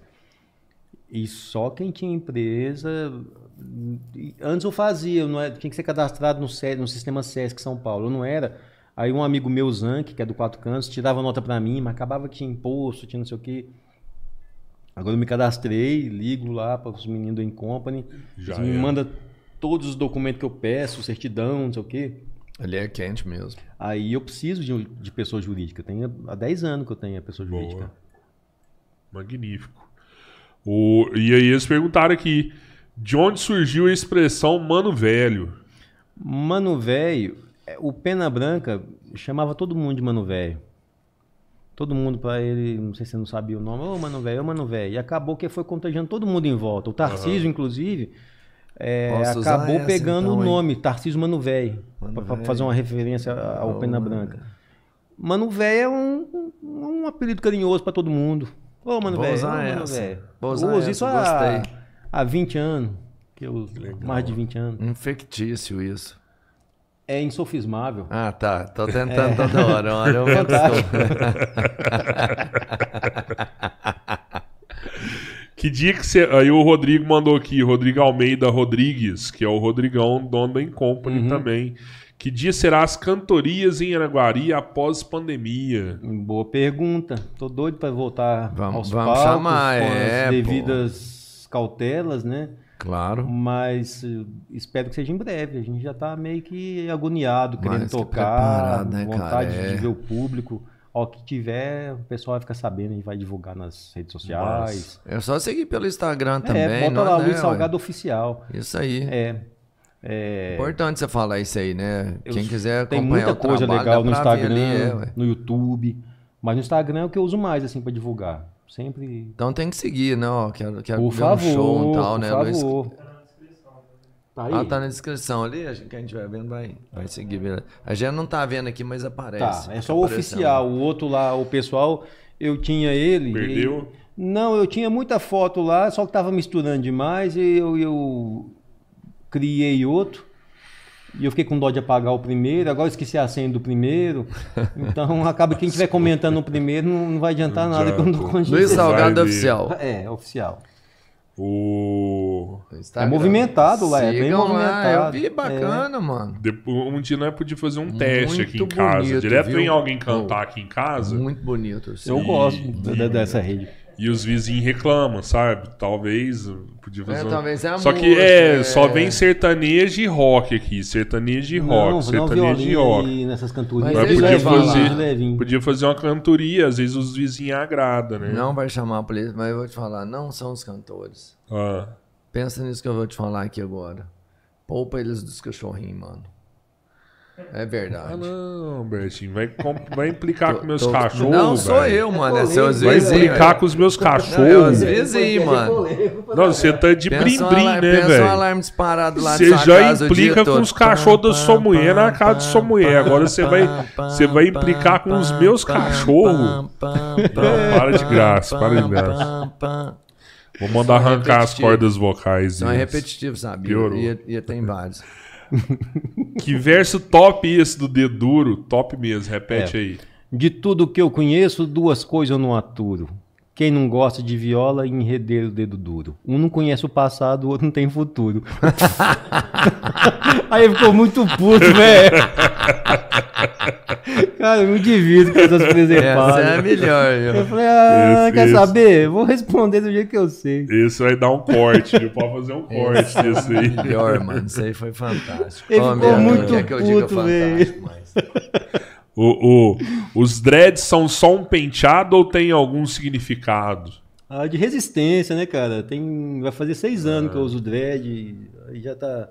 E só quem tinha empresa... Antes eu fazia, eu não era, tinha que ser cadastrado no, Se- no sistema Sesc São Paulo. Eu não era. Aí um amigo meu, Zank, que é do Quatro Cantos, tirava nota para mim, mas acabava que tinha imposto, tinha não sei o quê. Agora eu me cadastrei, ligo lá para os meninos do Incompany. Já Eles me é. mandam todos os documentos que eu peço, certidão, não sei o quê. Ali é quente mesmo. Aí eu preciso de, de pessoa jurídica. Tem há dez anos que eu tenho a pessoa jurídica. Boa. Magnífico. O... E aí eles perguntaram aqui, de onde surgiu a expressão mano velho? Mano velho, é, o Pena Branca chamava todo mundo de mano velho. Todo mundo pra ele, não sei se você não sabia o nome, ô mano velho, ô mano velho. E acabou que foi contagiando todo mundo em volta. O Tarcísio, inclusive, é, Posso usar acabou essa, pegando então, o hein? nome, Tarcísio Mano Velho, Mano pra, pra Velho. fazer uma referência ao Oh, Pena mano. Branca. Mano velho é um, um, um apelido carinhoso pra todo mundo. Ô mano Vou velho, ô usar mano essa. velho. Vou Eu usar uso essa, isso há, gostei. há vinte anos, que eu uso, mais de vinte anos. Um fictício isso. É insofismável. Ah, tá. Tô tentando toda hora. Uma hora eu Fantástico. Que dia que você... Aí o Rodrigo mandou aqui, Rodrigo Almeida Rodrigues, que é o Rodrigão, dono da Incompany Uhum. também. Que dia será as cantorias em Araguari após pandemia? Boa pergunta. Tô doido para voltar Vamos- aos vamos palcos chamar, com é, as pô. devidas cautelas, né? Claro. Mas eh, espero que seja em breve. A gente já tá meio que agoniado, querendo Mais que tocar, preparado, né, vontade cara? de É. ver o público. Ó, que tiver, o pessoal vai ficar sabendo, a gente vai divulgar nas redes sociais. É só seguir pelo Instagram É, também. bota não, lá, né, Luiz ué? Salgado Oficial. Isso aí. É. é Importante você falar isso aí, né? eu- Quem quiser Tem acompanhar muita o coisa trabalho, legal dá no pra ver Instagram, ali, é, ué. no YouTube. Mas no Instagram é o que eu uso mais, assim, para divulgar. Sempre. Então tem que seguir, né? Ó, quero, quero Por ver favor, um show e tal, por né, Luiz? favor. Tá aí? Ah, tá na descrição ali. A gente, quem estiver vendo vai, vai seguir. beleza? A gente não tá vendo aqui, mas aparece. Tá, é Fica só o aparecendo. oficial. O outro lá, o pessoal, eu tinha ele. Perdeu? e- Não, eu tinha muita foto lá, só que tava misturando demais e eu, eu criei outro. E eu fiquei com dó de apagar o primeiro, agora eu esqueci a senha do primeiro. Então acaba que quem estiver comentando o primeiro não, não vai adiantar Não nada que eu não adianta. tô Luiz Vai Salgado ver. Oficial. É, é oficial. O... É movimentado lá, é bem Sigam lá, movimentado. eu vi, bacana, mano. Depois, um dia nós podíamos fazer um teste Muito aqui em casa. bonito, Direto viu? vem alguém cantar aqui em casa Muito bonito. assim. Eu E- gosto e- da- dessa rede. e os vizinhos reclamam, sabe? Talvez uh, podia fazer É, um- talvez é a Só que música, é, é. só vem sertanejo e rock aqui. Sertanejo e rock, Não, não sertanejo e violinho rock. aí nessas cantorias. Mas Mas ele podia vai falar. fazer, de levinho. podia fazer uma cantoria, às vezes os vizinhos agradam, né? Não vai chamar a polícia, mas eu vou te falar, não são os cantores. Ah, Pensa nisso que eu vou te falar aqui agora. Poupa eles dos cachorrinhos, mano. É verdade. Ah, não, Bertinho. Vai, vai implicar Tô- com meus tô- cachorros. Não, sou velho. eu, mano. É É seus Vai vizinhos. implicar com os meus Não, é os cachorros. vizinhos, mano. Não, você tá de Pensa um brim-brim, alarme- né, pensa um velho? alarme disparado lá Você na sua já casa o dia implica com todo. os cachorros da sua Pam, mulher na pam, casa de sua pam, mulher. Agora pam, você vai, pam, você vai pam, implicar com os pam, meus pam, cachorros. pam, pam, Não, pam, para de graça, para de pam, graça. pam, pam. Vou mandar São arrancar as repetitivos. cordas vocais. São deles. repetitivos, sabe? Piorou. E, e tem vários. Que verso top esse do dedo duro? Top mesmo, repete É. aí. De tudo que eu conheço, duas coisas eu não aturo. Quem não gosta de viola e enredeiro dedo duro. Um não conhece o passado, o outro não tem futuro. Aí ficou muito puto, velho. Cara, eu me divido com essas Essa é a presepadas. melhor. Eu viu? falei, ah, Esse- quer esse- saber? Vou responder do jeito que eu sei. Esse vai dar um corte, viu? Pode fazer um corte Esse é desse o aí. melhor, mano. Isso aí foi fantástico. Ele Ô, ficou meu, muito quer que eu diga puto, fantástico, mas... O, o- os dreads são só um penteado ou tem algum significado? Ah, de resistência, né, cara? Tem, vai fazer seis anos que eu uso dread. Aí já tá.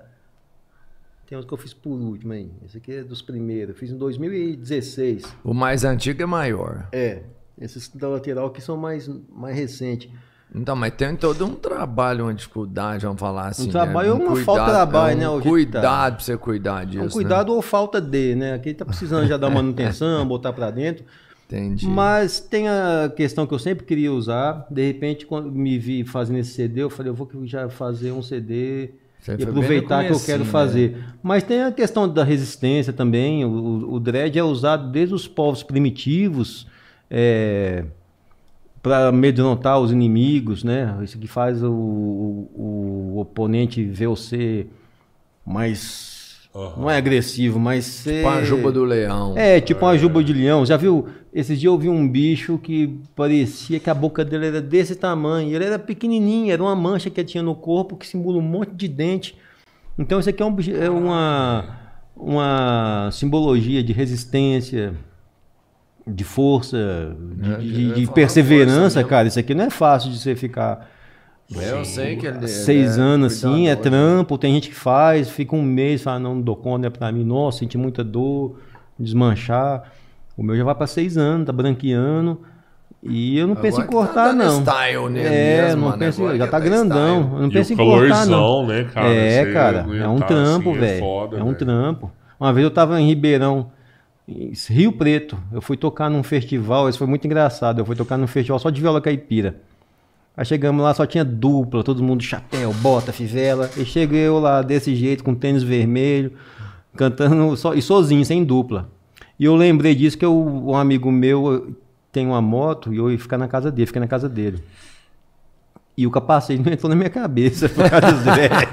Tem uns que eu fiz por último aí. Esse aqui é dos primeiros. Eu fiz em dois mil e dezesseis. O mais antigo é maior. É. Esses da lateral aqui são mais, mais recentes. Então, mas tem todo um trabalho, uma dificuldade, vamos falar assim. Um trabalho né? é uma falta de trabalho, é né, um o jeito que cuidado tá. pra você cuidar disso. É um cuidado ou falta de, né? Aqui tá precisando já dar manutenção, botar pra dentro. Né? Entendi. Mas tem a questão que eu sempre queria usar. De repente, quando me vi fazendo esse C D, eu falei, eu vou já fazer um C D Você e foi bem aproveitar no que eu quero comecinho, fazer. né? Mas tem a questão da resistência também. O, o, o dread é usado desde os povos primitivos é, para amedrontar os inimigos, né? Isso que faz o, o, o oponente ver você mais... Uhum. Não é agressivo, mas... Ser... Com a juba do leão. É, tipo uma juba de leão. Já viu? Esses dias eu vi um bicho que parecia que a boca dele era desse tamanho. Ele era pequenininho, era uma mancha que ele tinha no corpo que simula um monte de dente. Então isso aqui é, um, é uma, uma simbologia de resistência, de força, de, É, de- eu de ia falar perseverança, força mesmo. cara. Isso aqui não é fácil de você ficar Eu sei que ele seis ele é anos assim, é cuidadoso. trampo. Tem gente que faz, fica um mês, fala, não, não dou conta, não é pra mim. Nossa, senti muita dor, desmanchar. O meu já vai pra seis anos, tá branqueando. E eu não penso em Agora que cortar, tá dando não. style nele É, mesmo, não mano. penso, Agora já que tá tá grandão. style. Eu não E penso o em cortar, não. calorzão, né, cara? É, Você cara, é aguentar um trampo, assim é velho. foda, É um velho. trampo. Uma vez eu tava em Ribeirão, em Rio Preto. Eu fui tocar num festival, isso foi muito engraçado. Eu fui tocar num festival só de viola caipira. Aí chegamos lá, só tinha dupla, todo mundo chapéu, bota, fivela. E cheguei eu lá desse jeito, com tênis vermelho, cantando só, e sozinho, sem dupla. E eu lembrei disso que eu, um amigo meu tem uma moto e eu ia ficar na casa dele, fiquei na casa dele. E o capacete não entrou na minha cabeça por causa dos velhos.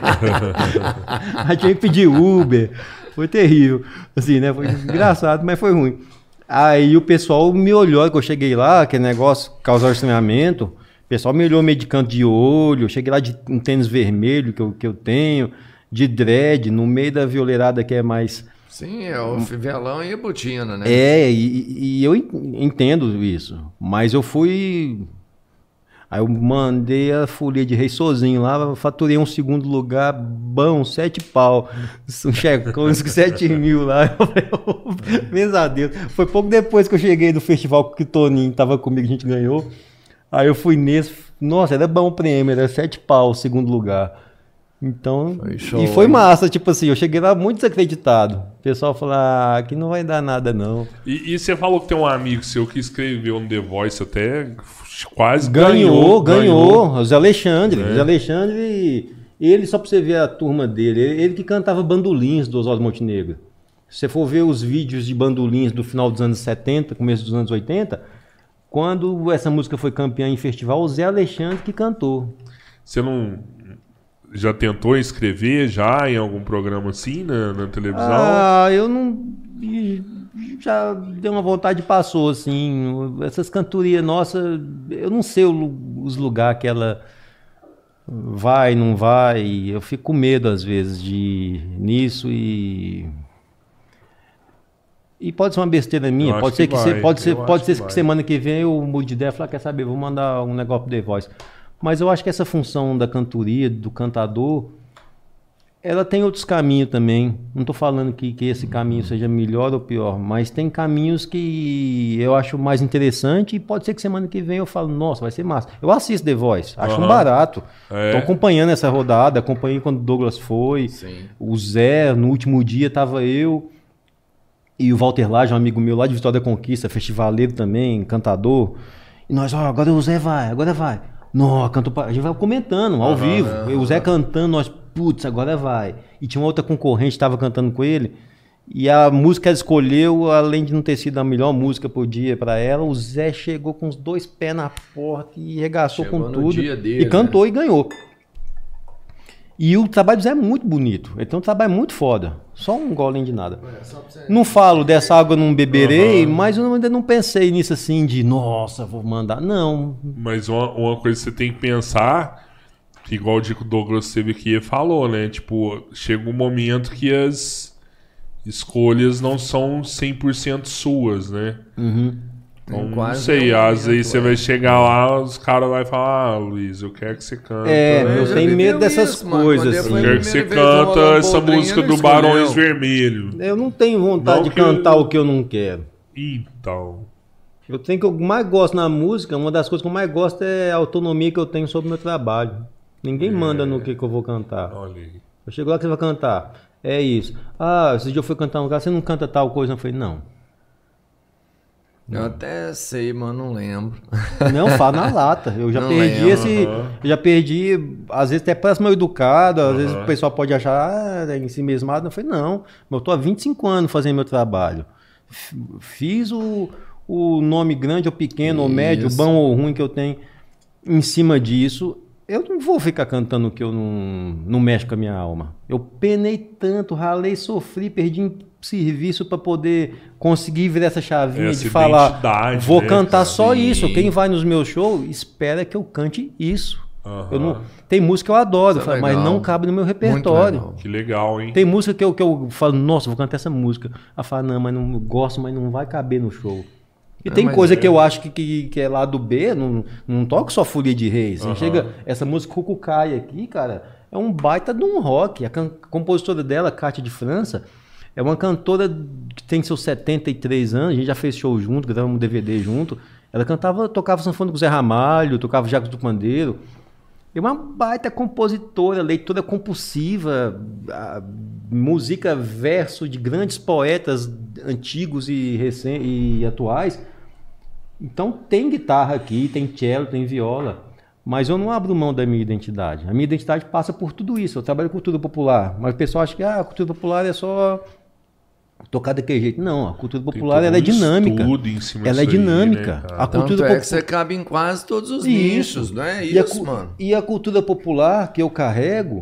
Aí tinha que pedir Uber. Foi terrível. Assim, né? Foi engraçado, mas foi ruim. Aí o pessoal me olhou, que eu cheguei lá, aquele negócio, causar estranhamento. O pessoal me olhou meio de canto de olho. Eu cheguei lá de um tênis vermelho que eu, que eu tenho, de dread, no meio da violeirada que é mais... Sim, é o fivelão e a botina, né? É, e, e eu en- entendo isso. Mas eu fui... Aí eu mandei a folia de rei sozinho lá, faturei um segundo lugar, bom, sete pau. Um checão, uns sete mil lá. Eu falei, oh, pesadelo. Foi pouco depois que eu cheguei do festival que o Toninho tava comigo, a gente ganhou. Aí eu fui nesse, nossa, era bom o prêmio, era sete pau o segundo lugar. Então, Foi show, e foi hein? massa, tipo assim, eu cheguei lá muito desacreditado. O pessoal falou, ah, aqui não vai dar nada não. E, e você falou que tem um amigo seu que escreveu no The Voice até quase Ganhou, ganhou. ganhou. O Zé Alexandre. É. O Zé Alexandre, ele, só pra você ver a turma dele, ele, ele que cantava bandolins do Oswaldo Montenegro. Se você for ver os vídeos de bandolins do final dos anos setenta, começo dos anos oitenta, quando essa música foi campeã em festival, o Zé Alexandre que cantou. Você não já tentou escrever já em algum programa assim na, na televisão? Ah, eu não... Já deu uma vontade e passou, assim. Essas cantorias nossas, eu não sei o lu- os lugares que ela vai, não vai. Eu fico com medo, às vezes, de ir nisso e... E pode ser uma besteira Eu minha, acho pode ser que que, vai, se- pode ser, eu pode acho ser que que vai. semana que vem eu mude de ideia e falar, quer saber, vou mandar um negócio pro The Voice. Mas eu acho que essa função da cantoria, do cantador, Ela tem outros caminhos também. Não estou falando que, que esse caminho seja melhor ou pior, mas tem caminhos que eu acho mais interessante e pode ser que semana que vem eu falo, nossa, vai ser massa. Eu assisto The Voice, acho uhum. um barato. Estou é. acompanhando essa rodada, acompanhei quando o Douglas foi, Sim. o Zé, no último dia estava eu e o Walter Lage, um amigo meu lá de Vitória da Conquista, festivaleiro também, cantador. E nós, ó, agora o Zé vai, agora vai. Não, canto, a gente vai comentando ao uhum, vivo. Uhum. O Zé cantando, nós, putz, agora vai. E tinha uma outra concorrente que estava cantando com ele. E a música que ela escolheu, além de não ter sido a melhor música por dia para ela, o Zé chegou com os dois pés na porta e regaçou chegou com tudo. Dele, e cantou, né? E ganhou. E o trabalho do Zé é muito bonito. Ele tem um trabalho muito foda. Só um golinho de nada. É, não falo dessa água não beberei, uhum. mas eu ainda não pensei nisso assim de, nossa, vou mandar. Não. Mas uma, uma coisa que você tem que pensar, que igual o Dico Douglas teve aqui e falou, né? Tipo, chega um momento que as escolhas não são cem por cento suas, né? Uhum. Então, não sei, às vezes você vai chegar lá, os caras vão falar, ah, Luiz, eu quero que você canta. É, eu, eu tenho medo dessas isso, coisas. Assim. Eu quero que você canta essa música do Barões Vermelhos. Eu não tenho vontade não de cantar eu... o que eu não quero. Então. Eu tenho que eu mais gosto na música, uma das coisas que eu mais gosto é a autonomia que eu tenho sobre o meu trabalho. Ninguém é... manda no que, que eu vou cantar. Olha aí. Eu chego lá que você vai cantar. É isso. Ah, esse dia eu fui cantar um lugar, você não canta tal coisa? Eu falei, não. Eu até sei, mas não lembro. Não, fala na lata. Eu já não perdi lembro, esse. Uhum. Eu já perdi. Às vezes até parece mal educado, às uhum. vezes o pessoal pode achar ah, é em si mesmado. Eu falei, não, eu tô há vinte e cinco anos fazendo meu trabalho. Fiz o, o nome grande ou pequeno, Isso. ou médio, bom ou ruim que eu tenho em cima disso. Eu não vou ficar cantando que eu não, não mexo com a minha alma. Eu penei tanto, ralei, sofri, perdi serviço para poder conseguir virar essa chavinha essa de falar, vou né? cantar Sim. só isso. Quem vai nos meus shows espera que eu cante isso. Uhum. Eu não, tem música que eu adoro, falo, é mas não cabe no meu repertório. Legal. Que legal, hein? Tem música que eu, que eu falo, nossa, vou cantar essa música. Ela fala, não, mas não gosto, mas não vai caber no show. E não, tem coisa é. que eu acho que, que, que é lado B, não, não toco só Folia de Reis. Uhum. Chega, essa música Cucucaia aqui, cara, é um baita de um rock. A can, compositora dela, Cátia de França, é uma cantora que tem seus setenta e três anos, a gente já fez show junto, gravamos um D V D junto. Ela cantava, tocava sanfona com o Zé Ramalho, tocava Jacos do Pandeiro. É uma baita compositora, leitora compulsiva, a, música verso de grandes poetas antigos e, recém, e atuais. Então tem guitarra aqui, tem cello, tem viola, mas eu não abro mão da minha identidade. A minha identidade passa por tudo isso. Eu trabalho com cultura popular, mas o pessoal acha que ah, a cultura popular é só tocar daquele jeito. Não, a cultura popular ela é dinâmica. Em cima ela é dinâmica. Aí, né, a cultura Tanto é pop... que você cabe em quase todos os isso. nichos, não é e isso, a, mano? E a cultura popular que eu carrego,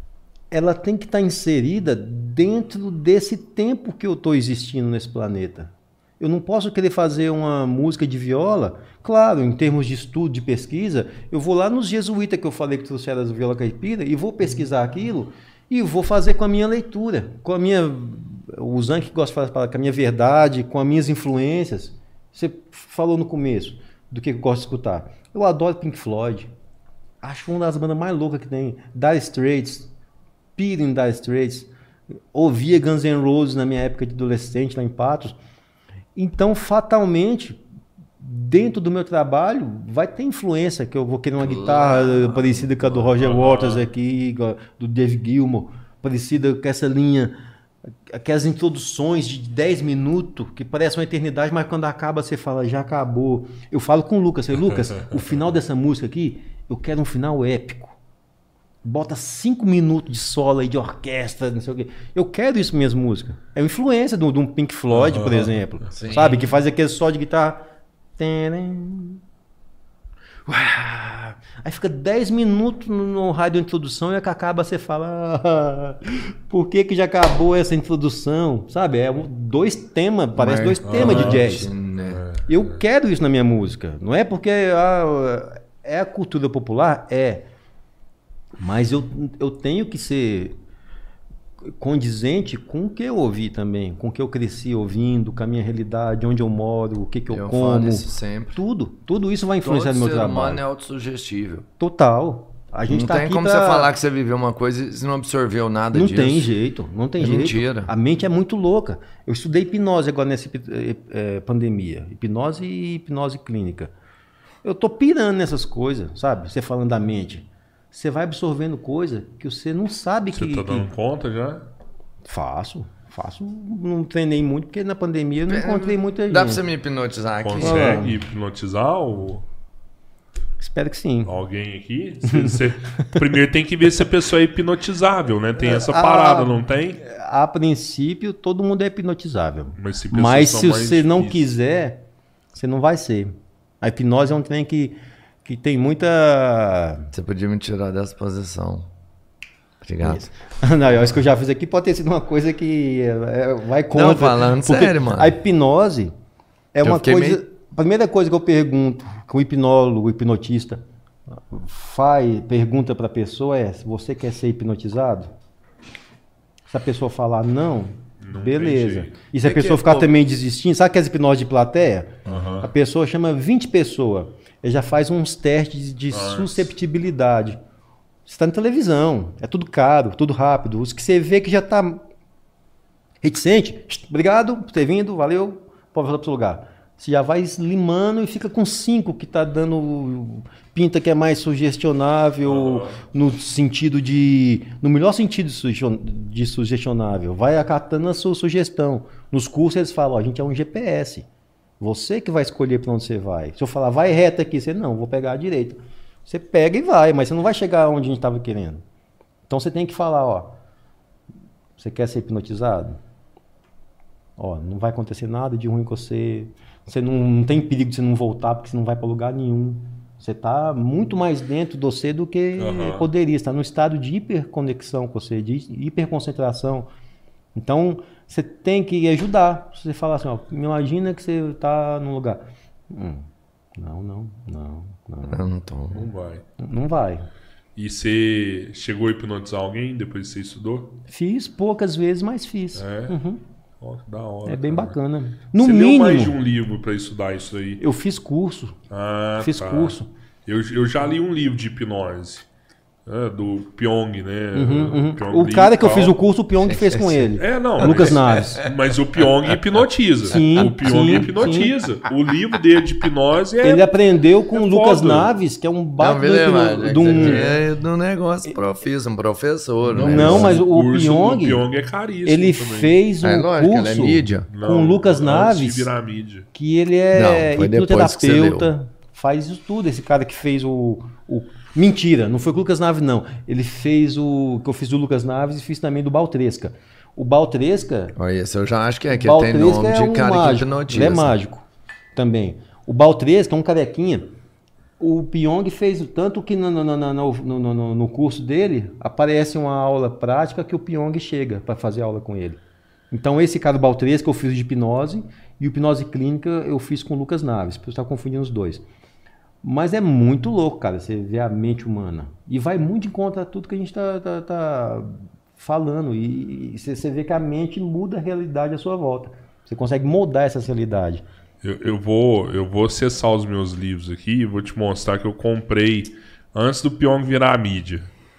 ela tem que estar inserida dentro desse tempo que eu estou existindo nesse planeta. Eu não posso querer fazer uma música de viola, claro, em termos de estudo, de pesquisa, eu vou lá nos jesuítas que eu falei que trouxeram as viola caipira e vou pesquisar aquilo e vou fazer com a minha leitura, com a minha... O Zank gosta de falar com a minha verdade, com as minhas influências. Você falou no começo do que eu gosto de escutar. Eu adoro Pink Floyd. Acho uma das bandas mais loucas que tem. Dire Straits, piro em Dire Straits. Ouvia Guns N' Roses na minha época de adolescente, lá em Patos. Então, fatalmente, dentro do meu trabalho, vai ter influência, que eu vou querer uma guitarra parecida com a do Roger Waters aqui, do Dave Gilmour, parecida com essa linha, aquelas introduções de dez minutos, que parece uma eternidade, mas quando acaba você fala, já acabou. Eu falo com o Lucas, eu, Lucas, o final dessa música aqui, eu quero um final épico. Bota cinco minutos de solo aí, de orquestra, não sei o quê. Eu quero isso nas minhas músicas. É uma influência de um Pink Floyd, uhum, por exemplo. Sim. Sabe? Que faz aquele solo de guitarra. Aí fica dez minutos no rádio de introdução e acaba você fala ah, por que que já acabou essa introdução? Sabe? É dois temas, parece Mas, dois temas de jazz. Né? Eu quero isso na minha música. Não é porque ah, é a cultura popular? É. Mas eu, eu tenho que ser condizente com o que eu ouvi também, com o que eu cresci ouvindo, com a minha realidade, onde eu moro, o que, que eu, eu como. Falo isso sempre. Tudo. Tudo isso vai influenciar Todo no meu ser trabalho. humano é autossugestível. Total. A gente não tá tem aqui como pra... você falar que você viveu uma coisa e você não absorveu nada não disso. Não tem jeito, não tem é jeito. Mentira. A mente é muito louca. Eu estudei hipnose agora nessa é, pandemia. Hipnose e hipnose clínica. Eu tô pirando nessas coisas, sabe? Você falando da mente. Você vai absorvendo coisa que você não sabe você que... Você tá dando que... conta já? Faço. Faço. Não treinei muito, porque na pandemia eu não encontrei muita gente. Dá pra você me hipnotizar aqui? Consegue ah. hipnotizar o... Espero que sim. Alguém aqui? Você, você... Primeiro tem que ver se a pessoa é hipnotizável, né? Tem essa parada, a, não tem? A princípio, todo mundo é hipnotizável. Mas se, Mas se você difíceis. não quiser, você não vai ser. A hipnose é um trem que, que tem muita... Você podia me tirar dessa posição. Obrigado. Isso. Não, isso que eu já fiz aqui pode ter sido uma coisa que é, vai contra. Não, falando sério, mano. A hipnose é eu uma coisa... Meio... A primeira coisa que eu pergunto, que o hipnólogo, o hipnotista faz, pergunta para a pessoa é: se você quer ser hipnotizado? Se a pessoa falar não, não beleza. E se a pessoa ficar também desistindo, sabe que as hipnose de plateia? Uhum. A pessoa chama vinte pessoas, ele já faz uns testes de Nossa. susceptibilidade. Você está na televisão, é tudo caro, tudo rápido. Os que você vê que já está reticente, obrigado por ter vindo, valeu, pode voltar para o seu lugar. Você já vai limando e fica com cinco que está dando pinta que é mais sugestionável uhum. no sentido de... No melhor sentido de sugestionável. Vai acatando a sua sugestão. Nos cursos eles falam, ó, a gente é um G P S. Você que vai escolher para onde você vai. Se eu falar, vai reto aqui, você não, vou pegar a direita. Você pega e vai, mas você não vai chegar onde a gente estava querendo. Então você tem que falar, ó, você quer ser hipnotizado? Ó, não vai acontecer nada de ruim com você... Você não, não tem perigo de você não voltar, porque você não vai para lugar nenhum. Você está muito mais dentro de você do que uhum. poderia. Você está num estado de hiperconexão com você, de hiperconcentração. Então, você tem que ajudar. Você fala assim, ó, imagina que você está num lugar. Hum, não, não, não, não. Eu não tô. Não vai. Não vai. E você chegou a hipnotizar alguém depois que você estudou? Fiz poucas vezes, mas fiz. É? Uhum. Oh, da hora, é bem cara. bacana. No Você mínimo, leu mais de um livro para estudar isso aí? Eu fiz curso. Ah, fiz tá. curso. Eu, eu já li um livro de hipnose. É, do Pyong, né? Uhum, uhum. Pyong o cara que eu fiz o curso, o Pyong fez com ele. É, não. Lucas mas, Naves. Mas o Pyong hipnotiza. Sim, o Pyong sim, hipnotiza. Sim. O livro dele de hipnose é. Ele aprendeu com é o Lucas foda. Naves, que é um baita de um. É do negócio, professor, um professor. Não, né? não mas o, o Pyong. O Pyong é caríssimo. Ele também. fez um é, lógico, curso é mídia. com não, o Lucas antes Naves. De virar mídia. Que ele é não, hipnoterapeuta. Faz isso tudo. Esse cara que fez o. o Mentira, não foi o Lucas Naves, não. Ele fez o que eu fiz do Lucas Naves e fiz também do Baltresca. O Baltresca... Olha, esse eu já acho que é, que ele tem nome é de um cara mágico, que hipnotiza. Ele é mágico também. O Baltresca é um carequinha. O Pyong fez tanto que no, no, no, no, no, no, no curso dele aparece uma aula prática que o Pyong chega para fazer aula com ele. Então esse cara do Baltresca eu fiz de hipnose e o hipnose clínica eu fiz com o Lucas Naves. Você está confundindo os dois. Mas é muito louco, cara, você vê a mente humana. E vai muito em contra tudo que a gente está tá, tá falando. E, e você vê que a mente muda a realidade à sua volta. Você consegue moldar essa realidade. Eu, eu, vou, eu vou acessar os meus livros aqui e vou te mostrar que eu comprei antes do Pyong virar a mídia.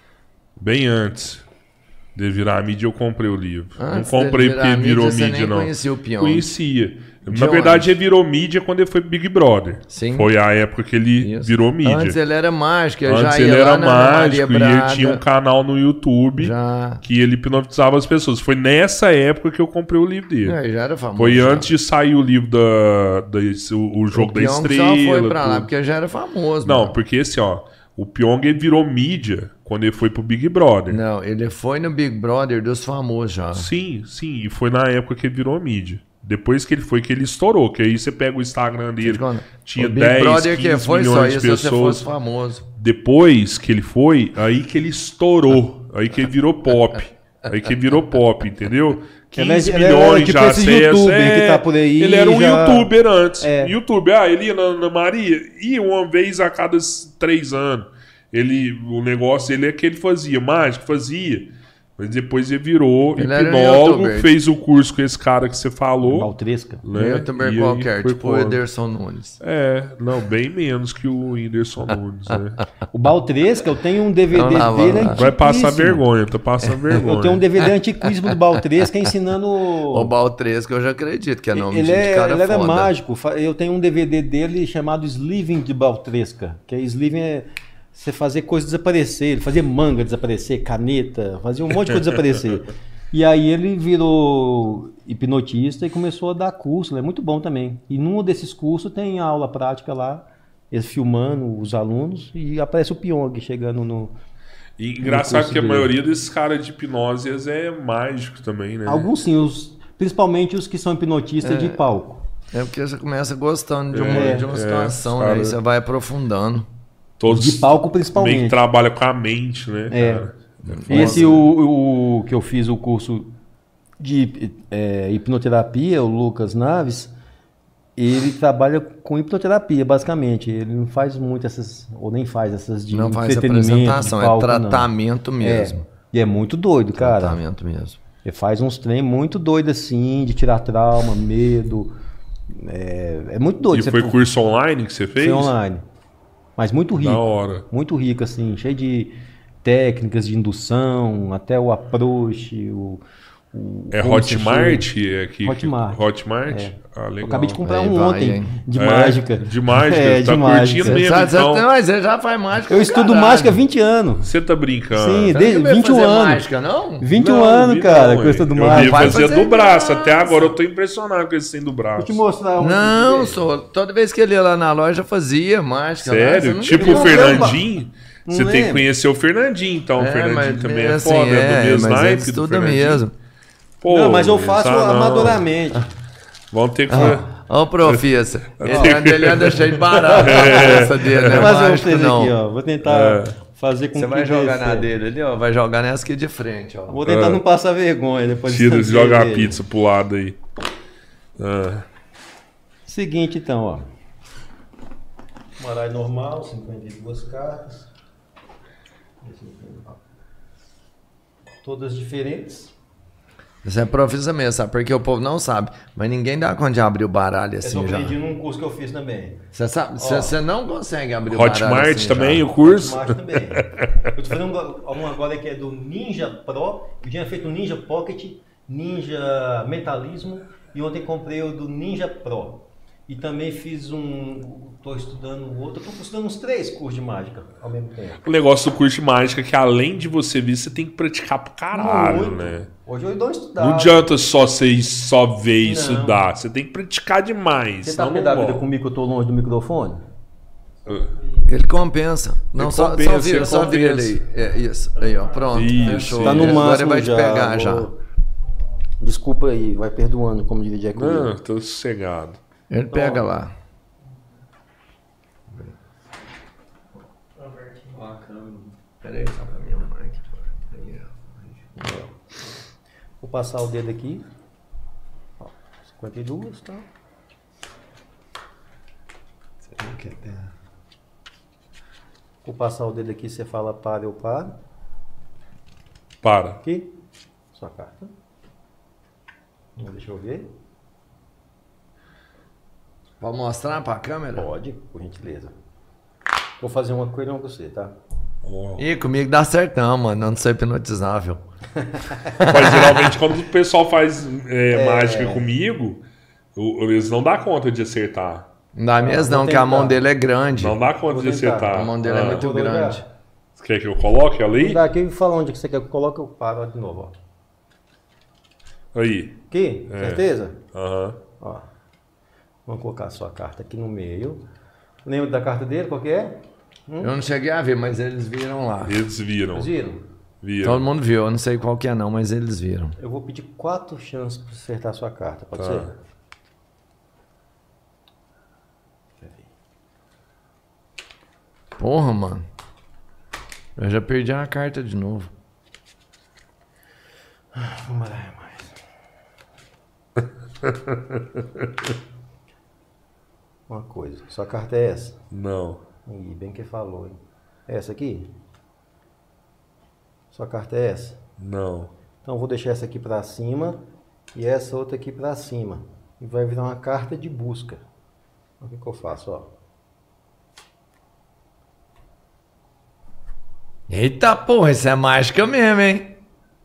Bem antes de virar a mídia, eu comprei o livro. Antes não comprei porque mídia, virou você mídia, nem não. Conhecia o Pyong. Conhecia. De Na verdade, onde? ele virou mídia quando ele foi pro Big Brother. Sim. Foi a época que ele Isso. virou mídia. Antes ele era mágico, eu Antes já ia ele lá era na mágico Maria e ele Braga, tinha um canal no YouTube já... que ele hipnotizava as pessoas. Foi nessa época que eu comprei o livro dele. É, já era famoso. Foi já. antes de sair o livro da, da o, o jogo o da Pyong estrela. só foi pra lá tudo. porque já era famoso. Não, mano. porque assim, ó, o Pyong ele virou mídia quando ele foi pro Big Brother. Não, ele foi no Big Brother dos famosos já. Sim, sim, e foi na época que ele virou mídia. Depois que ele foi que ele estourou, que aí você pega o Instagram dele, tinha o Big dez, Brother quinze que foi milhões só de isso se você pessoas. fosse famoso. Depois que ele foi, aí que ele estourou, aí que ele virou pop. Aí que ele virou pop, entendeu? quinze Ele era- milhões ele era tipo já esse acessos. youtuber que tá por aí, ele era um já- youtuber antes. É. Youtuber, ah, ele ia na, na Maria, ia uma vez a cada três anos. Ele, o negócio ele é que ele fazia mágica, fazia. Mas depois ele virou Ele era hipnólogo, youtuber. fez o curso com esse cara que você falou. Baltresca. Né? Youtuber E aí qualquer, foi tipo o quando? Ederson Nunes. É, não, bem menos que o Whindersson Nunes, né? O Baltresca, eu tenho um D V D Vamos lá, vamos dele lá. Vai passar antiquíssimo. vergonha, tá passando vergonha. Eu tenho um D V D antiquíssimo do Baltresca ensinando... O Baltresca eu já acredito que é nome Ele, de é, cara ele era foda. mágico. Fa- Eu tenho um D V D dele chamado Sleeving de Baltresca. Que é Sleeving é você fazer coisas desaparecer. Ele fazia manga desaparecer, caneta, fazia um monte de coisa desaparecer. E aí ele virou hipnotista e começou a dar curso. Ele é muito bom também. E num desses cursos tem aula prática lá, eles filmando os alunos e aparece o Pyong chegando no... E engraçado curso que a dele. maioria desses caras de hipnose é mágico também, né? Alguns sim, os, principalmente os que são hipnotistas de palco. É porque você começa gostando de uma, É, de uma é, situação, cara. né? E você vai aprofundando. Todos De palco meio principalmente. que trabalham com a mente, né, É. cara? Esse, o, o que eu fiz o curso de é, hipnoterapia, o Lucas Naves, ele trabalha com hipnoterapia, basicamente. Ele não faz muito essas, ou nem faz essas de Não faz entretenimento, apresentação, de palco, é não. tratamento mesmo. É, e é muito doido, cara. Tratamento mesmo. Ele faz uns trem muito doido assim, de tirar trauma, medo. É, é muito doido. E Você foi pô- curso online que você fez? foi online. Mas muito rico. Da hora. Muito rico, assim, cheio de técnicas de indução, até o approach, o. o É como você Hotmart? chega. É que, Hotmart. Hotmart? É. Ah, legal. Eu acabei de comprar Aí um vai, ontem hein? de É, mágica. de mágica, É, tá de curtindo mágica. mesmo. Sabe, você então. tem- mas você já faz mágica. Eu pra estudo caralho. mágica há vinte anos. Você tá brincando? Sim, Você desde não veio vinte e um fazer anos. mágica, não? vinte e um Não, anos, vi cara, não, que eu estudo eu vi mágica. Vai fazer fazer do braço, graça. até agora eu tô impressionado com esse sem do braço. Vou te mostrar um. Não, sou. Toda vez que ele ia lá na loja fazia mágica. lá, você Sério? não Tipo queria. o Fernandinho? Não Você tem que lembro. conhecer o Fernandinho, então. o É, Fernandinho mas também é assim, foda, é, é, do mesmo mas ele naipe do estuda Fernandinho. mesmo. Pô, Não, mas eu faço ah, não. amadoramente. Vamos ter que... Ó o profissa. Ele anda, ele anda cheio de barato na cabeça dele, Vou né? fazer um Mágico, três não. aqui, ó. Vou tentar É. fazer com Você que vai jogar dê na certo. dele ali, ó. Vai jogar nessa aqui de frente, ó. Vou tentar não passar vergonha depois Tira, dessa joga a cerveja. pizza pro lado aí. Ah. Seguinte, então, ó. Baralho normal, cinquenta e duas cartas. Todas diferentes. Você é profissa mesmo, sabe? Porque o povo não sabe. Mas ninguém dá conta de abrir o baralho Essa assim eu já. aprendi num curso que eu fiz também. Você sabe, você, você não consegue abrir o Hotmart baralho assim também, já. o curso? Hotmart também. Eu tô fazendo um, um agora que é do Ninja Pro. Eu tinha feito o Ninja Pocket, Ninja Mentalismo e ontem comprei o do Ninja Pro. E também fiz um... Estou estudando outro. Estou estudando uns três cursos de mágica ao mesmo tempo. O negócio do curso de mágica é que além de você vir, você tem que praticar pro caralho, Muito. né? Hoje eu dou uma estudada. Não adianta só você só ver e Não. estudar. Você tem que praticar demais. Você tá senão pé não da vida rola. comigo que eu tô longe do microfone? Ele compensa. Não, Ele só, compensa, só vira, ele só vira compensa. ele aí. É isso. Aí, ó. Pronto. Isso, Fechou. Tá no Agora máximo ele vai te já, pegar vou- já. Desculpa aí, vai perdoando como diria Jack Não, Wilson. tô sossegado. Ele pega lá. Peraí, só pra mim arrumar aqui. Aí, ó. Vou passar o dedo aqui. Ó, cinquenta e dois, tá? Vou passar o dedo aqui, você fala para, eu paro. Para. Aqui, sua carta. Então, deixa eu ver. Pode mostrar pra câmera? Pode, por gentileza. Vou fazer uma coisa com você, tá? Ó. Ih, comigo dá certão, mano. Eu não sou hipnotizável. Mas geralmente quando o pessoal faz é, mágica comigo, o- eles não dão conta de acertar. Não dá mesmo, vou não, que a mão tentar. dele é grande. Não dá conta Vou de tentar. acertar. A mão dele é Ah. muito Vou olhar. grande. Você quer que eu coloque ali? Daqui e fala onde que você quer que eu coloque, eu paro de novo, ó. Aí. Aqui, É. certeza? Aham. Ó. Vamos colocar a sua carta aqui no meio. Lembra da carta dele, qual que é? Eu não cheguei a ver, mas eles viram lá. Eles viram. Vocês viram? Viram. Todo mundo viu, eu não sei qual que é não, mas eles viram. Eu vou pedir quatro chances para acertar a sua carta, pode Tá. ser? Porra, mano. Eu já perdi uma carta de novo. Vamos lá, mais. Uma coisa, sua carta é essa? Não. Ih, bem que falou, hein? Essa aqui? Sua carta é essa? Não. Então eu vou deixar essa aqui para cima e essa outra aqui para cima. E vai virar uma carta de busca. O que, que eu faço, ó? Eita porra, isso é mágica mesmo, hein?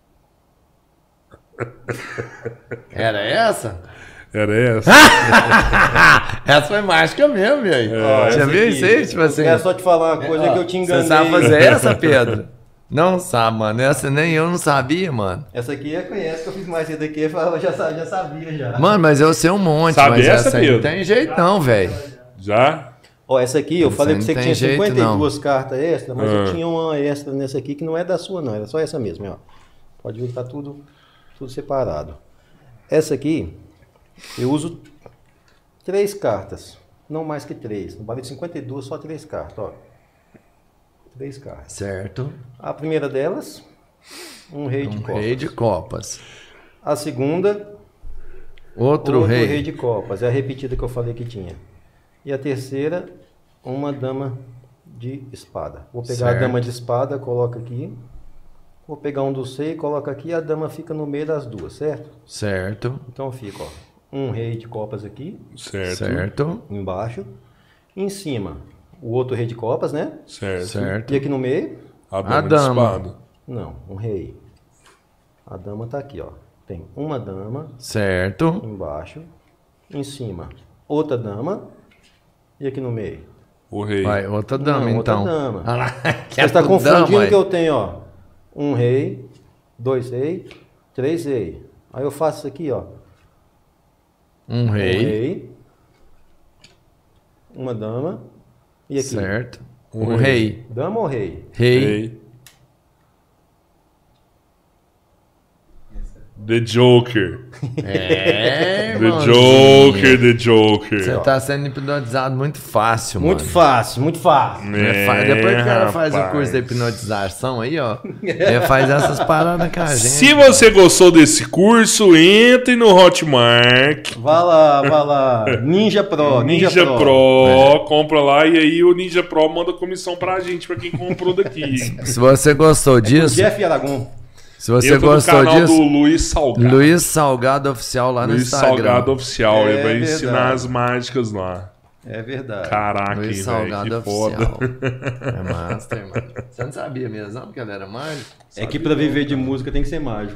Era essa? Era essa? Essa foi mágica mesmo, velho. Ó, Já essa viu aqui, isso aí? Tipo assim. Eu quero só te falar uma coisa Ó, que eu te enganei. Você sabe fazer essa, Pedro? Não sabe, mano. Essa nem eu não sabia, mano. Essa aqui eu conheço, que eu fiz mais cedo aqui, eu já, sa- já sabia já. Mano, mas eu sei um monte, Sabe mas essa, essa aí Pedro? não tem jeito não, velho. Já? Ó, essa aqui, eu Essa falei aí pra você não que tem tinha jeito, cinquenta e duas cartas extra, mas Ah. eu tinha uma extra nessa aqui que não é da sua não, era só essa mesmo, ó. Pode ver que tá tudo, tudo separado. Essa aqui, eu uso três cartas, não mais que três. No baralho de cinquenta e duas, só três cartas, ó. Três cartas. Certo. A primeira delas, um rei de Um copas. rei de copas. A segunda, Outro, outro rei. rei de copas. É a repetida que eu falei que tinha. E a terceira, uma dama de espada. Vou pegar Certo. a dama de espada, coloca aqui. Vou pegar um do seis, coloca aqui e a dama fica no meio das duas, certo? Certo. Então fica, ó, um rei de copas aqui, Certo. Certo. embaixo. Em cima, o outro rei de copas, né? Certo. Certo. E aqui no meio, A dama, A de dama. espada. não, um rei. A dama tá aqui, ó. Tem uma dama Certo. embaixo, em cima, outra dama e aqui no meio. O rei. Vai, outra dama, Não, outra então. dama. Ah lá, Você está tudo confundindo dama, que eu tenho, ó, um rei, dois reis, três reis. Aí eu faço isso aqui, ó. Um Um rei. rei, uma dama e aqui. Certo. Um Um rei. Dama ou rei? Rei. Rei. The Joker. É, The irmãozinho. Joker, The Joker. Você tá sendo hipnotizado muito fácil, Muito mano. fácil, muito fácil. É fa- Depois que o cara faz o rapaz. curso de hipnotização aí, ó, ele faz essas paradas com a gente. Se você gostou desse curso, entre no Hotmart. Vá lá, vá lá. Ninja Pro, Ninja, Ninja, Pro. Pro, compra lá e aí o Ninja Pro manda comissão pra gente, pra quem comprou daqui. Se você gostou disso, Jeff Aragon. se você Entra no gostou canal disso, do Luiz Salgado. Luiz Salgado Oficial lá no Luiz Instagram. Salgado Oficial, É ele vai verdade. ensinar as mágicas lá. É verdade. Caraca, Luiz hein, Salgado velho, que Oficial. foda. É master, mano. Você não sabia mesmo, não? Porque ele era mágico? É que pra viver de música tem que ser mágico.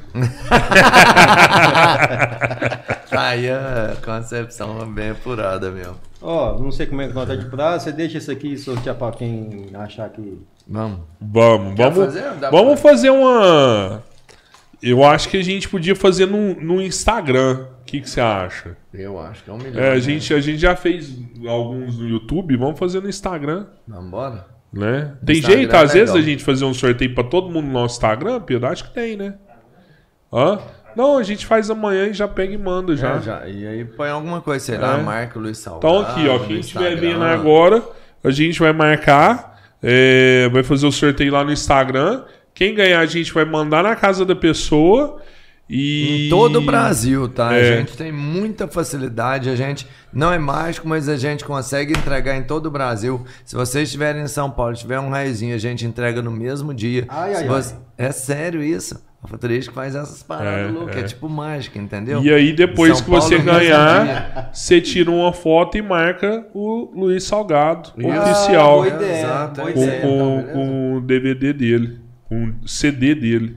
Tá aí a concepção bem apurada mesmo. Ó, não sei como é que nota de prazo. Você deixa isso aqui e sortear pra quem achar que... Vamos. Vamos, Quer vamos, fazer? Dá vamos pra- fazer uma... Eu acho que a gente podia fazer no, no Instagram. O que, que você acha? Eu acho que é um milhão. É, a, né? gente, a gente já fez alguns no YouTube, vamos fazer no Instagram, Vambora? né? Tem Instagram jeito, é às vezes, legal. a gente fazer um sorteio pra todo mundo no nosso Instagram, Pedro? Acho que tem, né? Hã? Não, a gente faz amanhã e já pega e manda já. É, já. E aí põe alguma coisa, sei lá, É. marca o Luiz Salgado. Então aqui, ó, no quem estiver Instagram. vendo agora, a gente vai marcar, é, vai fazer o sorteio lá no Instagram. Quem ganhar, a gente vai mandar na casa da pessoa e... Em todo o Brasil, tá? É. A gente tem muita facilidade, a gente não é mágico, mas a gente consegue entregar em todo o Brasil. Se vocês estiverem em São Paulo, tiver um raizinho, a gente entrega no mesmo dia. Ai, Se ai, você- ai. É sério isso. A futurística faz essas paradas É, loucas, é. é. tipo mágica, entendeu? E aí, depois São que você Paulo, no mesmo ganhar, dia. você tira uma foto e marca o Luiz Salgado, Isso. oficial, boa ideia, Exato, boa é com, ideia. então, com, beleza? com o D V D dele, com o C D dele.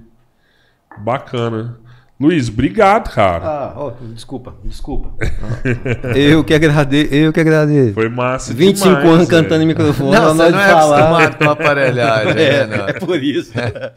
Bacana. Luiz, obrigado, cara. Ah, ó, desculpa, desculpa. eu que agradeço, eu que agradeço. Foi massa vinte e cinco demais, anos velho. cantando em microfone, Não, não, você nós não de é falar. acostumado com aparelhagem, né? É, Não. é por isso.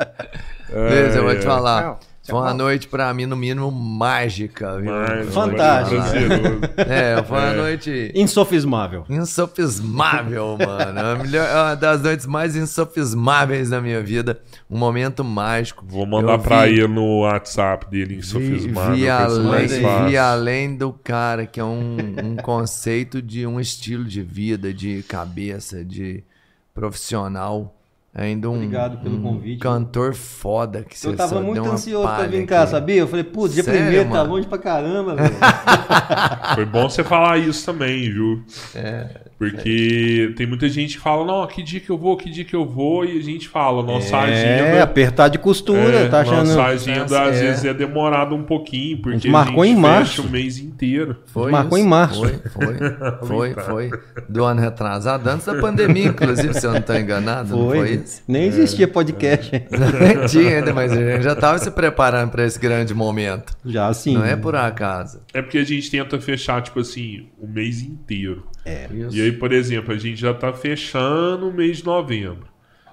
Beleza, eu vou te é. falar. Não, Foi uma noite, pra mim, no mínimo, mágica. Viu? Mas, Fantástico. foi prazeroso. É, foi uma noite Insofismável. insofismável, mano. A melhor, é uma das noites mais insofismáveis da minha vida. Um momento mágico. Vou mandar Eu pra vi- ele no WhatsApp dele, Vi, insofismável. vi, que vai ser além, mais fácil. vi além do cara, que é um, um conceito de um estilo de vida, de cabeça, de profissional. Ainda um, Obrigado pelo um convite. cantor foda que você Eu tava só muito deu uma ansioso pra palha vir cá, aqui. sabia? Eu falei, putz, dia Sério, primeiro tá mano? longe pra caramba, velho. Foi bom você falar isso também, viu? Porque tem muita gente que fala, não, que dia que eu vou, que dia que eu vou, e a gente fala, nossa é, agenda... É, apertar de costura, é, tá achando... Nossa agenda, É. às vezes, é demorada um pouquinho, porque A gente marcou a gente em fecha março. o mês inteiro. Foi Marcou isso. em março. Foi, foi, foi, foi. Do ano retrasado, antes da pandemia, inclusive, se eu não estou enganado, Foi, não foi isso? nem existia podcast. Nem tinha ainda, mas a gente já estava se preparando para esse grande momento. Já assim. Não é por acaso. É porque a gente tenta fechar, tipo assim, o mês inteiro. É. Isso. E aí, por exemplo, a gente já tá fechando o mês de novembro.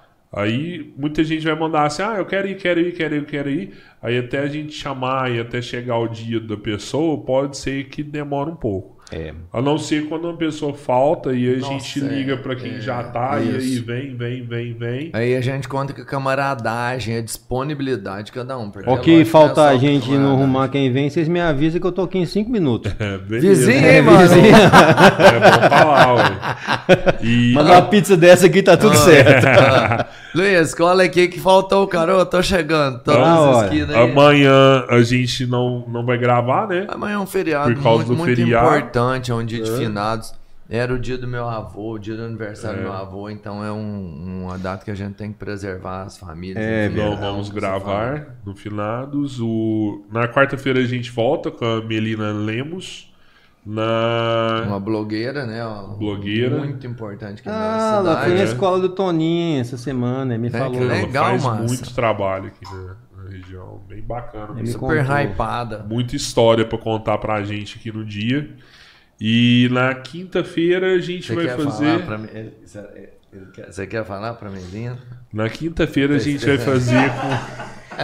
Aí muita gente vai mandar assim, ah, eu quero ir, quero ir, quero ir, quero ir. Aí até a gente chamar e até chegar o dia da pessoa, pode ser que demore um pouco. É. A não ser quando uma pessoa falta e a Nossa, gente liga pra quem é, já tá é e aí isso. vem, vem, vem, vem. Aí a gente conta com a camaradagem, a disponibilidade de cada um. porque Ó, é que lógico que falta não é a só gente não camaradagem. arrumar quem vem, vocês me avisam que eu tô aqui em cinco minutos. É, beleza. Vizinho, hein, mano? É bom falar, ué. E... Manda uma pizza dessa aqui, tá tudo certo. Ah, Luiz, cola aqui que faltou o cara. Ô, tô chegando. Tô Na nas hora. esquinas aí. Amanhã a gente não, não vai gravar, né? Amanhã é um feriado Por causa muito, do muito feriado. importante, é um dia de finados. Era o dia do meu avô, o dia do aniversário É. do meu avô, então é um, uma data que a gente tem que preservar as famílias. É, enfim, Não cada um vamos com sua família. gravar no Finados. O... Na quarta-feira a gente volta com a Melina Lemos. Na... Uma blogueira, né? Uma Blogueira. Muito importante aqui Ah, na ela cidade. foi na né? escola do Toninho essa semana, me É, falou. que legal. Ela faz massa. muito trabalho aqui na, na região. Bem bacana. Me Super contou. hypada. Muita história pra contar pra gente aqui no dia. E na quinta-feira a gente Você vai quer fazer. falar pra mim? ele- você- ele quer- Você quer falar pra mim, Linda? Na quinta-feira a gente vai fazer com.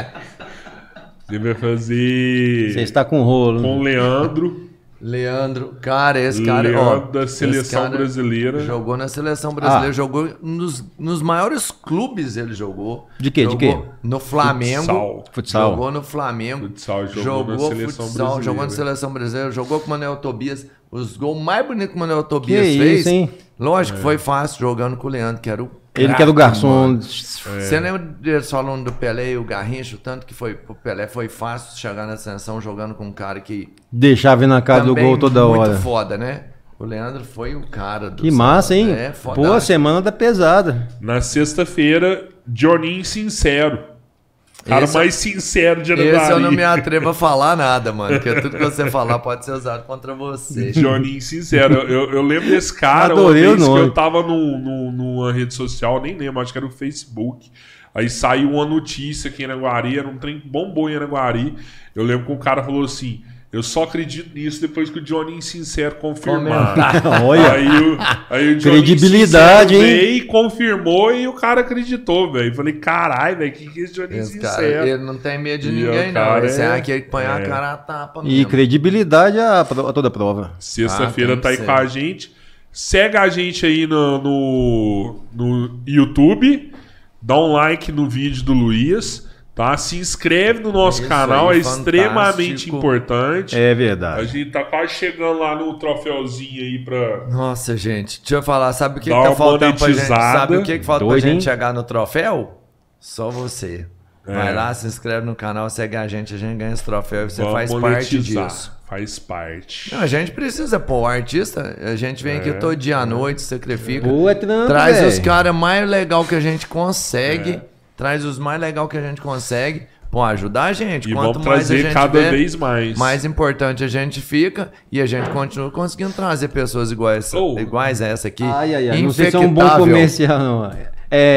A gente vai fazer. Você está com rolo. Com o Leandro. Leandro, cara, esse cara, Leandro ó, da esse seleção cara brasileira. Jogou na seleção brasileira, Ah. jogou nos, nos maiores clubes ele jogou. De quê? De Jogou quê? No Flamengo. Futsal. Futsal. Jogou no Flamengo. Futsal, jogou jogou na seleção futsal, brasileira. jogou na seleção brasileira, jogou com o Manuel Tobias. Os gols mais bonitos que o Manuel Tobias Que fez. isso, hein? Lógico, foi fácil jogando com o Leandro, que era o Ele craque, que era o garçom. mano. Você lembra deles falando do Pelé e o Garrincha? O tanto que foi pro Pelé foi fácil chegar na seleção jogando com um cara que Deixava na cara do também gol toda muito hora. foda, né? O Leandro foi o cara do Que massa, hein? É, Pô, a foda. semana da pesada. Na sexta-feira, Johninho Sincero. Cara Esse- mais sincero de Esse eu não Aranaguari. me atrevo a falar nada, mano. Porque tudo que você falar pode ser usado contra você. Johninho Sincero. Eu, eu lembro desse cara Adorei uma o vez que nome. eu tava no, no, numa rede social, nem lembro, acho que era o Facebook. Aí saiu uma notícia aqui em Araguari, era um trem que bombou em Araguari. Eu lembro que o cara falou assim: eu só acredito nisso depois que o Johninho Sincero confirmar. Olha, Aí o, aí o Johnny Credibilidade, Sincero hein? veio e confirmou e o cara acreditou, velho. Falei, caralho, velho, que que é esse Johnny Esse cara, Sincero? ele não tem medo de E ninguém, o não. cara Esse é é- aquele que põe a é. cara a tapa e mesmo. credibilidade a, pro- a toda prova. Sexta-feira Ah, tem tá aí que com ser. a gente. Segue a gente aí no, no, no YouTube. Dá um like no vídeo do Luiz. Tá? Se inscreve no nosso Isso canal, aí, é extremamente fantástico. importante. É A verdade. gente tá quase chegando lá no troféuzinho aí pra. Nossa, gente, deixa eu falar, sabe o que, Dá que tá uma faltando pra gente? monetizada. Sabe o que, que falta Doido, pra gente hein? chegar no troféu? Só você. Vai É. lá, se inscreve no canal, segue a gente, a gente ganha esse troféu e você Vamos faz parte monetizar. disso. Faz parte. Não, a gente precisa, pô, o artista, a gente vem aqui É, todo dia à noite, sacrifica. Pô, é trampo, Traz véi. os caras mais legal que a gente consegue. É. Traz os mais legal que a gente consegue. Pô, ajudar a gente. E Quanto vamos mais a trazer gente cada vê, vez mais. mais importante a gente fica e a gente continua conseguindo trazer pessoas iguais, Oh. iguais a essa aqui. Ai, ai, ai. Não sei se é um bom Infectável. comercial, não. É,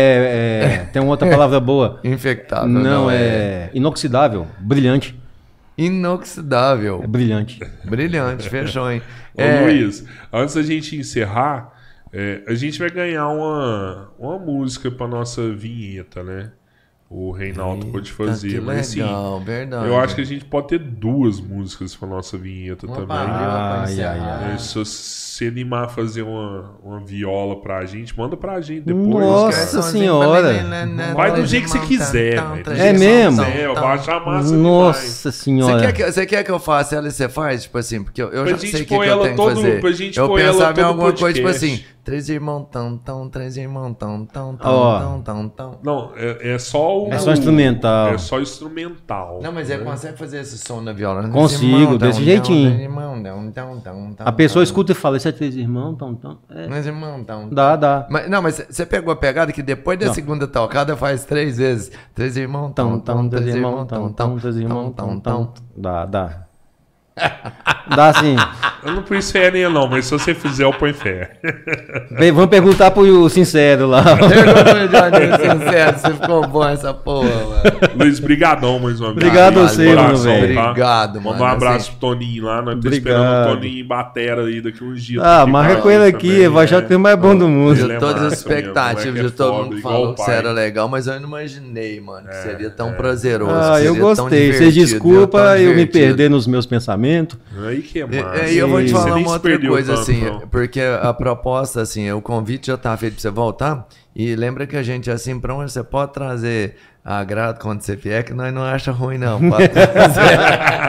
é, tem uma outra palavra boa. Infectável. Não, é inoxidável. Brilhante. Inoxidável. É brilhante. Brilhante, fechou, hein? Ô, É, Luiz, antes da gente encerrar, é, a gente vai ganhar uma, uma música pra nossa vinheta, né? O Reinaldo pode Tá, fazer. que Mas assim, legal, verdade. eu acho que a gente pode ter duas músicas pra nossa vinheta Uma também. barrila pra Ai, encerrar. ai, É, se você animar a fazer uma, uma viola pra gente, manda pra gente depois. Nossa cara. senhora. Vai do jeito que você quiser, velho. Do É jeito que mesmo? você quiser, baixa a massa demais. Nossa Você senhora. quer, que, você quer que eu faça ela e você faz? Tipo assim, porque eu, eu Pra já gente sei o que, pôr que eu ela tenho todo- que fazer. pra gente eu pôr ela pensava em todo alguma coisa, tipo podcast. assim, Três irmãos, tão, tão, três irmãos, tão, tão, tão, Ó. tão, tão, tão. Não, é, é só o... É só instrumental. É só instrumental. Não, mas é, consegue fazer esse som na viola? Né? Consigo, Três irmãos, desse tão, jeitinho. tão, irmão, tão, tão, tão, tão, A pessoa tão. escuta e fala, isso é três irmãos? Tão, tão. É. Mas irmão, tão. Dá, dá. Mas, não, mas você pegou a pegada que depois da Não. segunda tocada faz três vezes. Três irmãos, Tão, tão, três irmãos, tão, tão, três irmãos, tão, tão. Dá, dá. Dá sim. Eu não pus fé nele não, mas se você fizer, eu ponho fé. Bem, vamos perguntar pro Sincero lá. Sincero, você ficou bom essa porra, mano. Luiz, brigadão mais uma vez. Obrigado a Aí, você, coração, mano, velho. tá? Obrigado, Manda mano, um abraço assim. pro Toninho lá, nós estamos Obrigado. esperando o Toninho em batera aí daqui uns dias. Ah, Tem marca que com ele falar aqui, também, vai achar né? que é o mais bom do mundo. Ele é De todas as massa mesmo, expectativas moleque é de todo foda, mundo igual falou o que pai. você era legal, mas eu não imaginei, mano, que seria tão é. prazeroso. Ah, que eu seria tão gostei. Vocês divertido, desculpa tão eu me divertido. perder nos meus pensamentos. Aí que é E, massa. e eu vou te Sim. Você falar nem uma se outra perdeu coisa, tanto, assim, não. porque a proposta, assim, o convite já tá feito pra você voltar, e lembra que a gente, assim, pra onde você pode trazer agrado quando você vier, que nós não acha ruim, não. Pode trazer.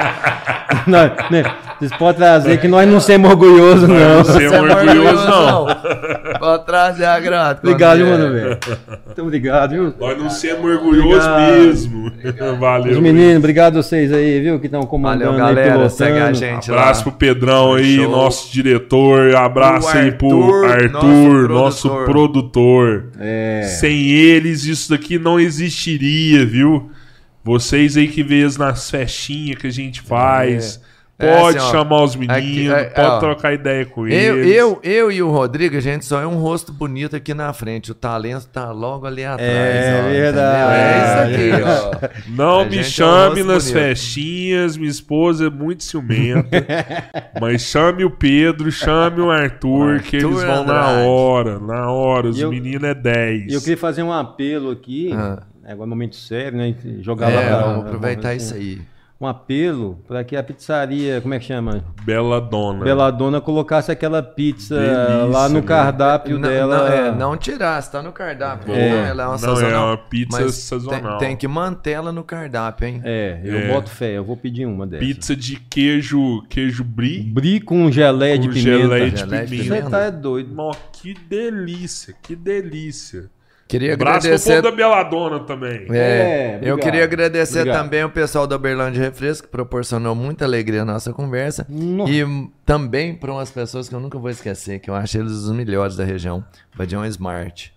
Não, né, vocês podem trazer que nós não somos orgulhosos, não. Não Você ser é orgulhoso, não. Pode trazer agrado. quando Obrigado, vier. mano, velho. Muito obrigado, viu? Nós não somos orgulhosos Obrigado. mesmo. Valeu. Os meninos, obrigado a vocês aí, viu? Que estão comandando Valeu, aí, galera. pilotando. Segue a gente Abraço lá. pro Pedrão aí, Show. nosso diretor. Abraço O aí pro Arthur, Arthur, nosso nosso produtor. É. Sem eles, isso daqui não existiria, viu? Vocês aí que vêem nas festinhas que a gente faz. É, Pode assim, ó, chamar os aqui, meninos, é, pode ó, trocar ideia com Eu, eles. eu, eu e o Rodrigo, a gente só é um rosto bonito aqui na frente. O talento tá logo ali atrás. É ó, verdade. entendeu? É isso aqui, ó. Não A me gente é um chame rosto nas bonito. festinhas, minha esposa é muito ciumenta. Mas chame o Pedro, chame o Arthur, O que Arthur eles vão na Andrade. hora, na hora. Os E eu- meninos é dez. E eu queria fazer um apelo aqui, Ah. é agora é um momento sério, né? Jogar É, lá pra, vamos aproveitar assim, isso aí. Um apelo para que a pizzaria, como é que chama? Bela Dona. Beladona colocasse aquela pizza Delícia, lá no né? cardápio Não, dela. não, é, não tirar, se tá no cardápio. Boa. Não, ela é uma Não, é sazonal. uma pizza mas sazonal. Tem, tem que manter ela no cardápio, hein? É, eu É. boto fé, eu vou pedir uma dessas. Pizza de queijo, queijo brie. Brie com geleia de Com pimenta. geleia de Geleia de pimenta. Você tá é doido. Nossa, que delícia, que delícia. Queria Abraço pro agradecer. povo da Beladona também. É, É, eu obrigado. queria agradecer Obrigado. também o pessoal da Uberlândia Refresco, que proporcionou muita alegria à nossa conversa. Nossa. E hum, também para umas pessoas que eu nunca vou esquecer, que eu acho eles os melhores da região. Badião Smart.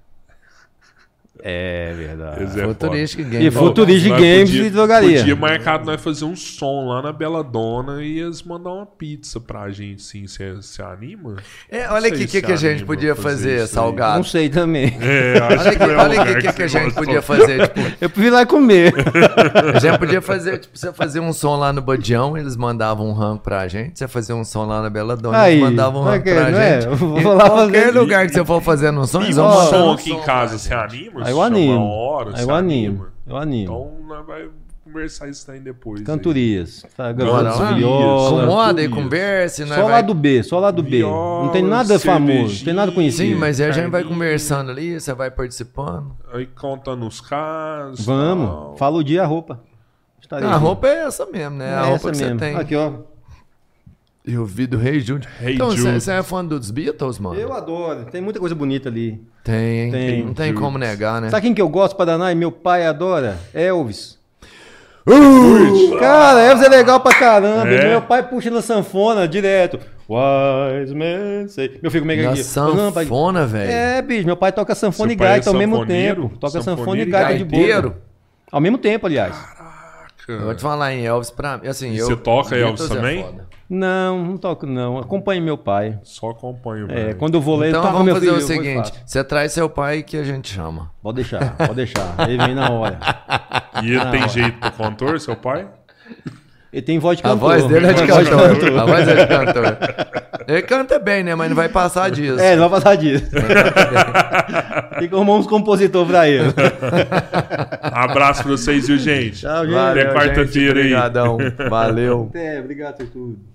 É verdade. Esse é Futuristic E Game. Futuristic Nós Games podia- e drogaria. Podia marcar nós fazer um som lá na Beladona e eles mandar uma pizza pra gente, sim. Você se anima? É, Não olha sei aqui o se que, que a gente anima podia fazer fazer, isso aí. salgado. Não sei também. É, acho Olha que aqui, não é olha um aqui o lugar que, que a você gente gosta. podia fazer. Tipo, Eu prefiro ir lá comer. a gente podia fazer, tipo, você fazia um som lá no Badião, eles mandavam um rango pra gente. Você fazia um som lá na Beladona, Aí, eles mandavam um não é rango que- pra não é? gente. Eu vou Em lá qualquer fazer- lugar que você for fazendo um som, E eles um vão mandar som um aqui em som casa, pra você gente. anima? Aí Se eu chama animo. a hora, Aí você eu animo. anima? Eu animo. Então nós vamos conversar isso daí depois. aí. Cantorias. Tá Bora gravando lá. viola. Acomoda e tudo isso. conversa. e nós Só vai- lá do B, só lá do B. Não tem nada Viola, famoso, não tem nada conhecido. Sim, mas aí a gente vai Carlinhos. conversando ali, você vai participando. Aí contando os casos. Vamos, tal. fala o dia e a roupa. Estarei A aqui. roupa é essa mesmo, né? É a roupa essa que você mesmo. tem. Aqui, ó. Eu vi do Rei Jude. Hey então, Jude. você é fã dos Beatles, mano? Eu adoro. Tem muita coisa bonita ali. Tem, hein? Tem. Não tem Jude. como negar, né? Sabe quem que eu gosto pra danar e meu pai adora? Elvis. Uh! Cara, Elvis é legal pra caramba. É? Meu pai puxa na sanfona direto. Wise man say. Meu filho, como é que é Na aqui? Não, pai- sanfona, velho. É, bicho, meu pai toca sanfona Seu e pai é gaita ao mesmo sanfoneiro? tempo. Toca sanfona e Sanfoneiro e gaita de gaiteiro? boca. Ao mesmo tempo, aliás. Eu vou te falar em Elvis pra mim. Assim, E eu, você toca Elvis Beatles é também? foda. Não, não toco não. Acompanhe meu pai. Só acompanho. É, velho. quando eu vou ler, Então toca vamos meu fazer filho, o eu vou e seguinte: faço. você traz seu pai que a gente chama. Pode deixar, pode deixar. Ele vem na hora. E ele Não, tem ó. jeito pro cantor, seu pai? Ele tem voz de A cantor. voz dele é de Voz cantor. A voz é de cantor. Ele canta bem, né? Mas não vai passar disso. É, não vai passar disso. Tem que arrumar uns compositores pra ele. Abraço pra vocês, viu, gente? Tchau, gente. Até quarta-feira aí. Obrigadão. Valeu. É, obrigado por tudo.